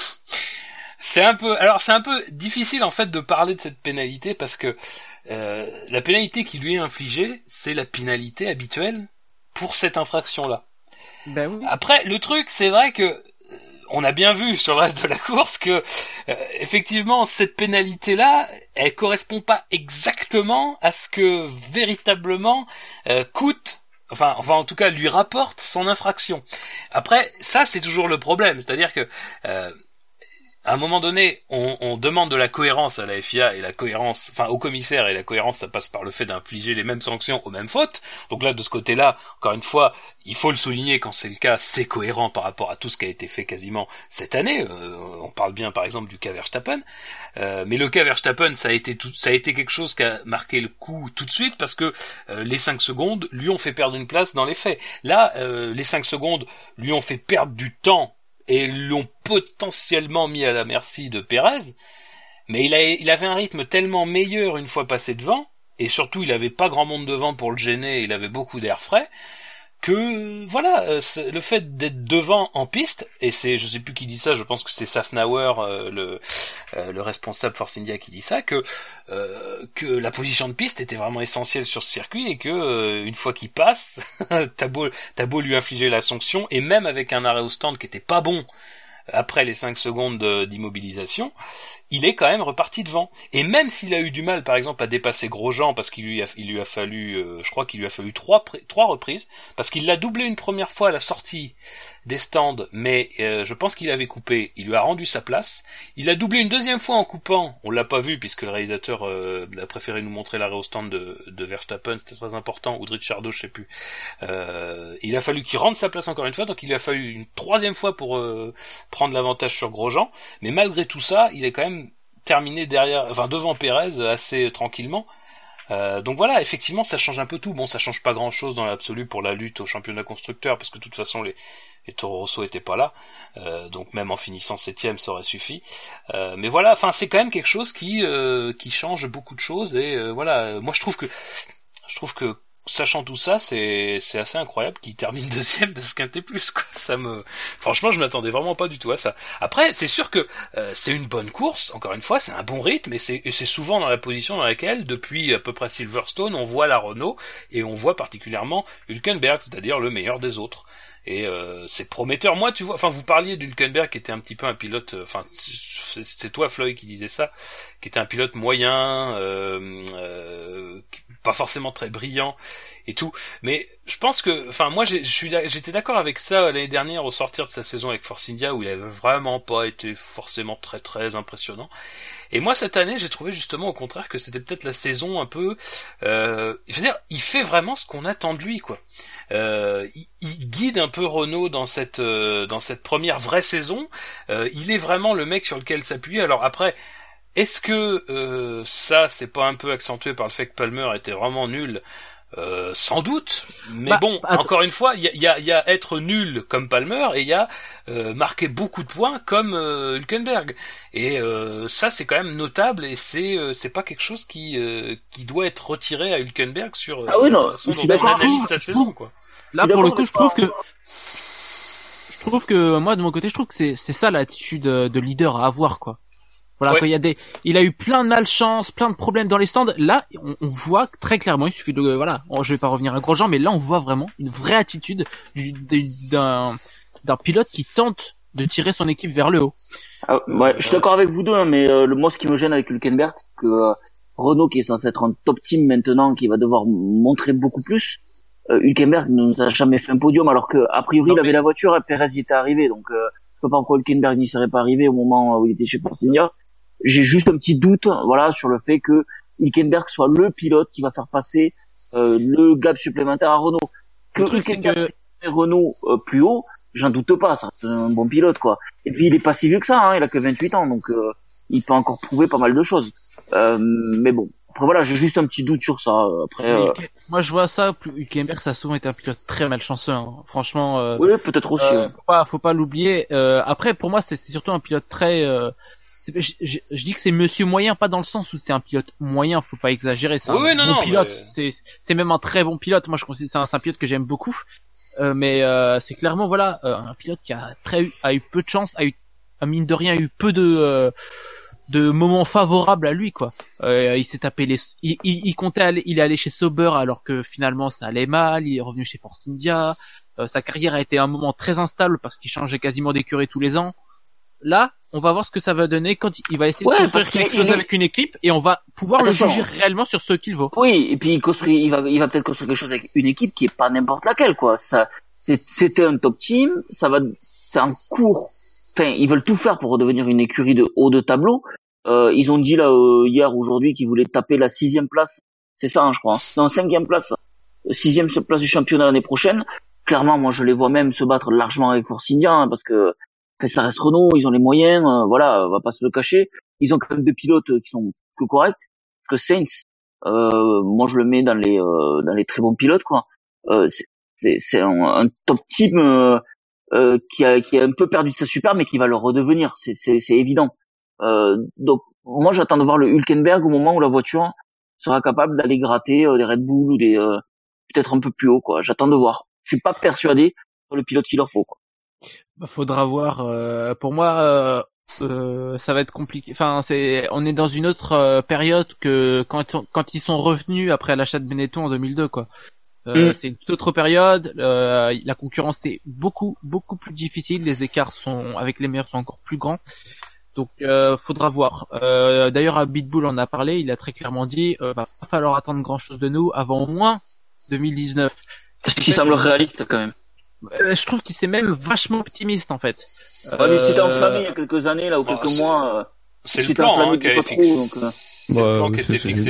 c'est un peu, alors c'est un peu difficile en fait de parler de cette pénalité parce que euh, la pénalité qui lui est infligée, c'est la pénalité habituelle pour cette infraction-là. ben oui. Après, le truc, c'est vrai que euh, on a bien vu sur le reste de la course que euh, effectivement cette pénalité-là, elle correspond pas exactement à ce que véritablement euh, coûte, enfin, enfin en tout cas lui rapporte son infraction. Après, ça c'est toujours le problème, c'est-à-dire que euh, à un moment donné, on, on demande de la cohérence à la F I A et la cohérence, enfin au commissaire, et la cohérence, ça passe par le fait d'infliger les mêmes sanctions aux mêmes fautes. Donc là, de ce côté-là, encore une fois, il faut le souligner quand c'est le cas, c'est cohérent par rapport à tout ce qui a été fait quasiment cette année. Euh, on parle bien, par exemple, du cas Verstappen, euh, mais le cas Verstappen, ça a été tout, ça a été quelque chose qui a marqué le coup tout de suite parce que euh, les cinq secondes lui ont fait perdre une place dans les faits. Là, euh, les cinq secondes lui ont fait perdre du temps et l'ont potentiellement mis à la merci de Pérez, mais il, a, il avait un rythme tellement meilleur une fois passé devant, et surtout il avait pas grand monde devant pour le gêner, il avait beaucoup d'air frais, que voilà, euh, le fait d'être devant en piste, et c'est, je sais plus qui dit ça, je pense que c'est Safnauer, euh, le, euh, le responsable Force India qui dit ça, que euh, que la position de piste était vraiment essentielle sur ce circuit et que euh, une fois qu'il passe, t'as beau t'as beau lui infliger la sanction, et même avec un arrêt au stand qui était pas bon après les cinq secondes d'immobilisation, il est quand même reparti devant. Et même s'il a eu du mal, par exemple, à dépasser Grosjean, parce qu'il lui a, il lui a fallu, euh, je crois qu'il lui a fallu trois, trois reprises, parce qu'il l'a doublé une première fois à la sortie des stands, mais euh, je pense qu'il avait coupé, il lui a rendu sa place. Il a doublé une deuxième fois en coupant, on l'a pas vu, puisque le réalisateur euh, a préféré nous montrer l'arrêt au stand de, de Verstappen, c'était très important, ou de Ricciardo, je sais plus. Euh, il a fallu qu'il rende sa place encore une fois, donc il a fallu une troisième fois pour euh, prendre l'avantage sur Grosjean, mais malgré tout ça, il est quand même terminer derrière, enfin devant Pérez assez tranquillement. Euh, donc voilà, effectivement, ça change un peu tout. Bon, ça change pas grand-chose dans l'absolu pour la lutte au championnat constructeur, parce que de toute façon, les, les Toro Rosso étaient pas là. Euh, donc même en finissant septième, ça aurait suffi. Euh, mais voilà, enfin, c'est quand même quelque chose qui euh, qui change beaucoup de choses. Et euh, voilà, moi je trouve que je trouve que sachant tout ça, c'est c'est assez incroyable qu'il termine deuxième de ce Quintet Plus, quoi. Ça me, franchement, je m'attendais vraiment pas du tout à ça. Après, c'est sûr que euh, c'est une bonne course. Encore une fois, c'est un bon rythme, et c'est et c'est souvent dans la position dans laquelle, depuis à peu près Silverstone, on voit la Renault et on voit particulièrement Hülkenberg, c'est-à-dire le meilleur des autres. Et euh, c'est prometteur. Moi, tu vois, enfin, vous parliez d'Hülkenberg qui était un petit peu un pilote, enfin, euh, c'était toi, Floyd, qui disait ça, qui était un pilote moyen, euh, euh, pas forcément très brillant et tout. Mais je pense que, enfin, moi, je suis, j'étais d'accord avec ça l'année dernière au sortir de sa saison avec Force India, où il avait vraiment pas été forcément très très impressionnant. Et moi, cette année, j'ai trouvé justement au contraire que c'était peut-être la saison un peu, euh, je veux dire, il fait vraiment ce qu'on attend de lui, quoi. Euh, il, il guide un peu Renault dans cette euh, dans cette première vraie saison. Euh, il est vraiment le mec sur lequel s'appuyer. Alors après, est-ce que euh, ça, c'est pas un peu accentué par le fait que Palmer était vraiment nul? Euh, sans doute, mais bah, bon, att- encore une fois, il y a, y, a, y a être nul comme Palmer et il y a euh, marquer beaucoup de points comme euh, Hülkenberg. Et euh, ça, c'est quand même notable, et c'est euh, c'est pas quelque chose qui euh, qui doit être retiré à Hülkenberg sur euh, Ah oui, non, la façon je suis dont on d'accord. analyse sa Je saison, trouve- quoi. Là, Je suis pour le d'accord coup, avec je trouve toi. que je trouve que moi, de mon côté, je trouve que c'est c'est ça l'attitude de, de leader à avoir, quoi. Voilà, Ouais. quoi, il y a des, il a eu plein de malchance, plein de problèmes dans les stands. Là, on, on voit très clairement, il suffit de, voilà, bon, je vais pas revenir à Grosjean, mais là, on voit vraiment une vraie attitude du- d'un d'un pilote qui tente de tirer son équipe vers le haut. Ah, ouais, je suis d'accord avec vous deux, hein, mais euh, le moi, ce qui me gêne avec Hülkenberg, c'est que euh, Renault, qui est censé être un top team maintenant, qui va devoir m- montrer beaucoup plus, euh, Hülkenberg ne nous a jamais fait un podium, alors que a priori, Non, il avait mais- la voiture, et Perez y était arrivé, donc euh, je sais pas pourquoi Hülkenberg n'y serait pas arrivé au moment où il était chez Force India. J'ai juste un petit doute, voilà, sur le fait que Hülkenberg soit le pilote qui va faire passer euh, le gap supplémentaire à Renault. Que Le truc, c'est Hülkenberg que ait Renault euh, plus haut, j'en doute pas, ça reste un bon pilote, quoi. Et puis il est pas si vieux que ça, hein, il a que vingt-huit ans, donc euh, il peut encore prouver pas mal de choses. Euh, mais bon, après voilà, j'ai juste un petit doute sur ça. Après, euh, Hülke- moi, je vois ça. plus- Hülkenberg, ça a souvent été un pilote très malchanceux. Hein. Franchement, euh, oui, peut-être aussi. euh, ouais. faut pas, faut pas l'oublier. Euh, après, pour moi, c'est c'est surtout un pilote très. Euh, c'est- je, je- je dis que c'est Monsieur Moyen, pas dans le sens où c'est un pilote moyen. Faut pas exagérer. C'est Oui, un oui, non, bon non, pilote. mais- C'est c'est même un très bon pilote. Moi, je considère c'est un, c'est un pilote que j'aime beaucoup. Euh, mais euh, c'est clairement voilà euh, un pilote qui a très a eu peu de chance, a eu a mine de rien a eu peu de euh, de moments favorables à lui, quoi. Euh, il s'est tapé les il, il, il comptait aller il est allé chez Sauber alors que finalement ça allait mal, il est revenu chez Force India. Euh, sa carrière a été un moment très instable parce qu'il changeait quasiment d'écurie tous les ans. Là, on va voir ce que ça va donner quand il va essayer Ouais, de construire parce qu'il quelque est- chose il est- avec une équipe, et on va pouvoir Attention. le juger réellement sur ce qu'il vaut. Oui, et puis il construit, il va, il va peut-être construire quelque chose avec une équipe qui est pas n'importe laquelle, quoi. Ça, c'est- c'était un top team, ça va, c'est un cours. Enfin, ils veulent tout faire pour redevenir une écurie de haut de tableau. Euh, ils ont dit là euh, hier, aujourd'hui, qu'ils voulaient taper la sixième place. C'est ça, hein, je crois. Hein. Non, cinquième place, sixième place du championnat l'année prochaine. Clairement, moi, je les vois même se battre largement avec Force India, hein, parce que enfin, ça reste Renault, ils ont les moyens. Euh, voilà, on va pas se le cacher. Ils ont quand même deux pilotes qui sont plus corrects. Que Sainz, euh, moi, je le mets dans les euh, dans les très bons pilotes, quoi. Euh, c'est c'est, c'est un, un top team euh, euh, qui a qui a un peu perdu sa super, mais qui va le redevenir. C'est c'est, c'est évident. Euh, donc moi j'attends de voir le Hülkenberg au moment où la voiture sera capable d'aller gratter euh, des Red Bull ou des euh, peut-être un peu plus haut, quoi. J'attends de voir. Je suis pas persuadé sur le pilote qu'il leur faut, quoi. Bah, faudra voir. Euh, pour moi, euh, euh, ça va être compliqué. Enfin, c'est, on est dans une autre euh, période que quand quand ils sont revenus après l'achat de Benetton en deux mille deux, quoi. Euh, Mm. C'est une toute autre période. Euh, la concurrence est beaucoup beaucoup plus difficile. Les écarts sont avec les meilleurs sont encore plus grands. Donc, euh, faudra voir. Euh, d'ailleurs, à Pitbull en a parlé. Il a très clairement dit, euh, va pas falloir attendre grand chose de nous avant au moins deux mille dix-neuf. Ce qui semble réaliste quand même. Euh, je trouve qu'il s'est même vachement optimiste en fait. Ouais, mais c'était Euh, enflammé il y a quelques années là ou bah, quelques c'est- mois. euh, C'est le C'était plan enflammé hein, qui a qu'il été faut trop, fixé. donc, euh. C'est le plan qui a été fixé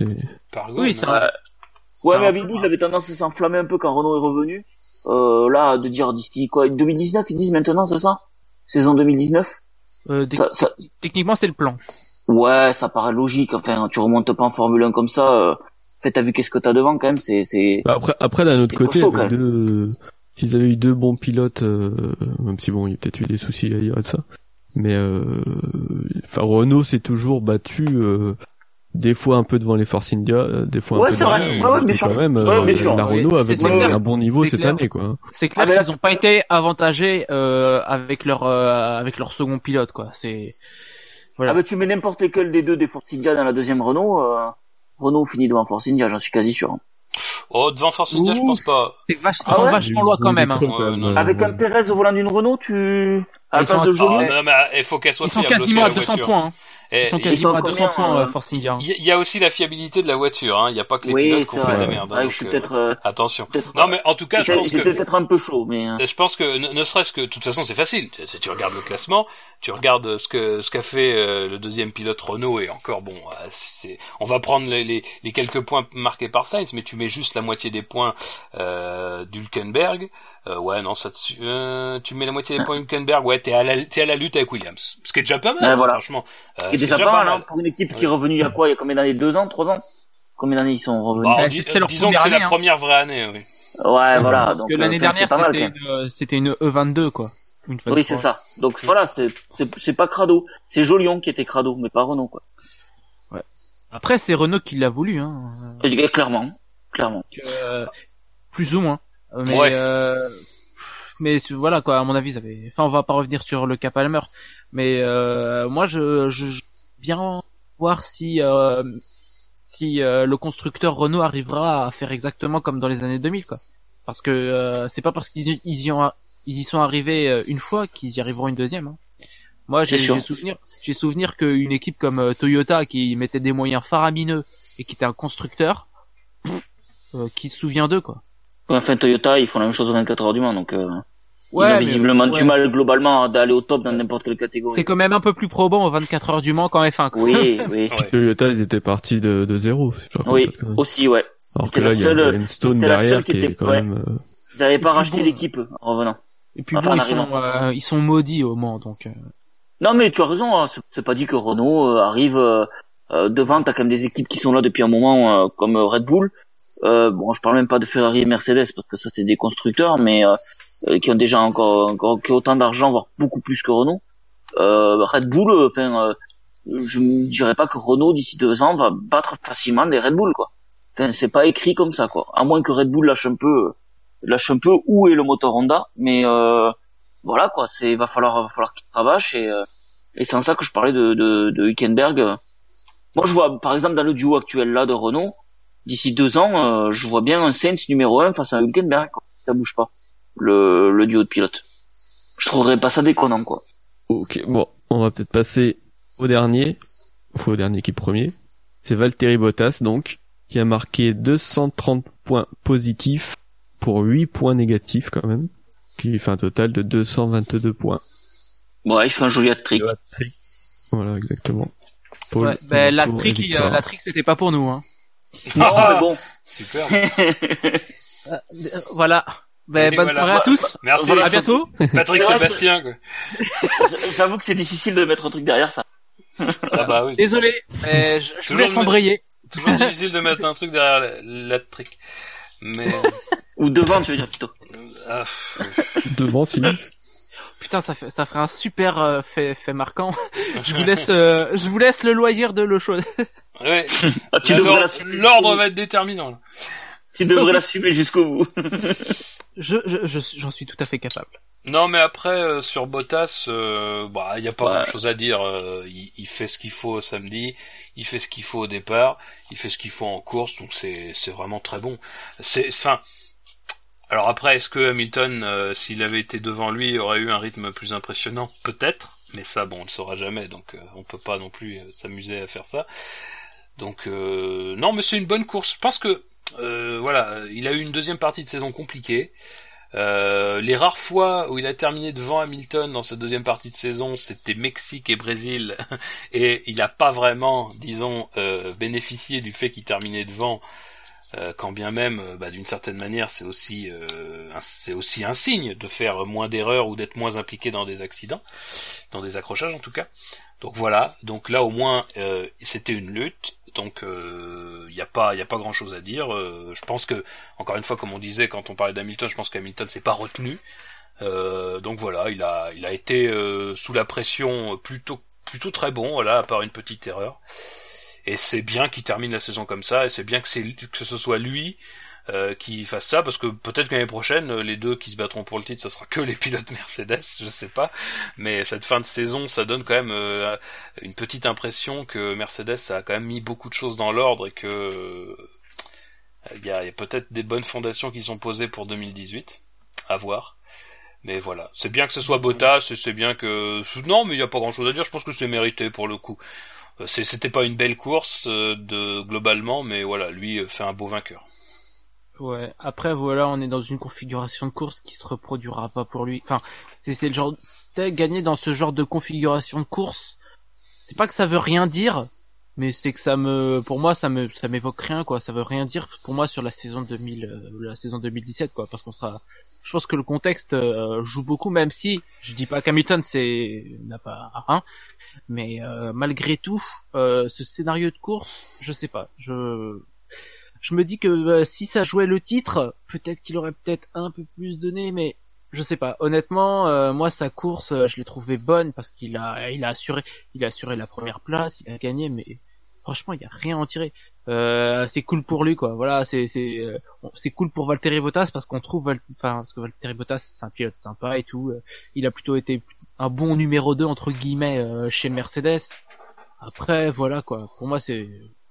par Ghosn. Oui, c'est un- Ouais, ouais Ça mais à va. Pitbull, il avait tendance à s'enflammer un peu quand Renault est revenu. Euh, là, de dire d'ici quoi, deux mille dix-neuf, ils disent maintenant, c'est ça? Saison deux mille dix-neuf? euh, tec- Ça, ça, techniquement c'est le plan. Ouais, ça paraît logique. Enfin, tu remontes pas en Formule un comme ça. Euh... En fait, t'as vu qu'est-ce que t'as devant quand même. C'est, c'est. Bah après, après d'un autre côté, costaud, avec deux... s'ils avaient eu deux bons pilotes, euh... même si bon, il y a peut-être eu des soucis à dire de ça. Mais euh... enfin, Renault s'est toujours battu. Euh... Des fois un peu devant les Force India, euh, des fois un ouais, peu c'est devant. vrai. Ouais, ouais, bien sûr. Quand même, ouais, euh, bien sûr. la Renault avait c'est, c'est un bon niveau c'est cette clair. année, quoi. C'est clair ah, qu'ils n'ont pas été avantagés euh, avec leur euh, avec leur second pilote, quoi. C'est voilà. Ah bah tu mets n'importe lequel des deux des Force India dans la deuxième Renault, euh, Renault finit devant Force India, j'en suis quasi sûr. Oh, devant Force India, je pense pas. C'est vache, ils ah sont ouais vachement loin quand même. Hein. Ouais, non, avec non, un Pérez au volant d'une Renault, tu à la place de Joly. Ah, non, mais il faut qu'elle soit ils sont fiable quasiment aussi, à la deux cents voiture. points. Hein. Et, ils sont et, quasiment ils à sont deux cents combien, points, euh, Force India. Il y, y a aussi la fiabilité de la voiture, hein. Il y a pas que les oui, pilotes qui ont fait vrai. de la merde. Ouais, Hein, je donc, suis euh, peut-être. Euh, attention. Peut-être, non, mais en tout cas, je pense que. J'étais peut-être un peu chaud, mais. Euh... Je pense que ne, ne serait-ce que, de toute façon, c'est facile. Si tu regardes le classement, tu regardes ce que ce qu'a fait euh, le deuxième pilote Renault et encore bon, euh, c'est, on va prendre les, les, les quelques points marqués par Sainz, mais tu mets juste la moitié des points euh, d'Hülkenberg. Euh, ouais, non, ça te, euh, tu mets la moitié des points d'Hülkenberg, ouais, t'es à la, t'es à la lutte avec Williams. Ce qui est déjà pas mal, ouais, hein, voilà. franchement. Euh, c'est déjà, déjà pas mal, hein, pour une équipe ouais. qui est revenue il y a quoi, il y a combien d'années, deux ans, trois ans? Combien d'années ils sont revenus? Bah, dis, c'est disons que c'est la hein. première vraie année, oui. Ouais, voilà. Parce donc, que l'année euh, dernière, c'était, c'était, une, euh, c'était une E vingt-deux, quoi. Une fois oui, c'est ça. Donc, mmh. voilà, c'est, c'est, c'est pas crado. C'est Jolion qui était crado, mais pas Renault, quoi. Ouais. Après, c'est Renault qui l'a voulu, hein. Et, clairement. Clairement. Euh, plus ou moins. Mais, ouais. euh, mais voilà, quoi, à mon avis, ça avait, enfin, on va pas revenir sur le cas Palmer. Mais, euh, moi, je, je, je viens voir si, euh, si, euh, le constructeur Renault arrivera à faire exactement comme dans les années deux mille, quoi. Parce que, euh, c'est pas parce qu'ils ils y ont, ils y sont arrivés une fois qu'ils y arriveront une deuxième. Hein. Moi, j'ai, j'ai souvenir, j'ai souvenir qu'une équipe comme euh, Toyota qui mettait des moyens faramineux et qui était un constructeur, pff, euh, qui se souvient d'eux, quoi. Enfin, Toyota, ils font la même chose aux vingt-quatre heures du Mans, donc euh, ouais, ils ont visiblement ouais. du mal globalement d'aller au top dans n'importe quelle catégorie. C'est quand même un peu plus probant aux vingt-quatre heures du Mans qu'en F un, quoi. Oui, oui. ouais. Toyota, ils étaient partis de, de zéro. Si je oui, aussi, ouais. Alors que là, il y a une Stone derrière qui, qui est quand ouais. même... Euh... Ils n'avaient pas racheté bon. l'équipe en revenant. Et puis enfin, bon, ils sont, euh, ils sont maudits au Mans, donc... Euh... Non, mais tu as raison, hein. c'est, c'est pas dit que Renault euh, arrive euh, euh, devant, t'as quand même des équipes qui sont là depuis un moment, euh, comme euh, Red Bull. Euh, bon, je parle même pas de Ferrari et Mercedes, parce que ça, c'est des constructeurs, mais euh, euh, qui ont déjà encore, encore qui ont autant d'argent, voire beaucoup plus que Renault. Euh, Red Bull, enfin, euh, je ne dirais pas que Renault, d'ici deux ans, va battre facilement des Red Bull, quoi. Enfin, c'est pas écrit comme ça, quoi. À moins que Red Bull lâche un peu, lâche un peu où est le moteur Honda, mais euh, voilà, quoi. C'est, va falloir, va falloir qu'il cravache et, euh, et c'est en ça que je parlais de, de, de Hülkenberg. Moi, je vois, par exemple, dans le duo actuel là de Renault, d'ici deux ans, euh, je vois bien un Sainz numéro un face à un Hülkenberg, quoi. Ça bouge pas. Le, le duo de pilotes. Je trouverais pas ça déconnant, quoi. Ok, bon, on va peut-être passer au dernier, enfin au dernier qui est premier. C'est Valtteri Bottas, donc, qui a marqué deux cent trente points positifs pour huit points négatifs, quand même. Qui fait un total de deux cent vingt-deux points. Ouais, il fait un joli hat-trick. Voilà, exactement. Pour, ouais, bah, la trick, euh, la trick, c'était pas pour nous, hein. Non, mais bon. Super. euh, voilà. Ben, bonne voilà. soirée à tous. Merci. Voilà, à bientôt. Patrick Sébastien, quoi. J'avoue que c'est difficile de mettre un truc derrière ça. Ah bah oui. Désolé. Euh, je je vous laisse embrayer. Toujours difficile de mettre un truc derrière la, la trick. Mais. Ou devant, tu veux dire plutôt. Ah, devant, si. Putain, ça fait, ça ferait un super euh, fait, fait marquant. je vous laisse, euh, je vous laisse le loisir de le choisir. Ouais. Ah, tu là, devrais l'ordre, l'ordre va être déterminant, là. Tu devrais l'assumer jusqu'au bout. je, je, je, j'en suis tout à fait capable. Non, mais après, euh, sur Bottas, euh, bah, il y a pas ouais. grand chose à dire. Euh, il, il fait ce qu'il faut samedi, il fait ce qu'il faut au départ, il fait ce qu'il faut en course, donc c'est, c'est vraiment très bon. C'est, enfin, alors après, est-ce que Hamilton, euh, s'il avait été devant lui, aurait eu un rythme plus impressionnant? Peut-être, mais ça, bon, on le saura jamais, donc euh, on peut pas non plus euh, s'amuser à faire ça. Donc, euh, non, mais c'est une bonne course. Je pense que, euh, voilà, il a eu une deuxième partie de saison compliquée. Euh, les rares fois où il a terminé devant Hamilton dans sa deuxième partie de saison, c'était Mexique et Brésil, et il a pas vraiment, disons, euh, bénéficié du fait qu'il terminait devant. Euh, quand bien même, euh, bah, d'une certaine manière, c'est aussi, euh, un, c'est aussi un signe de faire moins d'erreurs ou d'être moins impliqué dans des accidents, dans des accrochages en tout cas. Donc voilà. Donc là, au moins, euh, c'était une lutte. Donc il euh, y a pas, il y a pas grand chose à dire. Euh, je pense que, encore une fois, comme on disait quand on parlait d'Hamilton, je pense qu'Hamilton s'est pas retenu. Euh, donc voilà, il a, il a été euh, sous la pression plutôt, plutôt très bon. Voilà, à part une petite erreur. Et c'est bien qu'il termine la saison comme ça, et c'est bien que c'est que ce soit lui euh, qui fasse ça, parce que peut-être que l'année prochaine, les deux qui se battront pour le titre, ça sera que les pilotes Mercedes, je sais pas. Mais cette fin de saison, ça donne quand même euh, une petite impression que Mercedes a quand même mis beaucoup de choses dans l'ordre et que euh, il y a, y a peut-être des bonnes fondations qui sont posées pour deux mille dix-huit, à voir. Mais voilà, c'est bien que ce soit Bottas, et c'est bien que non, mais il y a pas grand-chose à dire. Je pense que c'est mérité pour le coup. C'est, c'était pas une belle course euh, de globalement, mais voilà, lui euh, fait un beau vainqueur. Ouais. Après voilà, on est dans une configuration de course qui se reproduira pas pour lui. Enfin, c'est, c'est le genre, c'était gagner dans ce genre de configuration de course. C'est pas que ça veut rien dire, mais c'est que ça me, pour moi, ça me, ça m'évoque rien quoi. Ça veut rien dire pour moi sur la saison deux mille, euh, la saison deux mille dix-sept quoi, parce qu'on sera. Je pense que le contexte euh, joue beaucoup, même si je dis pas qu'Hamilton c'est n'a pas un, mais euh, malgré tout, euh, ce scénario de course, je sais pas, je je me dis que euh, si ça jouait le titre, peut-être qu'il aurait peut-être un peu plus donné, mais je sais pas. Honnêtement, euh, moi sa course, euh, je l'ai trouvée bonne parce qu'il a il a assuré il a assuré la première place, il a gagné, mais franchement, il y a rien à en tirer. Euh, c'est cool pour lui quoi. Voilà, c'est c'est euh, c'est cool pour Valtteri Bottas parce qu'on trouve Val... enfin parce que Valtteri Bottas c'est un pilote sympa et tout. Il a plutôt été un bon numéro deux entre guillemets euh, chez Mercedes. Après voilà quoi. Pour moi c'est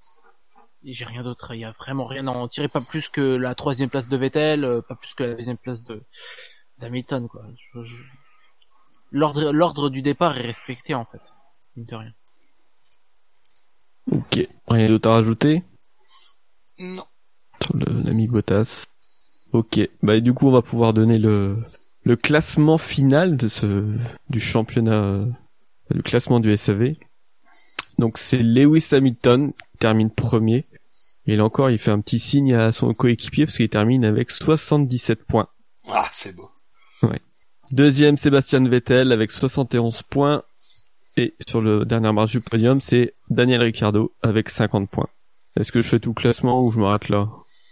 j'ai rien d'autre. Il y a vraiment rien à en tirer, pas plus que la troisième place de Vettel, pas plus que la deuxième place de d'Hamilton quoi. Je, je... L'ordre l'ordre du départ est respecté en fait. De rien. Ok, rien d'autre à rajouter Non. sur le, l'ami Bottas. Ok, bah et du coup on va pouvoir donner le le classement final de ce du championnat, euh, le classement du S A V. Donc c'est Lewis Hamilton qui termine premier. Et là encore il fait un petit signe à son coéquipier parce qu'il termine avec soixante-dix-sept points. Ah c'est beau. Ouais. Deuxième Sébastien Vettel avec soixante et onze points. Et sur le dernier marche du podium, c'est Daniel Ricciardo avec cinquante points. Est-ce que je fais tout le classement ou je m'arrête là ?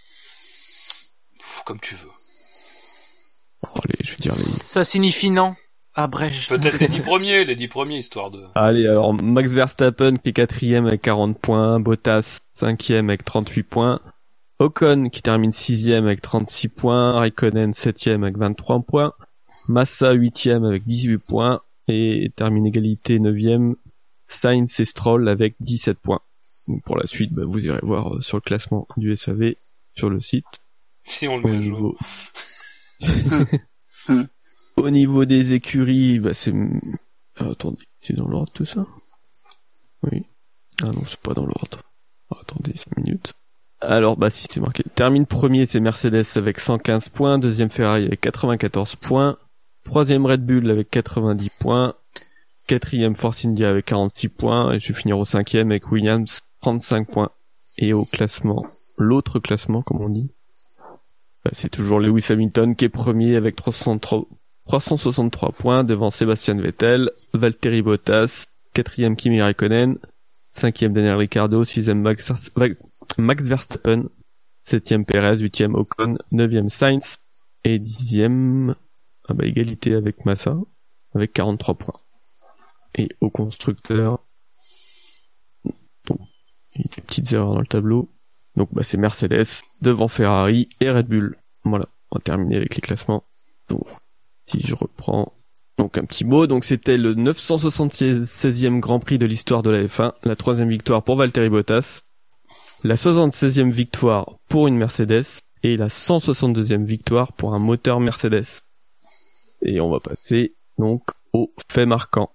Comme tu veux. Oh, allez, je vais dire les... Ça signifie non. Abrège. Peut-être les dix premiers, les dix premiers, histoire de... Allez, alors Max Verstappen qui est quatrième avec quarante points, Bottas cinquième avec trente-huit points, Ocon qui termine sixième avec trente-six points, Raikkonen septième avec vingt-trois points, Massa huitième avec dix-huit points, et termine égalité neuvième, Sainz et Stroll avec dix-sept points. Donc pour la suite, bah, vous irez voir sur le classement du S A V sur le site. Si on le met à jour. Au niveau des écuries, bah c'est... Ah, attendez, c'est dans l'ordre tout ça ? Oui. Ah non, c'est pas dans l'ordre. Ah, attendez, cinq minutes. Alors, bah si c'est marqué. Termine premier, c'est Mercedes avec cent quinze points, deuxième Ferrari avec quatre-vingt-quatorze points, troisième Red Bull avec quatre-vingt-dix points, quatrième Force India avec quarante-six points, et je vais finir au cinquième avec Williams, trente-cinq points. Et au classement, l'autre classement, comme on dit, bah, c'est toujours Lewis Hamilton qui est premier avec trois cent soixante-trois points devant Sébastien Vettel, Valtteri Bottas, quatrième Kimi Raikkonen, cinquième Daniel Ricciardo, sixième Max, Max Verstappen, septième Perez, huitième Ocon, neuvième Sainz, et dixième... Ah bah égalité avec Massa, avec quarante-trois points. Et au constructeur, bon, il y a des petites erreurs dans le tableau. Donc bah c'est Mercedes, devant Ferrari et Red Bull. Voilà, on va terminer avec les classements. Donc, si je reprends, donc un petit mot, donc c'était le neuf cent soixante-seizième Grand Prix de l'histoire de la F un, la troisième victoire pour Valtteri Bottas, la soixante-seizième victoire pour une Mercedes, et la cent soixante-deuxième victoire pour un moteur Mercedes. Et on va passer donc aux faits marquants.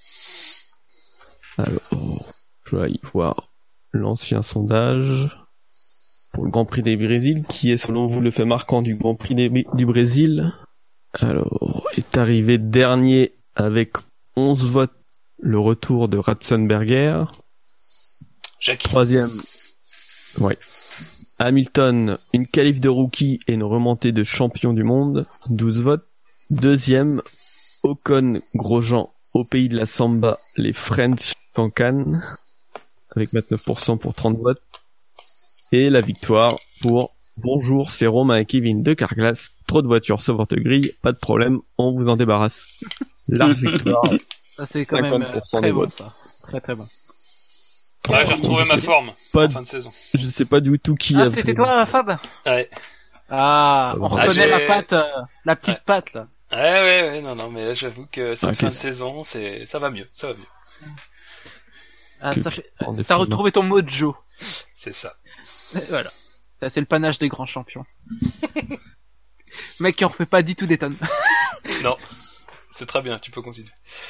Alors, je vais y voir l'ancien sondage pour le Grand Prix du Brésil. Qui est selon vous le fait marquant du Grand Prix du Brésil ? Alors, est arrivé dernier avec onze votes le retour de Ratzenberger. Jackie. Troisième. Oui. Hamilton, une qualif de rookie et une remontée de champion du monde, douze votes. Deuxième, Ocon Grosjean, au pays de la Samba, les French Cancan, avec vingt-neuf pour cent pour trente votes. Et la victoire pour Bonjour, c'est Romain et Kevin de Carglass. Trop de voitures sur votre grille, pas de problème, on vous en débarrasse. Large victoire. Ça, c'est quand même euh, très bon, ça. Très très bon. Ouais, j'ai retrouvé ma forme pas en fin de saison. Je sais pas du tout qui ah, a c'était fait... toi, Fab? Ouais. Ah, on Ah, reconnaît j'ai... la patte, euh, la petite ouais. patte, là. Ouais, ouais, ouais, non, non, mais j'avoue que cette okay. fin de saison, c'est, ça va mieux, ça va mieux. Ah, Que ça fait... en T'as effet, retrouvé ton mojo. C'est ça. Voilà. Ça, c'est le panache des grands champions. Mec qui en refait pas du tout des tonnes. Non. C'est très bien, tu peux continuer.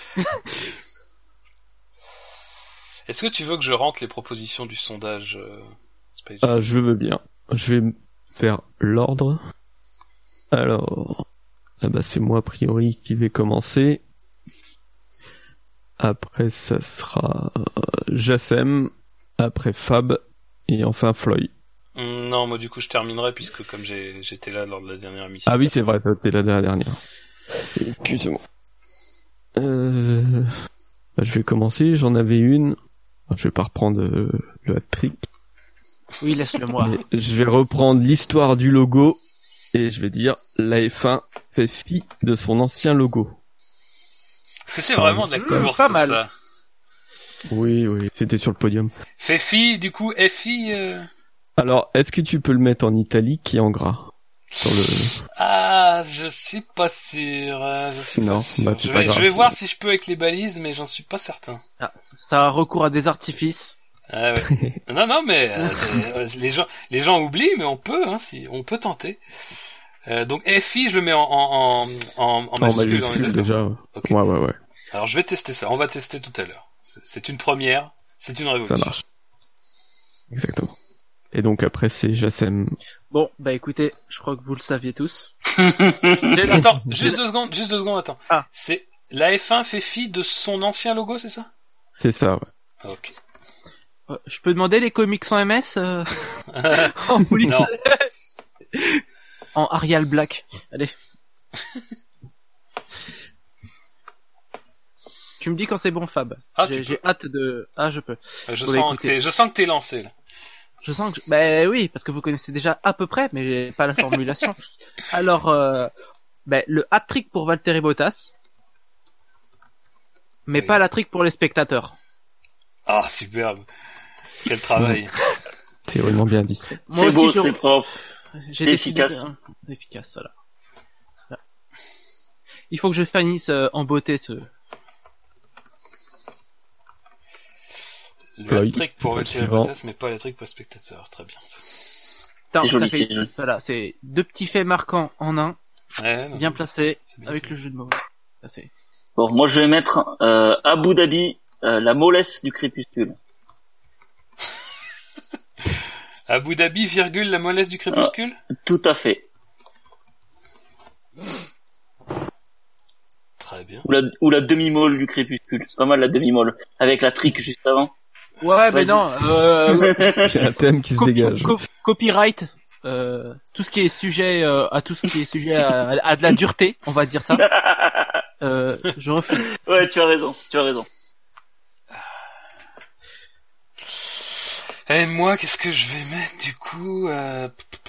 Est-ce que tu veux que je rentre les propositions du sondage, euh, Space Jam ? Ah, je veux bien. Je vais faire l'ordre. Alors, ah bah c'est moi a priori qui vais commencer. Après ça sera Jassem, après Fab et enfin Floyd. Hum, Non, moi du coup je terminerai puisque comme j'ai, j'étais là lors de la dernière émission. Ah oui, c'est vrai, t'es là de la dernière. Excuse-moi. Euh... Bah, je vais commencer, j'en avais une. Je vais pas reprendre euh, le hat-trick. Oui, laisse-le moi. Mais je vais reprendre l'histoire du logo et je vais dire la F un fait fi de son ancien logo. Est-ce que c'est vraiment de la Mmh, course, pas mal. ça ? Oui, oui, c'était sur le podium. Fait fi, du coup, F I euh... Alors, est-ce que tu peux le mettre en italique et en gras sur le... Ah, je suis pas sûr. euh, Je suis Non, pas sûr. bah, c'est je pas vais, grave. je vais voir si je peux avec les balises, mais j'en suis pas certain. Ah, ça a recours à des artifices. Ah ouais. non, non, mais euh, les gens, les gens oublient, mais on peut, hein, si on peut tenter. Euh, donc F I, je le mets en en en, en, en majuscule. En on est majuscule d'accord ? déjà. Ok. Ouais, ouais, ouais. Alors je vais tester ça. On va tester tout à l'heure. C'est, c'est une première. C'est une révolution. Ça marche. Exactement. Et donc après c'est Jassem. Bon, bah écoutez, je crois que vous le saviez tous. J'ai- Attends, juste deux secondes, juste deux secondes, attends. Ah. C'est la F un fait fi de son ancien logo, c'est ça ? C'est ça, ouais. Ah, ok. Euh, je peux demander les comics en M S euh... en police Non. En Arial Black. Allez. Tu me dis quand c'est bon, Fab. Ah, j'ai, tu j'ai peux. hâte de... Ah, je peux. Euh, Je Bon, sens que écoutez. t'es, je sens que t'es lancé là. Je sens que... Je... Ben oui, parce que vous connaissez déjà à peu près, mais j'ai pas la formulation. Alors, euh... ben, le hat-trick pour Valtteri Bottas, mais Oui. pas l'hat-trick pour les spectateurs. Ah, superbe. Quel travail. C'est vraiment bien dit. Moi C'est aussi, beau, je... c'est propre. J'ai c'est décidé efficace. de- efficace, voilà. Voilà. Il faut que je finisse euh, en beauté ce... Le Floyd, trick pour le Valtteri suivant. Bottas, mais pas le trick pour spectateur. Très bien, ça. Attends, C'est joli, ça fait... c'est joli. Voilà, c'est deux petits faits marquants en un, Ouais, non, bien mais placés, c'est bien, avec c'est le jeu de mots. Ça, c'est... Bon, moi je vais mettre euh, Abu Dhabi, euh, la mollesse du crépuscule. Abu Dhabi, virgule, la mollesse du crépuscule? Tout à fait. Très bien. Ou la, ou la demi-molle du crépuscule. C'est pas mal la demi-molle. Avec la trique juste avant. Ouais, mais Vas-y. non, euh... C'est un thème qui se co- dégage. co- copyright, euh, tout ce qui est sujet euh, à tout ce qui est sujet à, à de la dureté, on va dire ça. Euh, je refuse. Ouais, tu as raison, tu as raison. Et moi, qu'est-ce que je vais mettre du coup euh...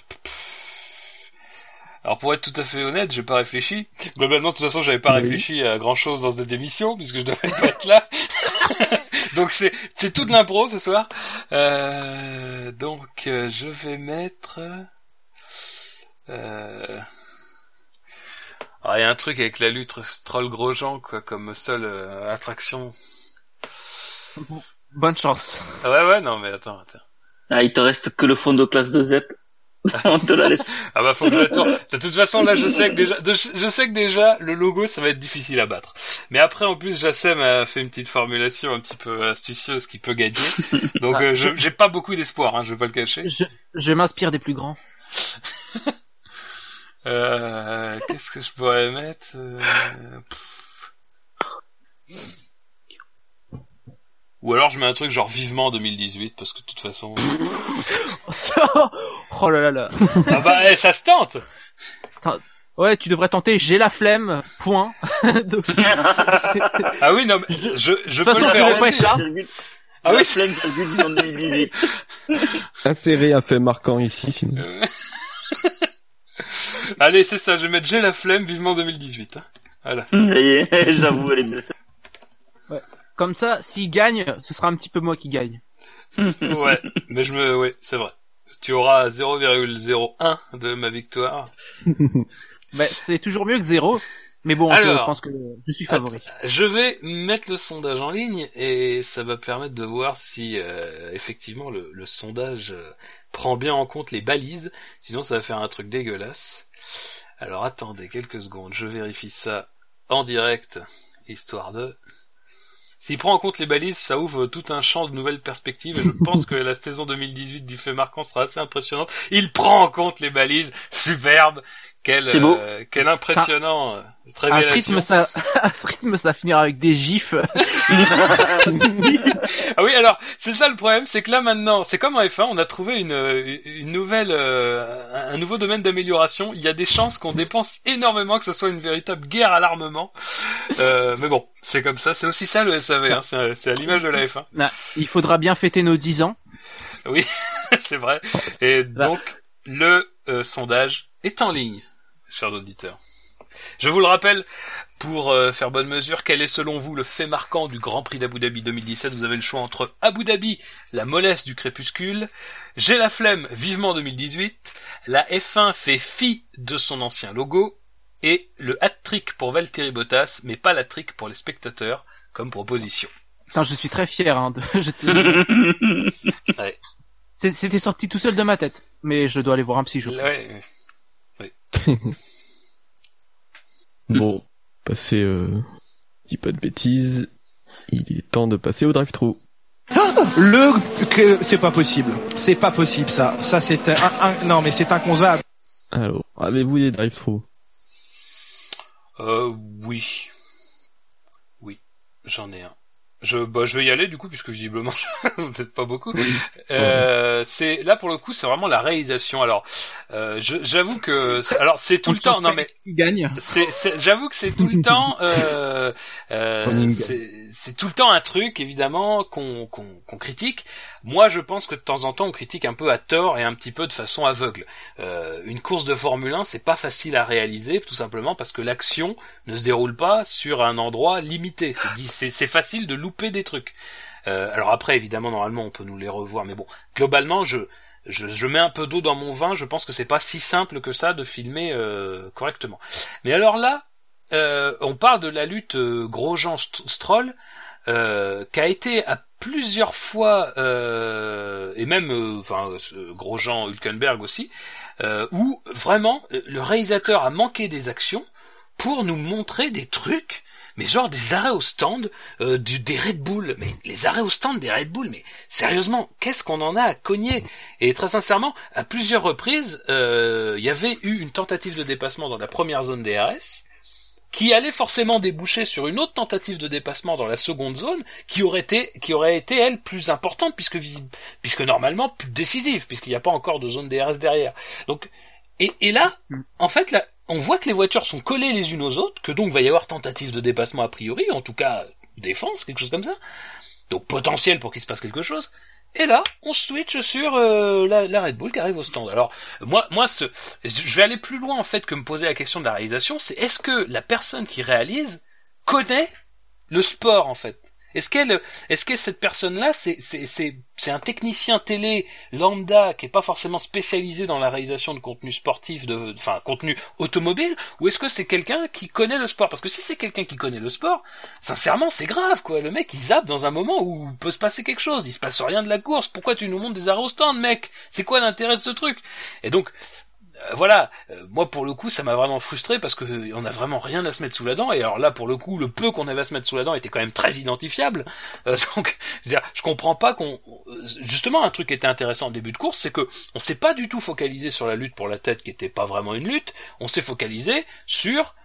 Alors pour être tout à fait honnête, j'ai pas réfléchi. Globalement, de toute façon, j'avais pas Oui. réfléchi à grand chose dans cette émission puisque je devais pas être là. Donc c'est c'est tout de l'impro ce soir. Euh... Donc euh, je vais mettre. Euh... Alors il y a un truc avec la lutte Stroll Grosjean quoi comme seule euh, attraction. Bonne chance. Ah ouais ouais non mais attends attends. Ah, il te reste que le fond de classe de Zep. On te la laisse. Ah bah faut que je la tourne. De toute façon là je sais que déjà de- je sais que déjà le logo ça va être difficile à battre. Mais après en plus Jassem a fait une petite formulation un petit peu astucieuse qui peut gagner. Donc Ah, euh, je je- j'ai pas beaucoup d'espoir hein, je vais pas le cacher. Je, je m'inspire des plus grands. Euh, qu'est-ce que je pourrais mettre euh, pff. Ou alors je mets un truc genre vivement deux mille dix-huit parce que de toute façon Oh là là là. Ah bah, eh, ça se tente. Ouais, tu devrais tenter j'ai la flemme, point. Ah oui, non, mais je, je, je peux façon, le je faire devais pas aussi. être là. Ah oui. Flemme, virgule, en deux mille dix-huit. Insérer un fait marquant ici, sinon. Euh... Allez, c'est ça, je vais mettre j'ai la flemme, vivement deux mille dix-huit. Hein. Voilà. Ça y est, j'avoue, elle est blessée. Ouais. Comme ça, s'il gagne, ce sera un petit peu moi qui gagne. Ouais, mais je me, ouais, c'est vrai. Tu auras zéro virgule zéro un de ma victoire. Bah, c'est toujours mieux que zéro. Mais bon, Alors, je pense que je suis favori. Je vais mettre le sondage en ligne et ça va permettre de voir si euh, effectivement le, le sondage euh, prend bien en compte les balises. Sinon, ça va faire un truc dégueulasse. Alors attendez quelques secondes, je vérifie ça en direct, histoire de... S'il prend en compte les balises, ça ouvre tout un champ de nouvelles perspectives et je pense que la saison deux mille dix-huit du fait marquant sera assez impressionnante. Il prend en compte les balises, superbe, quel, euh, quel impressionnant, ah, cette révélation. À ce rythme, ça, à ce rythme, ça va finir avec des gifs. Ah oui, alors, c'est ça le problème, c'est que là maintenant, c'est comme en F un, on a trouvé une, une nouvelle, euh, un nouveau domaine d'amélioration. Il y a des chances qu'on dépense énormément, que ce soit une véritable guerre à l'armement. Euh, mais bon, c'est comme ça, c'est aussi ça le S A V, hein, c'est, c'est à l'image de la F un. Là, il faudra bien fêter nos dix ans. Oui, c'est vrai. Et donc, le euh, sondage est en ligne, chers auditeurs. Je vous le rappelle, pour euh, faire bonne mesure, quel est selon vous le fait marquant du Grand Prix d'Abu Dhabi deux mille dix-sept? Vous avez le choix entre Abu Dhabi, la mollesse du crépuscule, j'ai la flemme, vivement deux mille dix-huit, la F un fait fi de son ancien logo, et le hat-trick pour Valtteri Bottas, mais pas l'hat-trick pour les spectateurs, comme proposition. Attends, je suis très fier, hein, de... je te... Ouais. C'était sorti tout seul de ma tête, mais je dois aller voir un psy, je pense. Ouais. Oui. Bon, passer, euh, dis pas de bêtises, il est temps de passer au drive-thru. Le, que, c'est pas possible. C'est pas possible, ça. Ça, c'est un, un non, mais c'est inconcevable. Alors, avez-vous des drive-thru? Euh, oui. Oui, j'en ai un. Je, bah, je vais y aller, du coup, puisque visiblement, peut-être pas beaucoup. Oui. Euh, c'est, là, pour le coup, c'est vraiment la réalisation. Alors, euh, je, j'avoue que, alors, c'est tout le temps, non, mais, gagne. C'est, c'est, j'avoue que c'est tout le temps, euh, euh, c'est, c'est tout le temps un truc, évidemment, qu'on, qu'on, qu'on critique. Moi, je pense que de temps en temps, on critique un peu à tort et un petit peu de façon aveugle. Euh, une course de Formule un, c'est pas facile à réaliser, tout simplement parce que l'action ne se déroule pas sur un endroit limité. C'est, c'est, c'est facile de louper des trucs. Euh, alors après, évidemment, normalement, on peut nous les revoir, mais bon, globalement, je, je, je mets un peu d'eau dans mon vin. Je pense que c'est pas si simple que ça de filmer euh, correctement. Mais alors là, euh, on parle de la lutte euh, Grosjean-Stroll, euh, qui a été à plusieurs fois, euh, et même, euh, enfin, Grosjean, Hülkenberg aussi, euh, où vraiment le réalisateur a manqué des actions pour nous montrer des trucs, mais genre des arrêts au stand euh, du, des Red Bull. Mais les arrêts au stand des Red Bull, mais sérieusement, qu'est-ce qu'on en a à cogner? Et très sincèrement, à plusieurs reprises, il euh, y avait eu une tentative de dépassement dans la première zone D R S, qui allait forcément déboucher sur une autre tentative de dépassement dans la seconde zone, qui aurait été, qui aurait été elle plus importante, puisque visible, puisque normalement plus décisive, puisqu'il n'y a pas encore de zone D R S derrière. Donc, et, et là, en fait, là, on voit que les voitures sont collées les unes aux autres, que donc va y avoir tentative de dépassement a priori, en tout cas défense, quelque chose comme ça. Donc potentiel pour qu'il se passe quelque chose. Et là, on switch sur euh, la, la Red Bull qui arrive au stand. Alors, moi, moi, ce, je vais aller plus loin en fait que me poser la question de la réalisation. C'est est-ce que la personne qui réalise connaît le sport en fait? Est-ce qu'elle, est-ce que cette personne-là, c'est, c'est, c'est, c'est un technicien télé lambda qui est pas forcément spécialisé dans la réalisation de contenu sportif, de, enfin, contenu automobile, ou est-ce que c'est quelqu'un qui connaît le sport? Parce que si c'est quelqu'un qui connaît le sport, sincèrement, c'est grave, quoi. Le mec, il zappe dans un moment où il peut se passer quelque chose. Il se passe rien de la course. Pourquoi tu nous montres des arrêts au stand, mec? C'est quoi l'intérêt de ce truc? Et donc, Euh, voilà, euh, moi pour le coup ça m'a vraiment frustré parce que euh, on a vraiment rien à se mettre sous la dent, et alors là pour le coup le peu qu'on avait à se mettre sous la dent était quand même très identifiable, euh, donc c'est-à-dire, je comprends pas qu'on, justement un truc qui était intéressant en début de course, c'est que on s'est pas du tout focalisé sur la lutte pour la tête qui était pas vraiment une lutte, on s'est focalisé sur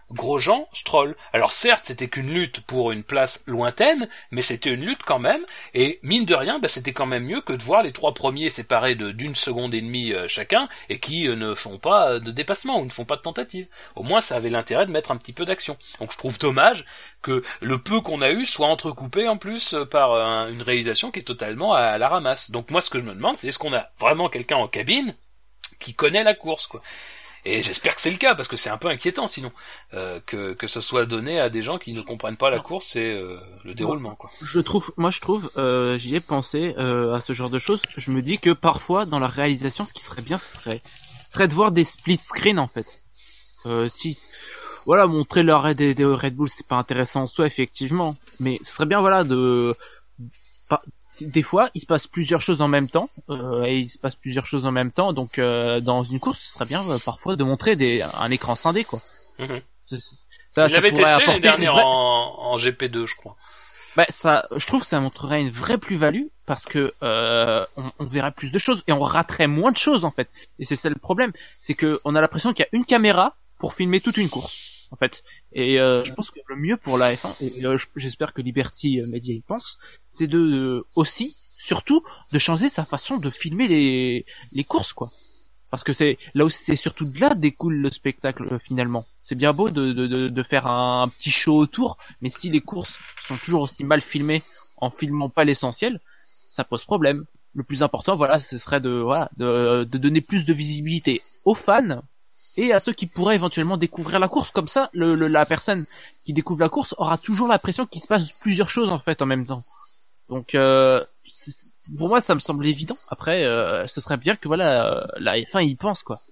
Grosjean, Stroll. Alors certes, c'était qu'une lutte pour une place lointaine, mais c'était une lutte quand même, et mine de rien, bah, c'était quand même mieux que de voir les trois premiers séparés de d'une seconde et demie euh, chacun, et qui euh, ne font pas de dépassement, ou ne font pas de tentative. Au moins, ça avait l'intérêt de mettre un petit peu d'action. Donc je trouve dommage que le peu qu'on a eu soit entrecoupé en plus euh, par euh, une réalisation qui est totalement à, à la ramasse. Donc moi, ce que je me demande, c'est est-ce qu'on a vraiment quelqu'un en cabine qui connaît la course, quoi. Et j'espère que c'est le cas, parce que c'est un peu inquiétant sinon, euh, que que ça soit donné à des gens qui ne comprennent pas la course et euh, le déroulement, quoi. Je trouve, moi je trouve, euh, j'y ai pensé euh, à ce genre de choses. Je me dis que parfois dans la réalisation, ce qui serait bien, ce serait, ce serait de voir des split screen en fait. Euh, si, voilà, montrer l'arrêt des, des Red Bull, c'est pas intéressant en soi effectivement, mais ce serait bien, voilà, de pas, des fois, il se passe plusieurs choses en même temps, euh, et il se passe plusieurs choses en même temps, donc euh, dans une course, ce serait bien euh, parfois de montrer des, un écran scindé, quoi. Mm-hmm. C'est, ça, il l'avait testé l'année dernière vraie... en, en G P deux, je crois. Bah, ça, je trouve que ça montrerait une vraie plus-value, parce que euh, on, on verrait plus de choses, et on raterait moins de choses, en fait. Et c'est ça le problème, c'est que on a l'impression qu'il y a une caméra pour filmer toute une course, en fait. Et euh, je pense que le mieux pour la F un, et euh, j'espère que Liberty Media y pense, c'est de euh, aussi, surtout, de changer sa façon de filmer les les courses, quoi. Parce que c'est là aussi, c'est surtout de là découle le spectacle euh, finalement. C'est bien beau de, de de de faire un, un petit show autour, mais si les courses sont toujours aussi mal filmées en filmant pas l'essentiel, ça pose problème. Le plus important, voilà, ce serait de voilà de de donner plus de visibilité aux fans et à ceux qui pourraient éventuellement découvrir la course. Comme ça, le, le la personne qui découvre la course aura toujours l'impression qu'il se passe plusieurs choses en fait en même temps. Donc euh, pour moi ça me semble évident. Après euh, ce serait bien que voilà la F un y pense, quoi.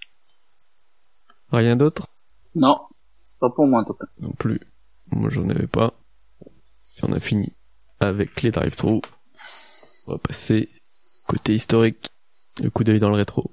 Rien d'autre? Non, pas pour moi en tout cas. Non plus. Moi j'en avais pas. Puis on a fini avec les drive-thru. On va passer côté historique. Le coup d'œil dans le rétro.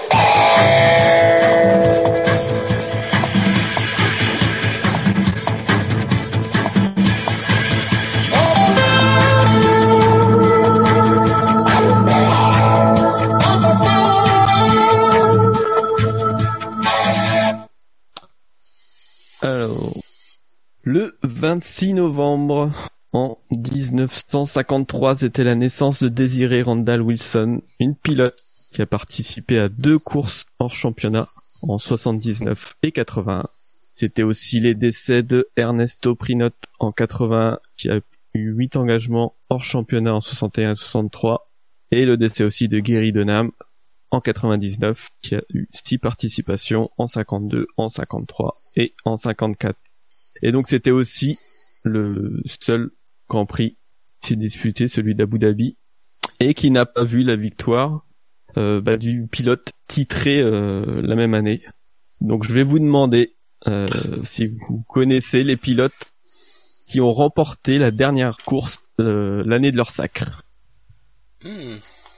Alors, le vingt-six novembre en dix-neuf cent cinquante-trois, c'était la naissance de Desiree Randall Wilson, une pilote qui a participé à deux courses hors championnat en soixante-dix-neuf et quatre-vingt-un. C'était aussi les décès de Ernesto Prinot en quatre-vingt-un, qui a eu huit engagements hors championnat en soixante et un et soixante-trois, et le décès aussi de Gary Denham en quatre-vingt-dix-neuf, qui a eu six participations en cinquante-deux, en cinquante-trois et en cinquante-quatre. Et donc c'était aussi le seul Grand Prix qui s'est disputé, celui d'Abu Dhabi, et qui n'a pas vu la victoire euh, bah, du pilote titré euh, la même année. Donc je vais vous demander euh, si vous connaissez les pilotes qui ont remporté la dernière course euh, l'année de leur sacre. Hmm.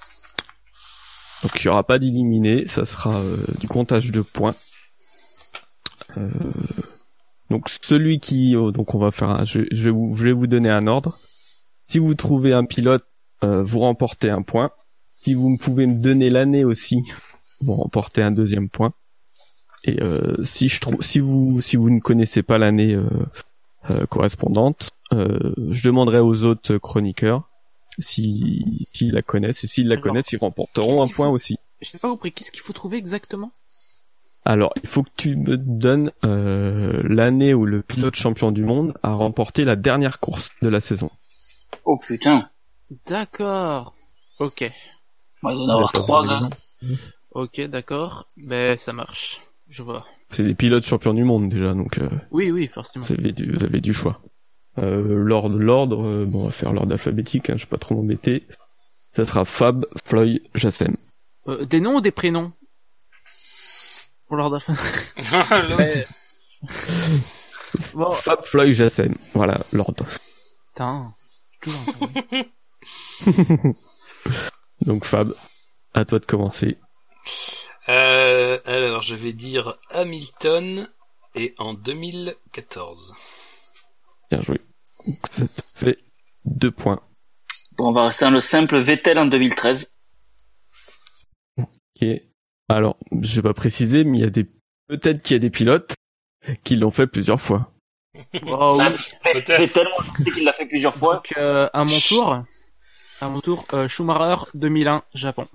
Donc il n'y aura pas d'éliminés, ça sera euh, du comptage de points. Euh, donc celui qui, oh, donc on va faire, un, je, je vais vous, je vais vous donner un ordre. Si vous trouvez un pilote, euh, vous remportez un point. Si vous pouvez me donner l'année aussi, vous remportez un deuxième point. Et euh, si je trouve, si vous, si vous ne connaissez pas l'année euh, euh, correspondante, euh, je demanderai aux autres chroniqueurs si s'ils la connaissent, et s'ils la Alors, connaissent, ils remporteront un point faut... aussi. Je n'ai pas compris, qu'est-ce qu'il faut trouver exactement? Alors, il faut que tu me donnes euh, l'année où le pilote champion du monde a remporté la dernière course de la saison. Oh putain. D'accord. Ok. Il doit y en avoir trois, gars. Ok, d'accord. Ben, ça marche. Je vois. C'est les pilotes champions du monde déjà, donc euh, Oui, oui, forcément. vous avez du, vous avez du choix. Euh, l'ordre, l'ordre, euh, bon, on va faire l'ordre alphabétique, hein, je vais pas trop m'embêter. Ça sera Fab, Floyd, Jassem. Euh, des noms ou des prénoms? Pour l'ordre L'autre. Bon. Fab, Floyd, Jassem. Voilà, l'ordre. Putain. J'ai toujours entendu. Donc Fab, à toi de commencer. Euh, alors, je vais dire Hamilton et en deux mille quatorze. Bien joué. Donc, ça te fait deux points. Bon, on va rester dans le simple Vettel en deux mille treize. Ok. Alors, je vais pas préciser, mais il y a des, peut-être qu'il y a des pilotes Qui l'ont fait plusieurs fois. Oh, oui. Peut-être. Vettel, moi, je sais qu'il l'a fait plusieurs fois. Donc, euh, à mon tour, à mon tour, euh, Schumacher, deux mille un, Japon.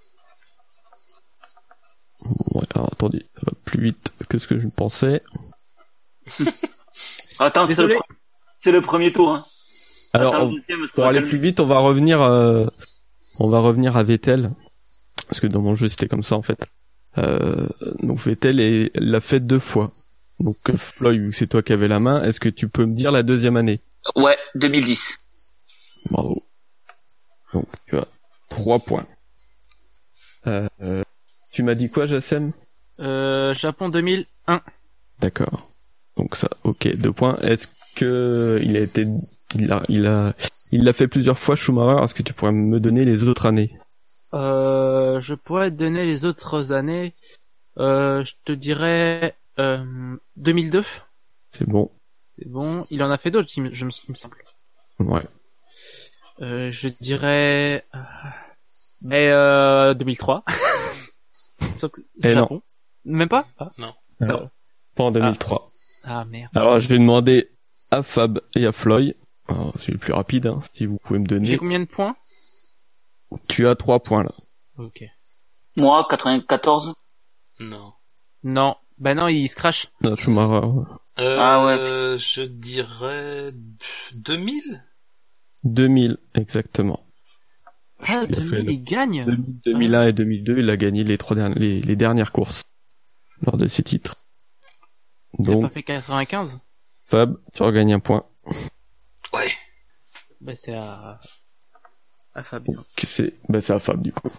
Ouais, alors attendez, ça va plus vite que ce que je pensais. Attends, c'est Désolé. le, pre- c'est le premier tour. Hein. Alors, Attends, on- le deuxième, c'est pour pas aller calme. plus vite, on va revenir, euh, on va revenir à Vettel. Parce que dans mon jeu, c'était comme ça, en fait. Euh, donc Vettel est- l'a fait deux fois. Donc euh, Floyd, vu que c'est toi qui avais la main, est-ce que tu peux me dire la deuxième année? Ouais, deux mille dix. Bravo. Donc tu as trois points. Euh, euh, tu m'as dit quoi, Jassem? Euh, Japon deux mille un. D'accord. Donc ça, ok, deux points. Est-ce que il a été, il a, il a, il l'a fait plusieurs fois, Schumacher. Est-ce que tu pourrais me donner les autres années? Euh, je pourrais te donner les autres années. Euh, je te dirais euh, deux mille deux. C'est bon. C'est bon. Il en a fait d'autres, il me, je me, il me semble. Ouais. Euh, je dirais... euh, Mais euh, deux mille trois. Sauf que c'est Eh non. Japon. Même pas ah. Alors, pas en deux mille trois. ah merde. Alors, je vais demander à Fab et à Floyd. Alors, c'est le plus rapide, hein, si vous pouvez me J'ai donner. combien de points? Tu as trois points, là. Ok. Moi, quatre-vingt-quatorze. Non. Non. Bah non, il se crache. Non, Schumacher. Euh, Ah ouais. Je dirais deux mille. deux mille, exactement. Ah, Il a fait deux mille, le- il gagne. deux mille, deux mille un et deux mille deux, il a gagné les trois dernières, les, les dernières courses lors de ses titres. Il a Donc, pas fait quatre-vingt-quinze. Fab, tu regagnes un point. Ouais. Bah c'est à... à Fabien. Que c'est, bah, c'est à Fab, du coup.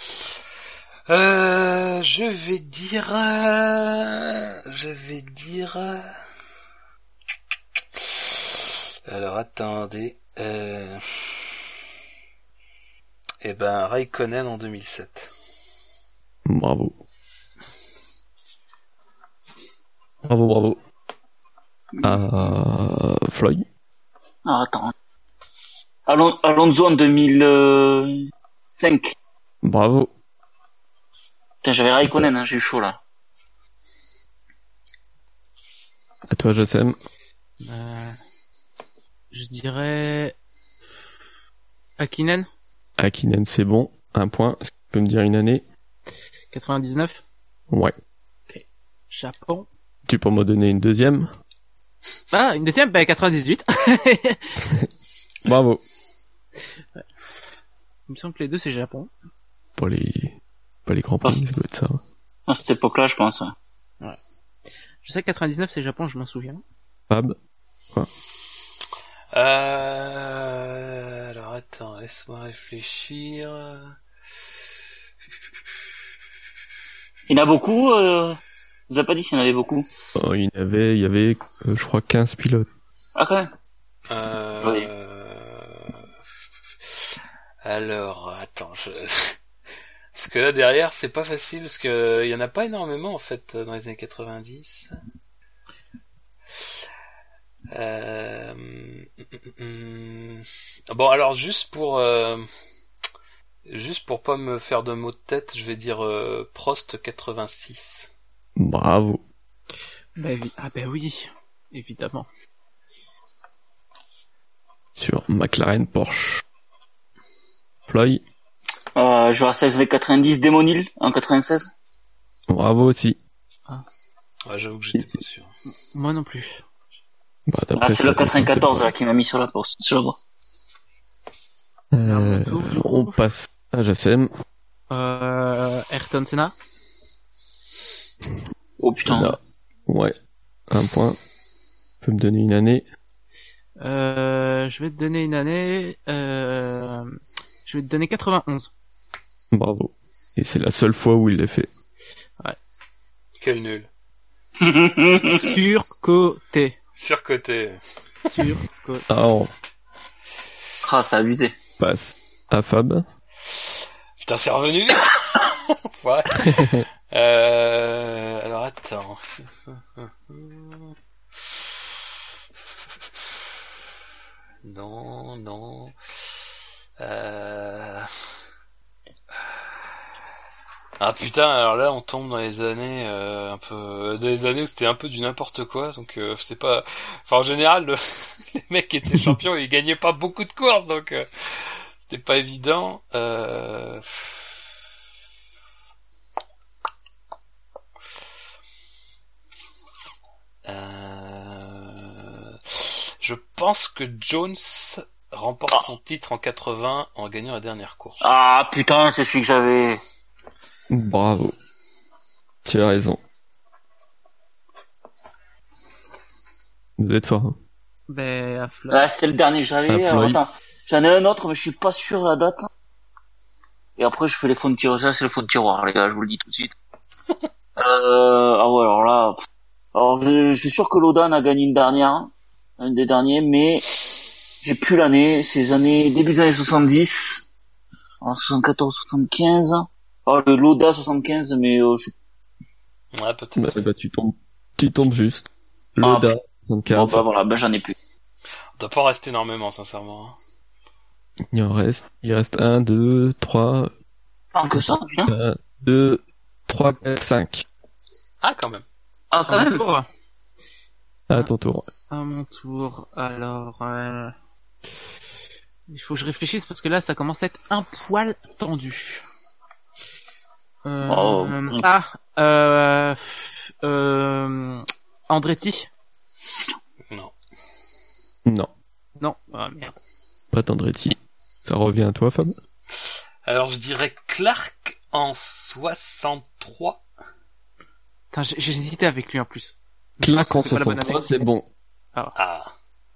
Euh, je vais dire, euh, je vais dire. euh, Alors attendez. Euh... Eh ben Raikkonen en deux mille sept. Bravo. Bravo, bravo. Euh, Floyd. Ah, attends. Alon- Alonso en deux mille cinq. Bravo. Putain, j'avais Raikkonen, hein, j'ai eu chaud là. À toi, Jassem. Euh, je dirais... Akinen, Akinen, c'est bon. Un point. Est-ce que tu peux me dire une année? quatre-vingt-dix-neuf. Ouais. Japon. Tu peux me donner une deuxième? Ah, une deuxième, bah quatre-vingt-dix-huit. Bravo. Il me semble que les deux c'est Japon. Pas les, pas les grands prix, ça doit être ça. À cette époque-là, je pense, ouais. Je sais que quatre-vingt-dix-neuf c'est Japon, je m'en souviens. Fab. Euh... Alors attends, laisse-moi réfléchir. Il y en a beaucoup, euh... vous avez pas dit s'il y en avait beaucoup. Oh, il y avait, il y avait, euh, je crois, quinze pilotes. Ah, quand même. Euh... Oui. Alors, attends, je... parce que là derrière c'est pas facile parce que il y en a pas énormément en fait dans les années quatre-vingt-dix. Euh... Bon alors juste pour euh... juste pour pas me faire de mots de tête, je vais dire euh, Prost quatre-vingt-six. Bravo. Bah, évi- ah bah oui, évidemment. Sur McLaren Porsche. Floyd. Euh, je vais à seize V quatre-vingt-dix, Démonil, en quatre-vingt-seize. Bravo aussi. Ouais, j'avoue que j'étais pas sûr. Moi non plus. Bah, d'après Ah, c'est le cette question, quatre-vingt-quatorze, c'est là, qui m'a mis sur la course, sur le bras. pas- Euh, Tour, du coup. on passe à Jassem. Euh, Ayrton Senna. Oh putain. Là. Ouais. Un point. Tu peux me donner une année? Euh, je vais te donner une année. Euh, je vais te donner quatre-vingt-onze. Bravo. Et c'est la seule fois où il l'a fait. Quel nul. Surcoté. Surcoté. Surcoté. Alors, Ah, c'est abusé. on passe à Fab. Putain, c'est revenu vite. Ouais. Euh... Alors attends. Non, non. Euh... Ah putain, alors là on tombe dans les années euh, un peu dans les années où c'était un peu du n'importe quoi, donc euh, c'est pas enfin en général le... les mecs qui étaient champions, ils gagnaient pas beaucoup de courses, donc euh, c'était pas évident. Euh... Euh... Je pense que Jones remporte Ah. son titre en quatre-vingts en gagnant la dernière course. Ah putain, c'est celui que j'avais. Bravo. Tu as raison. Vous êtes fort. Hein. Ben, à Fly. Ah, c'était le dernier que j'avais. Ah, Alors, Floyd. attends, j'en ai un autre, mais je suis pas sûr de la date. Et après, je fais les fonds de tiroir. Ça, c'est le fond de tiroir, les gars. Je vous le dis tout de suite. euh, ah ouais, alors là. pff. Alors, je, je suis sûr que Lodan a gagné une dernière, une des derniers, mais j'ai plus l'année. C'est les années début des années soixante-dix, en soixante-quatorze, soixante-quinze. Oh, le Loda soixante-quinze, mais euh, je... Ouais, peut-être. Bah, bah, tu tombes, tu tombes juste. Ah, Loda, bon, soixante-quinze. bah voilà, bah j'en ai plus. On doit pas rester énormément, sincèrement. Il en reste, il reste un, deux, trois, Pas que ça, putain. un, deux, trois, quatre, cinq. Ah, quand même. Ah, quand À mon même. tour. À ton tour. À mon tour. Alors, euh... il faut que je réfléchisse parce que là, ça commence à être un poil tendu. Euh... Oh. Ah, euh... euh... Andretti. Non. Non, Non. Ah merde. pas d'Andretti. Ça revient à toi, Fab. Alors, je dirais Clark en soixante-trois. Putain, j'ai j'ai hésité avec lui en plus. Clark en C'est pas la bonne soixante-trois, année. c'est bon. Ah.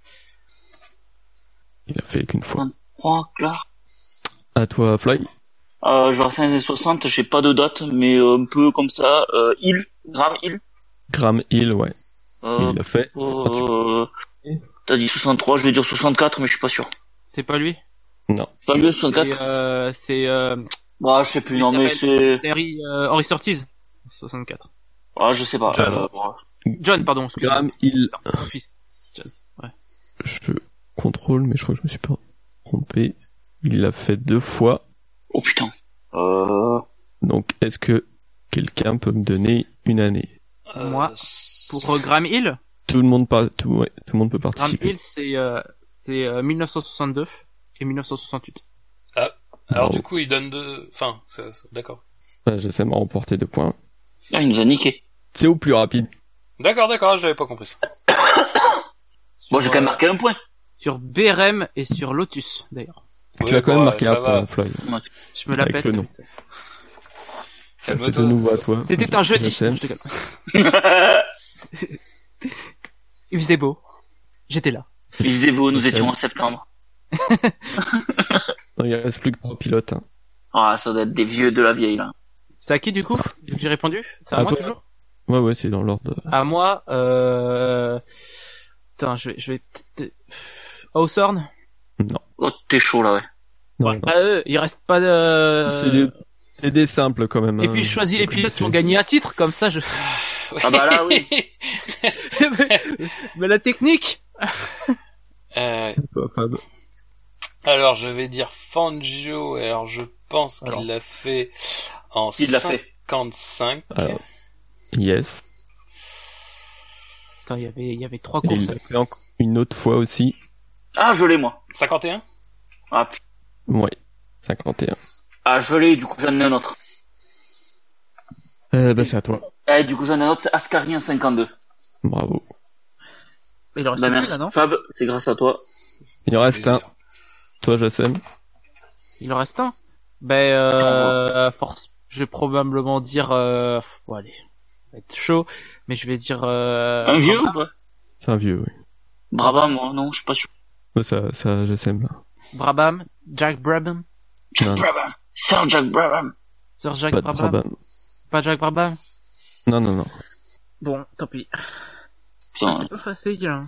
Il a fait qu'une fois. trois, Clark. À toi, Fly. Euh, je reste dans les années soixante, j'ai pas de date, mais euh, un peu comme ça. Euh, Hill, Graham Hill. Graham Hill, ouais. Euh, Il a fait. euh, t'as dit soixante-trois, je vais dire soixante-quatre, mais je suis pas sûr. C'est pas lui. Non. Pas mieux, C'est soixante-quatre. euh, c'est euh, Bah, je sais plus, il non, mais s'appelle- c'est... Harry, euh, Henry Surtees. soixante-quatre. Ah, je sais pas. John. Euh, voilà. John, pardon, excuse-moi. Graham Hill. Son fils. John. Ouais. Je contrôle, mais je crois que je me suis pas trompé. Il l'a fait deux fois. Oh putain. Euh... Donc, est-ce que quelqu'un peut me donner une année? Euh, Moi, Pour euh, Graham Hill, Tout le monde pas, tout, ouais, tout le monde peut Graham participer. Hill, c'est euh, c'est euh, mille neuf cent soixante-deux et mille neuf cent soixante-huit. Alors, Bravo. du coup, il donne deux... Enfin, c'est- c'est- d'accord. Ouais, j'essaie de me remporter deux points. Ah, il nous a niqué. C'est au plus rapide. D'accord, d'accord, j'avais pas compris ça. Moi, j'ai quand même marqué un point. Sur B R M et sur Lotus, d'ailleurs. tu Ouais, as quand bon, même marqué ça un va. point, Fly. Moi, c'est- Je me la Avec pète. le nom. C'est de Calme-toi. nouveau à toi. C'était un jeudi. Je sais. Je déconne. Il faisait beau. J'étais là. Il faisait beau, nous Je sais. étions en septembre. Non, il reste plus que trois pilotes. Hein. Ah, ça doit être des vieux de la vieille, là. C'est à qui, du coup? Vu que j'ai répondu? C'est à, À moi, toi. toujours? Ouais, ouais, c'est dans l'ordre. À moi, euh... Putain, je vais, je vais peut-être... Hawthorne? Non. Oh, t'es chaud, là, ouais. Non, Ouais. non. Ah, euh, il reste pas de... C'est des, c'est des simples quand même. Et hein. puis je choisis les pilotes qui ont C'est- gagné un titre, comme ça je... Ah bah là, oui. Mais la technique! Euh, Toi, Fab. alors, je vais dire Fangio. Alors, je pense qu'il Alors. l'a fait en Il l'a fait. cinquante-cinq. Alors. Yes. Attends, il y avait, il y avait trois Et courses. il l'a fait encore une autre fois aussi. Ah, je l'ai, moi. cinquante et un? Ah, putain. Ouais. cinquante et un. Ah, je l'ai, du coup, j'en ai un autre. Euh, bah, c'est à toi. Eh, du coup, j'en ai un autre, c'est Ascari en cinquante-deux. Bravo. Il en reste Bah, plus, merci. là, non? Fab, c'est grâce à toi. Il en reste un. Toi, Jassem. Il en reste un? Ben, euh, force. Je vais probablement dire, euh, bon, allez. Ça va être chaud, mais je vais dire, euh, Un vieux ou pas? C'est un vieux, oui. Brabham, moi, non, je suis pas sûr. Ouais, ça, ça, Jassem, là. Brabham, Jack Brabham, Jack Non, non. Brabham. Sir Jack Brabham. Sir Jack Pas de Brabham. Brabham. Pas Jack Brabham? Non, non, non. Bon, tant pis. Putain, C'était pas facile, hein.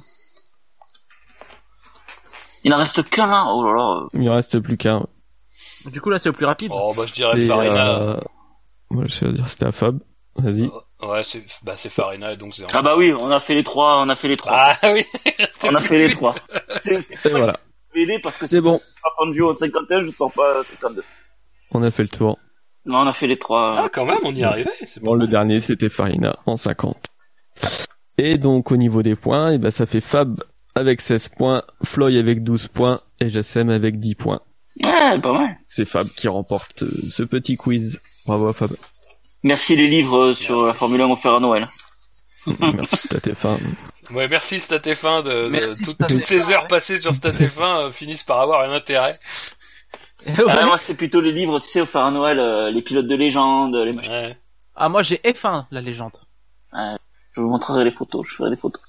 il en reste qu'un, là. Oh là là. Il en reste plus qu'un. Du coup, là, c'est au plus rapide. Oh, bah, je dirais C'est, Farina. euh... Moi, je vais dire c'était à Fab. Vas-y. Ouais, c'est, bah, c'est Farina, et donc c'est en Ah bah oui, on a fait les trois, on a fait les trois. Ah oui, on a fait les trois. C'est, c'est Et voilà. Je vais aider parce que C'est si bon. je pas pendu au cinquante et un, je sors pas cinquante-deux. On a fait le tour. Non, on a fait les trois. Ah, quand même, on y est arrivé. C'est Bon, le dernier, c'était Farina, en cinquante. Et donc, au niveau des points, eh ben, ça fait Fab avec seize points, Floy avec douze points, et J S M avec dix points. Ouais, pas mal. C'est Fab qui remporte euh, ce petit quiz. Bravo à Fab. Merci les livres sur Merci. la Formule un offerts à Noël. Merci, t'as tes fins. Ouais, merci Stat F un de, de Merci, tout- Stat toutes F un, ces heures ouais. passées sur Stat F un euh, finissent par avoir un intérêt. Ouais. Ah, moi, c'est plutôt les livres, tu sais, offerts à Noël, euh, les pilotes de légende, les machins. Ouais. Ah, moi j'ai F un, la légende. Ouais, je vous montrerai les photos, je ferai des photos.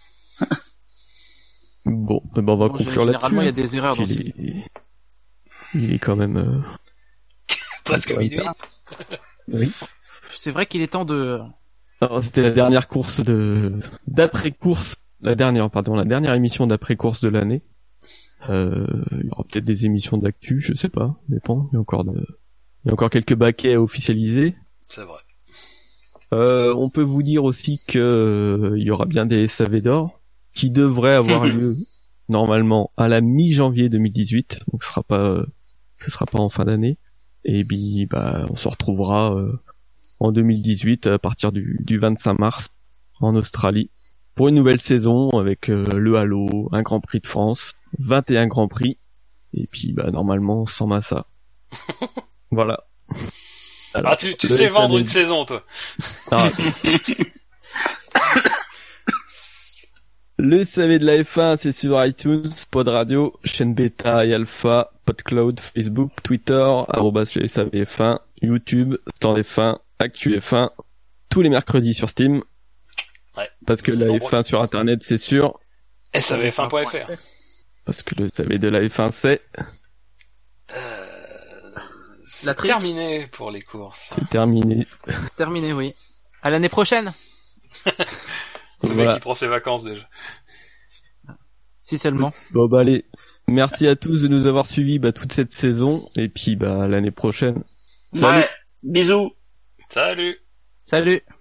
Bon, eh ben, on va Bon, conclure là-dessus. généralement, il y a des erreurs dans Il ces... est, il est quand même, euh... Presque Ouais, minuit. oui. C'est vrai qu'il est temps de... Alors, c'était la dernière course de, d'après-course, la dernière, pardon, la dernière émission d'après-course de l'année. Euh, il y aura peut-être des émissions d'actu, je sais pas, dépend. Il y a encore de, il y a encore quelques baquets à officialiser. C'est vrai. Euh, on peut vous dire aussi que euh, il y aura bien des S A V d'or qui devraient avoir lieu normalement à la mi-janvier deux mille dix-huit, donc ce sera pas, euh, ce sera pas en fin d'année. Et puis, bah, on se retrouvera euh, en deux mille dix-huit à partir du, du vingt-cinq mars en Australie pour une nouvelle saison avec euh, le Halo, un Grand Prix de France, vingt et un Grands Prix, et puis bah normalement sans Massa. Voilà. Alors, Ah, tu, tu le sais S A V vendre une saison, toi. Ah. Le S A V de la F un, c'est sur iTunes, Pod Radio, chaîne bêta et alpha, PodCloud, Facebook, Twitter, arrobas le S A V F un, YouTube, Stand F un, Actu F un, tous les mercredis sur Steam. Ouais. Parce que la F un sur Internet, c'est sûr. S A V F un point F R. Parce que le S A V de la F un, c'est... Euh, La c'est trique. terminé pour les courses. C'est terminé. Terminé, oui. À l'année prochaine, Le mec Voilà. qui prend ses vacances déjà. si seulement. Bon bah allez, merci à tous de nous avoir suivis bah, toute cette saison, et puis bah l'année prochaine. Salut. Ouais, bisous. Salut. Salut.